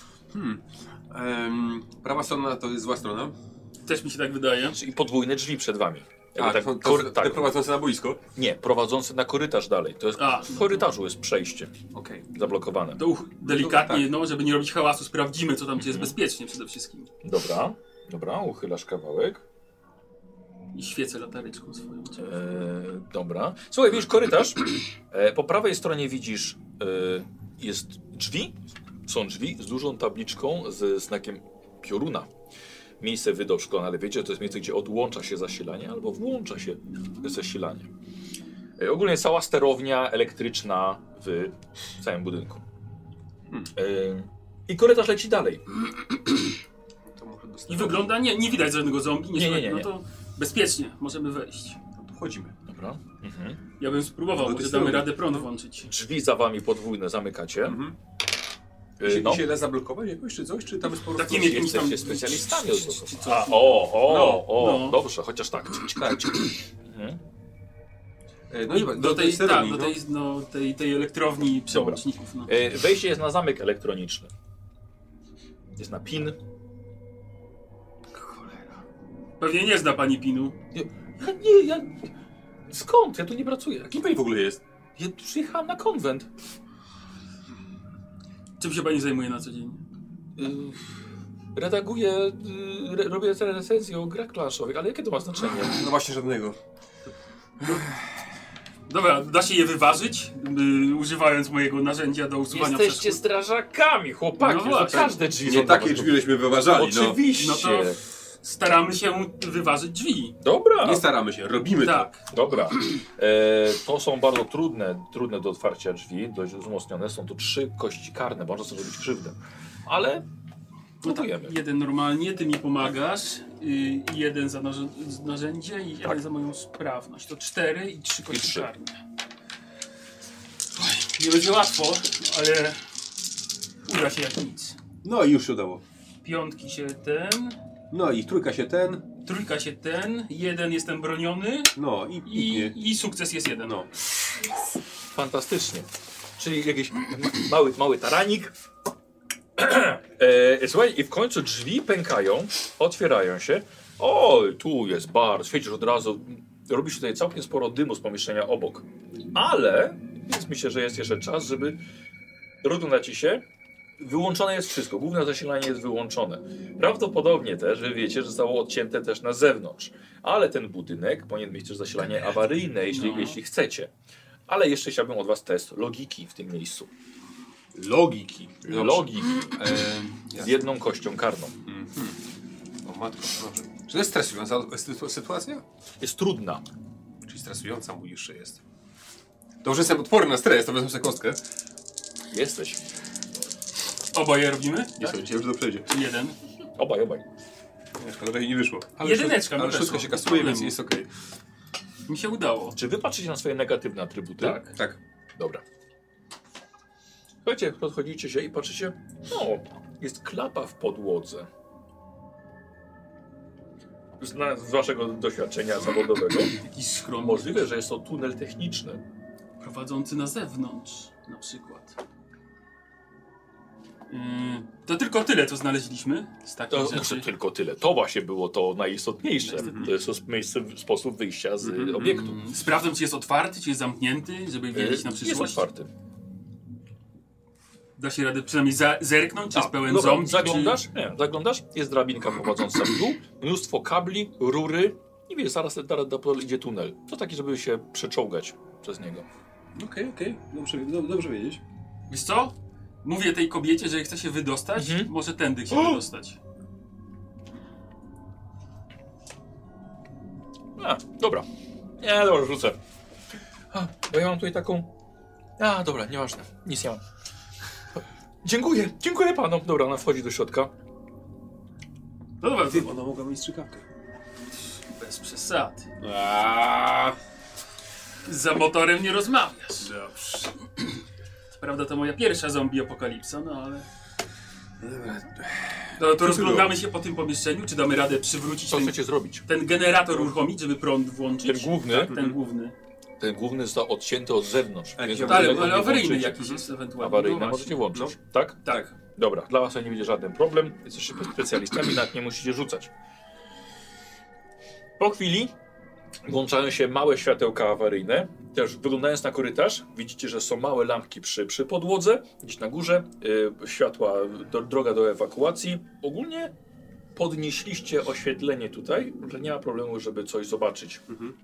Prawa strona to jest zła strona. Też mi się tak wydaje. Czyli podwójne drzwi przed wami. A, tak, te prowadzące na boisko? Nie, prowadzące na korytarz dalej. To jest, w korytarzu jest przejście Okej. zablokowane. To delikatnie, tak. no, żeby nie robić hałasu, sprawdzimy, co tam gdzie jest bezpiecznie przede wszystkim. Dobra, uchylasz kawałek. I świecę latareczką swoją. Dobra. Słuchaj, widzisz korytarz. Po prawej stronie widzisz, jest drzwi. Są drzwi z dużą tabliczką ze znakiem pioruna. Miejsce wydał szkolne, ale wiecie, że to jest miejsce, gdzie odłącza się zasilanie albo włącza się zasilanie. Ogólnie cała sterownia elektryczna w całym budynku. I korytarz leci dalej. I wygląda, nie widać żadnego zombie, Nie. No to bezpiecznie, możemy wejść. No to wchodzimy. Dobra. Ja bym spróbował, może damy radę prąd włączyć. Drzwi za wami podwójne zamykacie. Da się zablokować jakoś, czy coś? Czy tam jest po prostu... Takim jakimś tam... Jesteście specjalistami od czy tego. coś. No. Dobrze, chociaż tak. No i do tej elektrowni przełączników. No. Wejście jest na zamek elektroniczny. Jest na PIN. Pewnie nie zna pani PIN-u. Ja... Skąd? Ja tu nie pracuję. Kim pani w ogóle jest? Ja przyjechałem na konwent. Czym się pani zajmuje na co dzień? Redaguję, robię recenzję o grach planszowych, ale jakie to ma znaczenie? No właśnie żadnego. Dobra, da się je wyważyć, używając mojego narzędzia do usuwania Jesteście przeszkód? strażakami, chłopaki, No to właśnie. każde drzwi Nie są takie nawet- drzwi żeśmy wyważali, Oczywiście. No to staramy się wyważyć drzwi. Dobra. Nie staramy się, robimy Tak. Dobra. To są bardzo trudne do otwarcia drzwi, dość wzmocnione. Są to 3 kości karne, można sobie zrobić krzywdę. Ale próbujemy. Jeden normalnie, ty mi pomagasz, jeden za narzędzie i jeden za moją sprawność. To 4 i 3 kości 3. karne. Oj, nie będzie łatwo, ale uda się jak nic. No i już się udało. Piątki się ten, No i trójka się ten, trójka się ten, jeden jestem broniony no i piknie. i sukces jest jeden. No. Fantastycznie. Czyli jakiś mały taranik. Słuchaj, i w końcu drzwi pękają, otwierają się. O, tu jest bar, świecisz od razu. Robi się tutaj całkiem sporo dymu z pomieszczenia obok. Ale, więc myślę, że jest jeszcze czas, żeby rozglądać się. wyłączone jest wszystko, główne zasilanie jest wyłączone. Prawdopodobnie też, wy wiecie, że zostało odcięte też na zewnątrz. Ale ten budynek powinien mieć też zasilanie awaryjne, jeśli chcecie. Ale jeszcze chciałbym od was test logiki w tym miejscu. Logiki. Logiki. Z jedną kością karną. O matko, dobrze. Czy to jest stresująca sytuacja? Jest trudna. Czyli stresująca mówisz, że jest. To już jestem odporny na stres, to wezmę sobie kostkę. Jesteś. Oboje robimy? Nie sądziłem, że to przejdzie. Jeden. Obaj. Nie, szkoda, że nie wyszło. Jedyneczka mi Ale weszło, wszystko się bez kasuje, problemu. więc jest okej. Mi się udało. Czy wy patrzycie na swoje negatywne atrybuty? Tak. Tak. Dobra. Słuchajcie, podchodzicie się i patrzycie. No, jest klapa w podłodze. Z waszego doświadczenia zawodowego Jakiś schron. możliwe, że jest to tunel techniczny. Prowadzący na zewnątrz, na przykład. To tylko tyle, co znaleźliśmy z takich To rzeczy. znaczy tylko tyle. To właśnie było to najistotniejsze. To jest sposób wyjścia z obiektu. Sprawdzam, czy jest otwarty, czy jest zamknięty, żeby wiedzieć na Jest przyszłość. otwarty. Da się radę przynajmniej zerknąć, czy jest pełen Dobra, ząb. zaglądasz? Nie, zaglądasz. Jest drabinka prowadząca w dół, mnóstwo kabli, rury i wiesz, zaraz idzie tunel. To taki, żeby się przeczołgać przez niego. Okej. Dobrze wiedzieć. Wiesz co? Mówię tej kobiecie, że jak chce się wydostać, może tędy się wydostać. Dobra. Nie, dobra, rzucę. Bo ja mam tutaj taką... dobra, nieważne. Nic nie mam. Dziękuję panom. Dobra, ona wchodzi do środka. No dobra, Ty, ona mogła mieć strzykawkę. bez przesady. Za motorem nie rozmawiasz. Dobrze. Co prawda to moja pierwsza zombie apokalipsa, no ale... To rozglądamy się po tym pomieszczeniu, czy damy radę przywrócić Co chcecie zrobić? ten generator uruchomić, żeby prąd włączyć? Ten główny? Tak, ten główny. Ten główny został odcięty od zewnątrz. Więc Ale tego nie awaryjny włączycie. jakiś jest ewentualnie. Awaryjne No możecie właśnie. włączyć. Tak? Tak. Dobra, dla was to nie będzie żaden problem. Jesteście specjalistami, nawet nie musicie rzucać. Po chwili włączają się małe światełka awaryjne. Też wyglądając na korytarz, widzicie, że są małe lampki przy podłodze, gdzieś na górze. Światła, droga do ewakuacji. Ogólnie podnieśliście oświetlenie tutaj, że nie ma problemu, żeby coś zobaczyć.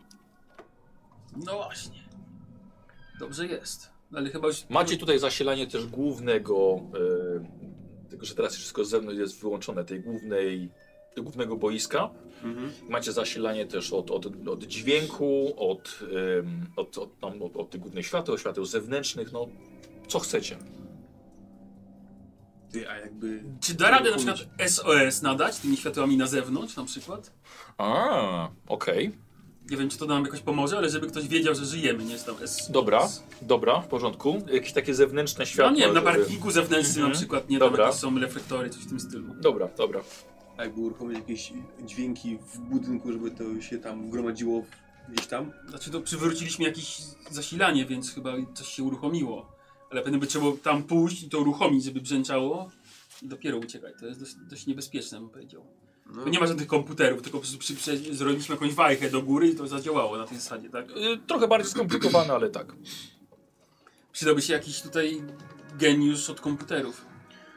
No właśnie. Dobrze jest. Ale chyba już... Macie tutaj zasilanie też głównego, tylko że teraz wszystko z zewnątrz jest wyłączone, tego głównego boiska. Macie zasilanie też od dźwięku, od tych głównych świateł zewnętrznych, no co chcecie. Ty, a jakby... Czy da radę na przykład SOS nadać tymi światłami na zewnątrz na przykład? Okej. Nie wiem, czy to nam jakoś pomoże, ale żeby ktoś wiedział, że żyjemy, nie jest tam Dobra, w porządku. Jakieś takie zewnętrzne światła. No nie, na żeby- parkingu zewnętrznym na przykład, nie Dobra. tam jakieś są reflektory, coś w tym stylu. Dobra. A jakby uruchomić jakieś dźwięki w budynku, żeby to się tam gromadziło gdzieś tam? Znaczy to przywróciliśmy jakieś zasilanie, więc chyba coś się uruchomiło. Ale pewnie by trzeba tam pójść i to uruchomić, żeby brzęczało i dopiero uciekać. To jest dość niebezpieczne, bym powiedział. To nie ma żadnych komputerów, tylko po prostu zrobiliśmy jakąś wajchę do góry i to zadziałało na tej zasadzie, tak? Trochę bardziej skomplikowane, ale tak. Przydałby się jakiś tutaj geniusz od komputerów.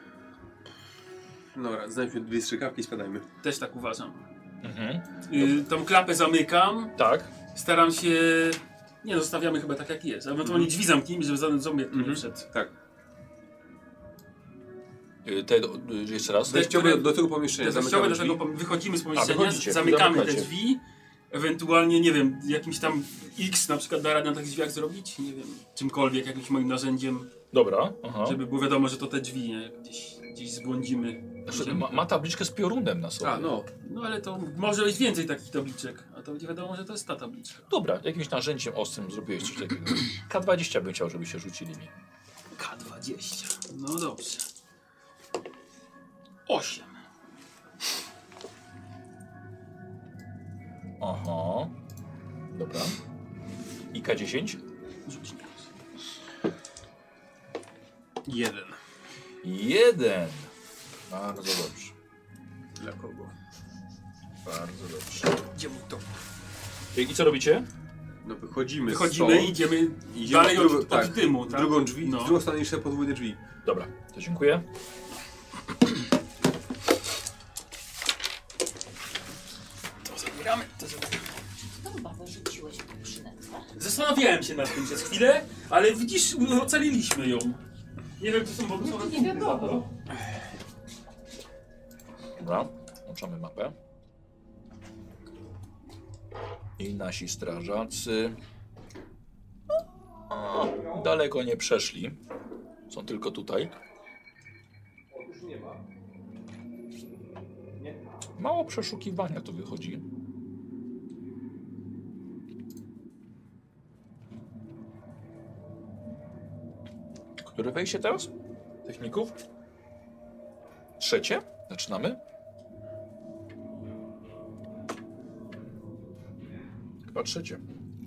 Dobra, znajdźmy 2 strzykawki i spadajmy. Też tak uważam. Tą klapę zamykam. Tak. Staram się... Nie, zostawiamy chyba tak jak jest. A ewentualnie drzwi zamknijmy, żeby żaden zombie tu nie wszedł. Tak. Jeszcze raz. Wejściowe do tego pomieszczenia. Zejściowe zamykamy do drzwi. tego wychodzimy z pomieszczenia, wychodzicie, zamykamy te zamykacie. drzwi. Ewentualnie, nie wiem, jakimś tam X na przykład da radę na tych drzwiach zrobić. Nie wiem, czymkolwiek, jakimś moim narzędziem. Dobra. Żeby było wiadomo, że to te drzwi, nie? Gdzieś zbłądzimy. Znaczy, ma tabliczkę z piorunem na sobie. No ale to może być więcej takich tabliczek, a to będzie wiadomo, że to jest ta tabliczka. Dobra, jakimś narzędziem ostrym zrobiłeś coś takiego. K20 bym chciał, żebyście rzucili mi. K20. No dobrze. 8. Aha. Dobra. I K10? Rzuć nie. 1. 1. Bardzo dobrze. Dla kogo? Bardzo dobrze. Gdzie mój to? I co robicie? No wychodzimy Wychodzimy i stąd. idziemy Idziemy dalej w drugą- od tak, dymu. w Tak? drugą drzwi, No. w drugą stronę jeszcze podwójne drzwi. Dobra, to dziękuję. To zabieramy. To chyba wyrzuciłeś w przynętę. Zastanawiałem się nad tym przez chwilę, ale widzisz, ocaliliśmy ją. Nie wiem, czy są błogosławione. Nie wiadomo. Dobra, włączamy mapę. I nasi strażacy daleko nie przeszli. Są tylko tutaj. Mało przeszukiwania tu wychodzi. Które wejście teraz? Techników? Trzecie? Zaczynamy? Chyba trzecie.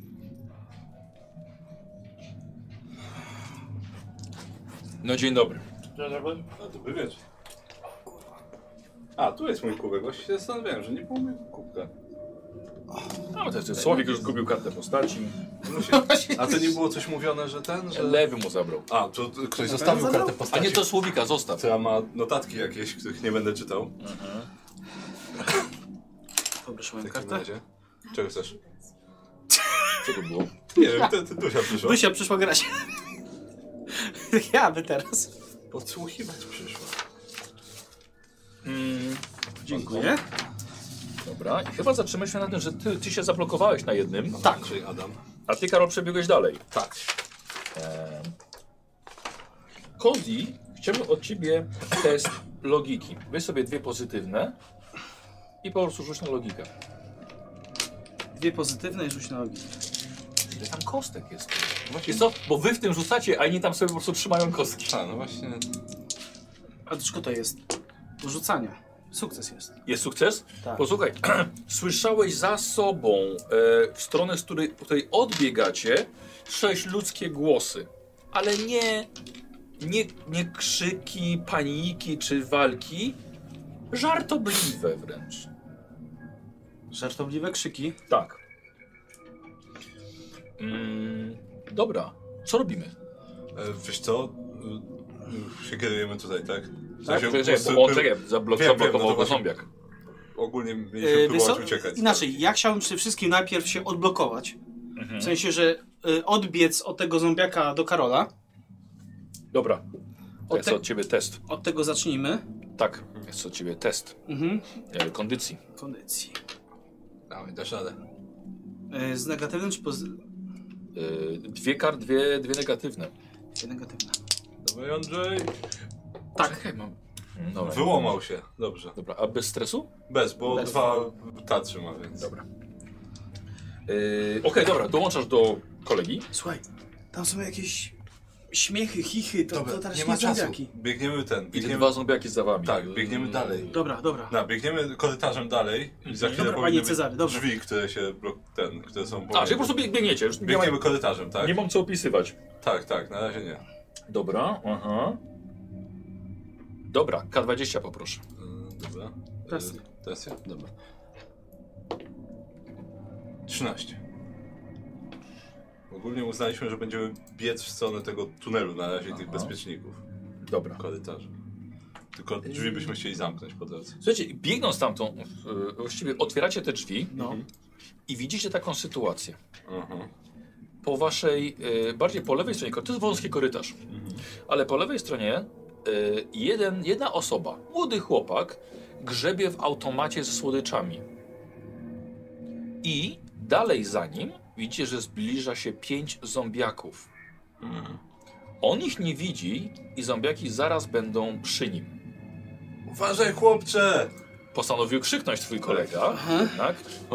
No dzień dobry. No to by wiesz. A, tu jest mój kubek. Właśnie się zastanawiałem, że nie było mojego kubka. No to jest Słowik już zgubił kartę postaci. A to nie było coś mówione, że ten, że... Lewy mu zabrał. A, to ktoś zostawił kartę A postaci. nie, to Słowika zostaw. która ma notatki jakieś, których nie będę czytał. Poproszę W moją takim kartę. razie. Czego chcesz? Co to było? Nie wiem, ty Dusia przyszła. Dusia przyszła grać. Ja by teraz. Podsłuchiwać przyszła. Dziękuję. Dobra, i chyba zatrzymamy się na tym, że ty się zablokowałeś na jednym, Tak. Czyli Adam. a ty, Karol, przebiegłeś dalej. Tak. Cody, chciałbym od ciebie test logiki. Weź sobie 2 pozytywne i po prostu rzuć na logikę. 2 pozytywne i rzuć na logikę. Ile tam kostek jest? Wiesz co? Bo wy w tym rzucacie, a inni tam sobie po prostu trzymają kostki. A, no właśnie. A dlaczego to jest? Do rzucania. Sukces jest. Jest sukces? Tak. Posłuchaj, słyszałeś za sobą, w stronę, z której odbiegacie, 6 ludzkie głosy. Ale nie krzyki, paniki czy walki, żartobliwe wręcz. Żartobliwe krzyki. Tak. Dobra, co robimy? Wiesz co? Się kierujemy tutaj, tak? W Tak? sensie, Czekaj, zablokował no to go właśnie- zombiak. Ogólnie mieliśmy Wiesz próbować co? uciekać. Inaczej, ja chciałbym przede wszystkim najpierw się odblokować. W sensie, że odbiec od tego zombiaka do Karola. Dobra, to Od jest te- od ciebie test. Od tego zacznijmy. Tak, jest od ciebie test kondycji. Kondycji. Dawaj, dasz radę. Z negatywnym czy pozytywnym? 2 dwie negatywne. Negatywne. Dawaj, Andrzej. Tak. Czekaj, mam. Dobra. Wyłamał się. Dobrze. Dobra, a bez stresu? Bez, bo Bez. 2 tarczy ma, więc... Dobra. Okej, dobra, dołączasz do kolegi. Słuchaj, tam są jakieś śmiechy, chichy, to teraz nie ma czasu. zombiaki. Biegniemy ten. I te Biegniemy... 2 zombiaki za wami. Tak, biegniemy dalej. Dobra, dobra. No, biegniemy korytarzem dalej i za chwilę Dobra, powinny panie Cezary, być dobra. drzwi, które się które są A, czyli po prostu biegniecie. Już biegniemy korytarzem, tak? nie mam co opisywać. Tak, na razie nie. Dobra, aha. Dobra, K20 poproszę. Dobra. Presja. Presja? Dobra. 13. Ogólnie uznaliśmy, że będziemy biec w stronę tego tunelu na razie tych bezpieczników. Dobra. Korytarza. Tylko drzwi byśmy chcieli zamknąć po drodze. Słuchajcie, biegną stamtąd, właściwie otwieracie te drzwi No. i widzicie taką sytuację. Aha. Po waszej, bardziej po lewej stronie, to jest wąski korytarz, ale po lewej stronie jedna osoba, młody chłopak, grzebie w automacie ze słodyczami. I dalej za nim widzicie, że zbliża się 5 zombiaków. On ich nie widzi i zombiaki zaraz będą przy nim. Uważaj, chłopcze! Postanowił krzyknąć twój kolega, tak?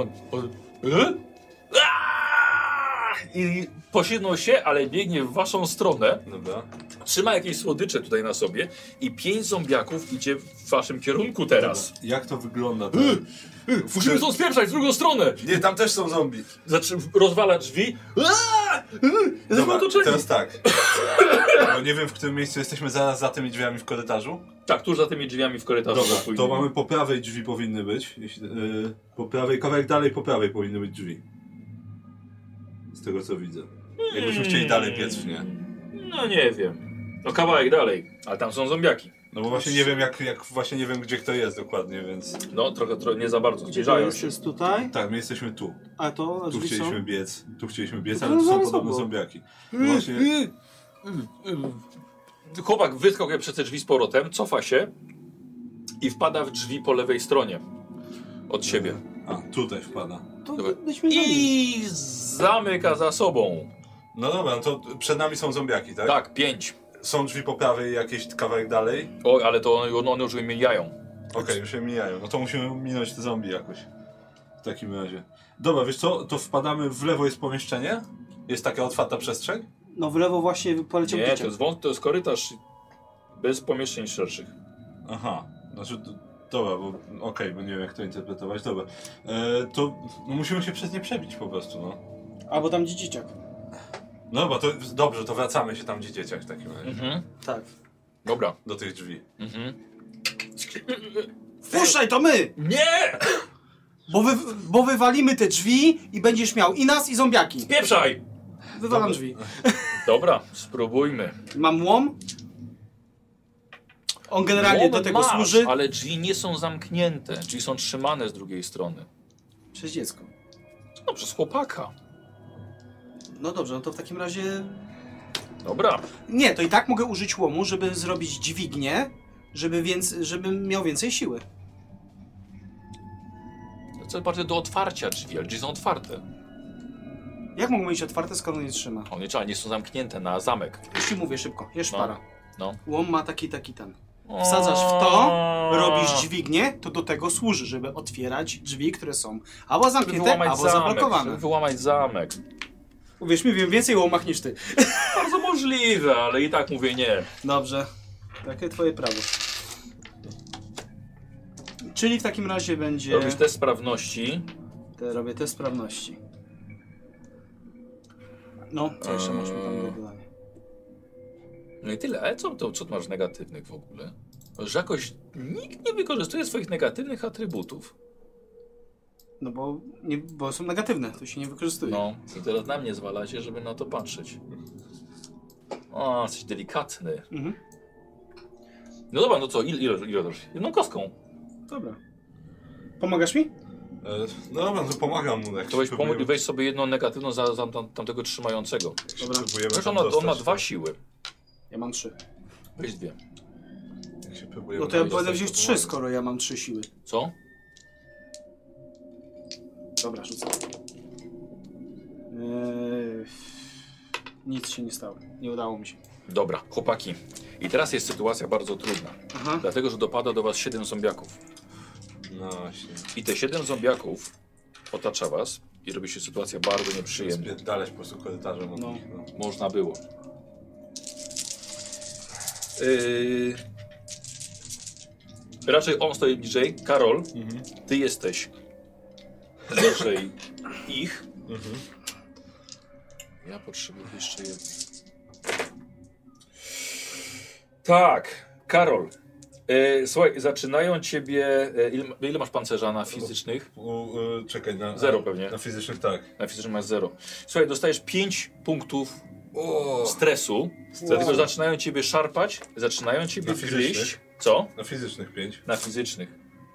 I posilnął się, ale biegnie w waszą stronę. Dobra. Trzyma jakieś słodycze tutaj na sobie i 5 zombiaków idzie w waszym kierunku teraz. Jak to wygląda? Musimy stąd spieprzać w drugą stronę. Nie, tam też są zombie. Rozwala drzwi. Dobra, teraz tak. No nie wiem, w którym miejscu jesteśmy zaraz za tymi drzwiami w korytarzu. Tak, tuż za tymi drzwiami w korytarzu. Dobra, to mamy po prawej drzwi powinny być. Po prawej, kawałek dalej po prawej powinny być drzwi. Z tego co widzę. Jakbyśmy chcieli dalej biec w nie. No nie wiem. No kawałek dalej, ale tam są zombiaki. No bo właśnie nie wiem właśnie nie wiem gdzie kto jest dokładnie, więc... No trochę nie za bardzo, Gdzie to zbliżają się. jest tutaj? Tak, my jesteśmy tu. A to Tu drzwi chcieliśmy są? biec, No ale tu są zaraz podobno obok. zombiaki. No właśnie... Chłopak wyskakuje przez te drzwi z powrotem, cofa się i wpada w drzwi po lewej stronie od siebie. A, tutaj wpada. To Dobra. byśmy za nim. I zamyka za sobą. No dobra, no to przed nami są zombiaki, tak? Tak, 5. Są drzwi po prawej jakieś kawałek dalej. O, ale to one już wymieniają. Okej, już się mijają. No to musimy minąć te zombie jakoś. W takim razie. Dobra, wiesz co? To wpadamy w lewo jest pomieszczenie? Jest taka otwarta przestrzeń? No w lewo właśnie poleciał Nie, dzieciak. to jest korytarz bez pomieszczeń szerszych. Aha. Znaczy, dobra, bo okej, bo nie wiem jak to interpretować. Dobra. To no, musimy się przez nie przebić po prostu, no. Albo tam gdzie dzieciak. No dobra, to dobrze, to wracamy się tam gdzie dzieciak w takim razie. Mhm. Tak. Dobra. Do tych drzwi. Mhm. Wpuszczaj, to my! Nie! Bo wywalimy te drzwi i będziesz miał i nas, i zombiaki. Spieprzaj! Wywalam drzwi. Dobra, spróbujmy. Mam łom. On generalnie do Moment tego masz, służy. ale drzwi nie są zamknięte. Drzwi są trzymane z drugiej strony. Przez dziecko. No, przez chłopaka. No dobrze, no to w takim razie... Dobra. Nie, to i tak mogę użyć łomu, żeby zrobić dźwignię, żebym miał więcej siły. To bardziej do otwarcia drzwi, ale drzwi są otwarte. Jak mogą być otwarte, skoro nie trzyma? Nie są zamknięte na zamek. Już ci mówię szybko, jest No. szpara. No. Łom ma taki ten. Wsadzasz w to, robisz dźwignię, to do tego służy, żeby otwierać drzwi, które są albo zamknięte, albo zablokowane. Żeby wyłamać zamek. Uwierz mi, wiem więcej o łomach niż ty. Bardzo możliwe, ale i tak mówię nie. Dobrze. Takie twoje prawo. Czyli w takim razie będzie... Robisz test sprawności. Robię test sprawności. No, co jeszcze masz mi tam do dodania? No i tyle. Ale co ty masz negatywnych w ogóle? Że jakoś nikt nie wykorzystuje swoich negatywnych atrybutów. No bo są negatywne, to się nie wykorzystuje. No, to teraz na mnie zwalacie, żeby na to patrzeć. O, jesteś delikatny. Mhm. No dobra, no co, ile dasz? Jedną kostką. Dobra. Pomagasz mi? No dobra, to pomagam mu. Jak To próbujemy- weź sobie jedną negatywną za tamtego trzymającego. Dobra. próbujemy Wiesz, tam on ma dostać, 2 to- siły. Ja mam 3. Weź 2. Jak się próbujemy No to ja tam będę dostać, wziąć to 3, pomagam. skoro ja mam 3 siły. Co? Dobra, rzucę. Nic się nie stało. Nie udało mi się. Dobra, chłopaki. I teraz jest sytuacja bardzo trudna. Aha. Dlatego, że dopada do was 7 zombiaków. No właśnie. I te 7 zombiaków otacza was i robi się sytuacja bardzo nieprzyjemna. Spierdalać po prostu korytarzem od No. nich, no. Można było. Raczej on stoi bliżej. Karol, ty jesteś bliżej ich. Ja potrzebuję jeszcze jedno. Tak, Karol. Słuchaj, zaczynają ciebie... ile masz pancerza na fizycznych? Czekaj, na... 0 pewnie. Na fizycznych tak. Na fizycznych masz 0. Słuchaj, dostajesz 5 punktów stresu, dlatego że zaczynają ciebie szarpać, zaczynają ciebie Na gryźć. fizycznych? Co? Na fizycznych 5. Na fizycznych.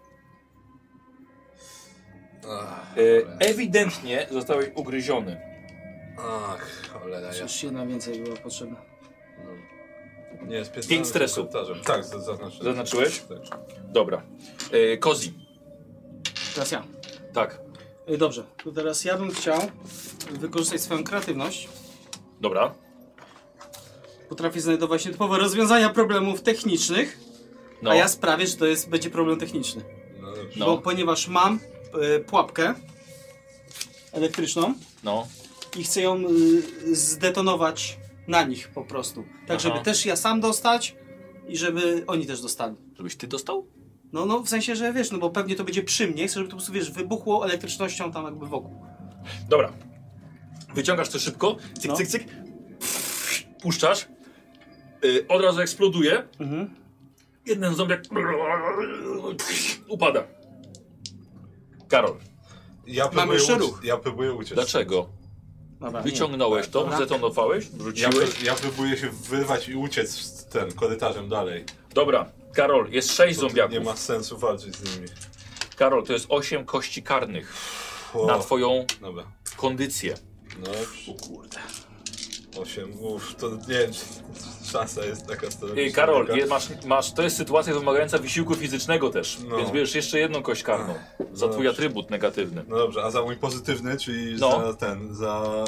Ewidentnie zostałeś ugryziony. Ach, cholera, ja... Przecież jedna więcej była potrzebna. Nie, jest 5 stresu. Tak, zaznaczyłem. Zaznaczyłeś? Tak. Dobra. Kozi. Teraz ja. Tak. Dobrze, to teraz ja bym chciał wykorzystać swoją kreatywność. Dobra. Potrafię znajdować nietypowe rozwiązania problemów technicznych, No. a ja sprawię, że to będzie problem techniczny. No dobrze. No. Bo ponieważ mam pułapkę elektryczną No. i chcę ją zdetonować na nich po prostu. Tak, Aha. żeby też ja sam dostać i żeby oni też dostali. Żebyś ty dostał? No w sensie, że wiesz, no bo pewnie to będzie przy mnie, chcę, żeby to po prostu, wiesz, wybuchło elektrycznością tam jakby wokół. Dobra. Wyciągasz to szybko. Cyk, No. cyk, cyk. Puszczasz. Od razu eksploduje. Mhm. Jeden zombiak upada. Karol. Ja Mamy jeszcze próbuję ruch. Ja próbuję uciec. Dlaczego? Dobra, Wyciągnąłeś to, Dobra. zdetonowałeś, wrzuciłeś. Ja próbuję się wyrwać i uciec z ten korytarzem dalej. Dobra, Karol, jest 6 zombiaków. Nie ma sensu walczyć z nimi. Karol, to jest 8 kości karnych O, na twoją dobra. kondycję. No, o kurde. 8, to nie wiem, czy szansa jest taka. Karol, to jest sytuacja wymagająca wysiłku fizycznego też, No. więc bierzesz jeszcze jedną kość karną za twój atrybut negatywny. No dobrze, a za mój pozytywny, czyli No. za ten, za...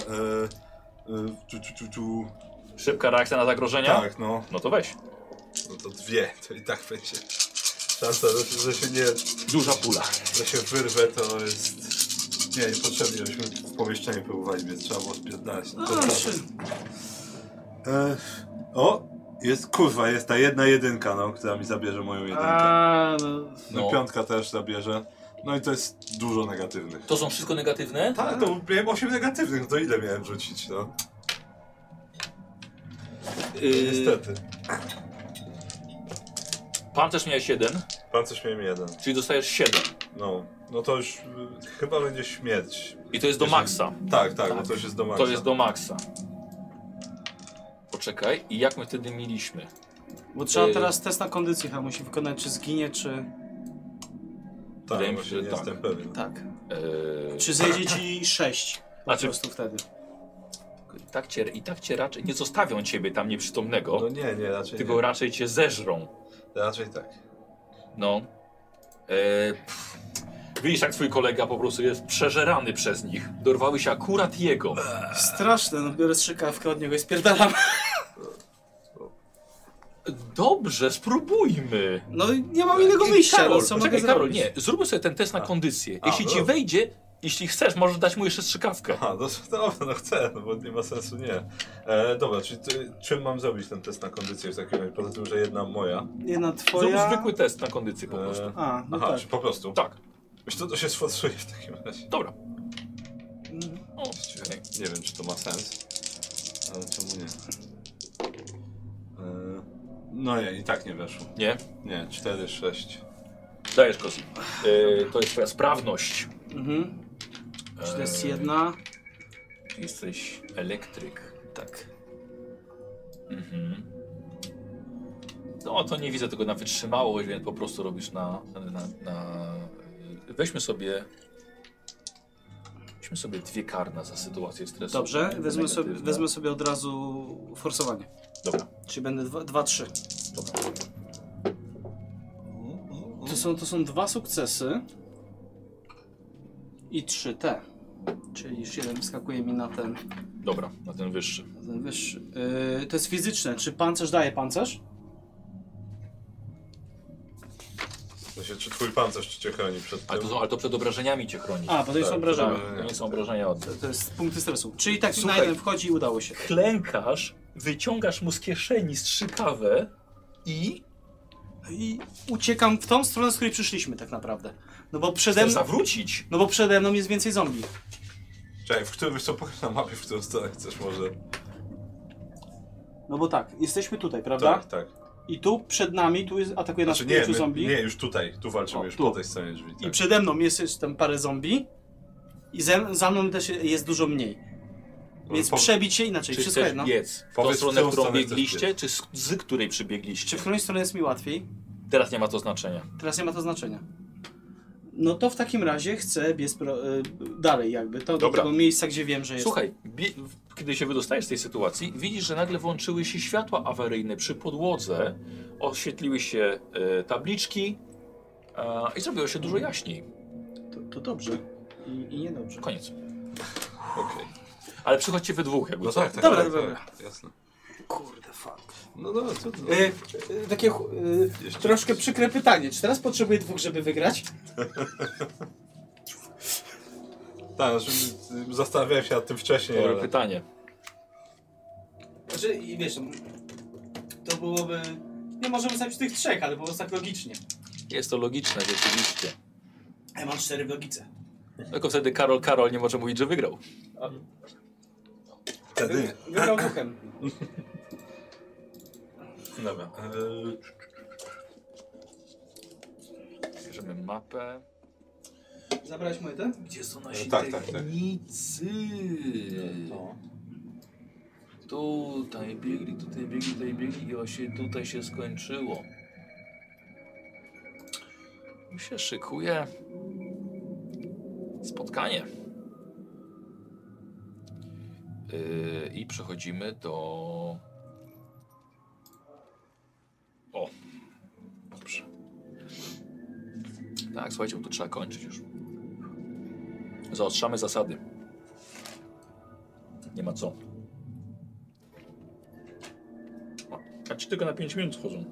Szybka reakcja na zagrożenia? Tak, no. No to weź. No to 2, to i tak będzie. Szansa, że się nie... Duża pula. Że się wyrwę, to jest... Nie, niepotrzebnie, żebyśmy w pomieszczeniu próbowali, więc trzeba było spierdalać. No, O! Jest, kurwa, jest ta jedna jedynka, no, która mi zabierze moją jedynkę. No, piątka też zabierze. No i to jest dużo negatywnych. To są wszystko negatywne? Tak, to miałem 8 negatywnych, no to ile miałem rzucić, no? Niestety. Pan też miałeś 1, Pan coś miałem 1. czyli dostajesz 7. No to już chyba będzie śmierć. I to jest do maksa. Tak, no to już jest do maksa. To jest do maksa. Poczekaj, i jak my wtedy mieliśmy? Bo trzeba teraz test na kondycję chyba musi wykonać, czy zginie, czy... Tak, Wydaje mi właśnie się, nie że jestem pewien. Tak. Czy zejdzie ci 6 po prostu wtedy. I tak cię raczej nie zostawią ciebie tam nieprzytomnego. No nie, raczej tylko nie. raczej cię zeżrą. Raczej tak. No. Widzisz, jak twój kolega po prostu jest przeżerany przez nich. Dorwały się akurat jego. Straszne, no biorę strzykawkę od niego i spierdalam. Dobrze, spróbujmy. No nie mam innego wyjścia, Karol, no co czekaj, mogę Karol, zrobić? nie, zróbmy sobie ten test na kondycję. Jeśli ci dobra. wejdzie, jeśli chcesz, możesz dać mu jeszcze strzykawkę. Aha, dobra, no chcę, no bo nie ma sensu, nie. Dobra, czyli czym mam zrobić ten test na kondycję w takim razie? Poza tym, że jedna moja. Jedna Zrób twoja... zwykły test na kondycję po prostu. A, no Aha, tak. czy po prostu? Tak, Wiesz co, to się sforsuje w takim razie. dobra. O, Nie wiem, czy to ma sens, ale czemu nie? No nie, i tak nie weszło. nie? Nie, 4, 6. Dajesz, Kozi. To jest twoja sprawność. Mhm. Czy to jest jedna? Jesteś elektryk. Tak. Mhm. No to nie widzę tego na wytrzymałość, więc po prostu robisz na... Weźmy sobie 2 karne za sytuację stresu. Dobrze, wezmę sobie od razu forsowanie. Dobra. Czyli będę 2-3. Dobra. To są 2 sukcesy i 3 te. Czyli już jeden wskakuje mi na ten Dobra, na ten wyższy. wyższy. To jest fizyczne. Czy pancerz daje pancerz? Znaczy, czy twój pancerz czy cię chroni przed tym? Ale to przed obrażeniami cię chroni. A, bo to jest obrażenia. To nie są obrażenia od... To jest punkty stresu. Czyli tak Słuchaj. na jeden wchodzi i udało się. Klękasz, wyciągasz mu z kieszeni strzykawę i... I uciekam w tą stronę, z której przyszliśmy tak naprawdę. No bo przede Chcesz mną... zawrócić. No bo przede mną jest więcej zombie. Czekaj, wiesz co, pokaż na mapie, w którą stronę chcesz może. No bo tak, jesteśmy tutaj, prawda? Tak. I tu przed nami, tu jest, atakuje nas Znaczy 5 zombie. nie, już tutaj. Tu walczymy O, już tu. po tej stronie drzwi. I Tak. przede mną jest tam parę zombie. I za mną też jest dużo mniej. Więc przebić się inaczej. Czy Wszystko chcesz jedno. biec w tą Powiedz, w stronę, którą w którą stronę chcesz biegliście, biec. czy z której przybiegliście? Czy w którąś stronę jest mi łatwiej? Teraz nie ma to znaczenia. Teraz nie ma to znaczenia. No to w takim razie chcę biec dalej jakby. To do Dobra. tego miejsca, gdzie wiem, że jest. Słuchaj, kiedy się wydostajesz z tej sytuacji, widzisz, że nagle włączyły się światła awaryjne przy podłodze, oświetliły się tabliczki i zrobiło się dużo jaśniej. To dobrze. I niedobrze. Koniec. Okej. Ale przychodźcie we dwóch, jakby No co. tak. Dobra. Jasne. Kurde, fuck. No dobra, co to? Takie Jeszcze- troszkę przykre pytanie. Czy teraz potrzebuję 2, żeby wygrać? Tak, znaczy, zastanawiałem się nad tym wcześniej, Dobre ale... pytanie. Znaczy, i wiesz, to byłoby... Nie możemy zabić tych 3, ale było tak logicznie. Jest to logiczne, rzeczywiście. Ja mam 4 w logice. Tylko wtedy Karol nie może mówić, że wygrał. Wtedy... Wygrał duchem. Dobra. Bierzemy mapę. Zabrałeś monetę? Gdzie są nasi Tak. technicy? Tutaj biegli, tutaj biegli i właśnie tutaj się skończyło. Tu się szykuje spotkanie. I przechodzimy do... O! Dobrze. Tak, słuchajcie, bo to trzeba kończyć już. Zaostrzamy zasady. Nie ma co. A ci tylko na 5 minut chodzą.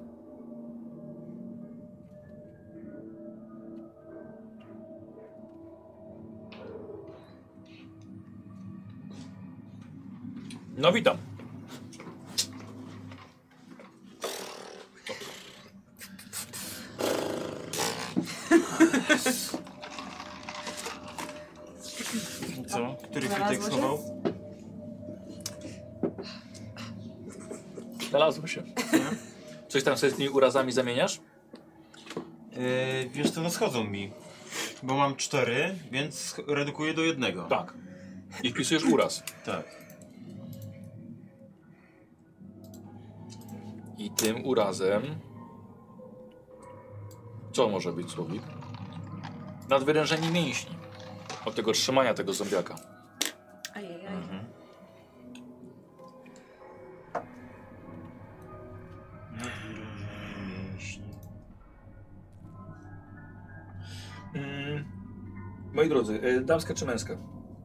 No witam. Co? Który Znalazło kwitek się? schował? Znalazło się. Coś tam sobie z tymi urazami zamieniasz? Wiesz co, no schodzą mi. Bo mam 4, więc redukuję do 1. Tak. I wpisujesz uraz. Tak. I tym urazem... Co może być, Słowik? Nadwyrężenie mięśni. Od tego trzymania tego zombiaka. Ajajaj. Moi drodzy, damska czy męska?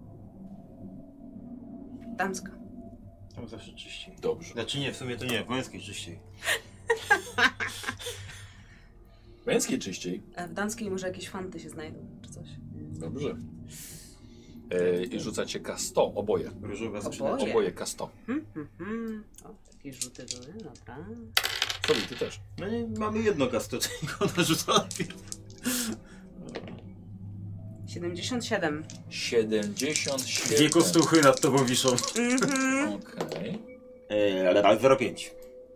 Damska. Tam zawsze czyściej. Dobrze. Znaczy nie, w sumie to nie, w męskiej czyściej. Męskiej czyściej. W damskiej może jakieś fanty się znajdą, czy coś. Dobrze. I rzucacie K100, oboje. Różowa Oboje. Oboje K100. O, takie rzuty były, dobra. Słowik, ty też. No nie, mamy jedno kasto, tylko ona rzuca najpierw. 77. 77. Dwie kostuchy nad tobą wiszą. Okej. 0,5.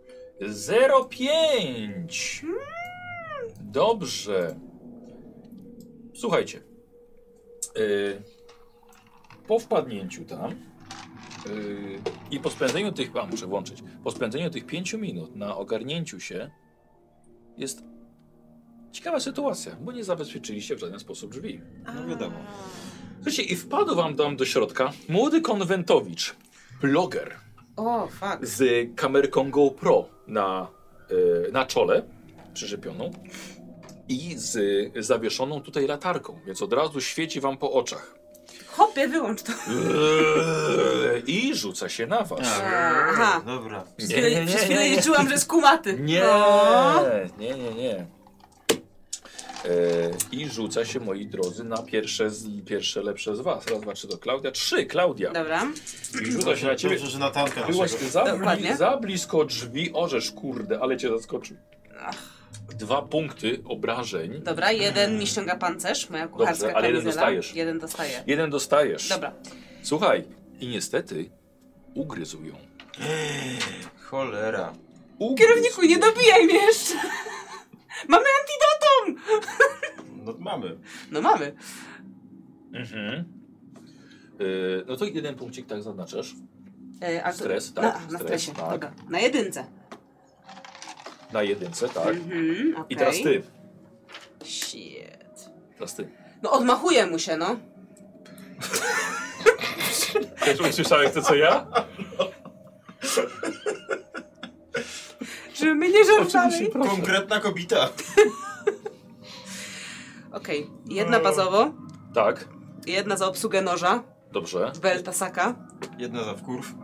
0,5. Dobrze. Słuchajcie. Po wpadnięciu tam i po spędzeniu tych... muszę włączyć. Po spędzeniu tych 5 minut na ogarnięciu się jest ciekawa sytuacja, bo nie zabezpieczyliście w żaden sposób drzwi. No wiadomo. Słuchajcie, i wpadł wam tam do środka młody konwentowicz, bloger O, fuck. z kamerką GoPro na czole przyrzepioną i z zawieszoną tutaj latarką, więc od razu świeci wam po oczach. Hopie, wyłącz to. I rzuca się na was. Aha. Dobra. Przez chwilę nie czułam, że jest kumaty. Nie, No. nie. I rzuca się, moi drodzy, na pierwsze lepsze z was. Raz, dwa, trzy to Klaudia. 3, Klaudia. Dobra. I rzuca się na ciebie. Dobrze, że Natanka Byłaś naszego. Dokładnie. za blisko drzwi. Orzesz, kurde, ale cię zaskoczył. 2 punkty obrażeń. Dobra, 1 mi ściąga pancerz, moja kucharska Dobrze, ale 1 kamizela. dostajesz. 1 dostaję. 1 dostajesz. Dobra. Słuchaj, i niestety ugryzł ją. Cholera. Kierowniku, nie dobijaj mnie jeszcze! Mamy antidotum! No mamy. No mamy. No to 1 punkcik tak zaznaczasz. A to- Stres, tak, Na stres, stresie, tak. dobra. Na 1. Na 1, tak. Okay. I teraz ty. Shit. Teraz ty. No odmachuję mu się, no. Też usłyszałeś to, co ja? Żeby mnie nie żartali. Konkretna kobieta. Okej, 1 bazowo, Tak. 1 za obsługę noża, Dobrze. Beltasaka. Jedna za wkurw.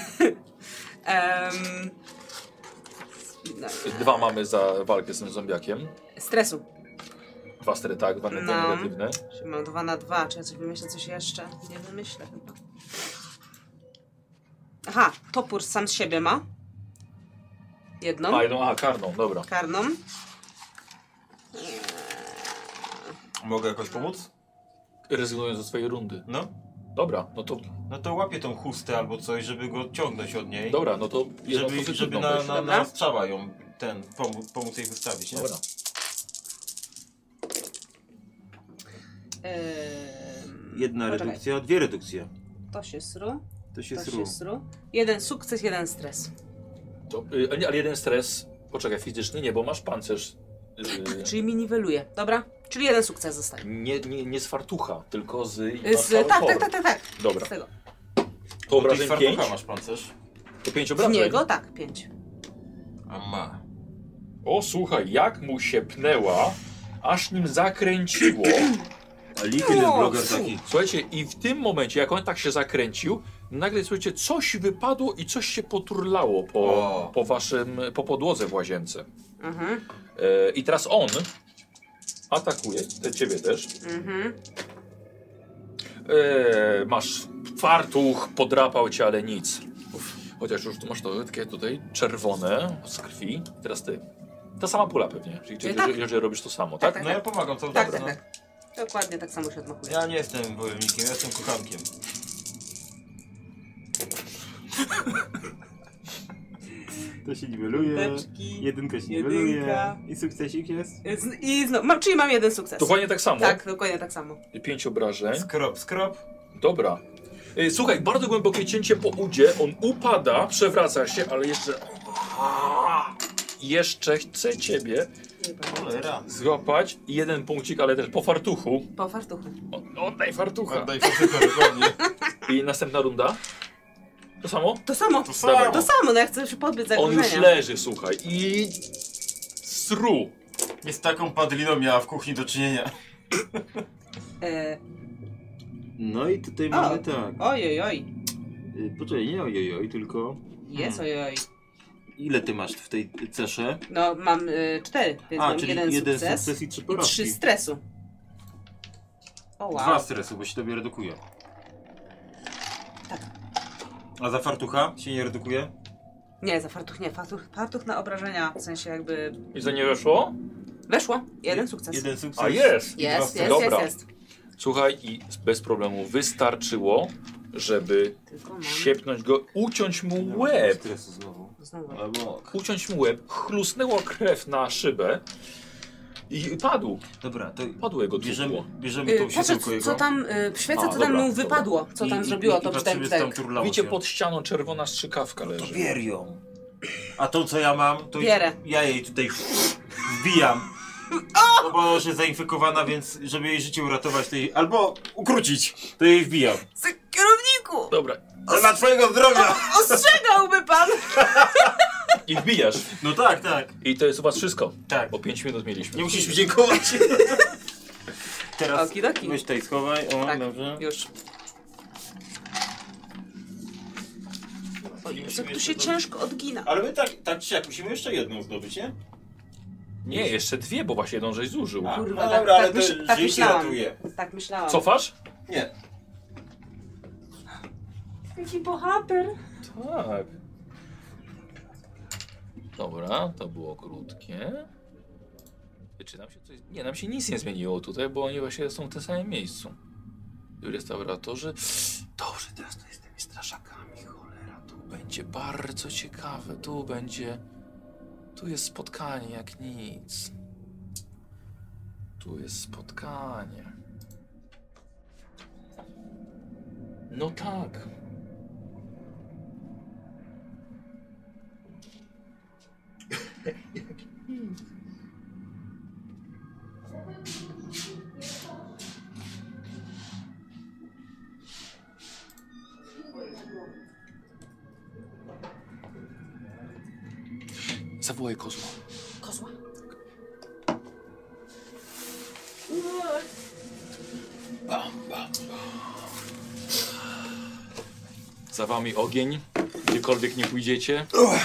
2 mamy za walkę z tym zombiakiem. Stresu. 2 stry, tak, 2 No. negatywne. Czyli mam 2 na 2, czy ja coś wymyślę coś jeszcze? Nie wymyślę chyba. Aha, topór sam z siebie ma. Jedną. Karną, dobra. Karną. Mogę jakoś pomóc? Rezygnując ze swojej rundy. No. Dobra, no to... No to łapię tą chustę albo coś, żeby go ciągnąć od niej. Dobra, no to... Żeby na strzała ją pomóc jej wystawić, nie? Dobra. Jedna poczekaj. redukcja, 2 redukcje. To się sru. To się To sru. się sru. 1 sukces, 1 stres. To, ale jeden stres, poczekaj, fizyczny nie, bo masz pancerz. Czyli mi niweluje. Dobra? Czyli 1 sukces zostaje. Nie z fartucha, tylko z... Tak. Dobra. Z tego. To obrażeń Tych 5? fartucha masz pancerz? To 5 W obrażeń. niego tak, 5. A ma. O, słuchaj, jak mu się pnęła, aż nim zakręciło. A Liquid jest bloger taki. Słuchajcie, i w tym momencie, jak on tak się zakręcił, nagle, słuchajcie, coś wypadło i coś się poturlało po podłodze w łazience. Mhm. I teraz on atakuje, ciebie też. Mhm. Masz fartuch, podrapał cię, ale nic. Chociaż już tu masz to takie tutaj czerwone z krwi. Teraz ty. Ta sama pula pewnie, czyli Tak. jeżeli robisz to samo, tak? Tak. No ja pomagam cały Tak. czas. No. Dokładnie tak samo się odmachuje. Ja nie jestem wojownikiem, ja jestem kochankiem. To się niweluje. Teczki. Jedynka się Jedynka. niweluje. I sukcesik jest. I znowu, czyli mam 1 sukces. Dokładnie tak samo. Tak, dokładnie tak samo. 5 obrażeń. Skrop. Dobra. Słuchaj, bardzo głębokie cięcie po udzie. On upada, przewraca się, ale jeszcze chce ciebie Cholera. złapać. 1 punkcik, ale też po fartuchu. Po fartuchu. Oddaj fartucha. Oddaj fartucha, dokładnie. I następna runda. To samo? To samo. Dawaj. To samo, no ja chcę się podbyć On już zagrożenia. leży, słuchaj. I sru. Z taką padliną miała w kuchni do czynienia. No i tutaj mamy tak. Ojojoj. Poczekaj, nie ojojoj, tylko... Jest ojoj. Ile ty masz w tej cesze? No mam 4, więc mam czyli 1 sukces i 3 i porażki. 3 stresu. O wow. 2 stresu, bo się tobie redukuje. Tak. A za fartucha się nie redukuje? Nie, za fartuch nie. Fartuch na obrażenia, w sensie jakby... I za nie weszło? Weszło. 1 sukces. 1 sukces. A jest! Jest. Dobra. Słuchaj, i bez problemu wystarczyło, żeby Tylko mam... siepnąć go, uciąć mu łeb. Stresu znowu. Znowu. Albo... Uciąć mu łeb, chlusnęło krew na szybę i padł. Dobra, to Padło jego bierzemy tupło. tą Patrzę, siodełko jego. co tam w świece, co dobra, tam mu dobra. wypadło. Co tam zrobiło to patrzymy, co tam turlało Widzicie się. pod ścianą czerwona strzykawka To leży. bier ją. A tą co ja mam, to Bierę. ja jej tutaj wbijam. No bo już jest zainfekowana, więc żeby jej życie uratować, to jej, albo ukrócić, to jej wbijam. Kierowniku! Dobra. Ale dla twojego zdrowia! Ostrzegałby pan! I wbijasz. No tak. I to jest u was wszystko. Tak. Bo 5 minut mieliśmy. Nie musisz mi dziękować. Teraz Okidoki. weź tutaj schowaj, o Tak, dobrze. już. Co tu się ciężko odgina. Ale my tak czy jak musimy jeszcze jedną zdobyć, nie? Nie, jeszcze 2, bo właśnie jedną żeś zużył. A, Kurwa, no tak- dobra, tak ale to myśl- tak życie myślałam. ratuje. Tak myślałam. Cofasz? Nie. Jaki bohater. Tak. Dobra, to było krótkie. Czy nam się coś... Nie, nam się nic nie zmieniło tutaj, bo oni właśnie są w tym samym miejscu. Restauratorzy. Dobrze, teraz to jest tymi straszakami, cholera. Tu będzie bardzo ciekawe. Tu będzie... Tu jest spotkanie jak nic. Tu jest spotkanie. No tak. Zawołaj kozła. Kozła? Bam, bam, bam. Za wami ogień, gdziekolwiek nie pójdziecie.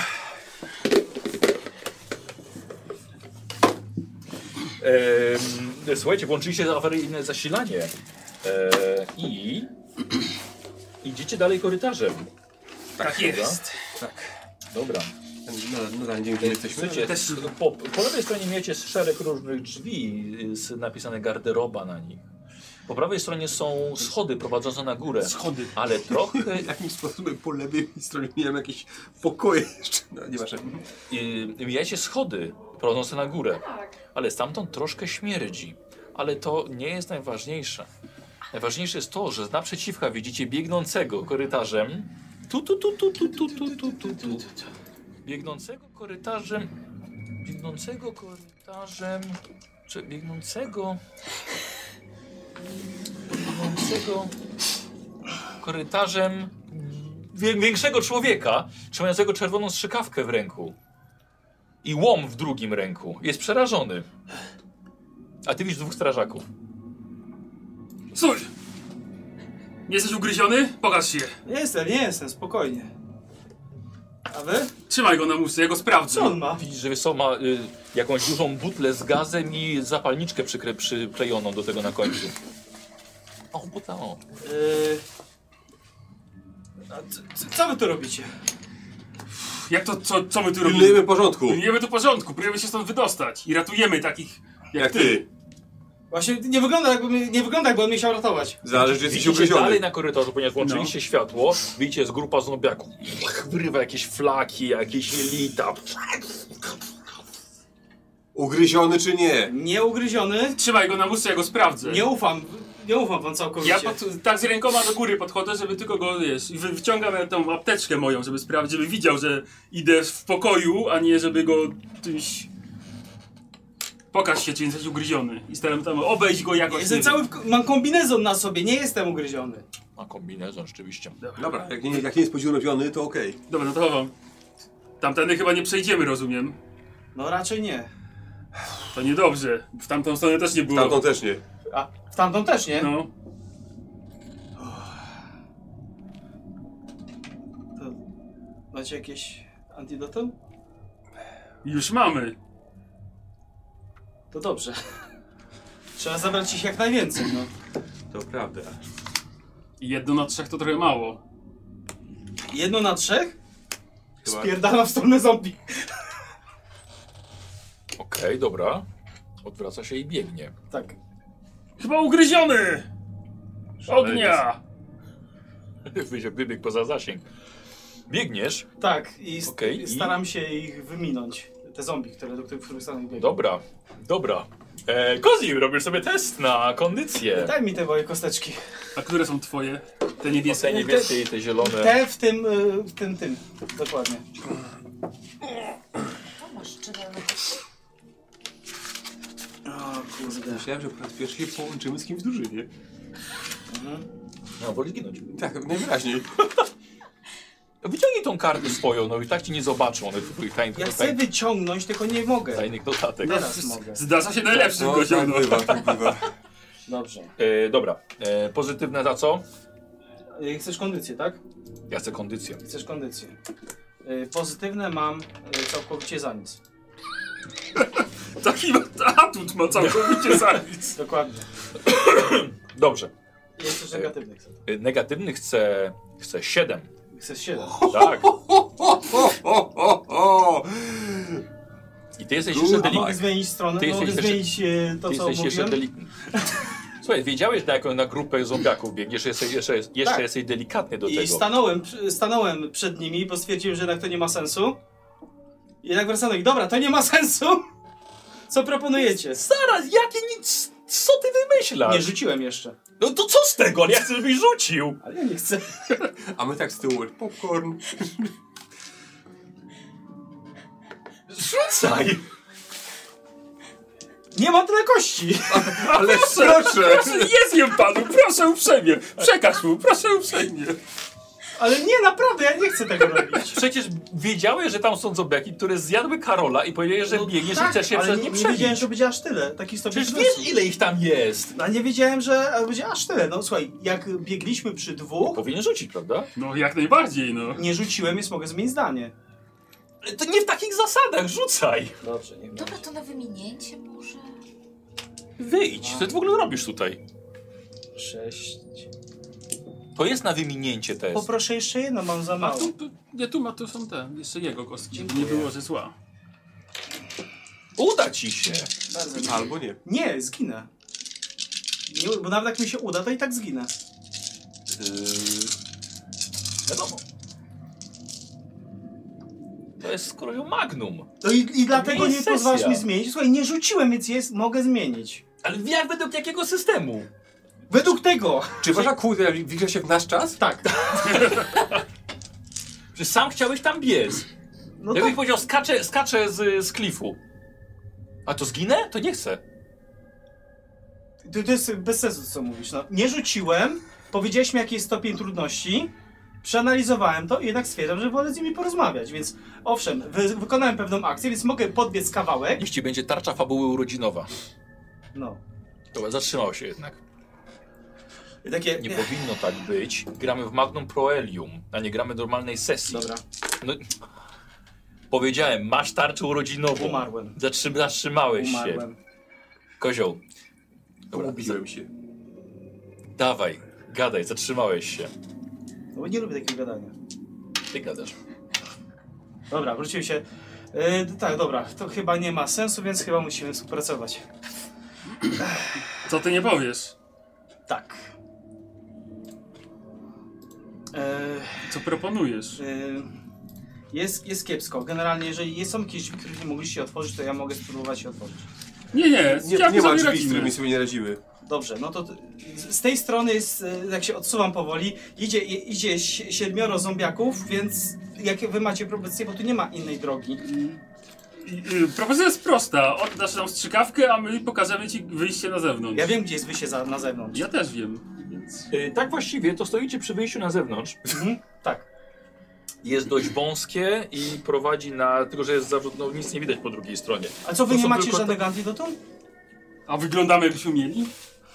Słuchajcie, włączyliście awaryjne zasilanie i idziecie dalej korytarzem. Tak jest. Tak. Dobra. Nadal nie wiem, gdzie my jesteśmy. Słuchajcie, Też... po lewej stronie miejecie szereg różnych drzwi z napisane garderoba na nich. Po prawej stronie są schody prowadzące na górę. Schody. Ale trochę... Jakimś sposobem po lewej stronie miałem jakieś pokoje jeszcze. No, nie masz. Mijajcie schody prowadzące na górę. Ale stamtąd troszkę śmierdzi. Ale to nie jest najważniejsze. Najważniejsze jest to, że z naprzeciwka widzicie biegnącego korytarzem. Biegnącego korytarzem. Biegnącego korytarzem większego człowieka, trzymającego czerwoną strzykawkę w ręku i łom w drugim ręku. Jest przerażony. A ty widzisz 2 strażaków. Stój! Nie jesteś ugryziony? Pokaż się. Nie jestem, spokojnie. A wy? Trzymaj go na muszce, ja go sprawdzę. Co on ma? Widzisz, że ma jakąś dużą butlę z gazem i zapalniczkę przyklejoną do tego na końcu. O, butla, o. Co wy tu robicie? Jak to, co my tu robimy? Pilnujemy porządku. Pilnujemy tu porządku, próbujemy się stąd wydostać i ratujemy takich jak ty. Właśnie nie wygląda jakby on mnie chciał ratować. Zależy, czy jesteś Widzicie ugryziony. dalej na korytarzu, ponieważ włączyliście światło, widzicie, jest grupa zombiaków. Wyrywa jakieś flaki, jakieś jelita. Ugryziony czy nie? Nie ugryziony. Trzymaj go na muszce, ja go sprawdzę. Nie ufam wam całkowicie. Ja tak z rękoma do góry podchodzę, żeby tylko go, wiesz, i wyciągam tą apteczkę moją, żeby sprawdzić, żeby widział, że idę w pokoju, a nie żeby go czymś... Pokaż się, czy jesteś ugryziony. I staram tam obejść go jakoś. Jestem mam kombinezon na sobie, nie jestem ugryziony. Ma kombinezon, rzeczywiście. Dobra, jak nie jest podziurawiony, to okej. Dobra, no to chowam. Tamtędy chyba nie przejdziemy, rozumiem. No raczej nie. To niedobrze. W tamtą stronę też nie było. Tamtą też nie. A w tamtą też nie? No. To macie jakieś antidotum? Już mamy. To dobrze. Trzeba zabrać ich jak najwięcej, no. To prawda. I 1 na 3 to trochę mało. 1 na 3? Chyba- Spierdala w stronę zombie. Okej, dobra. Odwraca się i biegnie. Tak. Chyba ugryziony! Ognia! Wybiegł poza zasięg. Biegniesz. Tak, i Okej, staram się ich wyminąć. Te zombie, do których staram biegać. Dobra. Kozi, robisz sobie test na kondycję. Daj mi te moje kosteczki. A które są twoje? Te niebieskie? Te niebieskie i te zielone. Te w tym. Dokładnie. To masz czytelne. O kurde. Myślałem, że po raz pierwszy się połączymy z kimś w drużynie. No, woli zginąć. Tak, najwyraźniej. Wyciągnij tą kartę swoją, no i tak ci nie zobaczą. No, twoich Ja chcę wyciągnąć, tylko nie mogę. tajnych notatek. Teraz mogę. Zdarza się najlepszym No, gościom. tak bywa, tak bywa. Dobrze. Dobra. Pozytywne za co? Chcesz kondycję, tak? Ja chcę kondycję. Chcesz kondycję. Pozytywne mam całkowicie za nic. Taki atut ma całkowicie za nic. Dokładnie. Dobrze. Jest też negatywny. Negatywny chcę 7. Chcesz 7. Tak. I ty jesteś jeszcze A mogę delikatny. zmienić stronę? Ty Mogę jesteś zmienić to, Ty co jesteś jeszcze mówiłem? delikatny. Słuchaj, wiedziałeś na grupę zombiaków biegniesz, jeszcze Tak. jesteś delikatny do I tego. stanąłem przed nimi, bo stwierdziłem, że jednak to nie ma sensu. I jednak wracałem, dobra, to nie ma sensu. Co proponujecie? Zaraz, jakie nic, co ty wymyślasz? Nie rzuciłem jeszcze. No to co z tego? Ja chcę, żebyś rzucił. Ale ja nie chcę. A my tak z tyłu, popcorn. Rzucaj. Nie ma tyle kości. Ale proszę! Nie zjem panu, proszę uprzejmie. Przekaż mu, proszę uprzejmie. Ale nie, naprawdę, ja nie chcę tego robić. Przecież wiedziałeś, że tam są zombiaki, które zjadły Karola i powiedziałeś, że biegniesz i chcesz się ale przez nie nie wiedziałem, przebić. że będzie aż tyle. Taki stopień Przecież stresu. wiesz, ile ich tam jest. A nie wiedziałem, że będzie aż tyle. No słuchaj, jak biegliśmy przy 2, Powinien rzucić, prawda? No jak najbardziej, no. nie rzuciłem, więc mogę zmienić zdanie. To nie w takich zasadach, rzucaj. Dobrze, nie Dobra, to na wyminięcie może? Wyjdź, co ty w ogóle robisz tutaj? 6. To jest na wyminięcie test. Poproszę jeszcze jedno, mam za A mało. tu są te, jeszcze jego kostki. Nie było, że zła. Uda ci się. Bardzo nie. Albo nie. Nie, zginę. Nie, bo nawet jak mi się uda, to i tak zginę. Wiadomo. To jest z kolei Magnum. No i dlatego Nie nie jest pozwalasz sesja. mi zmienić. Słuchaj, nie rzuciłem, więc mogę zmienić. Ale jak według jakiego systemu? Według tego! Czy wasza kłótnia wliża się w nasz czas? Tak. Że sam chciałeś tam biec. No Jakbyś tak. powiedział, skaczę z klifu. A to zginę? To nie chcę. To jest bez sensu, co mówisz. No, nie rzuciłem, powiedziałeś mi, jaki jest stopień trudności, przeanalizowałem to i jednak stwierdzam, że wolę z nimi porozmawiać, więc owszem, wykonałem pewną akcję, więc mogę podbiec kawałek. Niech ci będzie tarcza fabuły urodzinowa. No. Dobra, zatrzymał się jednak. I takie... Nie powinno tak być. Gramy w Magnum Proelium, a nie gramy normalnej sesji. Dobra. No, powiedziałem, masz tarczę urodzinową. Umarłem. Zatrzymałeś się. Umarłem. Kozioł. Ubiłem się. Dawaj, gadaj, zatrzymałeś się. No bo nie lubię takiego gadania. Ty gadasz. Dobra, wróciłem się. Tak, dobra, to chyba nie ma sensu, więc chyba musimy współpracować. Co ty nie powiesz? Tak. Co proponujesz? Jest kiepsko. Generalnie, jeżeli są jakieś drzwi, których nie mogliście otworzyć, to ja mogę spróbować je otworzyć. Nie, Nie ma drzwi, z radzimy. którymi sobie nie radzimy. Dobrze, no to z tej strony jest, jak się odsuwam powoli, idzie 7 zombiaków, więc jakie wy macie propozycje, bo tu nie ma innej drogi. Propozycja jest prosta. Oddasz nam strzykawkę, a my pokażemy ci wyjście na zewnątrz. Ja wiem, gdzie jest wyjście na zewnątrz. Ja też wiem, więc... Tak właściwie, to stoicie przy wyjściu na zewnątrz. Tak. Jest dość wąskie i prowadzi na... Tylko, że jest zarzut, no nic nie widać po drugiej stronie. A co, wy To nie są macie tylko żadnego antidotum? A wyglądamy jakbyśmy mieli?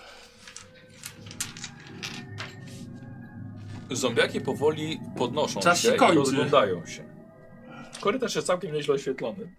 Zombiaki powoli podnoszą Czas się się i kończy. rozglądają się. Korytarz jest całkiem nieźle oświetlony.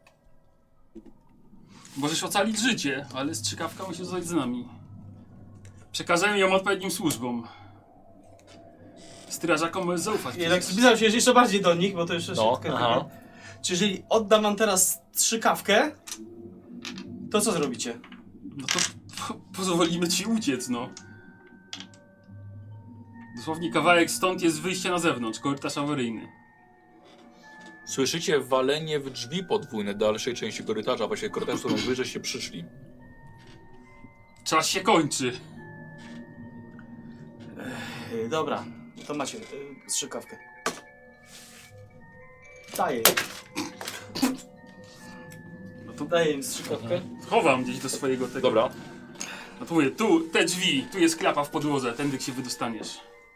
Możesz ocalić życie, ale strzykawka musi zostać z nami. Przekażemy ją odpowiednim służbom. Strażakom możesz zaufać. Jednak przecież. zbliżam się jeszcze bardziej do nich, bo to jeszcze No, szybko. aha. Czy jeżeli oddam wam teraz strzykawkę, to co zrobicie? No to pozwolimy ci uciec, no. Dosłownie kawałek stąd jest wyjście na zewnątrz, korytarz awaryjny. Słyszycie walenie w drzwi podwójne dalszej części korytarza, właśnie korytarz, którą wy żeście przyszli. Czas się kończy. Dobra, to macie strzykawkę. Daję. No to Daję im strzykawkę. chowam gdzieś do swojego tego. Dobra. No to mówię, tu, te drzwi, tu jest klapa w podłodze, tędy się wydostaniesz.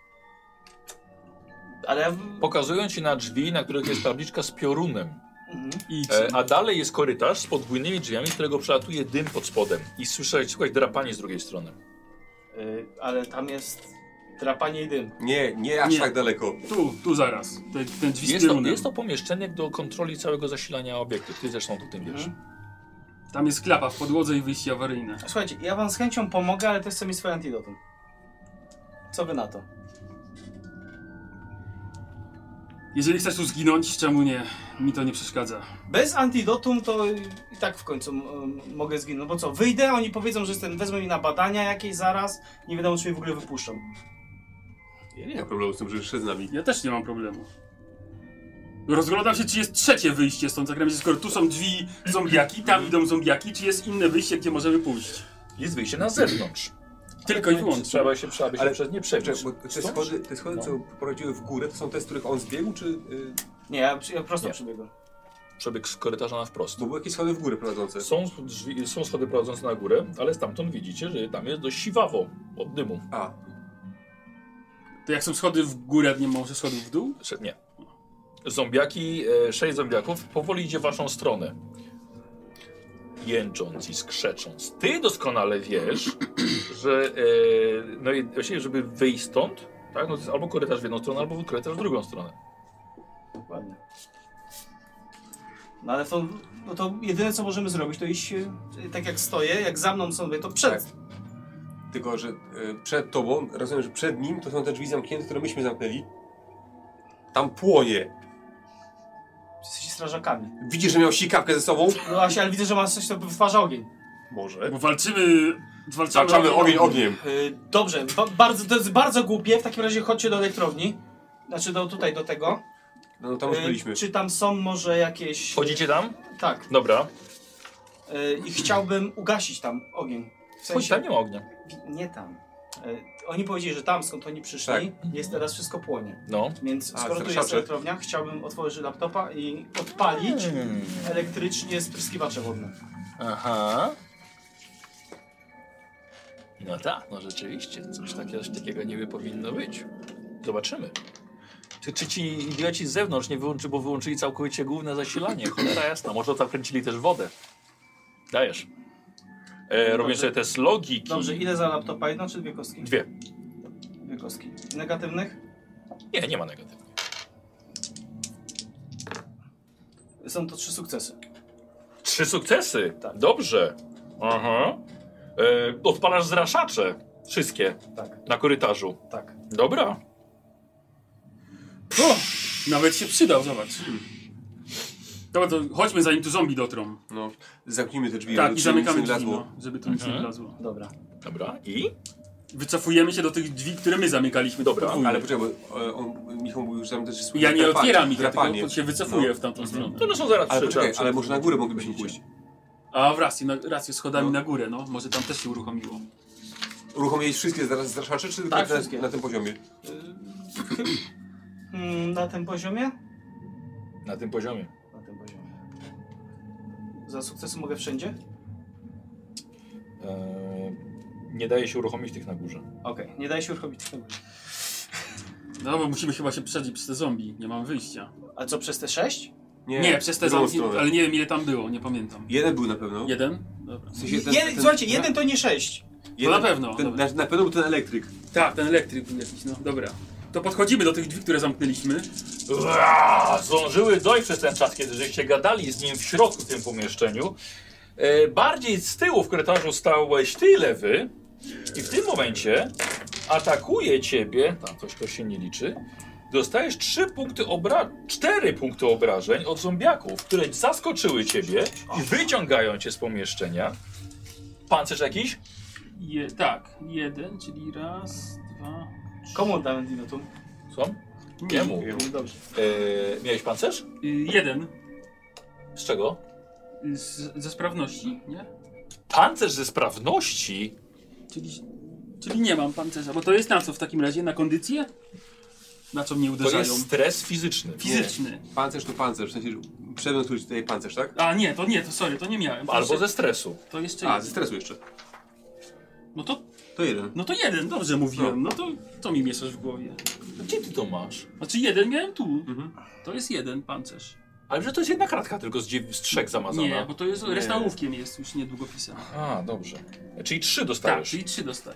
Ale... Pokazują ci na drzwi, na których jest tabliczka z piorunem. Idź. A dalej jest korytarz z podwójnymi drzwiami, z którego przelatuje dym pod spodem. I słuchać drapanie z drugiej strony. Ale tam jest drapanie i dym. Nie aż Nie. tak daleko. Tu zaraz. Ten drzwi z Jest to, piorunem. jest to pomieszczenie do kontroli całego zasilania obiektu. Ty zresztą o tym wiesz. Tam jest klapa w podłodze i wyjście awaryjne. Słuchajcie, ja wam z chęcią pomogę, ale też chcę mieć swoje antidotum. Co wy na to? Jeżeli chcesz tu zginąć, czemu nie? Mi to nie przeszkadza. Bez antidotum to i tak w końcu mogę zginąć. No bo co, wyjdę, oni powiedzą, że wezmą mnie na badania jakieś zaraz, nie wiadomo, czy mnie w ogóle wypuszczą. Ja nie mam problemu z tym, że jeszcze z nami. Ja też nie mam problemu. Rozglądam się, czy jest trzecie wyjście stąd. Zagram się, skoro tu są drzwi zombiaki, tam idą zombiaki, czy jest inne wyjście, gdzie możemy pójść. Jest wyjście na zewnątrz. Tylko i wyłącznie. Trzeba się Ale- przez nie przebiec. Bo te schody, co prowadziły w górę, to są te, z których on zbiegł, czy... Nie, ja prosto Nie. przybiegłem. Przebieg z korytarza na wprost. Bo były jakieś schody w górę prowadzące. Są schody prowadzące na górę, ale stamtąd widzicie, że tam jest dość siwawo od dymu. A, To jak są schody w górę, nie ma może schodów w dół? Nie. Zombiaki, 6 zombiaków powoli idzie w waszą stronę. Jęcząc i skrzecząc. Ty doskonale wiesz, że no i właściwie, żeby wyjść stąd, tak, no to jest albo korytarz w jedną stronę, albo korytarz w drugą stronę. Dokładnie. No ale to, no to jedyne co możemy zrobić, to iść tak jak stoję, jak za mną są, to przed. Tak. Tylko, że przed tobą, rozumiem, że przed nim to są te drzwi zamknięte, które myśmy zamknęli. Tam płonie. Jesteście strażakami. Widzisz, że miał sikawkę ze sobą? No właśnie, ale widzę, że ma coś, co wytwarza ogień. Może. Bo walczymy Zwalczamy ogień ogniem. Dobrze, bardzo, to jest bardzo głupie, w takim razie chodźcie do elektrowni. Znaczy tutaj, do tego. No tam już byliśmy. Czy tam są może jakieś... Wchodzicie tam? Tak. Dobra. I chciałbym ugasić tam ogień. W Chodź, tam nie ma ognia. Nie tam. Oni powiedzieli, że tam, skąd oni przyszli, jest teraz wszystko płonie. No. Więc skoro tu jest elektrownia, chciałbym otworzyć laptopa i odpalić elektrycznie spryskiwacze wodne. Aha. No tak, no rzeczywiście, coś takiego nie powinno być. Zobaczymy. Czy ci idioci z zewnątrz nie wyłączyli, bo wyłączyli całkowicie główne zasilanie? Cholera jasna, może zakręcili też wodę. Dajesz. Robię sobie test logiki. Dobrze, ile za laptopa? Jedna czy dwie kostki? Dwie. Dwie kostki. Negatywnych? Nie, nie ma negatywnych. Są to 3 sukcesy. 3 sukcesy? Tak. Dobrze. Aha. Odpalasz zraszacze. Wszystkie. Tak. Na korytarzu. Tak. Dobra. O, nawet się przydał, zobacz. Dobra, to chodźmy zanim tu zombie dotrą. No, zamknijmy te drzwi. Tak, i zamykamy nic nie drzwi, wlazło. no, żeby tu nic nie wlazło. Dobra. Dobra. I? Wycofujemy się do tych drzwi, które my zamykaliśmy. Dobra, podwójnie. Ale poczekaj, bo Michał mówił, że tam też jest Ja nie drapanie, otwieram ich, ja drapanie. tylko się wycofuję w tamtą stronę. To są zaraz Ale trzy. poczekaj, trzeba ale może na górę moglibyśmy pójść. A w rację, schodami na górę, no. Może tam też się uruchomiło. Uruchomiłeś wszystkie zraszacze, czy Tak, tylko wszystkie. na tym poziomie? Na tym poziomie? Na tym poziomie. Na tym poziomie. Za sukcesy mogę wszędzie? Nie daje się uruchomić tych na górze. Okej, nie daje się uruchomić tego. No bo musimy chyba się przedzić przez te zombie, nie mam wyjścia. A co, przez te 6? Nie, przez te w drugą zombie, stronę. ale nie wiem ile tam było, nie pamiętam. Jeden był na pewno. Jeden? Dobra. W sensie Słuchajcie, jeden to nie 6. To na pewno. Dobra. Na pewno był ten elektryk. Tak, ten elektryk był jakiś, no dobra. To podchodzimy do tych drzwi, które zamknęliśmy. Zdążyły dojść przez ten czas, kiedy żeście gadali z nim w środku w tym pomieszczeniu. Bardziej z tyłu w korytarzu stałeś ty, lewy. I w tym momencie atakuje ciebie, tam coś się nie liczy, dostajesz 4 punkty obrażeń od zombiaków, które zaskoczyły ciebie i wyciągają cię z pomieszczenia. Pancerz jakiś? Tak, jeden, czyli raz, dwa... Komu oddałem Dinotum? Co? Jemu. Dobrze. Miałeś pancerz? Jeden. Z czego? Ze sprawności, nie? Pancerz ze sprawności? Czyli nie mam pancerza, bo to jest na co w takim razie? Na kondycję? Na co mnie To uderzają? jest stres fizyczny. Fizyczny. Pancerz to pancerz, w sensie przedmiot, który ci daje pancerz, tak? A nie, sorry, to nie miałem. To Albo jeszcze, ze stresu. To jeszcze A, jeden. ze stresu jeszcze. No to To jeden. dobrze mówiłem. No to co mi mieszasz w głowie? Gdzie ty to masz? Znaczy jeden miałem tu. To jest jeden pancerz. Ale że to jest jedna kratka, tylko z 3 zamazana. Nie, bo to jest reszta ołówkiem jest, już nie długopisem. A, dobrze. Czyli 3 Tak, dostajesz. czyli 3 dostaję.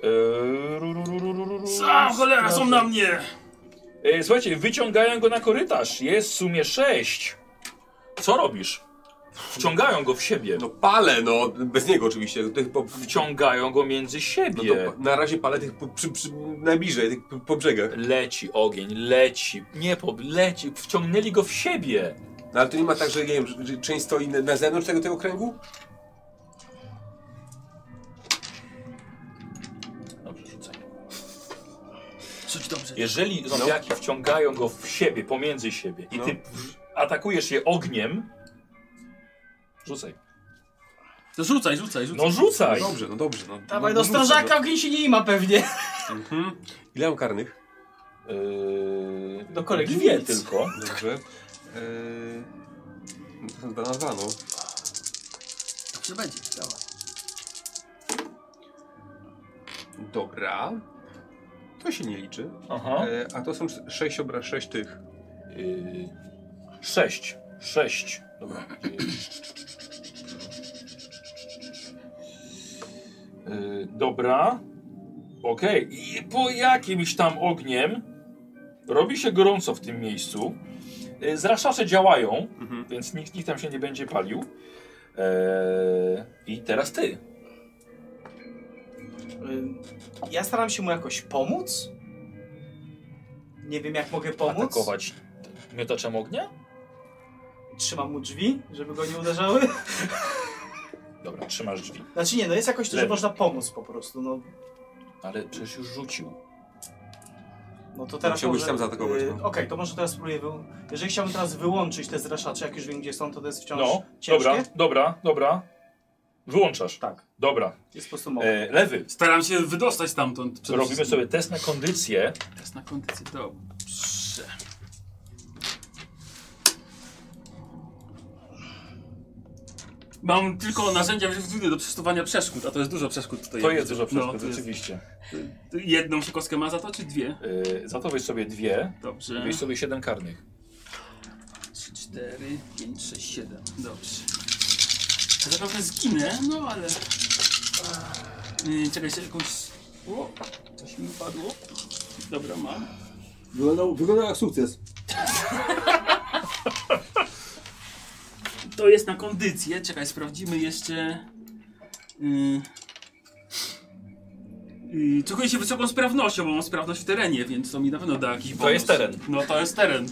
Sam Cholera, są na mnie! Słuchajcie, wyciągają go na korytarz. Jest w sumie 6. Co robisz? Wciągają go w siebie. No palę, no, bez niego oczywiście. Wciągają go między siebie. No to na razie palę tych najbliżej, tych po brzegach. Leci ogień, leci. Nie, leci. Wciągnęli go w siebie. No ale to nie ma tak, że nie wiem, że część stoi na zewnątrz tego kręgu? Dobrze, rzucaj. Rzuć dobrze. Jeżeli zombiaki wciągają go w siebie, pomiędzy siebie i ty atakujesz je ogniem, rzucaj. To rzucaj. No rzucaj! No dobrze. Dawaj do strażaka, ogień się nie ma pewnie. Ile mam karnych? Do kolegi 2 nic. tylko. Dobrze. To są 2 na 2, no. Dobrze będzie, dawaj. Dobra. To się nie liczy. Aha. A to są 6 tych. 6. Dobra. Dobra. Okej. I po jakimś tam ogniem robi się gorąco w tym miejscu. Zraszacze działają, więc nikt tam się nie będzie palił. I teraz ty. Ja staram się mu jakoś pomóc. Nie wiem, jak mogę pomóc. Atakować miotaczem ognia? Trzymam mu drzwi, żeby go nie uderzały. Dobra, trzymasz drzwi. Znaczy nie, no jest jakoś to, że Lewy. można pomóc po prostu, no. Ale przecież już rzucił. No to teraz Chciałbyś może... sam zaatakować, no. Okej, to może teraz spróbuję... Jeżeli chciałbym teraz wyłączyć te zraszacze, jak już wiem, gdzie są, to jest wciąż No, ciężkie. dobra. Wyłączasz. Tak. Dobra. Jest po prostu mowa. Lewy. Staram się wydostać stamtąd. przede Robimy wszystkim. sobie test na kondycję. Test na kondycję, dobrze. Mam tylko narzędzia do przestosowania przeszkód, a to jest dużo przeszkód tutaj. To jest dużo przeszkód, to jest- rzeczywiście. Jedną się kostkę ma za to, czy dwie? Za to weź sobie 2, Dobrze. weź sobie 7 karnych. 3, 4, 5, 6, 7. Dobrze. To zapewne zginę, no ale... czekaj, jeszcze jakąś... O, coś mi upadło. Dobra, mam. Wygląda jak sukces. To jest na kondycję. Czekaj, sprawdzimy jeszcze... Czuję się wysoką sprawnością, bo mam sprawność w terenie, więc to mi na pewno da jakiś bonus. To jest teren. No to jest teren.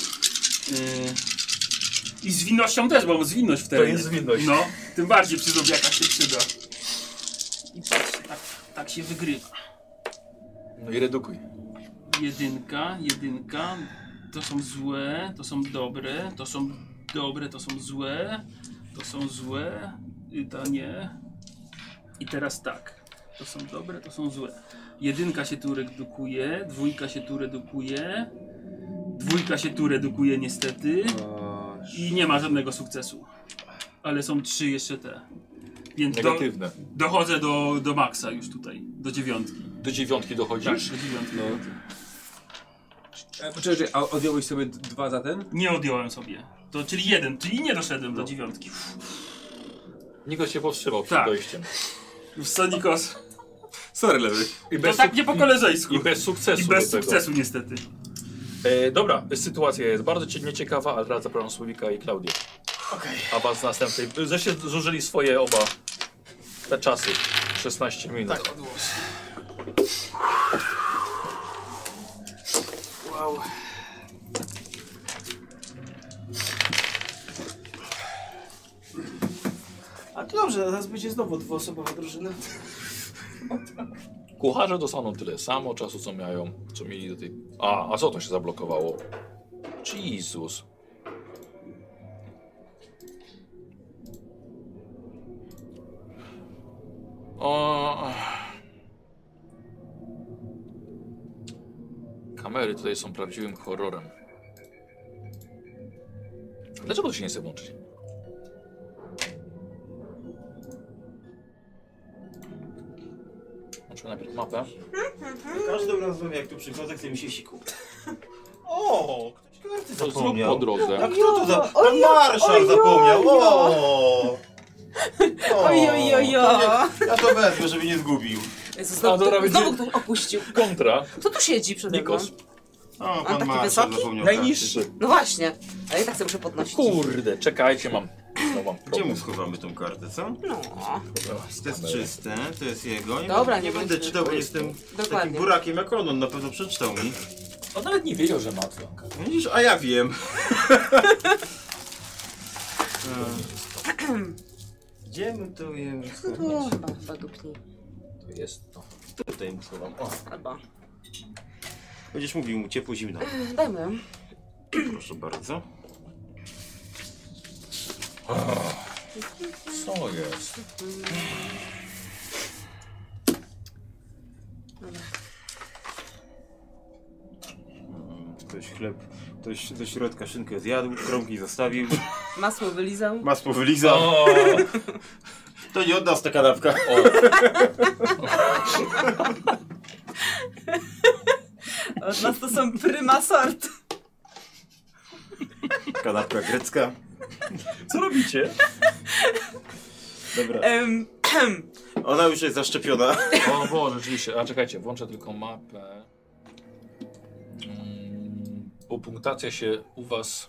I zwinnością też, bo mam zwinność w terenie. jest zwinność. No, tym bardziej przy zombiakach się przyda. I patrzcie, tak się wygrywa. No i redukuj. Jedynka. To są złe, to są dobre, to są dobre, to są złe, to są złe, ta nie. I teraz tak. To są dobre, to są złe. Jedynka się tu redukuje, dwójka się tu redukuje, dwójka się tu redukuje niestety i nie ma żadnego sukcesu. Ale są 3 jeszcze te. Więc Negatywne. dochodzę do maksa już tutaj, do 9. Do 9 Tak, dochodzisz? do 9. No. Poczekaj, a odjąłeś sobie 2 za ten? Nie odjąłem sobie. To, czyli 1, czyli nie doszedłem do 9. Nikos się powstrzymał przed Tak. dojściem. Co, Nikos? Sorry, lewy. I To tak nie po koleżeńsku. I bez sukcesu. I bez do tego. sukcesu niestety. Dobra, sytuacja jest bardzo nieciekawa, ale teraz zapraszam Słowika i Klaudię. Okej. A was następnej. Zresztą zużyli swoje oba te czasy. 16 minut. Tak, wow. A to dobrze, teraz będzie znowu dwuosobowa drużyna. Kucharze dostaną tyle samo czasu, co mieli do tej... A co to się zablokowało? Jezus. O... Kamery tutaj są prawdziwym horrorem. Dlaczego to się nie chce włączyć? Włączmy najpierw mapę. Każdym razem jak tu przychodzę, chce mi się siku. O, ktoś karty To zrób zapomniał. po drodze. A kto to za... Pan marszał zapomniał. O! Ojojojo. Ja to wezmę, żeby nie zgubił. Jezu, A, dobra, będzie- znowu ktoś opuścił. Kontra. Kto tu siedzi przede mną? Nikos. O, On pan taki marszał wysoki? zapomniał Najniższy. No właśnie, ale i tak sobie muszę podnosić. Kurde, czekajcie, mam. No, mam Gdzie problem. mu schowamy tą kartę, co? No, To jest czyste, to jest jego. Dobra, nie nie będę będzie. czytał, bo jestem takim dokładnie. burakiem jak on na pewno przeczytał mi. On nawet nie wiedział, że ma to. Widzisz, a ja wiem. Gdzie my to jemy? No, chyba dupnij. To jest to. Tutaj mu schowam. O, Albo. będziesz mówił mu ciepło, zimno. Dajmy. Proszę bardzo. Co jest? Ktoś chleb, ktoś do środka szynkę zjadł, kromki zostawił, Masło wylizał. masło wylizał. O, To nie od nas ta kanapka. Od nas to są prima sort. Kanapka grecka. co robicie? Dobra. Em, Ona już jest zaszczepiona. O Boże, rzeczywiście. A czekajcie, włączę tylko mapę. Bo punktacja się u was...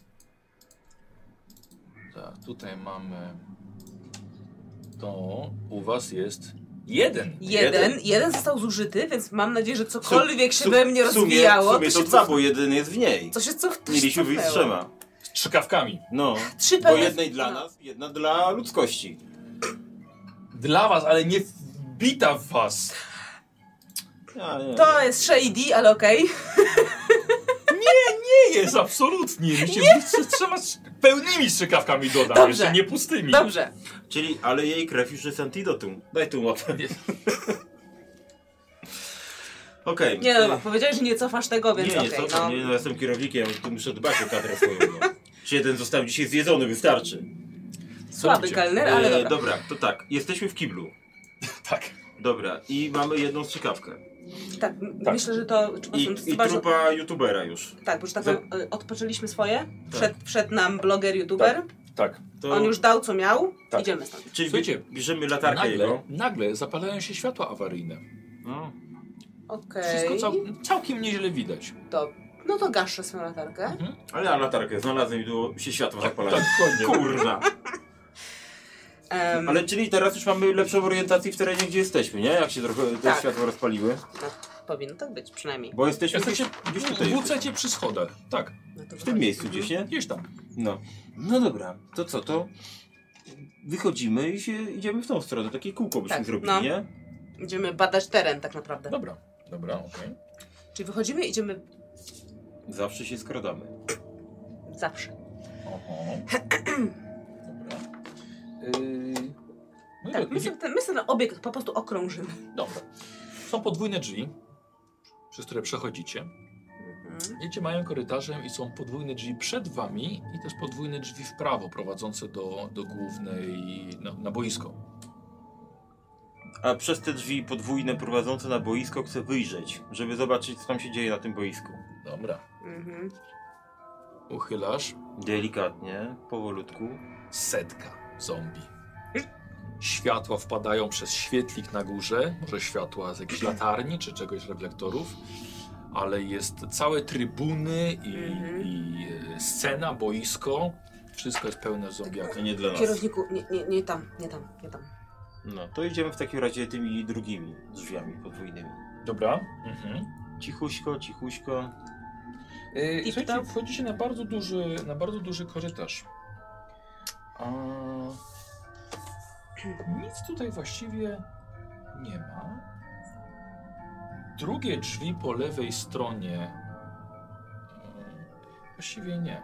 Tak, tutaj mamy... To u was jest 1. jeden został zużyty, więc mam nadzieję, że cokolwiek się Su- we mnie w sumie- rozwijało, W sumie to się dwa, bo jeden jest w niej. Co się co Mieliśmy wyjść z trzema. Z trzykawkami. No. 3 Bo pełne... jednej dla nas, jedna dla ludzkości. Dla was, ale nie wbita w was. Nie. To jest shady, ale okej. Nie jest, absolutnie. My się trzeba pełnymi strzykawkami dodam, Dobrze. jeszcze nie pustymi. Dobrze. Czyli, ale jej krew już jest antidotum. Daj tu łapę. Okej. Nie no, powiedziałeś, że nie cofasz tego, więc Nie, okej. co tam, nie, no, jestem kierownikiem, tu muszę dbać o kadrę swoją. No. Czy jeden został dzisiaj zjedzony, wystarczy. Słaby kelner, ale dobra. Dobra, to tak, jesteśmy w kiblu. Tak. Dobra, i mamy jedną strzykawkę. Tak, myślę, że to... Czy po I prostu bardzo... trupa youtubera już. Tak, bo już tak odpoczęliśmy swoje. Wszedł nam bloger, youtuber. Tak. To... On już dał, co miał. Tak. Idziemy stąd. Czyli Słuchajcie, bierzemy latarkę jego. nagle zapalają się światła awaryjne. No. Okej. Wszystko całkiem nieźle widać. No to gaszę swoją latarkę. Ale ja latarkę znalazłem i tu się światło zapalają. Tak, Kurna. Ale czyli teraz już mamy lepszą orientację w terenie, gdzie jesteśmy, nie? Jak się trochę te Tak. światła rozpaliły. No, powinno tak być przynajmniej. Bo jesteśmy Jesteście tutaj. w WC przy schodach. Tak. No to W tym miejscu gdzieś, nie? Gdzieś tam. No. No dobra, to co, to wychodzimy i idziemy w tą stronę. Takie kółko byśmy Tak, zrobili, no. nie? Idziemy badać teren tak naprawdę. Dobra, okej. Czyli wychodzimy, idziemy Zawsze się skradamy. zawsze. Oho. Dobra. No Tak, my sobie ten obiekt po prostu okrążymy. Dobra. Są podwójne drzwi, przez które przechodzicie. Idziecie małym korytarzem i są podwójne drzwi przed wami i też podwójne drzwi w prawo prowadzące do głównej, na boisko. A przez te drzwi podwójne prowadzące na boisko chcę wyjrzeć, żeby zobaczyć, co tam się dzieje na tym boisku. Dobra. Uchylasz. Delikatnie, powolutku. Setka zombie. Światła wpadają przez świetlik na górze, może światła z jakiejś latarni czy czegoś reflektorów, ale jest całe trybuny i scena, boisko, wszystko jest pełne zombiaków. To nie dla nas. Kierowniku, nie tam. No, to idziemy w takim razie tymi drugimi drzwiami podwójnymi. Dobra. Cichuśko. I słuchajcie, wchodzicie na bardzo duży korytarz. Nic tutaj właściwie nie ma. Drugie drzwi po lewej stronie właściwie nie.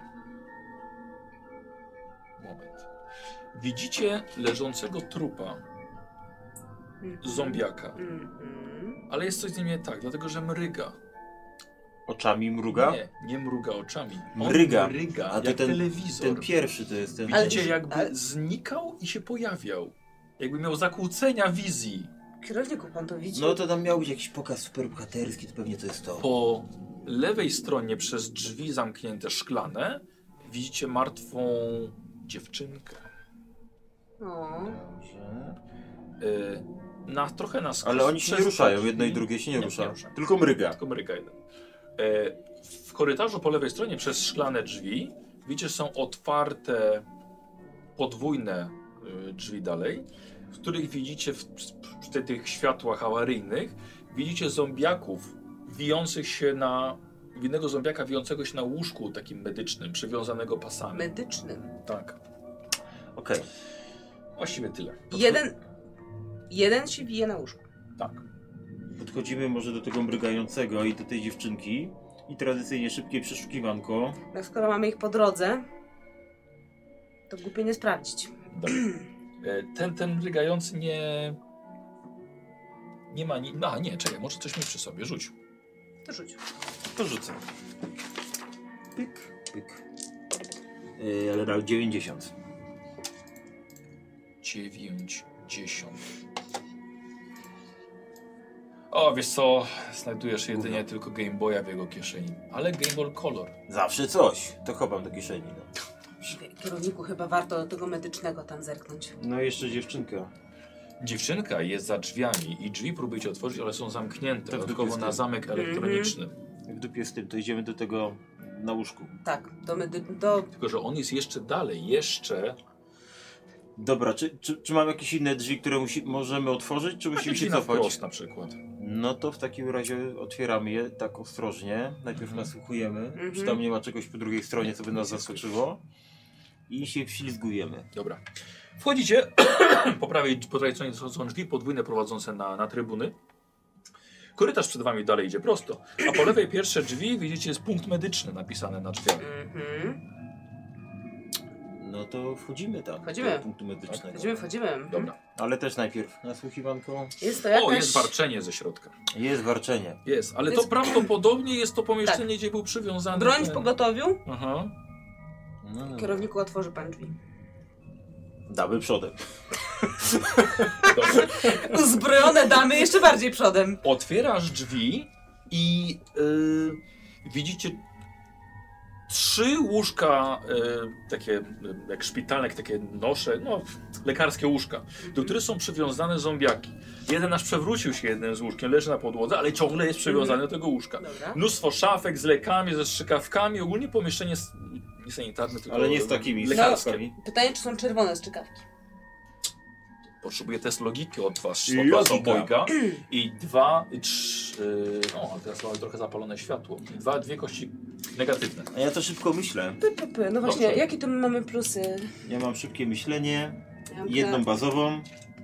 Moment. Widzicie leżącego trupa zombiaka. Ale jest coś z nim nie tak, dlatego że mryga. Oczami mruga? Nie mruga oczami. Mryga. A to jak ten telewizor. Ten pierwszy to jest ten. Widzicie, jakby znikał i się pojawiał. Jakby miał zakłócenia wizji. Kierowniku, pan to widzi? No to tam miał być jakiś pokaz superbohaterski, to pewnie to jest to. Po lewej stronie przez drzwi zamknięte szklane widzicie martwą dziewczynkę. Trochę na skos. Ale oni się nie ruszają, jedno i drugie się nie rusza. Tylko mryga. Tylko mryga jeden. W korytarzu po lewej stronie przez szklane drzwi widzicie, są otwarte podwójne drzwi dalej, w których widzicie przy tych światłach awaryjnych widzicie zombiaków wijących się jednego zombiaka wijącego się na łóżku takim medycznym, przywiązanego pasami. Medycznym? Tak. Okej. Właściwie tyle. Jeden się wije na łóżku. Tak. Podchodzimy może do tego mrygającego i do tej dziewczynki i tradycyjnie szybkie przeszukiwanko. No skoro mamy ich po drodze, to głupie nie sprawdzić. Dobra. Ten mrygający nie ma nie, czekaj, może coś mieć przy sobie, rzuć. To rzuć. To rzucę. Pyk. Ale dał 90. 90. O, wiesz co, znajdujesz jedynie tylko Game Boya w jego kieszeni. Ale Game Boy Color. Zawsze coś. To chowam do kieszeni. No. Kierowniku, chyba warto do tego medycznego tam zerknąć. No i jeszcze dziewczynka. Dziewczynka jest za drzwiami i drzwi próbujecie otworzyć, ale są zamknięte. Dodatkowo na zamek elektroniczny. W dupie z tym, to idziemy do tego na łóżku. Tak, Tylko, że on jest jeszcze dalej, Dobra, czy mamy jakieś inne drzwi, które możemy otworzyć, czy musimy się cofać? Wprost na przykład. No to w takim razie otwieramy je tak ostrożnie. Najpierw nasłuchujemy, czy tam nie ma czegoś po drugiej stronie, co by nas zaskoczyło. I się wślizgujemy. Dobra. Wchodzicie, po prawej stronie są drzwi podwójne prowadzące na trybuny. Korytarz przed wami dalej idzie prosto, a po lewej pierwsze drzwi widzicie jest punkt medyczny napisane na drzwiach. No to wchodzimy tam. Wchodzimy. Do punktu medycznego. Wchodzimy. Dobra. Ale też najpierw nasłuchiwanko. Jest to jakaś... O, jest warczenie ze środka. Jest warczenie. Jest, ale Jest- to prawdopodobnie jest to pomieszczenie, gdzie był przywiązany Broń w ten... pogotowiu. Aha. No. Kierowniku, otworzy pan drzwi. Damy przodem. Dobrze. Uzbrojone damy jeszcze bardziej przodem. Otwierasz drzwi i widzicie 3 łóżka, takie jak szpitalne, takie nosze, no lekarskie łóżka, do których są przywiązane zombiaki. Jeden aż przewrócił się jednym z łóżkiem, leży na podłodze, ale ciągle jest przywiązany do tego łóżka. Dobra. Mnóstwo szafek z lekami, ze strzykawkami, ogólnie pomieszczenie nie sanitarne, tylko Ale nie z takimi lekarskie. szafkami. Pytanie, czy są czerwone strzykawki? Potrzebuję test logiki od was Logika. obojga i 2, 3, a teraz mamy trochę zapalone światło. 2 kości negatywne. A ja to szybko myślę. No właśnie, Dobrze. jakie tu mamy plusy? Ja mam szybkie myślenie, Ja mam jedną bazową.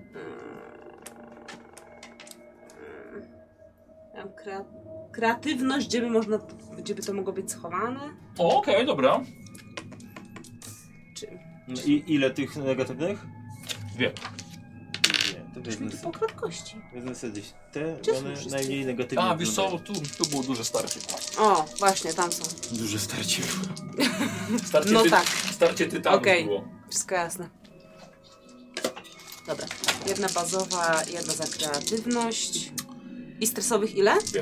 Ja mam kreatywność, gdzie by to mogło być schowane? O, okej, dobra. Czy... No i ile tych negatywnych? 2. Nie, to Myśmy tu po krótkości. wezmę sobie te, Gdzie bo są one wszyscy? najmniej negatywne. A, wiesz co, wyglądają. tu było duże starcie. O, właśnie, tam są. Duże starcie. Starcie, No tak. starcie tytanów Okej. było. Wszystko jasne. Dobra, jedna bazowa, jedna za kreatywność. I stresowych ile? 2.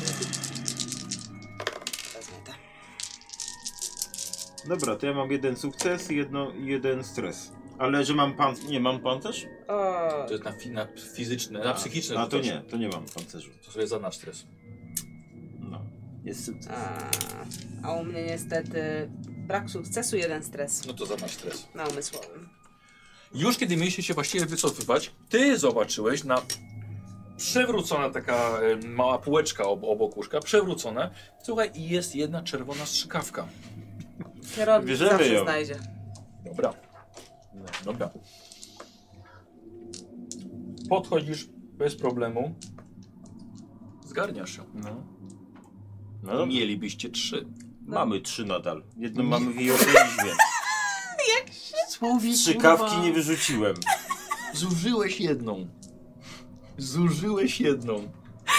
Dobra, to ja mam jeden sukces i jeden stres. Ale że mam nie mam pancerz? O, To jest na fizyczne, na psychiczne. A to rzucasz. nie mam pancerzu. To sobie za nasz stres. No, jest sukces. a u mnie niestety brak sukcesu, jeden stres No to za nasz stres. na umysłowym. Już kiedy mieliście się właściwie wycofywać, ty zobaczyłeś na przewrócona taka mała półeczka obok łóżka, przewrócone. Słuchaj, i jest jedna czerwona strzykawka. Kierownik Bierzemy zawsze ją. znajdzie. Dobra. Dobra. Podchodzisz bez problemu. Zgarniasz ją. No. No dobrze. Mielibyście 3. Mamy 3 nadal. Jedną mamy w jej organizmie. Strzykawki nie wyrzuciłem. Zużyłeś jedną. Zużyłeś jedną.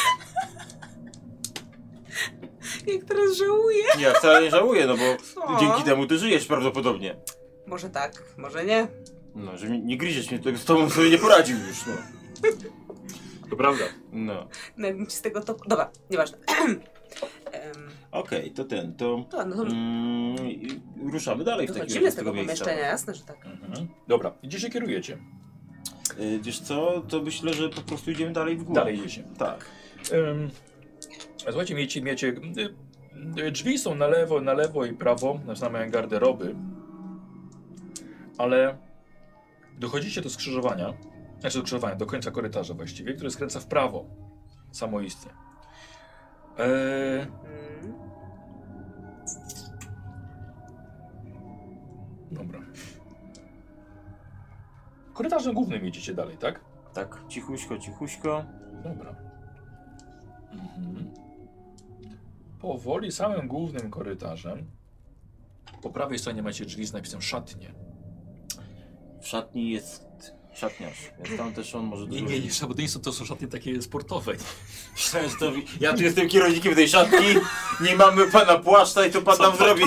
Jak teraz żałuję. Ja wcale nie żałuję, no bo O. dzięki temu ty żyjesz prawdopodobnie. Może tak, może nie. No, że nie gryziesz mnie, to z tobą sobie nie poradził już, no. To prawda. No. No jakbym ci z tego to... Dobra, nieważne. Okej, to No to ruszamy dalej w takim wychodzimy razie z tego miejsca. pomieszczenia, jasne, że tak. Dobra, gdzie się kierujecie? Wiesz co, to myślę, że po prostu idziemy dalej w górę. Dalej idziecie. Tak. Słuchajcie, miecie drzwi są na lewo i prawo, znaczy mają garderoby, ale dochodzicie do skrzyżowania, do końca korytarza właściwie, który skręca w prawo, samoistnie. Dobra. Korytarzem głównym idziecie dalej, tak? Tak, cichuśko. Dobra. Powoli samym głównym korytarzem. Po prawej stronie macie drzwi z napisem szatnie. W szatni jest szatniarz, więc tam też on może dużo... Nie, bo to są szatnie takie sportowe. Myślałem, że to... Ja tu jestem kierownikiem tej szatni, nie mamy pana płaszcza i to pan nam zrobi.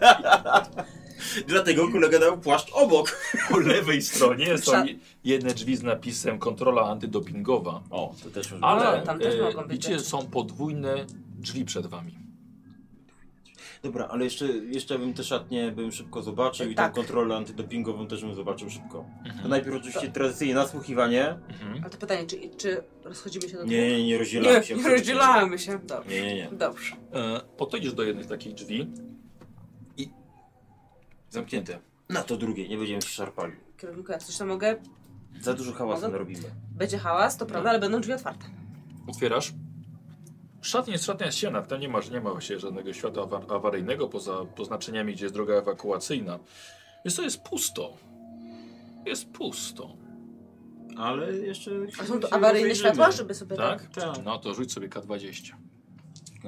Dlatego kolega dał płaszcz obok. Po lewej stronie są jedne drzwi z napisem kontrola antydopingowa. O, to też może Ale tam też mogą być widzicie, rzeczy. są podwójne drzwi przed wami. Dobra, ale jeszcze bym te szatnie szybko zobaczył i Tak. tą kontrolę antydopingową też bym zobaczył szybko. To najpierw oczywiście tradycyjnie nasłuchiwanie. A to pytanie, czy rozchodzimy się do Nie rozdzielamy się. Nie rozdzielamy się. Dobrze. Nie. Dobrze. Podchodzisz do jednych takich drzwi i zamknięte. Na to drugie, nie będziemy się szarpali. Kierowniku, jak coś tam mogę? Za dużo hałasu Mogę? narobimy. Będzie hałas, to prawda, ale będą drzwi otwarte. Otwierasz. Szatnia jest ciemna, tam nie ma właśnie żadnego światła awaryjnego poza oznaczeniami, gdzie jest droga ewakuacyjna. Więc to jest pusto. Jest pusto. Ale jeszcze... A są to awaryjne światła, żeby sobie Tak? Tak. No to rzuć sobie K20.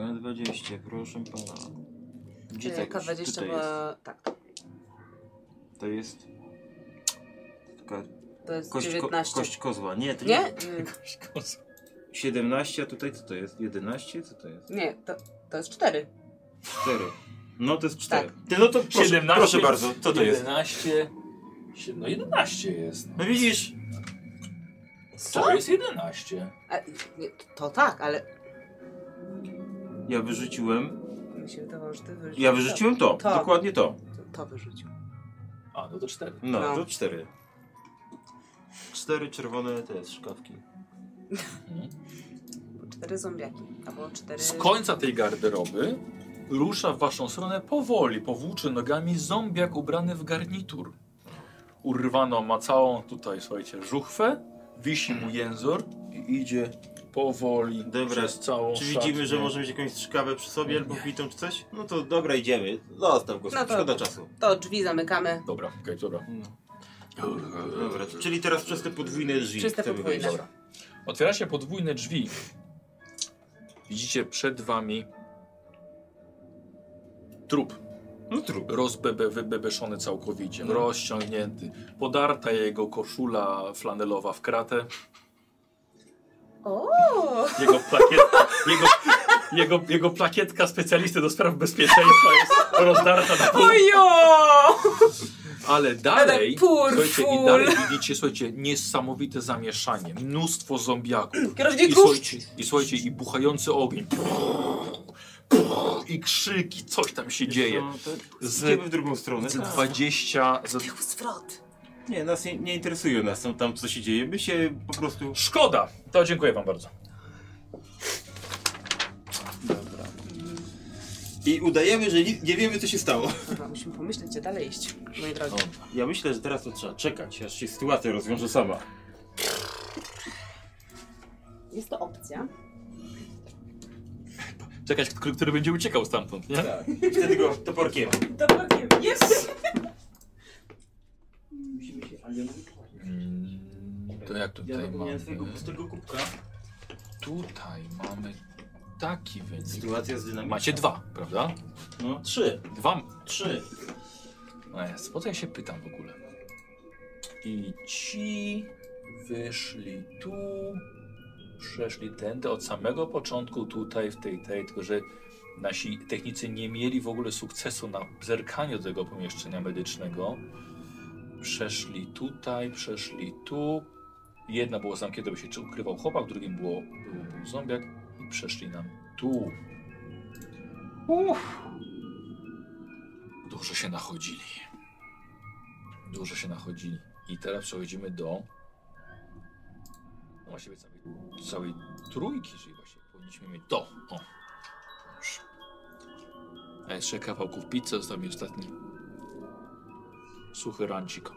K20, proszę pana. Gdzie K20 Tutaj ma... Tak. To jest... Taka To jest kość, 19. kość kozła. Nie, to Nie? 17, a tutaj co to jest? 11? Co to jest? Nie, to jest 4. 4. No to jest 4. Tak. Ty, no to proszę, 17, proszę bardzo, co to jest? 11. No 11 jest. No widzisz, To jest 11. A, nie, to tak, ale ja wyrzuciłem... mi się wydawało, że ty wyrzuciłeś. Ja wyrzuciłem to, To. dokładnie to. To wyrzucił. A, no to 4. No, No. to 4. 4 czerwone te szkawki. 4 zombiaki, albo 4... Z końca tej garderoby rusza w waszą stronę powoli, powłóczy nogami zombiak ubrany w garnitur. Urwano ma całą tutaj, słuchajcie, żuchwę, wisi mu jęzor i idzie powoli Dobra, przez całą Czy widzimy, szatnię. że może mieć jakąś szkawę przy sobie albo pitą czy coś? No to dobra, idziemy. Zostaw go, No to- szkoda czasu. To drzwi zamykamy. Dobra, okej, dobra. Dobra, czyli teraz przez te podwójne drzwi Przez te chcemy podwójne. wejść. Dobra. Otwieracie podwójne drzwi. Widzicie przed wami trup. No trup. Wybebeszony całkowicie, rozciągnięty. Podarta jego koszula flanelowa w kratę. O! Jego plakietka specjalisty do spraw bezpieczeństwa jest rozdarta na pół. Ojo! Ale dalej, Ale słuchajcie, i dalej widzicie, słuchajcie, niesamowite zamieszanie. Mnóstwo zombiaków. I Kierowników! słuchajcie, i buchający ogień. I krzyki, coś tam się dzieje. No, to Z- idziemy w drugą stronę. Z 20... Zwrot. Nie, nas nie interesuje nas tam co się dzieje. My się po prostu... Szkoda! To dziękuję wam bardzo. Dobra. I udajemy, że nie wiemy co się stało. Dobra, musimy pomyśleć, gdzie dalej iść, moi drodzy. Ja myślę, że teraz to trzeba czekać, aż się sytuacja rozwiąże sama. Jest to opcja. Czekać, który będzie uciekał stamtąd, nie? Tak. Wtedy go toporkiem. Dokładnie, jest! Musimy się... To jak tutaj mamy? twojego pustego kubka. Tutaj mamy taki wynik. Sytuacja z dynamiką. Macie 2, prawda? No, 3. 3. No jest, po co ja się pytam w ogóle? I ci wyszli tu, przeszli tędy od samego początku tutaj w tej, tylko że nasi technicy nie mieli w ogóle sukcesu na zerkaniu do tego pomieszczenia medycznego. Przeszli tutaj, przeszli tu. Jedna było zamknięte, bo się ukrywał chłopak, w drugim był zombiak i przeszli nam tu. Dużo się nachodzili. Dużo się nachodzili. I teraz przechodzimy do... No właściwie całej trójki, czyli właśnie powinniśmy mieć to. O. Już. A jeszcze kawałków pizzy został mi ostatni suchy rancik.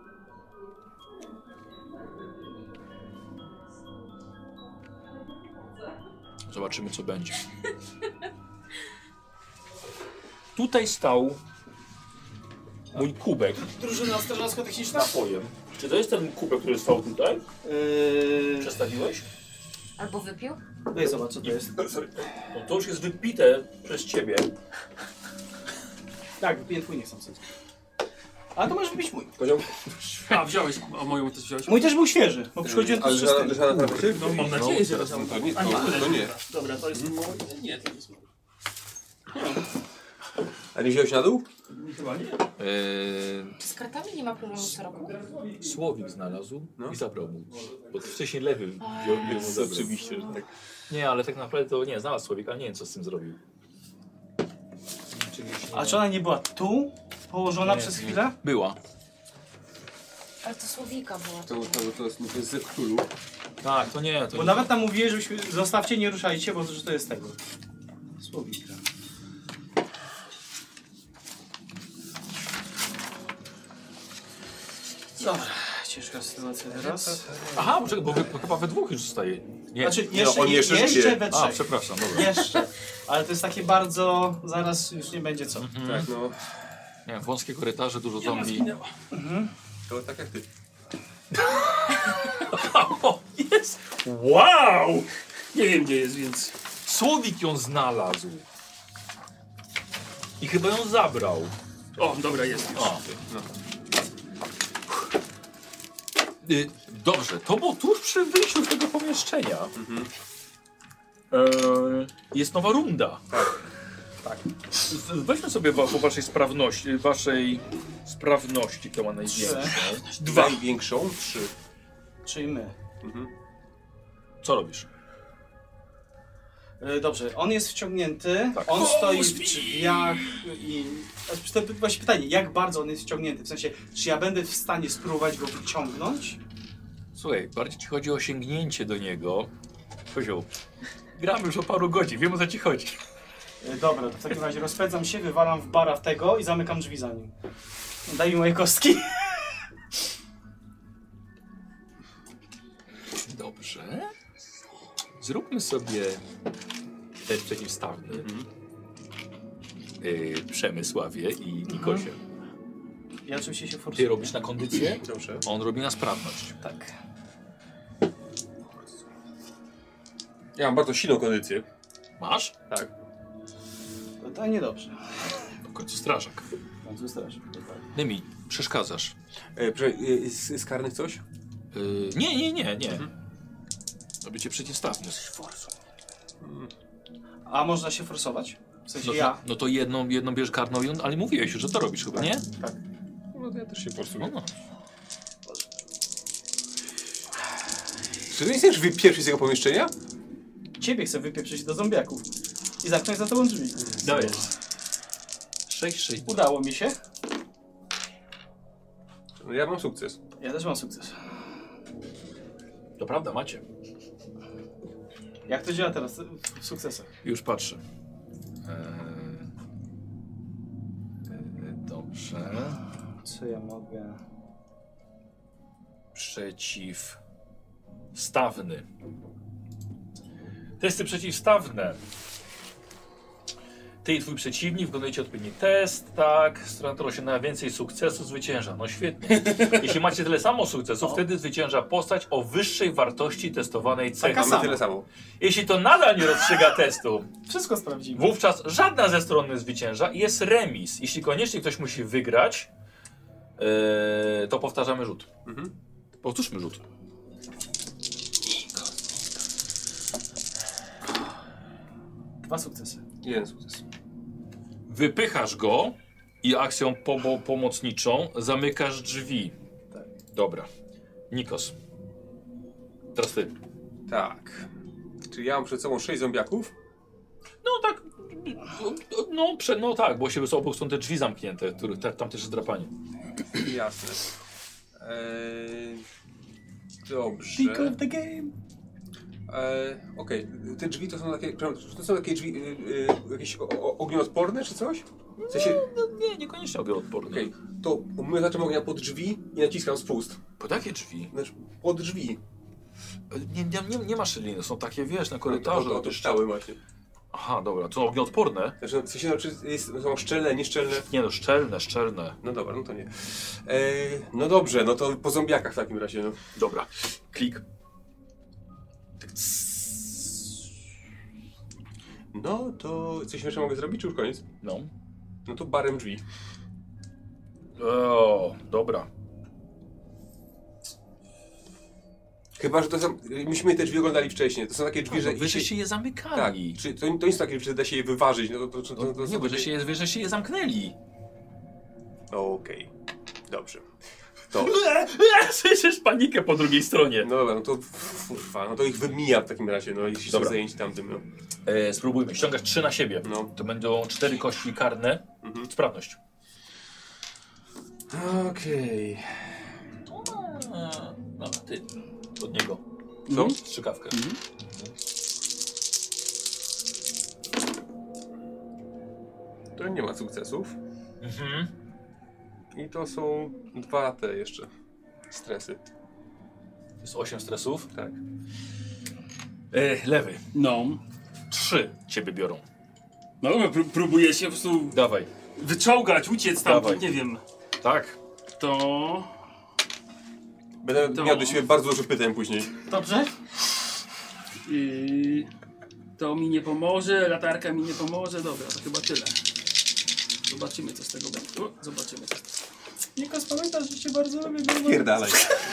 Zobaczymy, co będzie. Tutaj stał mój kubek Drużyna strażacko-techniczna? napojem. Czy to jest ten kubek, który stał tutaj? Przestawiłeś? Albo wypił? Daj zobacz, co to jest. No to już jest wypite przez ciebie. Tak, wypiję twój, nie chcę. A to możesz wypić mój. Poziom? A, wziąłeś, a moją też wziąłeś? Mój też był świeży, bo przychodziłem tu Ale z czystym. żadna tradycja? No mam nadzieję, że... To nie, A nie, to nie. Dobra, to jest mój. Nie, to jest mój. A nie wziąłeś na dół? Chyba nie. Czy z kartami nie ma problemu z roku? Słowik znalazł No. i zabrał mu. Bo wcześniej lewy mu zabrał. Oczywiście, że tak. Nie, ale tak naprawdę to nie, znalazł Słowik, ale nie wiem, co z tym zrobił. A czy ona nie była tu położona Nie, przez nie. chwilę? Była. Ale to Słowika była. To jest ze Cthulhu. Tak, to nie, to Bo nie. nawet nam mówiłeś, żebyśmy zostawcie, nie ruszajcie, bo że to jest tego. Słowika. Dobra, ciężka sytuacja teraz. Aha, poczekaj, bo chyba we dwóch już zostaje. Nie, Znaczy, Nie, jeszcze, on jeszcze jeszcze żyje. we A, trzech. przepraszam, dobra. Jeszcze. Ale to jest takie bardzo... Zaraz już nie będzie co. Tak, no. Nie, wąskie korytarze, dużo zombie. To tak jak ty. O, jest! Wow! Nie wiem, gdzie jest, więc... Słowik ją znalazł. I chyba ją zabrał. O, dobra, jest już. O, Dobrze, to było tuż przy wyjściu z tego pomieszczenia. Jest nowa runda. Tak. Weźmy sobie po waszej sprawności, kto ma największą. 2 największą, 3. Czyli my. Co robisz? Dobrze, on jest wciągnięty, Tak. on stoi w drzwiach i... To właśnie pytanie, jak bardzo on jest wciągnięty? W sensie, czy ja będę w stanie spróbować go wyciągnąć? Słuchaj, bardziej ci chodzi o sięgnięcie do niego. Kozioł, gramy już o paru godzin, wiem o co ci chodzi. Dobra, to w takim razie rozpędzam się, wywalam w bara w tego i zamykam drzwi za nim. Daj mi moje kostki. Dobrze. Zróbmy sobie test przeciwstawny. Przemysławie i Nikosie. Ja oczywiście się Ty forsuję. robisz na kondycję, Dobrze. a on robi na sprawność. Tak. Ja mam bardzo silną kondycję. Masz? Tak. To niedobrze. W końcu strażak. Bardzo strasznie. Nymi, przeszkadzasz. Z karnych coś? Nie. Robicie przeciwstawny. A można się forsować? W sensie No, ja. no to jedną bierz karną, ale mówiłeś już, że to robisz chyba, nie? Tak. No to ja też się forsuję. No. Czy ty nie chcesz wypieprzyć z tego pomieszczenia? Ciebie chcę wypieprzyć do zombiaków. I zamknąć za tobą drzwi. Dawaj. 6. Udało mi się. No ja mam sukces. Ja też mam sukces. To prawda, macie. Jak to działa teraz w sukcesach? Już patrzę. Dobrze. Co ja mogę? Przeciwstawny. Testy przeciwstawne. Ty i twój przeciwnik wykonujecie odpowiedni test, tak. Strona, która osiągnęła więcej sukcesów, zwycięża. No świetnie. Jeśli macie tyle samo sukcesów, wtedy zwycięża postać o wyższej wartości testowanej cechy. Mamy tyle samo. Jeśli to nadal nie rozstrzyga testu, Wszystko sprawdzimy. wówczas żadna ze stron nie zwycięża i jest remis. Jeśli koniecznie ktoś musi wygrać, to powtarzamy rzut. Powtórzmy rzut. Dwa sukcesy. 1 sukces. Wypychasz go i akcją pomocniczą zamykasz drzwi. Tak. Dobra. Nikos. Teraz ty. Tak. Czyli ja mam przed sobą 6 zombiaków? No tak. No tak, bo się z obok są te drzwi zamknięte, których tam też jest drapanie. Jasne. Dobrze. Pick of the game. Okej, te drzwi to są takie drzwi jakieś ognioodporne czy coś? W sensie, Niekoniecznie ognioodporne. okej, to my zaczynamy ognia pod drzwi i naciskam spust. Po takie drzwi? Znaczy, pod drzwi. Nie ma szczeliny, są takie, wiesz, na No, korytarzu. to szczały właśnie. Aha, dobra, to są ognioodporne? Znaczy, w sensie, są szczelne, nieszczelne? Nie no, szczelne. No dobra, no to nie. No dobrze, no to po zombiakach w takim razie, no. Dobra, klik. No to coś jeszcze mogę zrobić, czy już koniec? No. No to barem drzwi. O, dobra. Chyba, że to są, myśmy te drzwi oglądali wcześniej, to są takie drzwi, że... Wy żeście je zamykali. Tak, czy to nie są takie, że da się je wyważyć, no to Nie, są bo takie... żeście je zamknęli. Okej, dobrze. To... Słyszysz panikę po drugiej stronie. No dobra, no to... no to ich wymijam w takim razie, no jeśli są Dobra. zajęci tamtym, no. Spróbujmy, ściągasz 3 na siebie. No. To będą 4 kości karne. Sprawność. Okej. No, ty. Od niego. Co? Strzykawkę. To nie ma sukcesów. I to są 2 te jeszcze stresy. To jest 8 stresów. Tak. Lewy. No. 3 ciebie biorą. No dobra, próbuję się po prostu Dawaj. wyczołgać, uciec Dawaj. stamtąd, nie wiem. Tak. To... Będę miał do siebie bardzo dużo pytań później. Dobrze? To mi nie pomoże, latarka mi nie pomoże. Dobra, to chyba tyle. Zobaczymy, co z tego będzie. Zobaczymy, co z tego. Nikos, pamiętasz, że się bardzo lubię. Pierdalaj.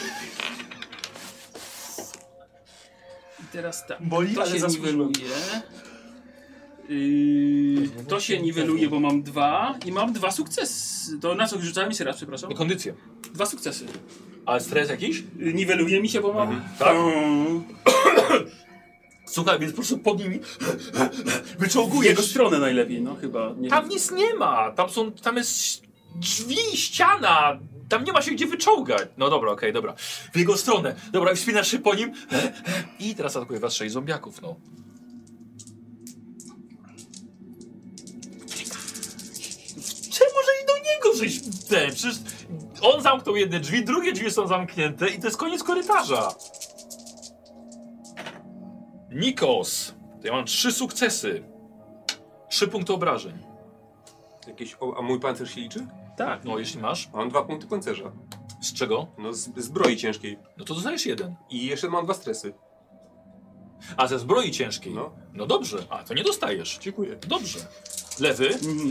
I teraz tak. Boli, To ale się zasłużyłem. niweluje. To się niweluje, bo mam 2 i mam 2 sukcesy. To na co rzucałem jeszcze raz, przepraszam? Na kondycję. 2 sukcesy. Ale stres jakiś? Niweluje mi się, bo mam... Tak? Słuchaj, więc po prostu pod nimi W wyczołgujesz. jego stronę najlepiej, no chyba. Nie Tam nic nie ma. Tam jest drzwi, ściana. Tam nie ma się gdzie wyczołgać. No dobra, okej, dobra. W jego stronę. Dobra, wspinasz się po nim. I teraz atakuje was 6 zombiaków, no. Czemu, że i do niego żeś ten? Przecież on zamknął jedne drzwi, drugie drzwi są zamknięte i to jest koniec korytarza. Nikos. To ja mam 3 sukcesy. 3 punkty obrażeń. A mój pancerz się liczy? Tak, no jeśli masz. Mam 2 punkty pancerza. Z czego? No z zbroi ciężkiej. No to dostajesz 1. I jeszcze mam 2 stresy. A ze zbroi ciężkiej? No. No dobrze, a to nie dostajesz. Dziękuję. Dobrze. Lewy?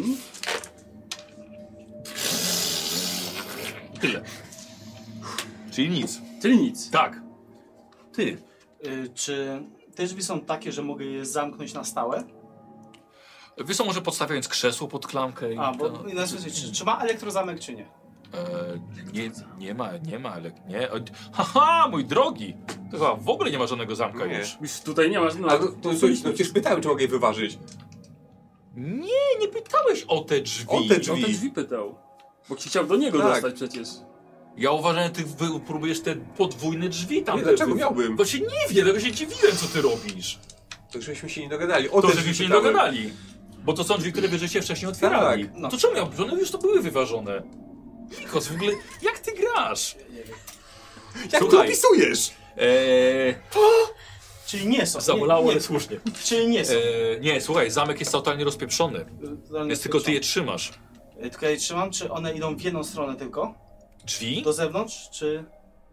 Tyle. Czyli nic. Czyli nic. Tak. Ty. Czy te drzwi są takie, że mogę je zamknąć na stałe? Wiesz co, może podstawiając krzesło pod klamkę i... A, bo inaczej, czy ma elektrozamek, czy nie? Nie ma, nie. Haha, mój drogi! To chyba w ogóle nie ma żadnego zamka Nie. już. Już tutaj nie masz, no. Ale to przecież pytałem, czy mogę je wyważyć. Nie pytałeś o te drzwi. O te O drzwi. te drzwi pytał. Bo chciał do niego Tak. dostać przecież. Ja uważam, że ty próbujesz te podwójne drzwi tam... Nie, dlaczego miałbym? Właśnie nie wiem, tego się dziwiłem, co ty robisz. To żeśmy się nie dogadali. O To, te żeśmy drzwi się nie pytałem. dogadali. Bo to są drzwi, które wyżeście wcześniej otwierali. Tak. No to czemu miał? One już to były wyważone. Nikos, w ogóle, jak ty grasz? Jak to Słuchaj. opisujesz? Czyli nie są. Zabolało, nie, ale słusznie. Czyli nie są. Nie, słuchaj, zamek jest totalnie rozpieprzony. Więc tylko ty je trzymasz. Tylko je trzymam, czy one idą w jedną stronę tylko? Drzwi? Do zewnątrz, czy...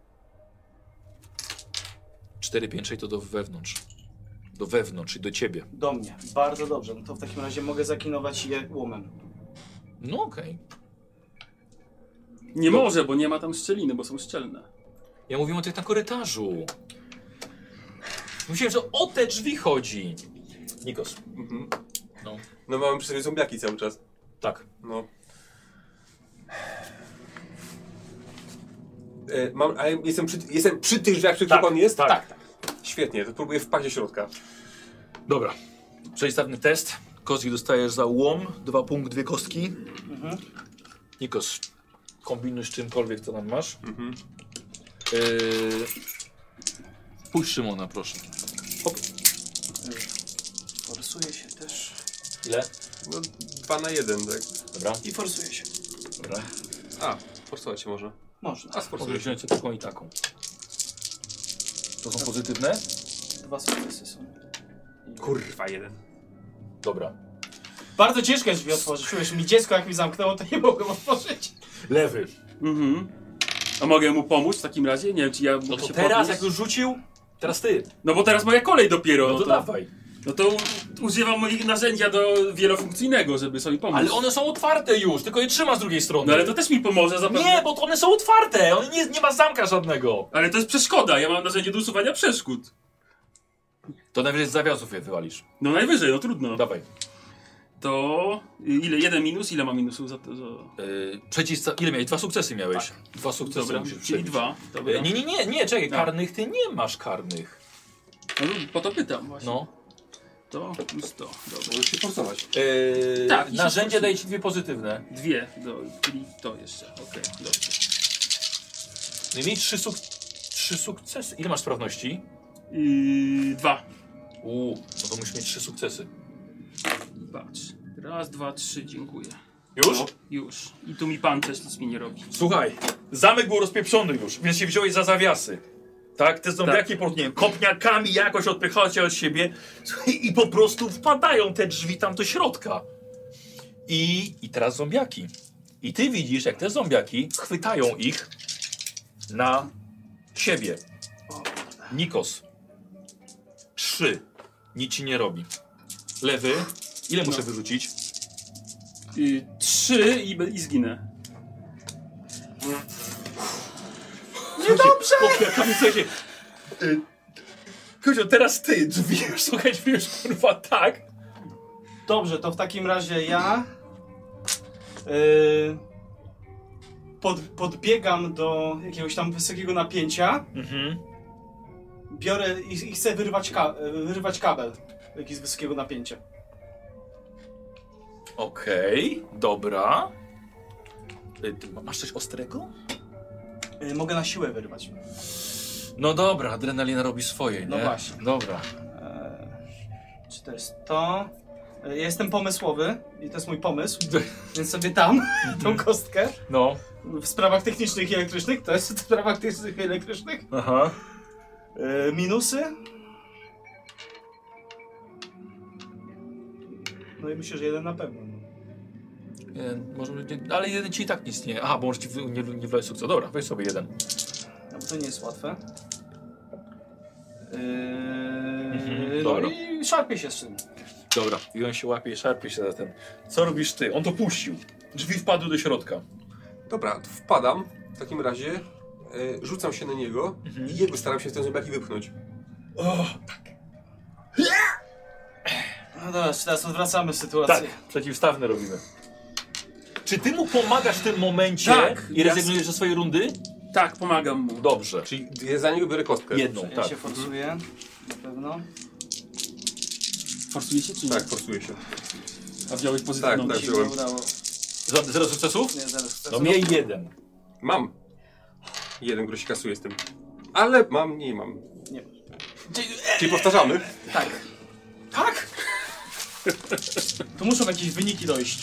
4 piętrze i to do wewnątrz. Do wewnątrz i do ciebie. Do mnie. Bardzo dobrze. No to w takim razie mogę zakinować je łomem. No okej. Nie może, bo nie ma tam szczeliny, bo są szczelne. Ja mówiłem o tych na korytarzu. Myślałem, że o te drzwi chodzi. Nikos. Mhm. No. No mamy przy sobie zombiaki cały czas. Tak. No. Ale jestem przy tych drzwiach, przy których on jest? Tak. Świetnie, to próbuję wpaść do środka. Dobra. Przeciwstawny test. Kostki dostajesz za łom. 2 punkty, 2 kostki. Nikos, kombinuj z czymkolwiek, co tam masz. Puść Szymona, proszę. Hop. Forsuje się też. Ile? No 2 na 1, tak. Dobra. I forsuje się. Dobra. A, forsować się może. Można. A sforsuję Możesz się. wziąć taką i taką. To są pozytywne? 2 sukcesy są. Kurwa, 1. Dobra. Bardzo ciężko jest drzwi otworzyć. Czujesz, mi dziecko jak mi zamknęło, to nie mogłem otworzyć. Lewy. A mogę mu pomóc w takim razie? Nie wiem, czy ja No mogę to się teraz, podnieść? jak już rzucił, teraz ty. No bo teraz moja kolej dopiero. No to dawaj. No to używam moich narzędzia do wielofunkcyjnego, żeby sobie pomóc. Ale one są otwarte już, tylko je trzyma z drugiej strony. No ale to też mi pomoże zapewne. Nie, bo to one są otwarte. Nie ma zamka żadnego. Ale to jest przeszkoda, ja mam narzędzie do usuwania przeszkód. To najwyżej z zawiasów je wywalisz. No najwyżej, no trudno. Dawaj. To ile? 1 minus? Ile ma minusów za to? Ile miałeś? 2 sukcesy miałeś. 2 sukcesy Dobra, musisz czyli przebić. 2. Dobra. Nie, czekaj, No. karnych ty nie masz karnych. No, po to pytam właśnie. No. To plus to. Dobra. Możesz się forsować. Tak, i się narzędzie spuści. daje ci 2 pozytywne. 2, czyli to jeszcze. Okej, dobrze. No i miej 3 sukcesy. Ile masz sprawności? 2. No to musisz mieć 3 sukcesy. Patrz. Raz, 2, 3, dziękuję. Już? No, już. I tu mi pancerz nic mi nie robi. Słuchaj, zamek był rozpieprzony już, więc się wziąłeś za zawiasy. Tak? Te zombiaki po prostu, nie wiem, kopniakami jakoś odpychacie od siebie. Słuchaj, i po prostu wpadają te drzwi tam do środka. I teraz zombiaki. I ty widzisz, jak te zombiaki chwytają ich na siebie. Nikos. 3. Nic ci nie robi. Lewy. Ile muszę wyrzucić? 3 i zginę. Niedobrze! Słuchajcie, Kozio, teraz ty, drzwi, słuchaj, drzwi już kurwa tak. Dobrze, to w takim razie ja podbiegam do jakiegoś tam wysokiego napięcia, biorę i chcę wyrwać kabel jakiś z wysokiego napięcia. Okej, dobra. Masz coś ostrego? Mogę na siłę wyrwać. No dobra, adrenalina robi swoje, nie? No właśnie. Dobra. Czy to jest to? Ja jestem pomysłowy i to jest mój pomysł, więc sobie dam tą kostkę. No. W sprawach technicznych i elektrycznych, to jest w sprawach technicznych i elektrycznych. Aha. Minusy. No i myślę, że jeden na pewno. Może, ale jeden ci i tak nic nie... Aha, bo może ci nie wleć sukces. Dobra, weź sobie jeden. No bo to nie jest łatwe. No Dobra. i szarpie się z czym. Dobra, i on się łapie i szarpie się za ten. Co robisz ty? On to puścił. Drzwi wpadły do środka. Dobra, to wpadam. W takim razie rzucam się na niego i jego staram się w ten zębiaki wypchnąć. O, tak. No dobra, teraz odwracamy sytuację. Tak, przeciwstawne robimy. Czy ty mu pomagasz w tym momencie i rezygnujesz ze swojej rundy? Tak, pomagam mu. Dobrze. Czyli ja za niego biorę kostkę. Jedną, Ja tak. się forsuję, na pewno. Forsuje się czy nie? Tak, forsuję się. A wziąłeś pozytywną? Tak, Mi się wziąłem. nie udało. Zero sukcesów? Nie, zaraz. No miej jeden. Mam. Jeden, który się kasuje z tym. Ale mam, nie mam. Nie. Czyli powtarzamy. Tak. Tak? Tu muszą jakieś wyniki dojść.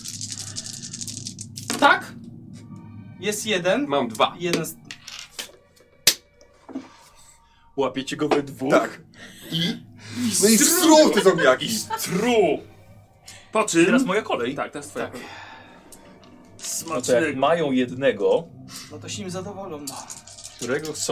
Tak? Jest jeden. Mam 2. Jeden z... Łapiecie go we dwóch. Tak. I No i wstrzął te zombiaki. tru. Po czym? Teraz moja kolej. Tak, teraz twoja. Tak. No to jak mają jednego, No to się nim zadowolą, no. którego chcą.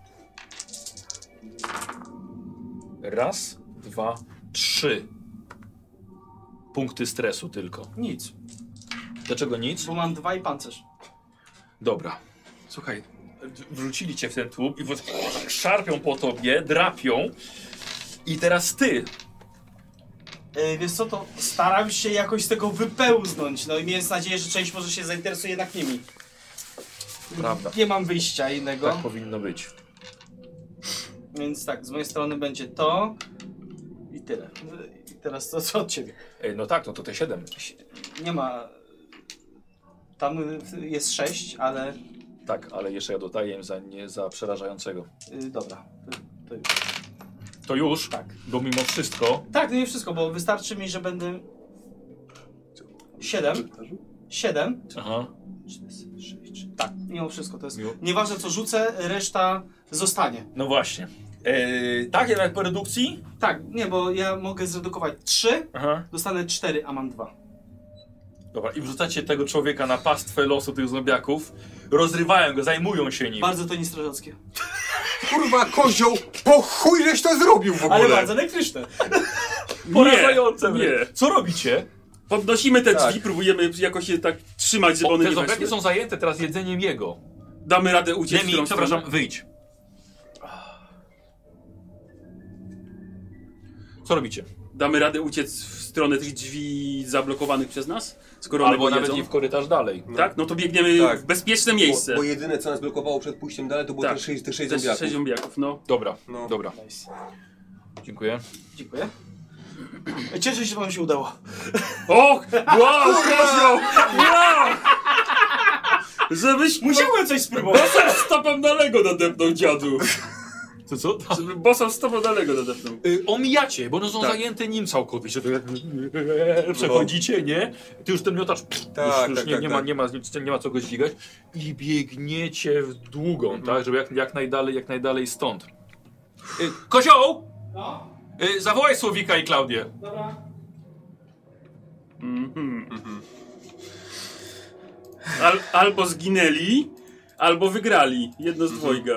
Raz, dwa, trzy. Punkty stresu tylko. Nic. Dlaczego nic? Bo mam 2 i pancerz. Dobra. Słuchaj, wrzucili cię w ten tłum i szarpią po tobie, drapią. I teraz ty. Wiesz co, to staram się jakoś z tego wypełznąć. No i miałem nadzieję, że część może się zainteresuje jednak nimi. Prawda. Nie mam wyjścia innego. Tak powinno być. Więc tak, z mojej strony będzie to i tyle. I teraz to co od ciebie? No tak, no to te 7. Nie ma... Tam jest 6, ale... Tak, ale jeszcze ja dodaję za przerażającego. Dobra, to już. To już? Tak. Bo mimo wszystko... Tak, to nie wszystko, bo wystarczy mi, że będę... 7. 7. Aha. Tak, mimo wszystko. To jest... Miło. Nieważne co rzucę, reszta zostanie. No właśnie. Tak, jednak po redukcji? Tak, nie, bo ja mogę zredukować 3, Aha. dostanę 4, a mam 2. Dobra, i wrzucacie tego człowieka na pastwę losu tych zombiaków. Rozrywają go, zajmują się nim. Bardzo to niestrażackie. Kurwa, kozioł! Po chuj żeś to zrobił w ogóle! Ale bardzo elektryczne. Porażające. Nie. Co robicie? Podnosimy te drzwi, Tak. próbujemy jakoś je tak trzymać, żeby one Te nie zombiaki weszły. są zajęte teraz jedzeniem jego. Damy radę uciec w Demi, którą przepraszam, stronę? wyjdź. Co robicie? Damy radę uciec w stronę tych drzwi zablokowanych przez nas? Skoro one Albo nawet jedzą? nie w korytarz dalej. Tak? No to biegniemy Tak. w bezpieczne miejsce. Bo jedyne co nas blokowało przed pójściem dalej to było Tak. te 6 Te zombiaków. 6 zombiaków, no. Dobra, No. dobra. Nice. Dziękuję. Dziękuję. Cieszę się, że wam się udało. Och! Wow! Kozioł! Wow! Żebyś Musiałem coś spróbować. bosą stopą na Lego nadepnął, dziadu. Co? Żeby bosą stopą na Lego nadepnął. Omijacie, bo one są Tak. zajęte nim całkowicie. Przechodzicie, nie? Ty już ten miotacz już nie, tak, nie, tak. nie ma co go dźwigać. I biegniecie w długą, tak? Żeby jak najdalej stąd. Kozioł! No, Zawołaj Słowika i Klaudię. dobra. Albo zginęli, albo wygrali. Jedno z dwojga.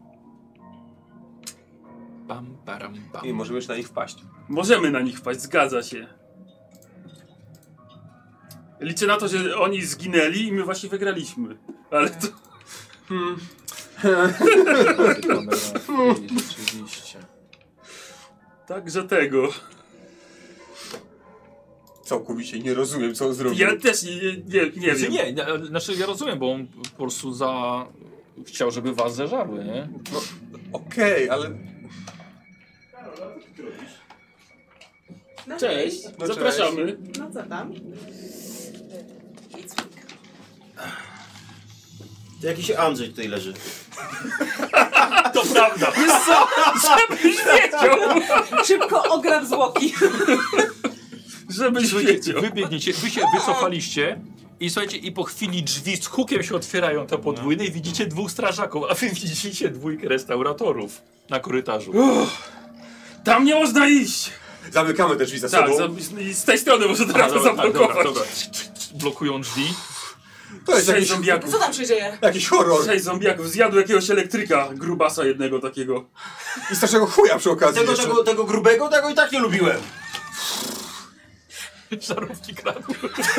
Pam, param, pam. I możemy jeszcze na nich wpaść. Możemy na nich wpaść, zgadza się. Liczę na to, że oni zginęli i my właśnie wygraliśmy. Ale to... Rzeczywiście. Także tego. Całkowicie nie rozumiem, co on zrobił. Ja też nie wiem. Znaczy ja rozumiem, bo on po prostu chciał, żeby was zeżarły, nie? No, okej, ale... No Cześć, No zapraszamy. No co tam? To jakiś Andrzej tutaj leży. To prawda! Wiesz co? Żebyś wiedział! Szybko ogram zwłoki. Żebyś wiedział. Wy biegniecie, wy się wycofaliście i słuchajcie, i po chwili drzwi z hukiem się otwierają te podwójne i widzicie 2 strażaków, a wy widzicie 2 restauratorów na korytarzu. Tam nie można iść! Zamykamy te drzwi za Tak, sobą. i z tej strony może teraz to zablokować. Dobra. Blokują drzwi. To jest 6 jakiś, zombiaków. Co tam się dzieje? jakiś horror. 6 zombiaków. Zjadł jakiegoś elektryka, grubasa jednego takiego. I strasznego chuja przy okazji jeszcze. Tego grubego, tego i tak nie lubiłem. Żarówki kradł.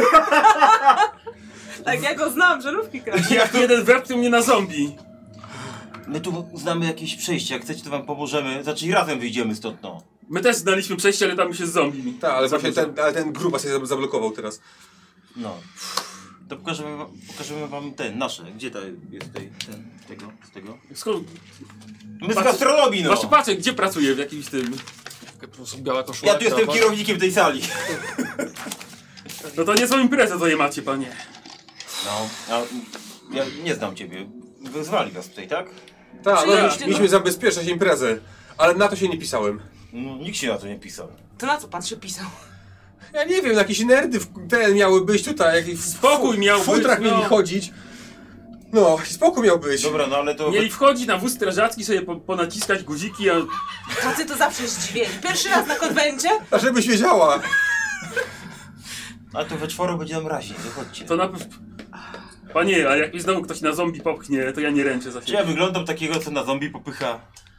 Tak, ja go znam, żarówki kradnie. Jak jeden wepchnął mnie na zombie. My tu znamy jakieś przejście, jak chcecie to wam pomożemy. Znaczy razem wyjdziemy stąd, no. My też znaliśmy przejście, ale tam się z zombie. Tak, ale właśnie ten grubas się zablokował teraz. No. To pokażemy wam nasze. Gdzie to jest tego? Skąd? My z gastronomii, no. Właśnie patrzę, gdzie pracuję, w jakimś tym. Po prostu biała koszula. Ja tu jestem kierownikiem tej sali. No to niezłą imprezę to je macie, panie. No, a ja nie znam ciebie. Wyzwali was tutaj, tak? Tak, no, Przyjęliście, mieliśmy zabezpieczać imprezę, ale na to się nie pisałem. No, nikt się na to nie pisał. To na co pan się pisał? Ja nie wiem, jakieś nerdy te miały być tutaj, jakiś Spokój miał być, futrach no. mieli chodzić. No, spokój miał być. Dobra, no ale to... Mieli wchodzić na wóz strażacki, sobie ponaciskać guziki, a... Tacy to zawsze zdziwieni. Pierwszy raz na konwencie? A żebyś wiedziała. A to we czworo będzie nam raźniej, chodźcie. To na pewno... Panie, a jak mi znowu ktoś na zombie popchnie, to ja nie ręczę za Czy ja siebie. wyglądam takiego, co na zombie popycha?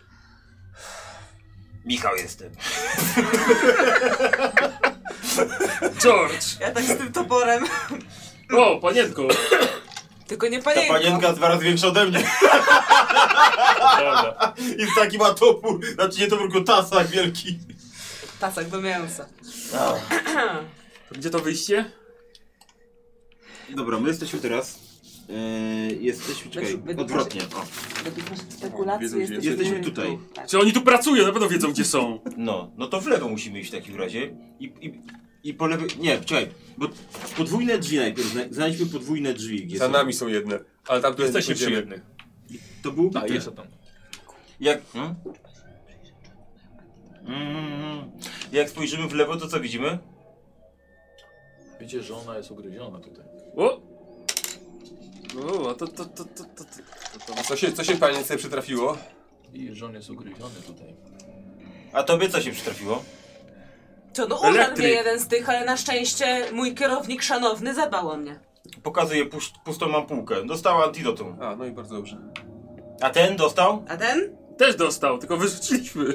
Michał jestem. George! Ja tak z tym toporem. O, panienko! Tylko nie Ta panienko. panienka 2 razy większa ode mnie. Prawda. I taki ma topór, znaczy nie topór, tylko tasak wielki. Tasak do mięsa. To gdzie to wyjście? Dobra, my jesteśmy teraz... jesteśmy, czekaj, Według- odwrotnie. O. Według naszych spekulacji Jesteśmy tutaj. Tak. Czy oni tu pracują, na pewno wiedzą, gdzie są. No to w lewo musimy iść w takim razie. I po lewej... Nie, czekaj, bo podwójne drzwi najpierw. Znaleźliśmy podwójne drzwi. Gdzie Za są? nami są jedne, ale tam tu Jesteście przy będziemy. jednych. To był... A, jeszcze tam. Jak... Jak spojrzymy w lewo, to co widzimy? Widzicie, że ona jest ugryziona tutaj. O! O, a to... A co się panience przytrafiło? I że on jest ugryziony tutaj. A tobie co się przytrafiło? Co, no umarł Elektryk. mnie jeden z tych, ale na szczęście mój kierownik szanowny zadbał o mnie. Pokazuję pustą mam półkę. Dostała antidotum. A, no i bardzo dobrze. A ten dostał? A ten? Też dostał, tylko wyrzuciliśmy.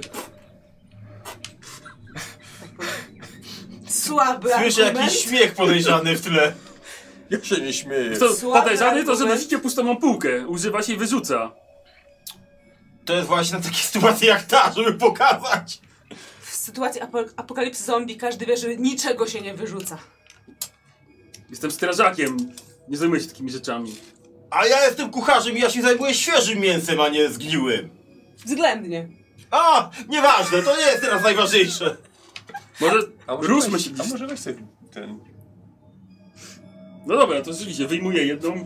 Słaby Słyszę argument. jakiś śmiech podejrzany w tle. Ja się nie śmieję. To Słaby podejrzany to, że argument. nosicie pustą półkę. Używa się i wyrzuca. To jest właśnie na takie sytuacje jak ta, żeby pokazać. W sytuacji apokalipsy zombie każdy wie, że niczego się nie wyrzuca. Jestem strażakiem. Nie zajmuję się takimi rzeczami. A ja jestem kucharzem i ja się zajmuję świeżym mięsem, a nie zgniłym. Względnie. A, nieważne, to nie jest teraz najważniejsze. Może ruszmy weź, się a gdzieś. może weź sobie ten... No dobra, to rzeczywiście wyjmuję jedną.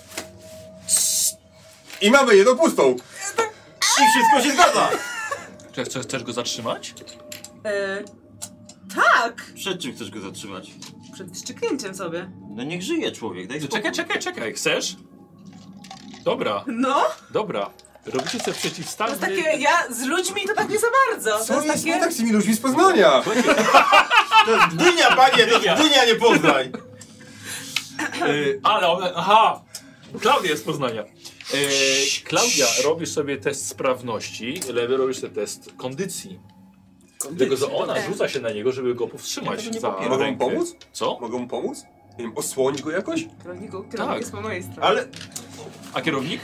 I mamy jedną pustą. I wszystko się zgadza. Chcesz go zatrzymać? Tak! Przed czym chcesz go zatrzymać? Przed szczyknięciem sobie. No niech żyje człowiek, daj spokój. Czekaj. Chcesz? Dobra, No, dobra. Robicie sobie to przeciwstawny... jest takie, ja z ludźmi to tak nie za bardzo. Co To jest jest nie takie... tak z tymi ludźmi z Poznania? To jest Gdynia, panie, to jest Gdynia, nie Poznań. Ale one... Aha! Klaudia jest z Poznania. Klaudia, robisz sobie test sprawności, Lewy robisz sobie test kondycji. Dlatego, że ona rzuca się na niego, żeby go powstrzymać. Ja tego nie za popieram. Mogę mu rękę. pomóc? Co? Mogę mu pomóc? Nie wiem, osłonić go jakoś? Kierownik Tak. jest po mojej stronie. Ale... A kierownik?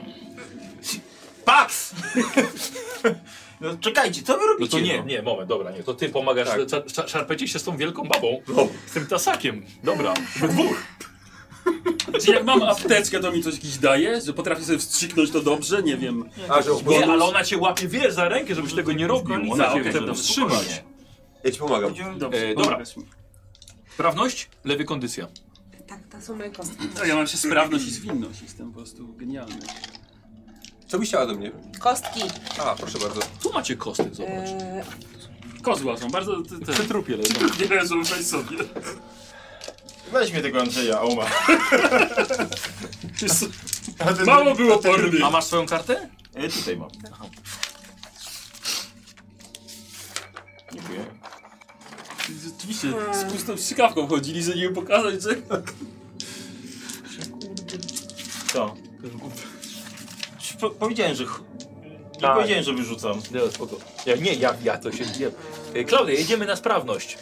Pax! No czekajcie, co wy No robicie? to nie, moment, dobra, nie. To ty pomagasz, szarpecie się z tą wielką babą. Z tym tasakiem. Dobra, we dwóch. Czy jak mam apteczkę, to mi coś jakiś daje? Że potrafię sobie wstrzyknąć to dobrze? Nie wiem. A, że Nie, ale ona cię łapie, wiesz, za rękę, żebyś tego nie robił. Ona cię okej, chce dobra, powstrzymać. Ja ci pomagam. Dobrze, Dobra. pomagasz mi. Sprawność, lewy kondycja. Tak, to są moje kostki. No, ja mam się sprawność i zwinność. Jestem po prostu genialny. Co byś chciała do mnie? Kostki. A, proszę bardzo. Tu macie kostek, zobacz. Kozła są bardzo... Przy trupie leżą. Nie leżą, weź sobie. Weź mnie tego Andrzeja, Oma. Mało było porny. A masz swoją kartę? Tutaj mam. Dziękuję. Rzeczywiście, z pustą strzykawką chodzili, że nie pokazać, że... Co? Powiedziałem, że... Nie Tak. powiedziałem, że wyrzucam. No, spoko. Ja to się... Klaudia, jedziemy na sprawność.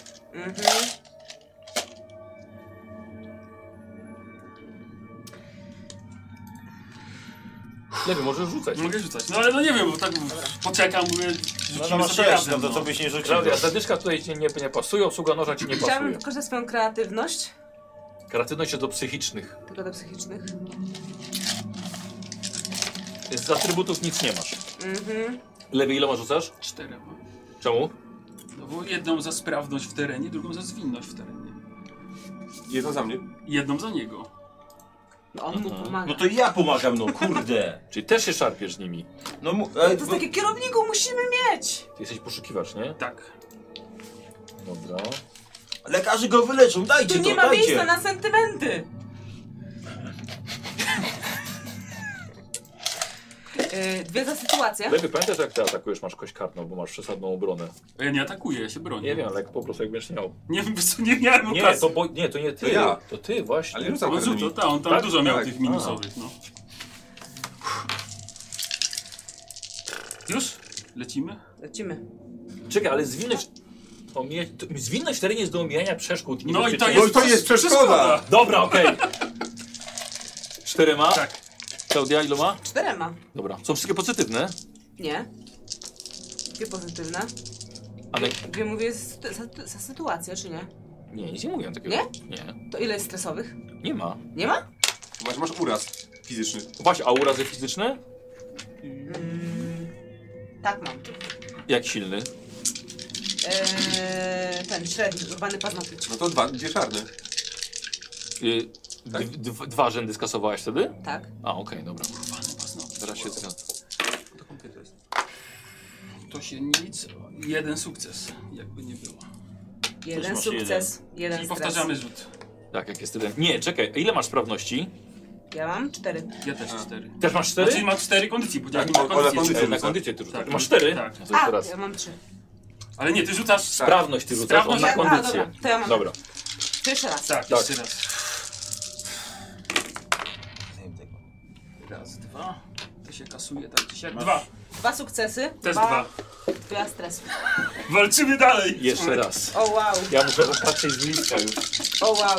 Lewy, możesz rzucać. Mogę rzucać. No ale no nie wiem, bo tak poczekam, mówię... No masz 6, no to co byś nie rzucił? Klaudia, zadyszka tutaj ci nie pasuje, obsługa noża ci nie Chciałabym pasuje. wykorzystać swoją kreatywność. Kreatywność jest do psychicznych. Tylko do psychicznych. Z atrybutów nic nie masz. Lewy, ile masz rzucasz? 4 mam. Czemu? No bo jedną za sprawność w terenie, drugą za zwinność w terenie. Jedno za mnie. I jedną za niego. No on mu pomaga. No to ja pomagam, no kurde. Czyli też się szarpiesz z nimi. No To jest takie kierowniku, musimy mieć! Ty jesteś poszukiwacz, nie? Tak. Dobra. Lekarze go wyleczą, dajcie Tu to, nie ma dajcie. miejsca na sentymenty! Dwie za sytuację. Lewy, pamiętasz jak ty atakujesz, masz kość kartną, bo masz przesadną obronę. A ja nie atakuję, ja się bronię. Nie wiem, ale po prostu jak będziesz miał. Nie wiem, co nie miałem Nie, okazji. to nie ty. To ja. To ty, właśnie. Ale rzucam On kartami. rzuca, on tam Tak? dużo miał Tak. tych minusowych, no. Już? Lecimy? Lecimy. Czekaj, ale zwinność w terenie jest do omijania przeszkód. No i to Bo jest, to jest przeszkoda! Dobra, okej. 4 ma? Tak. Klaudia, ile ma? 4. Dobra. Są wszystkie pozytywne? Nie. Dwie pozytywne. Ale... Dwie mówię za sytuację, czy nie? Nie, nic nie mówię takiego. Nie? Nie. To ile jest stresowych? Nie ma. Nie ma? Masz uraz fizyczny. Właśnie, a urazy fizyczne? Tak mam. Jak silny? Ten średni, urbany paznokieć. No to dwie czarne. Tak? Dwa rzędy skasowałaś wtedy? Tak. A, okej, dobra. Teraz się zgadza. To się nic. Jeden sukces, jakby nie było. Jeden masz sukces, jeden Czyli stres. powtarzamy rzut. Tak, jak jest jeden. Nie, czekaj, a ile masz sprawności? Ja mam 4. Ja też 4. Też masz 4? Znaczy mam 4 kondycji, bo Tak, nie ma ona kondycji. kondycję Na rzuca. kondycję ty rzucasz. Tak. Masz 4? Tak. No to A, teraz. ja mam 3. Ale nie, ty rzucasz... Sprawność ty rzucasz, on na Sprawność- kondycję. dobra, to ja mam. Dobra. To jeszcze raz. Tak, Tak. jeszcze raz. Raz, dwa. To się kasuje tak dzisiaj. 2. 2 sukcesy. Też 2. 2 stresu. Walczymy dalej. Jeszcze raz. O wow, Ja muszę popatrzeć z bliska już. o wow.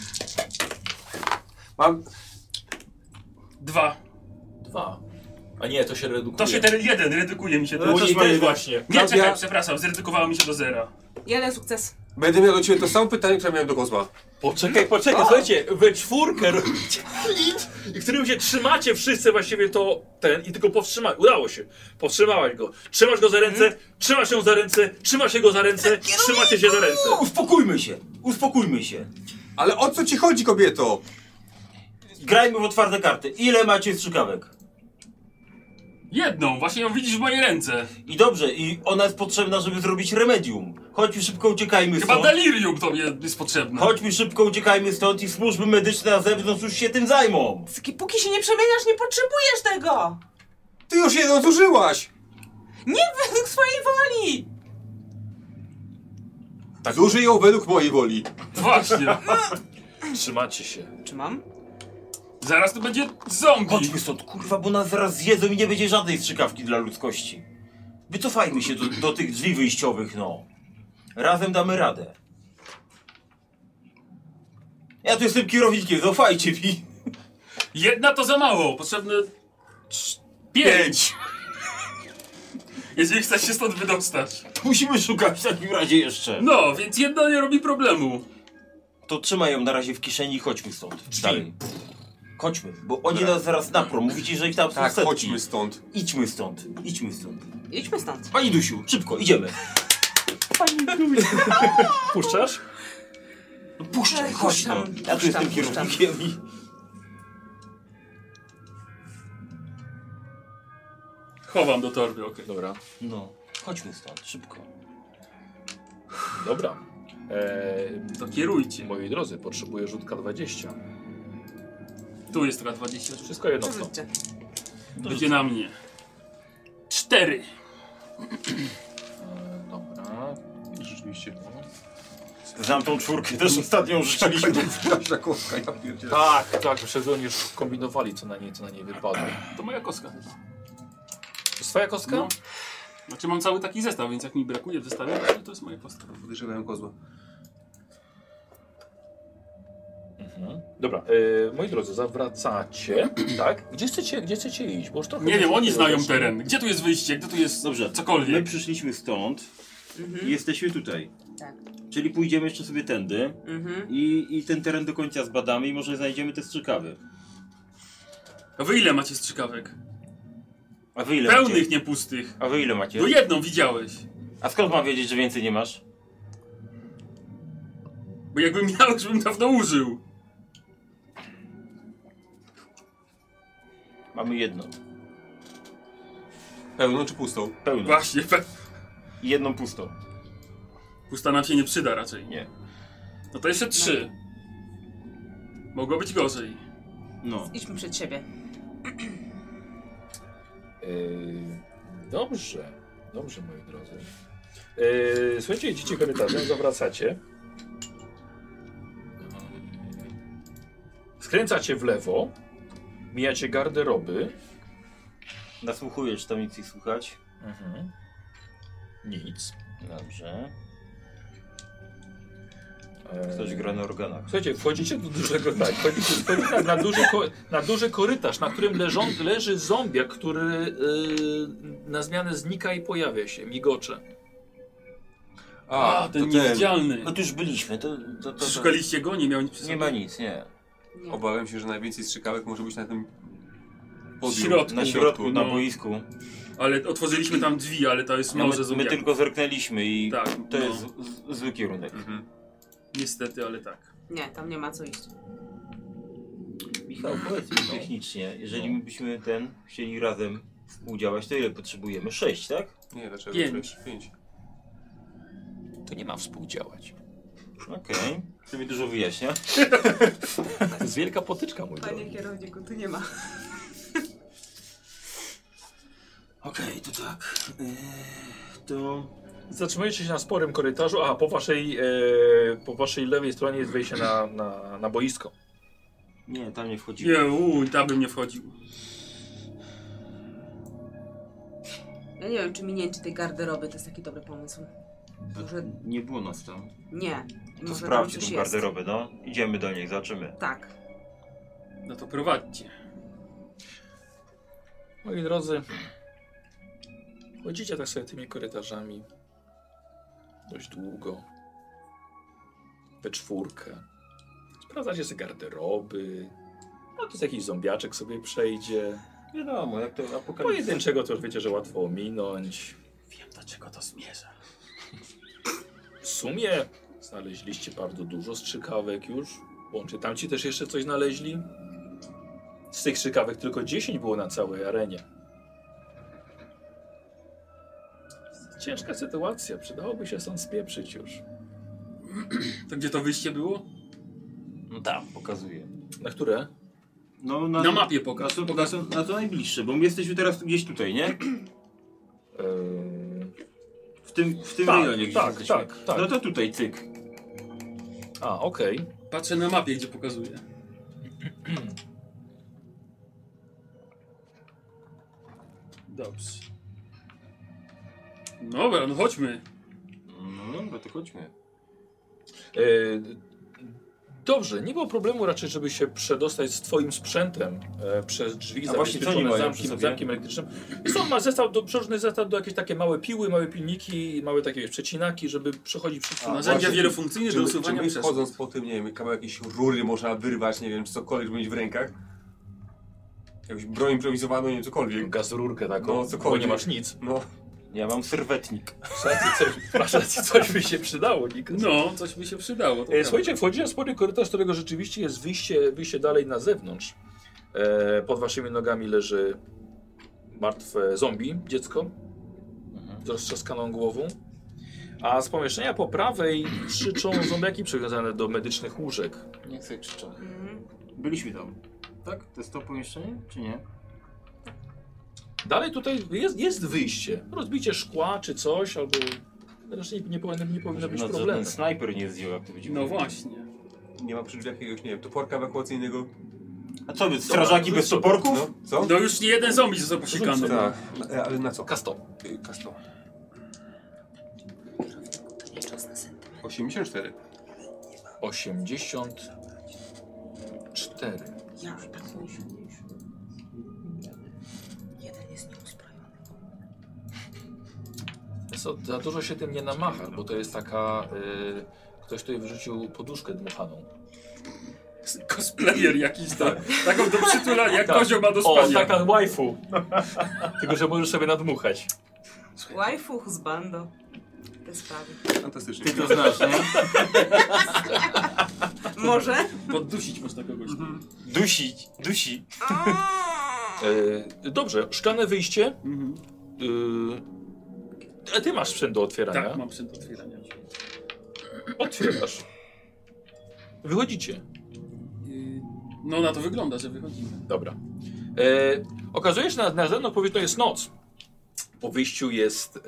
Mam... 2. 2. A nie, to się redukuje. To się ten 1 redukuje mi się No to. to też moje właśnie. Nie, Klaudia- czekaj, przepraszam, zredukowało mi się do 0. 1 sukces. Będę miał do ciebie to samo pytanie, które miałem do Kozła. Poczekaj, słuchajcie, we czwórkę robicie klip, i w którym się trzymacie wszyscy właściwie to i tylko powstrzymać. Udało się. Powstrzymałaś go. Trzymasz go za ręce, trzymasz ją za ręce, trzymasz jego za ręce, trzymacie się za ręce. Uspokójmy się. Ale o co ci chodzi, kobieto? Grajmy w otwarte karty. Ile macie strzykawek? Jedną, właśnie ją widzisz w mojej ręce. I dobrze, i ona jest potrzebna, żeby zrobić remedium. Chodźmy szybko, uciekajmy Chyba stąd. delirium to mnie jest potrzebne. Chodźmy szybko, uciekajmy stąd i służby medyczne na zewnątrz już się tym zajmą. Póki się nie przemieniasz, nie potrzebujesz tego. Ty już jedną zużyłaś! Nie według swojej woli. Tak. Zużyj ją według mojej woli. Właśnie. Trzymacie się. Czy mam? Zaraz to będzie zombie. Chodźmy stąd, kurwa, bo nas zaraz zjedzą i nie będzie żadnej strzykawki dla ludzkości. Wycofajmy się do tych drzwi wyjściowych, no. Razem damy radę. Ja tu jestem kierownikiem, zaufajcie mi. Jedna to za mało, potrzebne 5. Jeżeli chcesz się stąd wydostać. Musimy szukać w takim razie jeszcze. No, więc jedna nie robi problemu. To trzymaj ją na razie w kieszeni i chodźmy stąd. Dalej. Chodźmy, bo oni nas zaraz naprą. Mówicie, że ich tam są Tak, setki. chodźmy stąd. Idźmy stąd. Idźmy stąd. Idźmy stąd. Pani Dusiu, szybko, idziemy. Puszczasz? No puszczaj, chodź no. Puszczam, Ja tu jestem puszczam. kierownikiem i... Chowam do torby, okej. Dobra. No, chodźmy stąd, szybko. Dobra. To kierujcie. Moi drodzy, potrzebuję rzutka 20. Tu jest taka 20. Wszystko jedno co. Przerzućcie. Będzie na mnie. 4. Dobra. Rzeczywiście. Znam tą czwórkę, też ostatnią rzuciliśmy. Ta kostka, ja pierdzielę. Tak, przed chwilą już kombinowali co na niej wypadło. To moja kostka chyba. To jest twoja kostka? No. Znaczy mam cały taki zestaw, więc jak mi brakuje w zestawie, to jest moja kostka. Podejrzewałem kozła. Dobra, moi drodzy, zawracacie, tak? Gdzie chcecie iść? Bo już trochę... Nie wiem, oni znają teren. Gdzie tu jest wyjście? Gdzie tu jest Dobrze, cokolwiek? my przyszliśmy stąd i jesteśmy tutaj. Tak. Czyli pójdziemy jeszcze sobie tędy i ten teren do końca zbadamy i może znajdziemy te strzykawy. A wy ile macie strzykawek? A wy ile Pełnych, macie? nie pustych. A wy ile macie? No jedną widziałeś. A skąd mam wiedzieć, że więcej nie masz? Bo jakbym miał, już bym dawno użył. Mamy jedną. Pełną czy pustą? Pełną. Właśnie, I jedną pustą. pusta nam się nie przyda raczej. Nie. No to jeszcze 3. Mogło być gorzej. No. Idźmy przed siebie. Dobrze, moi drodzy. Słuchajcie, idziecie korytarzem, zawracacie. Skręcacie w lewo, mijacie garderoby. Nasłuchuję, czy tam nic nie słychać? Nic. Dobrze. Ktoś gra na organach. Słuchajcie, wchodzicie do dużego, wchodzicie na duży korytarz, na którym leży zombiak, który na zmianę znika i pojawia się, migocze. A, ten niewidzialny. No tu już byliśmy, to... Szukaliście go? Nie miał nic przy sobie? Nie ma nic, nie. Obawiam się, że najwięcej strzykawek może być na tym Na środku, na boisku. Ale otworzyliśmy tam drzwi, ale to jest No, morze my zombiaków. tylko zerknęliśmy i Tak, to no. jest zły kierunek. Niestety, ale tak. Nie, tam nie ma co iść. Michał, powiedz mi technicznie, jeżeli my byśmy chcieli razem współdziałać, to ile potrzebujemy? 6, tak? Nie, dlaczego? 5. To nie ma współdziałać. Okej. To mi dużo wyjaśnia. To jest wielka potyczka, mój drogi. Panie kierowniku, tu nie ma. Okej, to tak. To... Zatrzymujecie się na sporym korytarzu, a po waszej lewej stronie jest wejście na boisko. Nie, tam nie wchodzimy. Nie, tam bym nie wchodził. Ja nie wiem, czy minięcie tej garderoby to jest taki dobry pomysł. Może... Nie było nas tam. Nie. To Może sprawdźcie tam coś tą garderobę, no. Idziemy do niej, zobaczymy. Tak. No to prowadźcie. Moi drodzy, chodzicie tak sobie tymi korytarzami dość długo, we czwórkę. Sprawdzacie sobie garderoby, no to jest jakiś zombiaczek sobie przejdzie. Wiadomo, jak to apokalipsa. Pojedynczego to już wiecie, że łatwo ominąć. Wiem, do czego to zmierza. W sumie znaleźliście bardzo dużo strzykawek już. Łącznie tamci też jeszcze coś znaleźli. Z tych strzykawek tylko 10 było na całej arenie. Ciężka sytuacja, przydałoby się stąd spieprzyć już. To gdzie to wyjście było? No tam, pokazuję. Na które? No, na mapie pokaż. Na to najbliższe, bo my jesteśmy teraz gdzieś tutaj, nie? W tym tak, rejonie gdzieś tak, jesteśmy. tak. No to tutaj, cyk. A, okej. Patrzę na mapie, gdzie pokazuje. Dobrze. Dobra, no chodźmy. No dobra, to chodźmy. Dobrze, nie było problemu raczej, żeby się przedostać z twoim sprzętem przez drzwi właśnie, co oni mają przy sobie? zamkiem elektrycznym. Jest on ma przeróżny zestaw do jakieś takie małe piły, małe pilniki, małe takie przecinaki, żeby przechodzić przez Narzędzia wielofunkcyjne do usuwania czy przeszkód. wchodząc po tym, nie wiem, kawałek jakiejś rury można wyrwać, nie wiem, czy cokolwiek mieć w rękach. Jakąś broń improwizowaną, nie wiem, cokolwiek. Gazururkę taką, No, bo cokolwiek. nie masz nic. No. Ja mam serwetnik. Masz rację, coś by się przydało, Nikos. No, coś by się przydało. to Słuchajcie, wchodzicie na spory korytarz, z którego rzeczywiście jest wyjście dalej na zewnątrz. Pod waszymi nogami leży martwe zombie, dziecko z roztrzaskaną głową. A z pomieszczenia po prawej krzyczą zombiaki przywiązane do medycznych łóżek. Nie chcę krzyczeć. Byliśmy tam. Tak? To jest to pomieszczenie, czy nie? Dalej tutaj jest wyjście. Rozbicie szkła czy coś, albo raczej nie powinno być problemu. Ten snajper nie zdjął, jak to widzimy. No właśnie. Nie ma przy drzwiach jakiegoś, nie wiem, toporka ewakuacyjnego. A co wy, strażaki bez toporków? No, co? No już nie jeden zombie został posiekany. Tak, ale na co? Kasto. Kasto. To nie czas na sentyment. 84. 84. Ja już tak muszę. Jeden jest nieuzbrojony. Za dużo się tym nie namacha, bo to jest taka... ktoś tutaj wyrzucił poduszkę dmuchaną. Cosplayer jakiś, tak. Taką do przytulania, jak Tak. kozioł ma do O, spania. taka waifu. Tylko, że możesz sobie nadmuchać. Waifu, husbando. Te sprawy. Fantastycznie. Ty to znasz, nie? Może? Poddusić można kogoś. Dusi. Dobrze, szklane wyjście. Ty masz sprzęt do otwierania. Tak, mam sprzęt do otwierania. Otwierasz. Wychodzicie. No na to wygląda, że wychodzimy. Dobra. Okazuje się, że na zewnątrz powiedzmy jest noc. Po wyjściu jest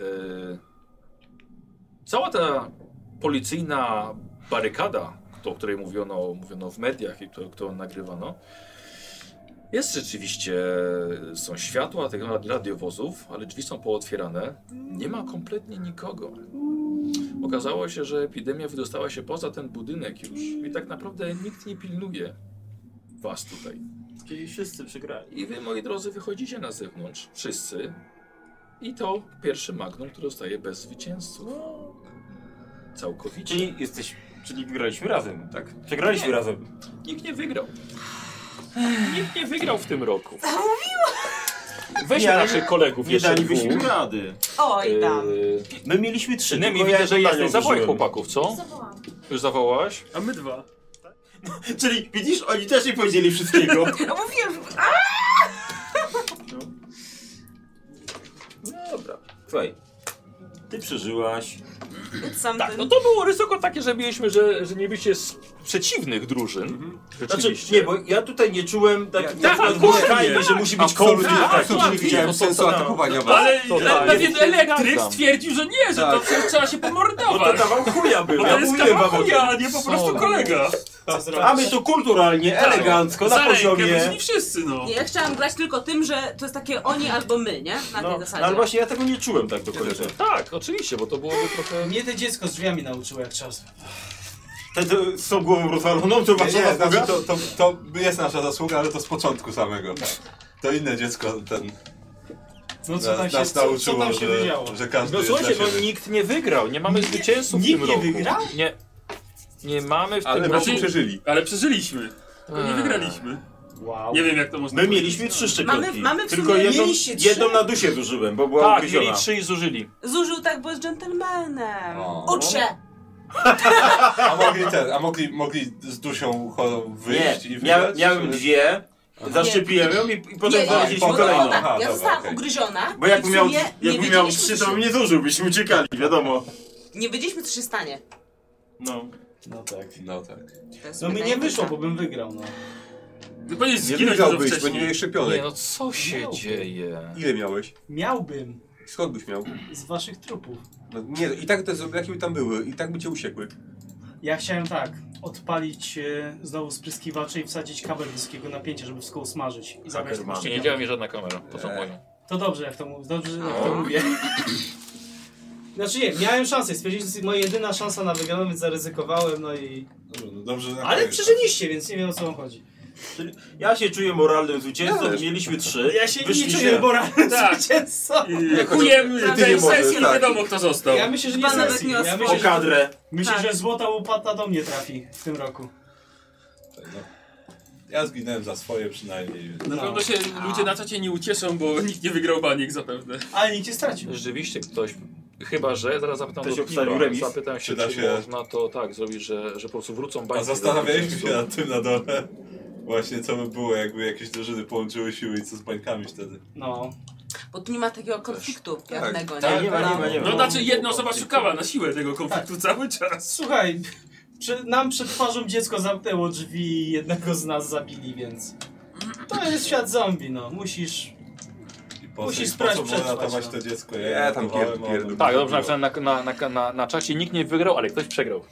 cała ta policyjna barykada, o której mówiono w mediach i którą nagrywano. Jest rzeczywiście, są światła tych radiowozów, ale drzwi są pootwierane. Nie ma kompletnie nikogo. Okazało się, że epidemia wydostała się poza ten budynek już i tak naprawdę nikt nie pilnuje was tutaj. Czyli wszyscy przegrali. I wy, moi drodzy, wychodzicie na zewnątrz, wszyscy. I to pierwszy Magnum, który zostaje bez zwycięzców. Całkowicie. Czyli wygraliśmy razem, tak? Przegraliśmy Nie. razem. Nikt nie wygrał. Nikt nie wygrał w tym roku. Weźmy Nie, ale naszych kolegów Nie jeszcze dalibyśmy dwóch. rady. Oj, tam. My mieliśmy 3. Przynajmniej widzę, że jesteś zawołaj chłopaków, co? Zawołam. Już zawołałaś? A my dwa. Czyli widzisz, oni też nie powiedzieli wszystkiego. No mówiłem, że... Dobra. Słuchaj, ty przeżyłaś. Tak, no to było ryzyko takie, że mieliśmy, że nie byliście z przeciwnych drużyn. Znaczy, nie, bo ja tutaj nie czułem tak, dokładnie, że musi być Absolutnie, konflikt. absolutnie nie widziałem sensu atakowania was. Ale pewien elektryk zgadzam. stwierdził, że nie, że to przecież trzeba się Bo to pomordować. kawał chuja był. Bo Ja to jest mówiłem kawał wam o chuja, tym. a nie po prostu kolega. A my to kulturalnie, elegancko, na Za rękę poziomie. wyszli wszyscy, no. Nie, ja chciałam grać tylko tym, że to jest takie oni albo my, nie? Na tej zasadzie. ale właśnie ja tego nie czułem tak do końca. Tak, oczywiście, bo to byłoby trochę... Mnie to dziecko z drzwiami nauczyło jak czas. Z tą głową rozwaloną, to wasza Nie, zasługa? znaczy to jest nasza zasługa, ale to z początku samego. To inne dziecko No co tam się, nas co nauczyło, tam się wydziało? że każdy No jest słuchajcie, dla no siebie. nikt nie wygrał, nie mamy zwycięzców w nikt tym nie roku. wygrał? Nie. Nie mamy w Ale tym myśmy roku... przeżyli. Ale przeżyliśmy. Tylko nie wygraliśmy. Wow. Nie wiem jak to można My powiedzieć. mieliśmy 3 szczepionki. mamy w Tylko sumie- jedną, Mieliście 3? jedną na dusie zużyłem, bo była Tak, ugryziona. mieli 3 i zużyli. Zużył tak, bo jest dżentelmenem. O. Ucz się! A mogli z dusią chorą wyjść i Nie, wygrać? miałem 2, zaszczepiłem ją i potem Nie, znaleźliśmy bo kolejną. ona, Aha, ja dobra, zostałam okej. ugryziona. Bo i jakbym w miał, sumie nie jakbym miał wiedzieliśmy, 3, co to się- bym nie zużył, byśmy uciekali, wiadomo. Nie wiedzieliśmy, co się stanie. No. No tak. No tak. To jest No mi nie najlepsze. wyszło, bo bym wygrał, no. Ty powinieneś Nie zginąć dużo wygrałbyś, bo nie wcześniej. miałeś szczepionek. Nie no, co się dzieje? Ile miałeś? Miałbym Skąd byś miał? z waszych trupów. No nie, i tak te zombie, jakie by tam były, i tak by cię usiekły. Ja chciałem tak, odpalić znowu spryskiwacze i wsadzić kabel wysokiego napięcia, żeby wszystko usmażyć i zabrać Ackerman. te Nie działa mi żadna kamera, to są moje. To dobrze, jak to mówię. Dobrze, jak to mówię. Znaczy nie, miałem szansę, stwierdziłem, że to jest moja jedyna szansa na wygraną, więc zaryzykowałem, no i... No dobrze, Ale przeżyliście, więc nie wiem o co wam chodzi. Czyli ja się czuję moralnym zwycięzcą, mieliśmy 3. Ja się nie czuję moralnym zwycięzcą. Kujemy ty nie tej możesz, sesji, tak. wiadomo kto został. Ja myślę, że nie Chyba nawet sesji. nie Ja oswoił. myślę, O kadrę. myślę, Tak. że złota łopata do mnie trafi w tym roku. Ja zginąłem za swoje przynajmniej. Więc... Na pewno się ludzie na czacie nie ucieszą, bo nikt nie wygrał baniek zapewne. Ale nikt nie stracił. Rzeczywiście ktoś, chyba że, zaraz zapytam Ktoś do obstawił Piro, remis. zapytam się, Czy da czy się- można to tak zrobić, że po prostu wrócą A bańki. zastanawialiśmy się do- nad tym na dole. Właśnie co by było, jakby jakieś drużyny połączyły siły i co z bańkami wtedy. No. Bo tu nie ma takiego konfliktu jawnego, nie? Tak, nie ma, nie ma, nie ma. No znaczy jedna osoba szukała na siłę tego konfliktu cały czas. Słuchaj, nam przed twarzą dziecko zamknęło drzwi i jednego z nas zabili, więc... To jest świat zombie, no. Musisz... I po Musisz co sprawdzić, było przetrwać, ratować no. to dziecko? Ja tam ratowałem, pierdolę. a ono- Tak, dobrze napisałem na czacie, nikt nie wygrał, ale ktoś przegrał.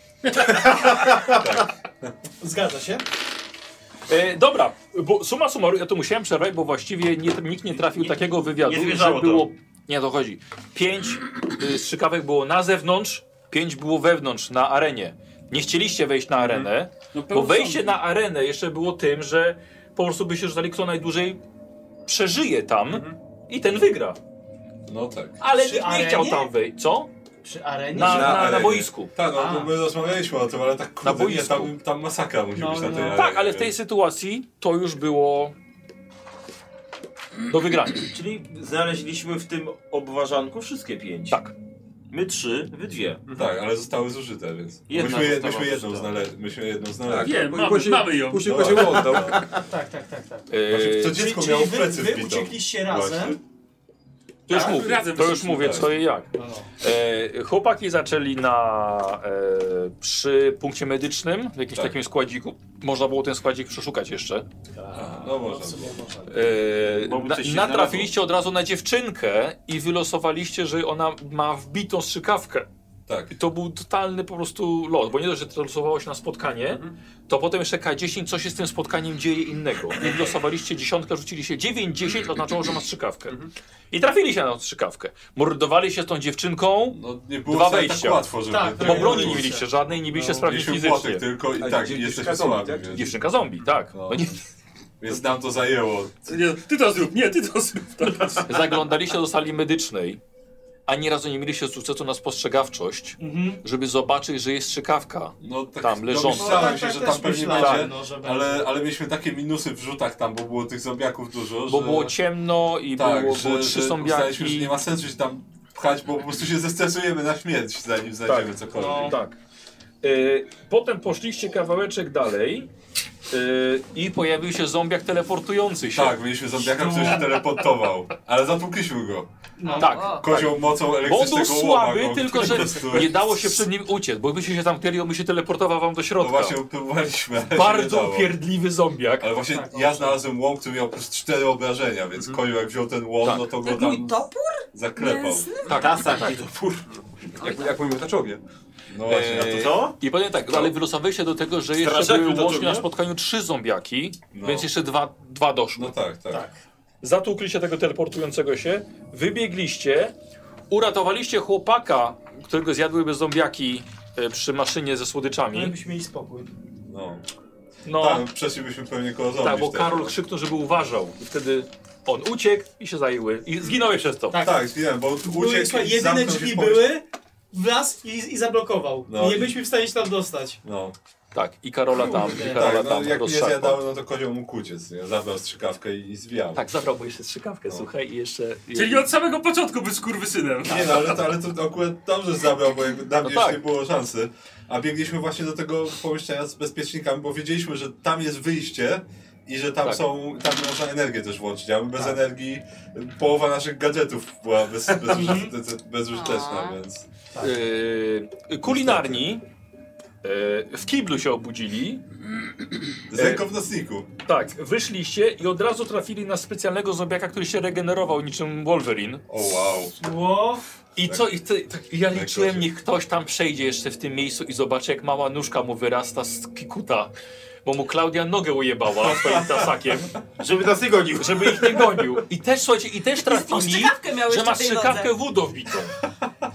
Zgadza się? Dobra, bo summa summarum, ja to musiałem przerwać, bo właściwie nikt nie trafił takiego wywiadu, nie zmierzało że to. było... Nie, to chodzi. 5 strzykawek było na zewnątrz, 5 było wewnątrz, na arenie. Nie chcieliście wejść na arenę, No, bo pełno wejście zombie. na arenę jeszcze było tym, że po prostu byście rzucali, kto najdłużej przeżyje tam i ten wygra. No tak. Ale Przy nikt nie arenie? chciał tam wejść. Co? Przy arenie? Na arenie. boisku. Tak, no A. bo my rozmawialiśmy o tym, ale tak Na kurde, nie, boisku. tam masakra musi No, być na tej no. arenie. Tak, ale w tej więc- sytuacji to już było do wygrania. Czyli znaleźliśmy w tym obwarzanku wszystkie 5. Tak. My 3, wy 2. Tak, ale zostały zużyte, więc... Jedna myśmy została jedną zużyta. myśmy jedną Tak, znaleźli. Wiem, później- mamy ją. Później No. kozioł oddał. Tak. Właśnie, to dziecko miało w plecy wy wbitą. uciekliście razem. Właśnie. To już Tak, mówię, razem to już wyszliśmy, mówię tak. co i jak. No, no. Chłopaki zaczęli przy punkcie medycznym, w jakimś Tak. takim składziku. Można było ten składzik przeszukać jeszcze. No można W sumie było. można. Bo by coś się Natrafiliście od razu na dziewczynkę i wylosowaliście, że ona ma wbitą strzykawkę. Tak. I to był totalny po prostu los, bo nie dość, że to losowało się na spotkanie, to potem jeszcze K10, co się z tym spotkaniem dzieje innego. I wylosowaliście dziesiątkę, rzucili się 9-10, oznaczało, że ma strzykawkę. I trafili się na tą strzykawkę. Mordowali się z tą dziewczynką, No nie było Dwa wcale wejścia. tak łatwo, żeby... Tak, bo tak. broni nie mieliście żadnej, nie byliście sprawni Mieliśmy fizycznie. młotek tylko i A tak, gdzie- i jesteśmy dziewczynka słabi, zombie, tak? więc, Dziewczynka zombie, tak. No. No nie, więc nam to zajęło. Nie, ty to zrób, nie, ty to zrób. Tak. zaglądaliście do sali medycznej, a ani razu nie mieliście sukcesu na spostrzegawczość, żeby zobaczyć, że jest strzykawka. No tak, Tam leżące. domyślałem się, tak że też tam pewnie myślałem, będzie, no, że ale mieliśmy takie minusy w rzutach tam, bo było tych zombiaków dużo, Bo że... było ciemno i tak, było że 3 uznaliśmy, że zombiaki. nie ma sensu się tam pchać, bo po prostu się zestresujemy na śmierć, zanim znajdziemy cokolwiek. No. Tak. Potem poszliście kawałeczek dalej i pojawił się zombiak teleportujący się. Tak, mieliśmy zombiaka, który się teleportował, ale zatłukliśmy go. No. Tak. O, Kozioł mocą Bo on elektrycznego był łoma słaby, go tylko po że prostu- nie dało się przed nim uciec, bo gdybyście się tam kryli, on by się teleportował wam do No środka. właśnie próbowaliśmy, ale się nie Bardzo dało. upierdliwy zombiak. Ale właśnie Tak, ja znalazłem łom, który miał plus 4 obrażenia, więc Koju jak wziął ten łom, Tak. no to go mój tam topór? zaklepał. Mięsny? Tak, Tasak i topór. Jak mówimy taczowie. No właśnie, a to Co? I powiem tak, ale wylosowaliście do tego, że jeszcze Strażaku były to łącznie drugie? na spotkaniu 3 zombiaki, No. więc jeszcze dwa doszły. No tak, tak. Tak. Zatłukliście tego teleportującego się, wybiegliście, uratowaliście chłopaka, którego zjadłyby zombiaki przy maszynie ze słodyczami. No byśmy mieli spokój. No. No, Tam przeszlibyśmy pewnie koło zombie. tak, bo wtedy. Karol krzyknął, żeby uważał. I wtedy on uciekł i się zajęły. I zginąłeś przez to. Tak. Tak, zginąłem, bo Były, uciekł słuchaj, i jedyne zamknął się drzwi w pomieszczeniu. były, wlazł i zablokował. No I nie i- byliśmy w stanie się tam dostać. No. Tak, i Karola tam, Kurde. i Karola Tak, no tam jak mnie rozszarpał. zjadały, no to kozioł mógł uciec, nie? Zabrał strzykawkę i zwijał. Tak, zabrał mu jeszcze strzykawkę, No. słuchaj, i jeszcze... Czyli od samego początku był skurwysynem. Nie no, ale to akurat dobrze zabrał, bo jakby dla mnie tak. już nie było szansy. A biegliśmy właśnie do tego pomieszczenia z bezpiecznikami, bo wiedzieliśmy, że tam jest wyjście i że tam Tak. tam można energię też włączyć, a my bez energii połowa naszych gadżetów była bezużyteczna, więc... Kulinarni w kiblu się obudzili. Z ręką w nocniku. Tak, wyszliście i od razu trafili na specjalnego zombiaka, który się regenerował niczym Wolverine. O wow. Ło, I Tak. co? Ja liczyłem, Najgorzej. niech ktoś tam przejdzie jeszcze w tym miejscu i zobaczy, jak mała nóżka mu wyrasta z kikuta. Bo mu Klaudia nogę ujebała swoim tasakiem, Żeby nas nie gonił. żeby ich nie gonił. I też, słuchajcie, i też trafili, strzykawkę miał że jeszcze ma w tej strzykawkę nodze. wódą wbitą.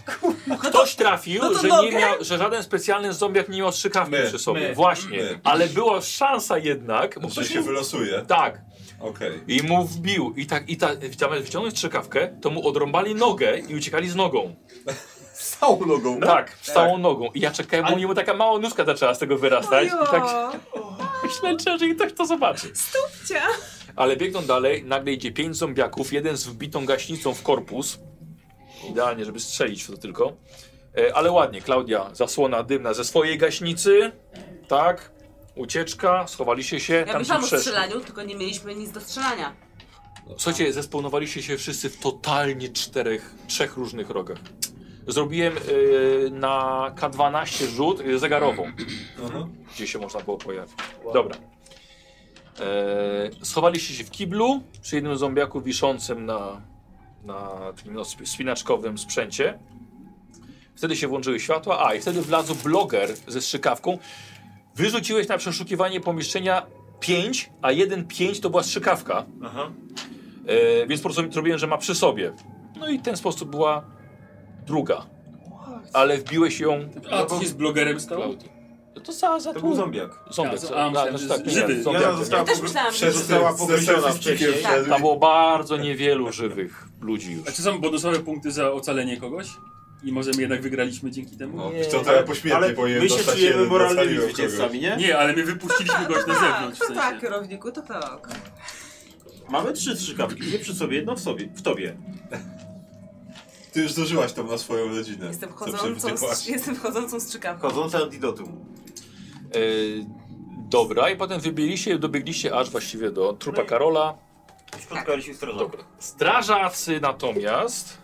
Ktoś trafił, no to że, nogę? że żaden specjalny zombiak nie miał strzykawki My. przy sobie. My. Właśnie. My. Ale była szansa jednak, bo Że ktoś się wylosuje. Tak. Okej. I mu wbił. Zamiast wyciągnąć strzykawkę, to mu odrąbali nogę i uciekali z nogą. Z całą nogą. Tak, z całą nogą. I ja czekałem, bo mu taka mała nóżka zaczęła z tego wyrastać. I tak myślę, że i ktoś to zobaczy. Stópcia. Ale biegną dalej, nagle idzie 5 zombiaków, jeden z wbitą gaśnicą w korpus. Idealnie, żeby strzelić w to tylko. Ale ładnie, Klaudia, zasłona dymna ze swojej gaśnicy. Tak, ucieczka, schowaliście się, Ja tam się myślałam o przeszli. strzelaniu, tylko nie mieliśmy nic do strzelania. Słuchajcie, zespełnowaliście się wszyscy w totalnie trzech różnych rogach. Zrobiłem na K12 rzut zegarową, gdzie się można było pojawić. Dobra. Schowaliście się w kiblu przy jednym zombiaku wiszącym na takim spinaczkowym sprzęcie. Wtedy się włączyły światła, i wtedy wlazł bloger ze strzykawką. Wyrzuciłeś na przeszukiwanie pomieszczenia 5, a 1-5 to była strzykawka. Aha. Więc po prostu zrobiłem, że ma przy sobie. No i w ten sposób była druga. Ale wbiłeś ją A ty się z blogerem stał? Klaudii. To za To był zombiak. Zombie. myślałem, że żywy. Została Też myślałam, że została pogryziona wcześniej. Tak. Tam było bardzo niewielu żywych ludzi już. A czy są bonusowe punkty za ocalenie kogoś? I może my jednak wygraliśmy dzięki temu? No, wiesz co, to ja pośmietnie Ale powinien my się dostać czujemy jeden, moralnymi docaliłem zwycięzcami, nie? Nie, ale my wypuściliśmy goś na zewnątrz. W To sensie. tak, kierowniku, to tak. Mamy 3 strzykawki, 2 przy sobie, jedną w tobie. Ty już zużyłaś tam na swoją rodzinę. Jestem chodzącą strzykawką. Chodzące antidotum. Dobra, i potem dobiegliście aż właściwie do trupa Karola. Spotkaliśmy strażaka. Dobra. Strażacy natomiast...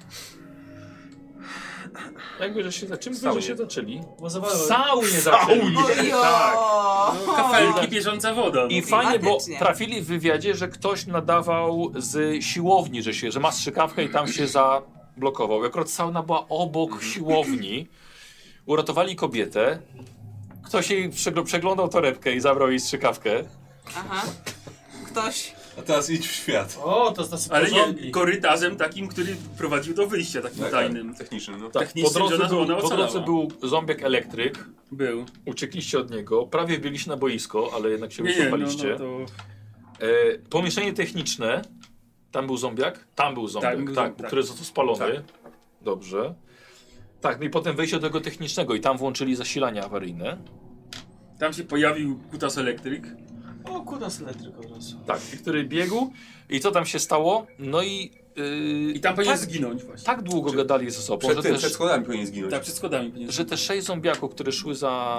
Jakby, że się zaczęli? W saunie zaczęli. Tak. No, kafelki, bieżąca woda. I No. fajnie, bo Faktycznie. trafili w wywiadzie, że ktoś nadawał z siłowni, że ma strzykawkę i tam się zablokował. Akurat sauna była obok siłowni. Uratowali kobietę. Ktoś jej przeglądał torebkę i zabrał jej strzykawkę. Aha. Ktoś. A teraz idź w świat. O, to jest Ale nie korytarzem takim, który prowadził do wyjścia, takim tajnym. Technicznym, no. Tak, Technicznym, że ona po drodze ocalała. był zombiak elektryk. Był. Uciekliście od niego. Prawie byliście na boisko, ale jednak się Nie, wycofaliście. to... Pomieszczenie techniczne. Tam był zombiak? Tam był zombiak, Tak, był tak, zombiak. który został spalony. Tak. Dobrze. Tak, no i potem wejście do tego technicznego i tam włączyli zasilanie awaryjne. Tam się pojawił kutas elektryk. O, kudas elektryk od razu. Tak, i który biegł. I co tam się stało? No i... I tam powinien tak, zginąć właśnie. tak długo gadali ze sobą, że, Przed schodami powinien zginąć. Tak, przed schodami powinien że te 6 zombiaków, które szły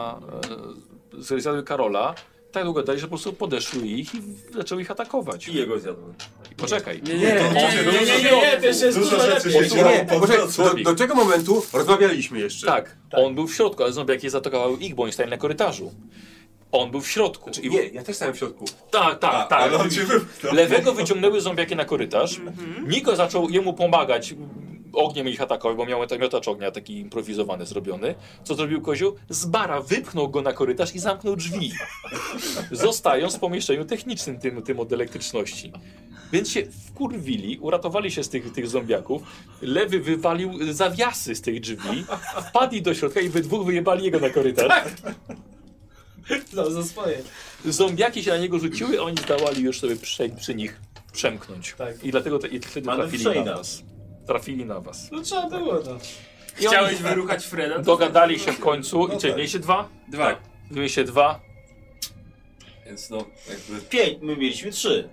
zjadły Karola, tak długo gadali, że po prostu podeszły ich i zaczęły ich atakować. I jego zjadłem. Poczekaj. Nie, też jest Dużo dużo rzeczy lepiej. się działo Nie, po poczekaj, drodze. do czego momentu rozmawialiśmy jeszcze? Tak, on był w środku, ale zombiaki zaatakowały ich, bo oni stali na korytarzu. On był w środku. Znaczy, nie, ja też stałem w środku. Tak. Ale on cię wypchnął. Lewego wyciągnęły zombiaki na korytarz. Niko zaczął jemu pomagać. Ogniem ich atakował, bo miał ten miotacz ognia taki improwizowany zrobiony. Co zrobił kozioł? Z bara wypchnął go na korytarz i zamknął drzwi. Zostając w pomieszczeniu technicznym tym od elektryczności. Więc się wkurwili, uratowali się z tych zombiaków. Lewy wywalił zawiasy z tych drzwi, wpadli do środka i we dwóch wyjebali jego na korytarz. No, za swoje. Zombiaki się na niego rzuciły, a oni zdołali już sobie przy nich przemknąć. Tak. I dlatego wtedy Ale trafili przejdą. na was. Trafili na was. No trzeba było, no. I Chciałeś oni wyruchać Freda? to- dogadali się w końcu. I No czy tak. mieliście 2? Dwa. Mieliście 2. Więc no, jakby... 5, my mieliśmy 3.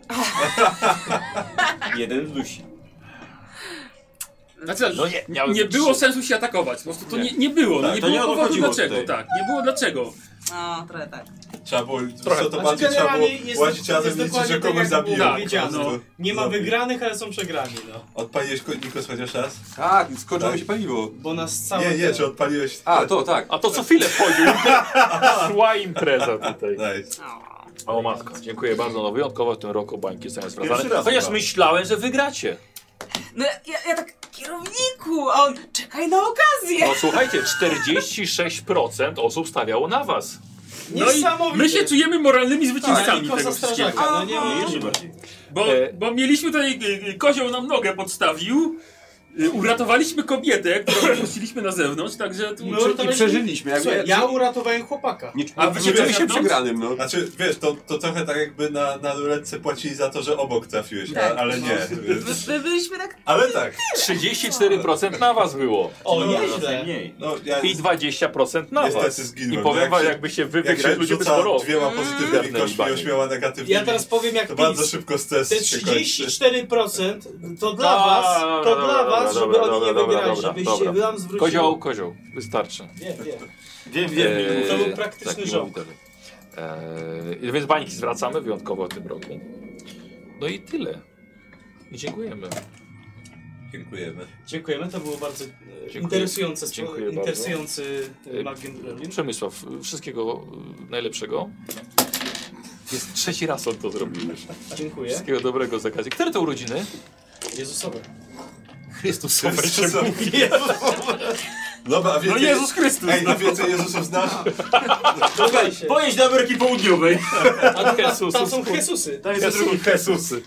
Jeden dusi. Znaczy, No nie, miały nie być było 3. sensu się atakować. Po prostu to nie było. Tak, nie to było nie o to powodu chodziło dlaczego. tutaj. Tak, nie było dlaczego. No, trochę tak. Trzeba było, Trochę. co to Znaczy, bardziej trzeba było generalnie jest- łazić razem jest liczyć, dokładnie że tak, kogoś jak było zabiją. powiedziane. Po prostu. Nie ma Zabił. wygranych, ale są przegrani, no. Odpaliłeś Nikos chociaż raz? Tak, skończyło Tak. się paliwo. Bo nas całe... Nie, czy odpaliłeś... A, to tak. A to co chwilę wchodził. Szła impreza tutaj. Nice. O matko, dziękuję bardzo. No wyjątkowo w tym roku bańki są Pierwszy zwracane. raz Chociaż chyba. myślałem, że wygracie. No ja tak, kierowniku, a on, czekaj na okazję. No słuchajcie, 46% osób stawiało na was. No i Niesamowite. my się czujemy moralnymi zwycięzcami Nikosa tego wszystkiego. strażaka, no nie Aha. ma Jeszcze bardziej. Bo mieliśmy tutaj, kozioł nam nogę podstawił, Uratowaliśmy kobietę, którą wypuściliśmy na zewnątrz, także... Tu... I przeżyliśmy. Słuchaj, ja uratowałem chłopaka. A wy się czujemy się zewnątrz? przegranym, no. Znaczy, wiesz, to trochę tak jakby na ruletce płacili za to, że obok trafiłeś, Tak. ale nie. My byliśmy tak... Ale tak. 34% na was było. O, No, nieźle. mniej. No, ja I 20% na niestety was. zginąłem. I powiem wam, Jak się- jakbyście wy jak się wygrali, ludzie by rzuca sporo. dwiema pozytywnymi Garnęli kośćmi banie. i 8 negatywnymi, Ja teraz powiem jak to bardzo PiS. szybko stres Te się kończy. 34% to dla was, żeby oni nie wygrali, żebyście wy nam zwrócili. Kozioł, wystarczy. Wiem. To był praktyczny tak, żołd. Więc bańki zwracamy wyjątkowo w tym roku. No i tyle. I dziękujemy. Dziękujemy. Dziękujemy, to było bardzo Dziękuję. interesujące. Dziękuję bardzo. Interesujący Magiem Brownie. Przemysław, wszystkiego najlepszego. Jest trzeci raz on to zrobił już. Dziękuję. Wszystkiego dobrego z okazji. Które to urodziny? Jezusowe. Chrystusowe. Dobra, a No więcej... Jezus Chrystus! Ej, a więcej Jezusów znasz? Słuchajcie, Pojedź do Ameryki Południowej. tam są Jesusy. Tam jest drugi Jesusy.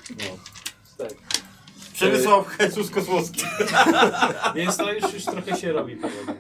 Przemysław Jesus Kozłowski. Więc to już trochę się robi.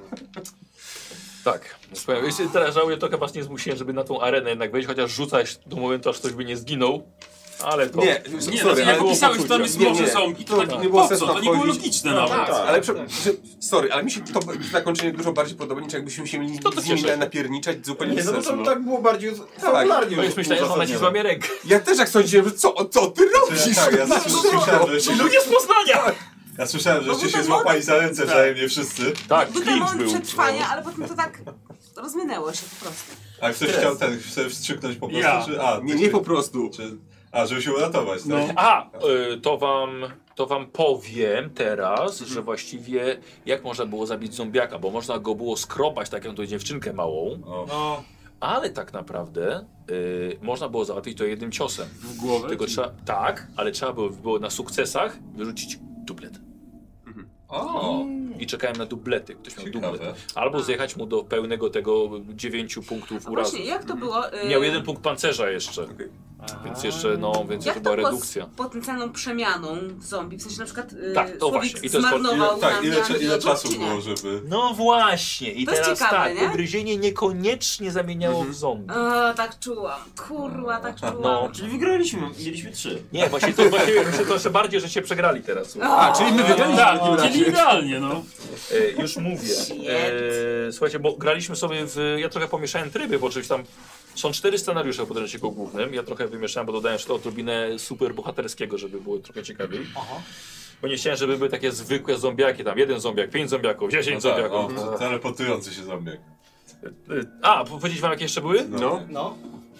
Tak. Teraz żałuję, trochę was nie zmusiłem, żeby na tą arenę jednak wejść, chociaż rzucać do momentu, aż ktoś by nie zginął. Ale to... Nie, Nie, sorry, znaczy, jak ale pisałeś, że tam poczucia. jest Nie, może nie. zombie, to To tak nie było po sensu co? To nie było wchodzić. logiczne No, nawet. tak. Ale sorry, ale mi się to zakończenie dużo bardziej podoba, niż jakbyśmy się mieli To z nimi cieszę. napierniczać zupełnie Nie, bez no sensu. to tak było bardziej fabularnie. Bo już myślałem, że ona ci złamie rękę. Ja też jak sądziłem, że co ty robisz? Tak, ja słyszałem, że się, Ludzie z Poznania! ja słyszałem, No żeście bo się to złapali za ręce wzajemnie wszyscy. Tak, Był ten klincz moment był. przetrwania, ale potem to tak rozminęło się po prostu. A ktoś chciał chce wstrzyknąć po prostu, Ja. czy... A, Nie po prostu. żeby się uratować, tak? A, to wam powiem teraz, że właściwie jak można było zabić zombiaka, bo można go było skrobać tak jak tą dziewczynkę małą, O. No, ale tak naprawdę można było załatwić to jednym ciosem. W głowę? Tylko trzeba, tak, ale trzeba było na sukcesach wyrzucić dublet. O, I czekałem na dublety, ktoś miał ciekawe. dublet. Albo zjechać mu do pełnego tego 9 punktów A urazu. właśnie, jak to było? Miał 1 punkt pancerza jeszcze, więc jeszcze, więc Jak to to była było redukcja. z potencjalną przemianą w zombie? W sensie na przykład Tak, to Słowik właśnie. I to jest zmarnował Tak, ile antidotum, czasu czy nie? było, żeby... No właśnie, i To jest teraz ciekawe, tak, nie? ugryzienie niekoniecznie zamieniało w zombie. A, tak czułam. Kurwa, tak czułam. No. Czyli wygraliśmy, mieliśmy 3. Nie, właśnie to jeszcze bardziej, że się przegrali teraz. A, czyli my wygraliśmy w takim Tak, razie. czyli idealnie, no. Już mówię. Słuchajcie, bo graliśmy sobie ja trochę pomieszałem tryby, bo oczywiście tam są 4 scenariusze w podręczniku głównym. Ja trochę wymieszałem, bo dodałem jeszcze odrobinę super bohaterskiego, żeby było trochę ciekawiej. Bo nie chciałem, żeby były takie zwykłe zombiaki, tam 1 zombiak, 5 zombiaków, 10 tak, zombiaków. teleportujący się zombiak. A, powiedzieć wam jakie jeszcze były? No. no,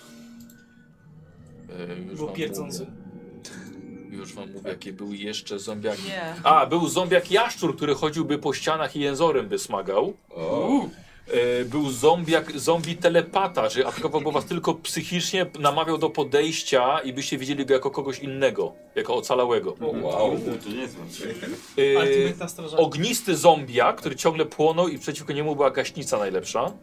Już był wam pierdzący. mówię. Już wam mówię, jakie były jeszcze zombiaki. Nie. A, był zombiak jaszczur, który chodziłby po ścianach i jęzorem by smagał. O, Był zombie telepata, że atakował was tylko psychicznie, namawiał do podejścia i byście widzieli go jako kogoś innego, jako ocalałego. wow. To nie jest Ultimate na strażaku. Ognisty zombia, który ciągle płonął i przeciwko niemu była gaśnica najlepsza.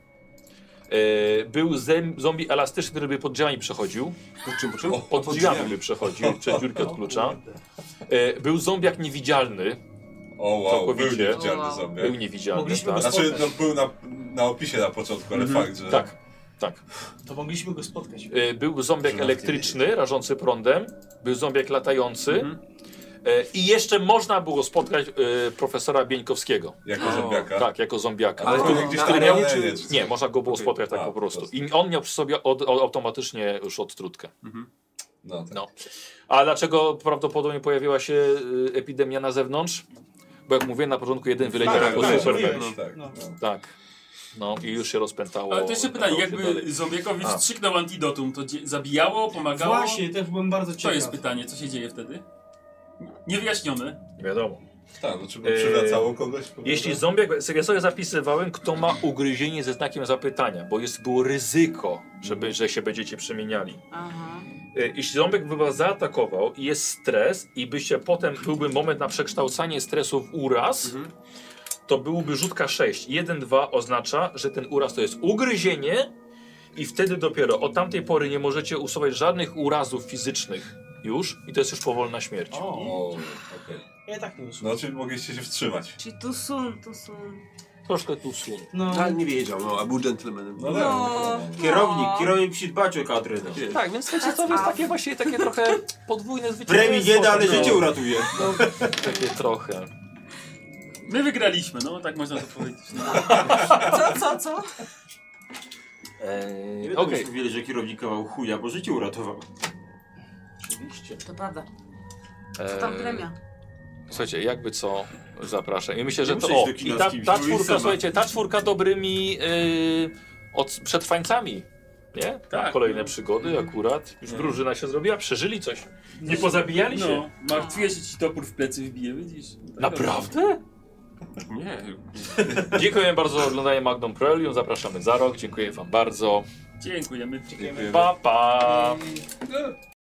Był zombie elastyczny, który by pod drzwiami przechodził. Po czym? Pod drzwiami by przechodził, przez dziurkę od klucza. Był zombiak niewidzialny. O wow, Całkowicie. był niewidzialny zombiak. Był niewidzialny, Mogliśmy tak. go Znaczy, no, był na opisie na początku, ale fakt, że... Tak, tak. To mogliśmy go spotkać. Był zombiak Że elektryczny, rażący prądem. Był zombiak latający. I jeszcze można było spotkać profesora Bieńkowskiego. Jako zombiaka. Tak, jako zombiaka. Ale to Który- gdzieś który na miał, arenie, czy co? nie, można go było spotkać tak A, po prostu. po prostu. I on miał przy sobie automatycznie już odtrutkę. No, tak. No. A dlaczego prawdopodobnie pojawiła się epidemia na zewnątrz? Bo jak mówiłem na początku, jeden wyleciał Tak, po tak, Superman. no, tak, No. no. Tak. No i już się rozpętało. Ale to jeszcze pytanie, dalej. jakby zombiakowi A. wstrzyknął antidotum, to zabijało, pomagało? Właśnie, też byłem bardzo To ciekaw. jest pytanie, co się dzieje wtedy? Niewyjaśnione. Nie wiadomo. Tak, no czy przywracało kogoś? Jeśli zombiak, ja sobie zapisywałem, kto ma ugryzienie ze znakiem zapytania, bo było ryzyko, że się będziecie przemieniali. Aha. Jeśli zombiak by was zaatakował i jest stres i byłby moment na przekształcanie stresu w uraz, to byłby rzutka 6. 1-2 oznacza, że ten uraz to jest ugryzienie i wtedy dopiero od tamtej pory nie możecie usuwać żadnych urazów fizycznych już i to jest już powolna śmierć. O, okej. Ja tak nie uszło. No, czyli mogliście się wstrzymać. Czyli tu są. Troszkę tu sun. No, Ale nie wiedział, no, a był dżentelmenem. No, Kierownik musi dbać o kadrę. No. Tak, więc wiecie, to jest takie właściwie takie trochę podwójne zwycięstwo. Premii nie da, ale no. życie uratuje. Takie trochę. My wygraliśmy, no tak można to powiedzieć. No. Co? Nie wiadomo, okay. Mówili, że kierownik kawał chuja, bo życie uratował. Oczywiście. To prawda. Co tam premia? Słuchajcie, jakby co, zapraszam. I myślę, że Nie to... muszę O, iść do kina i z ta kimś, czwórka, sama. słuchajcie, ta czwórka dobrymi przetrwańcami. Nie? Tak, Kolejne no. przygody akurat. Już drużyna się zrobiła, przeżyli coś. Nie pozabijali się. No, martwię się, ci topór w plecy wbije, widzisz? Tak Naprawdę? Nie. Dziękuję bardzo za oglądanie Magnum Proelium. Zapraszamy za rok. Dziękuję wam bardzo. Dziękujemy. Pa, pa.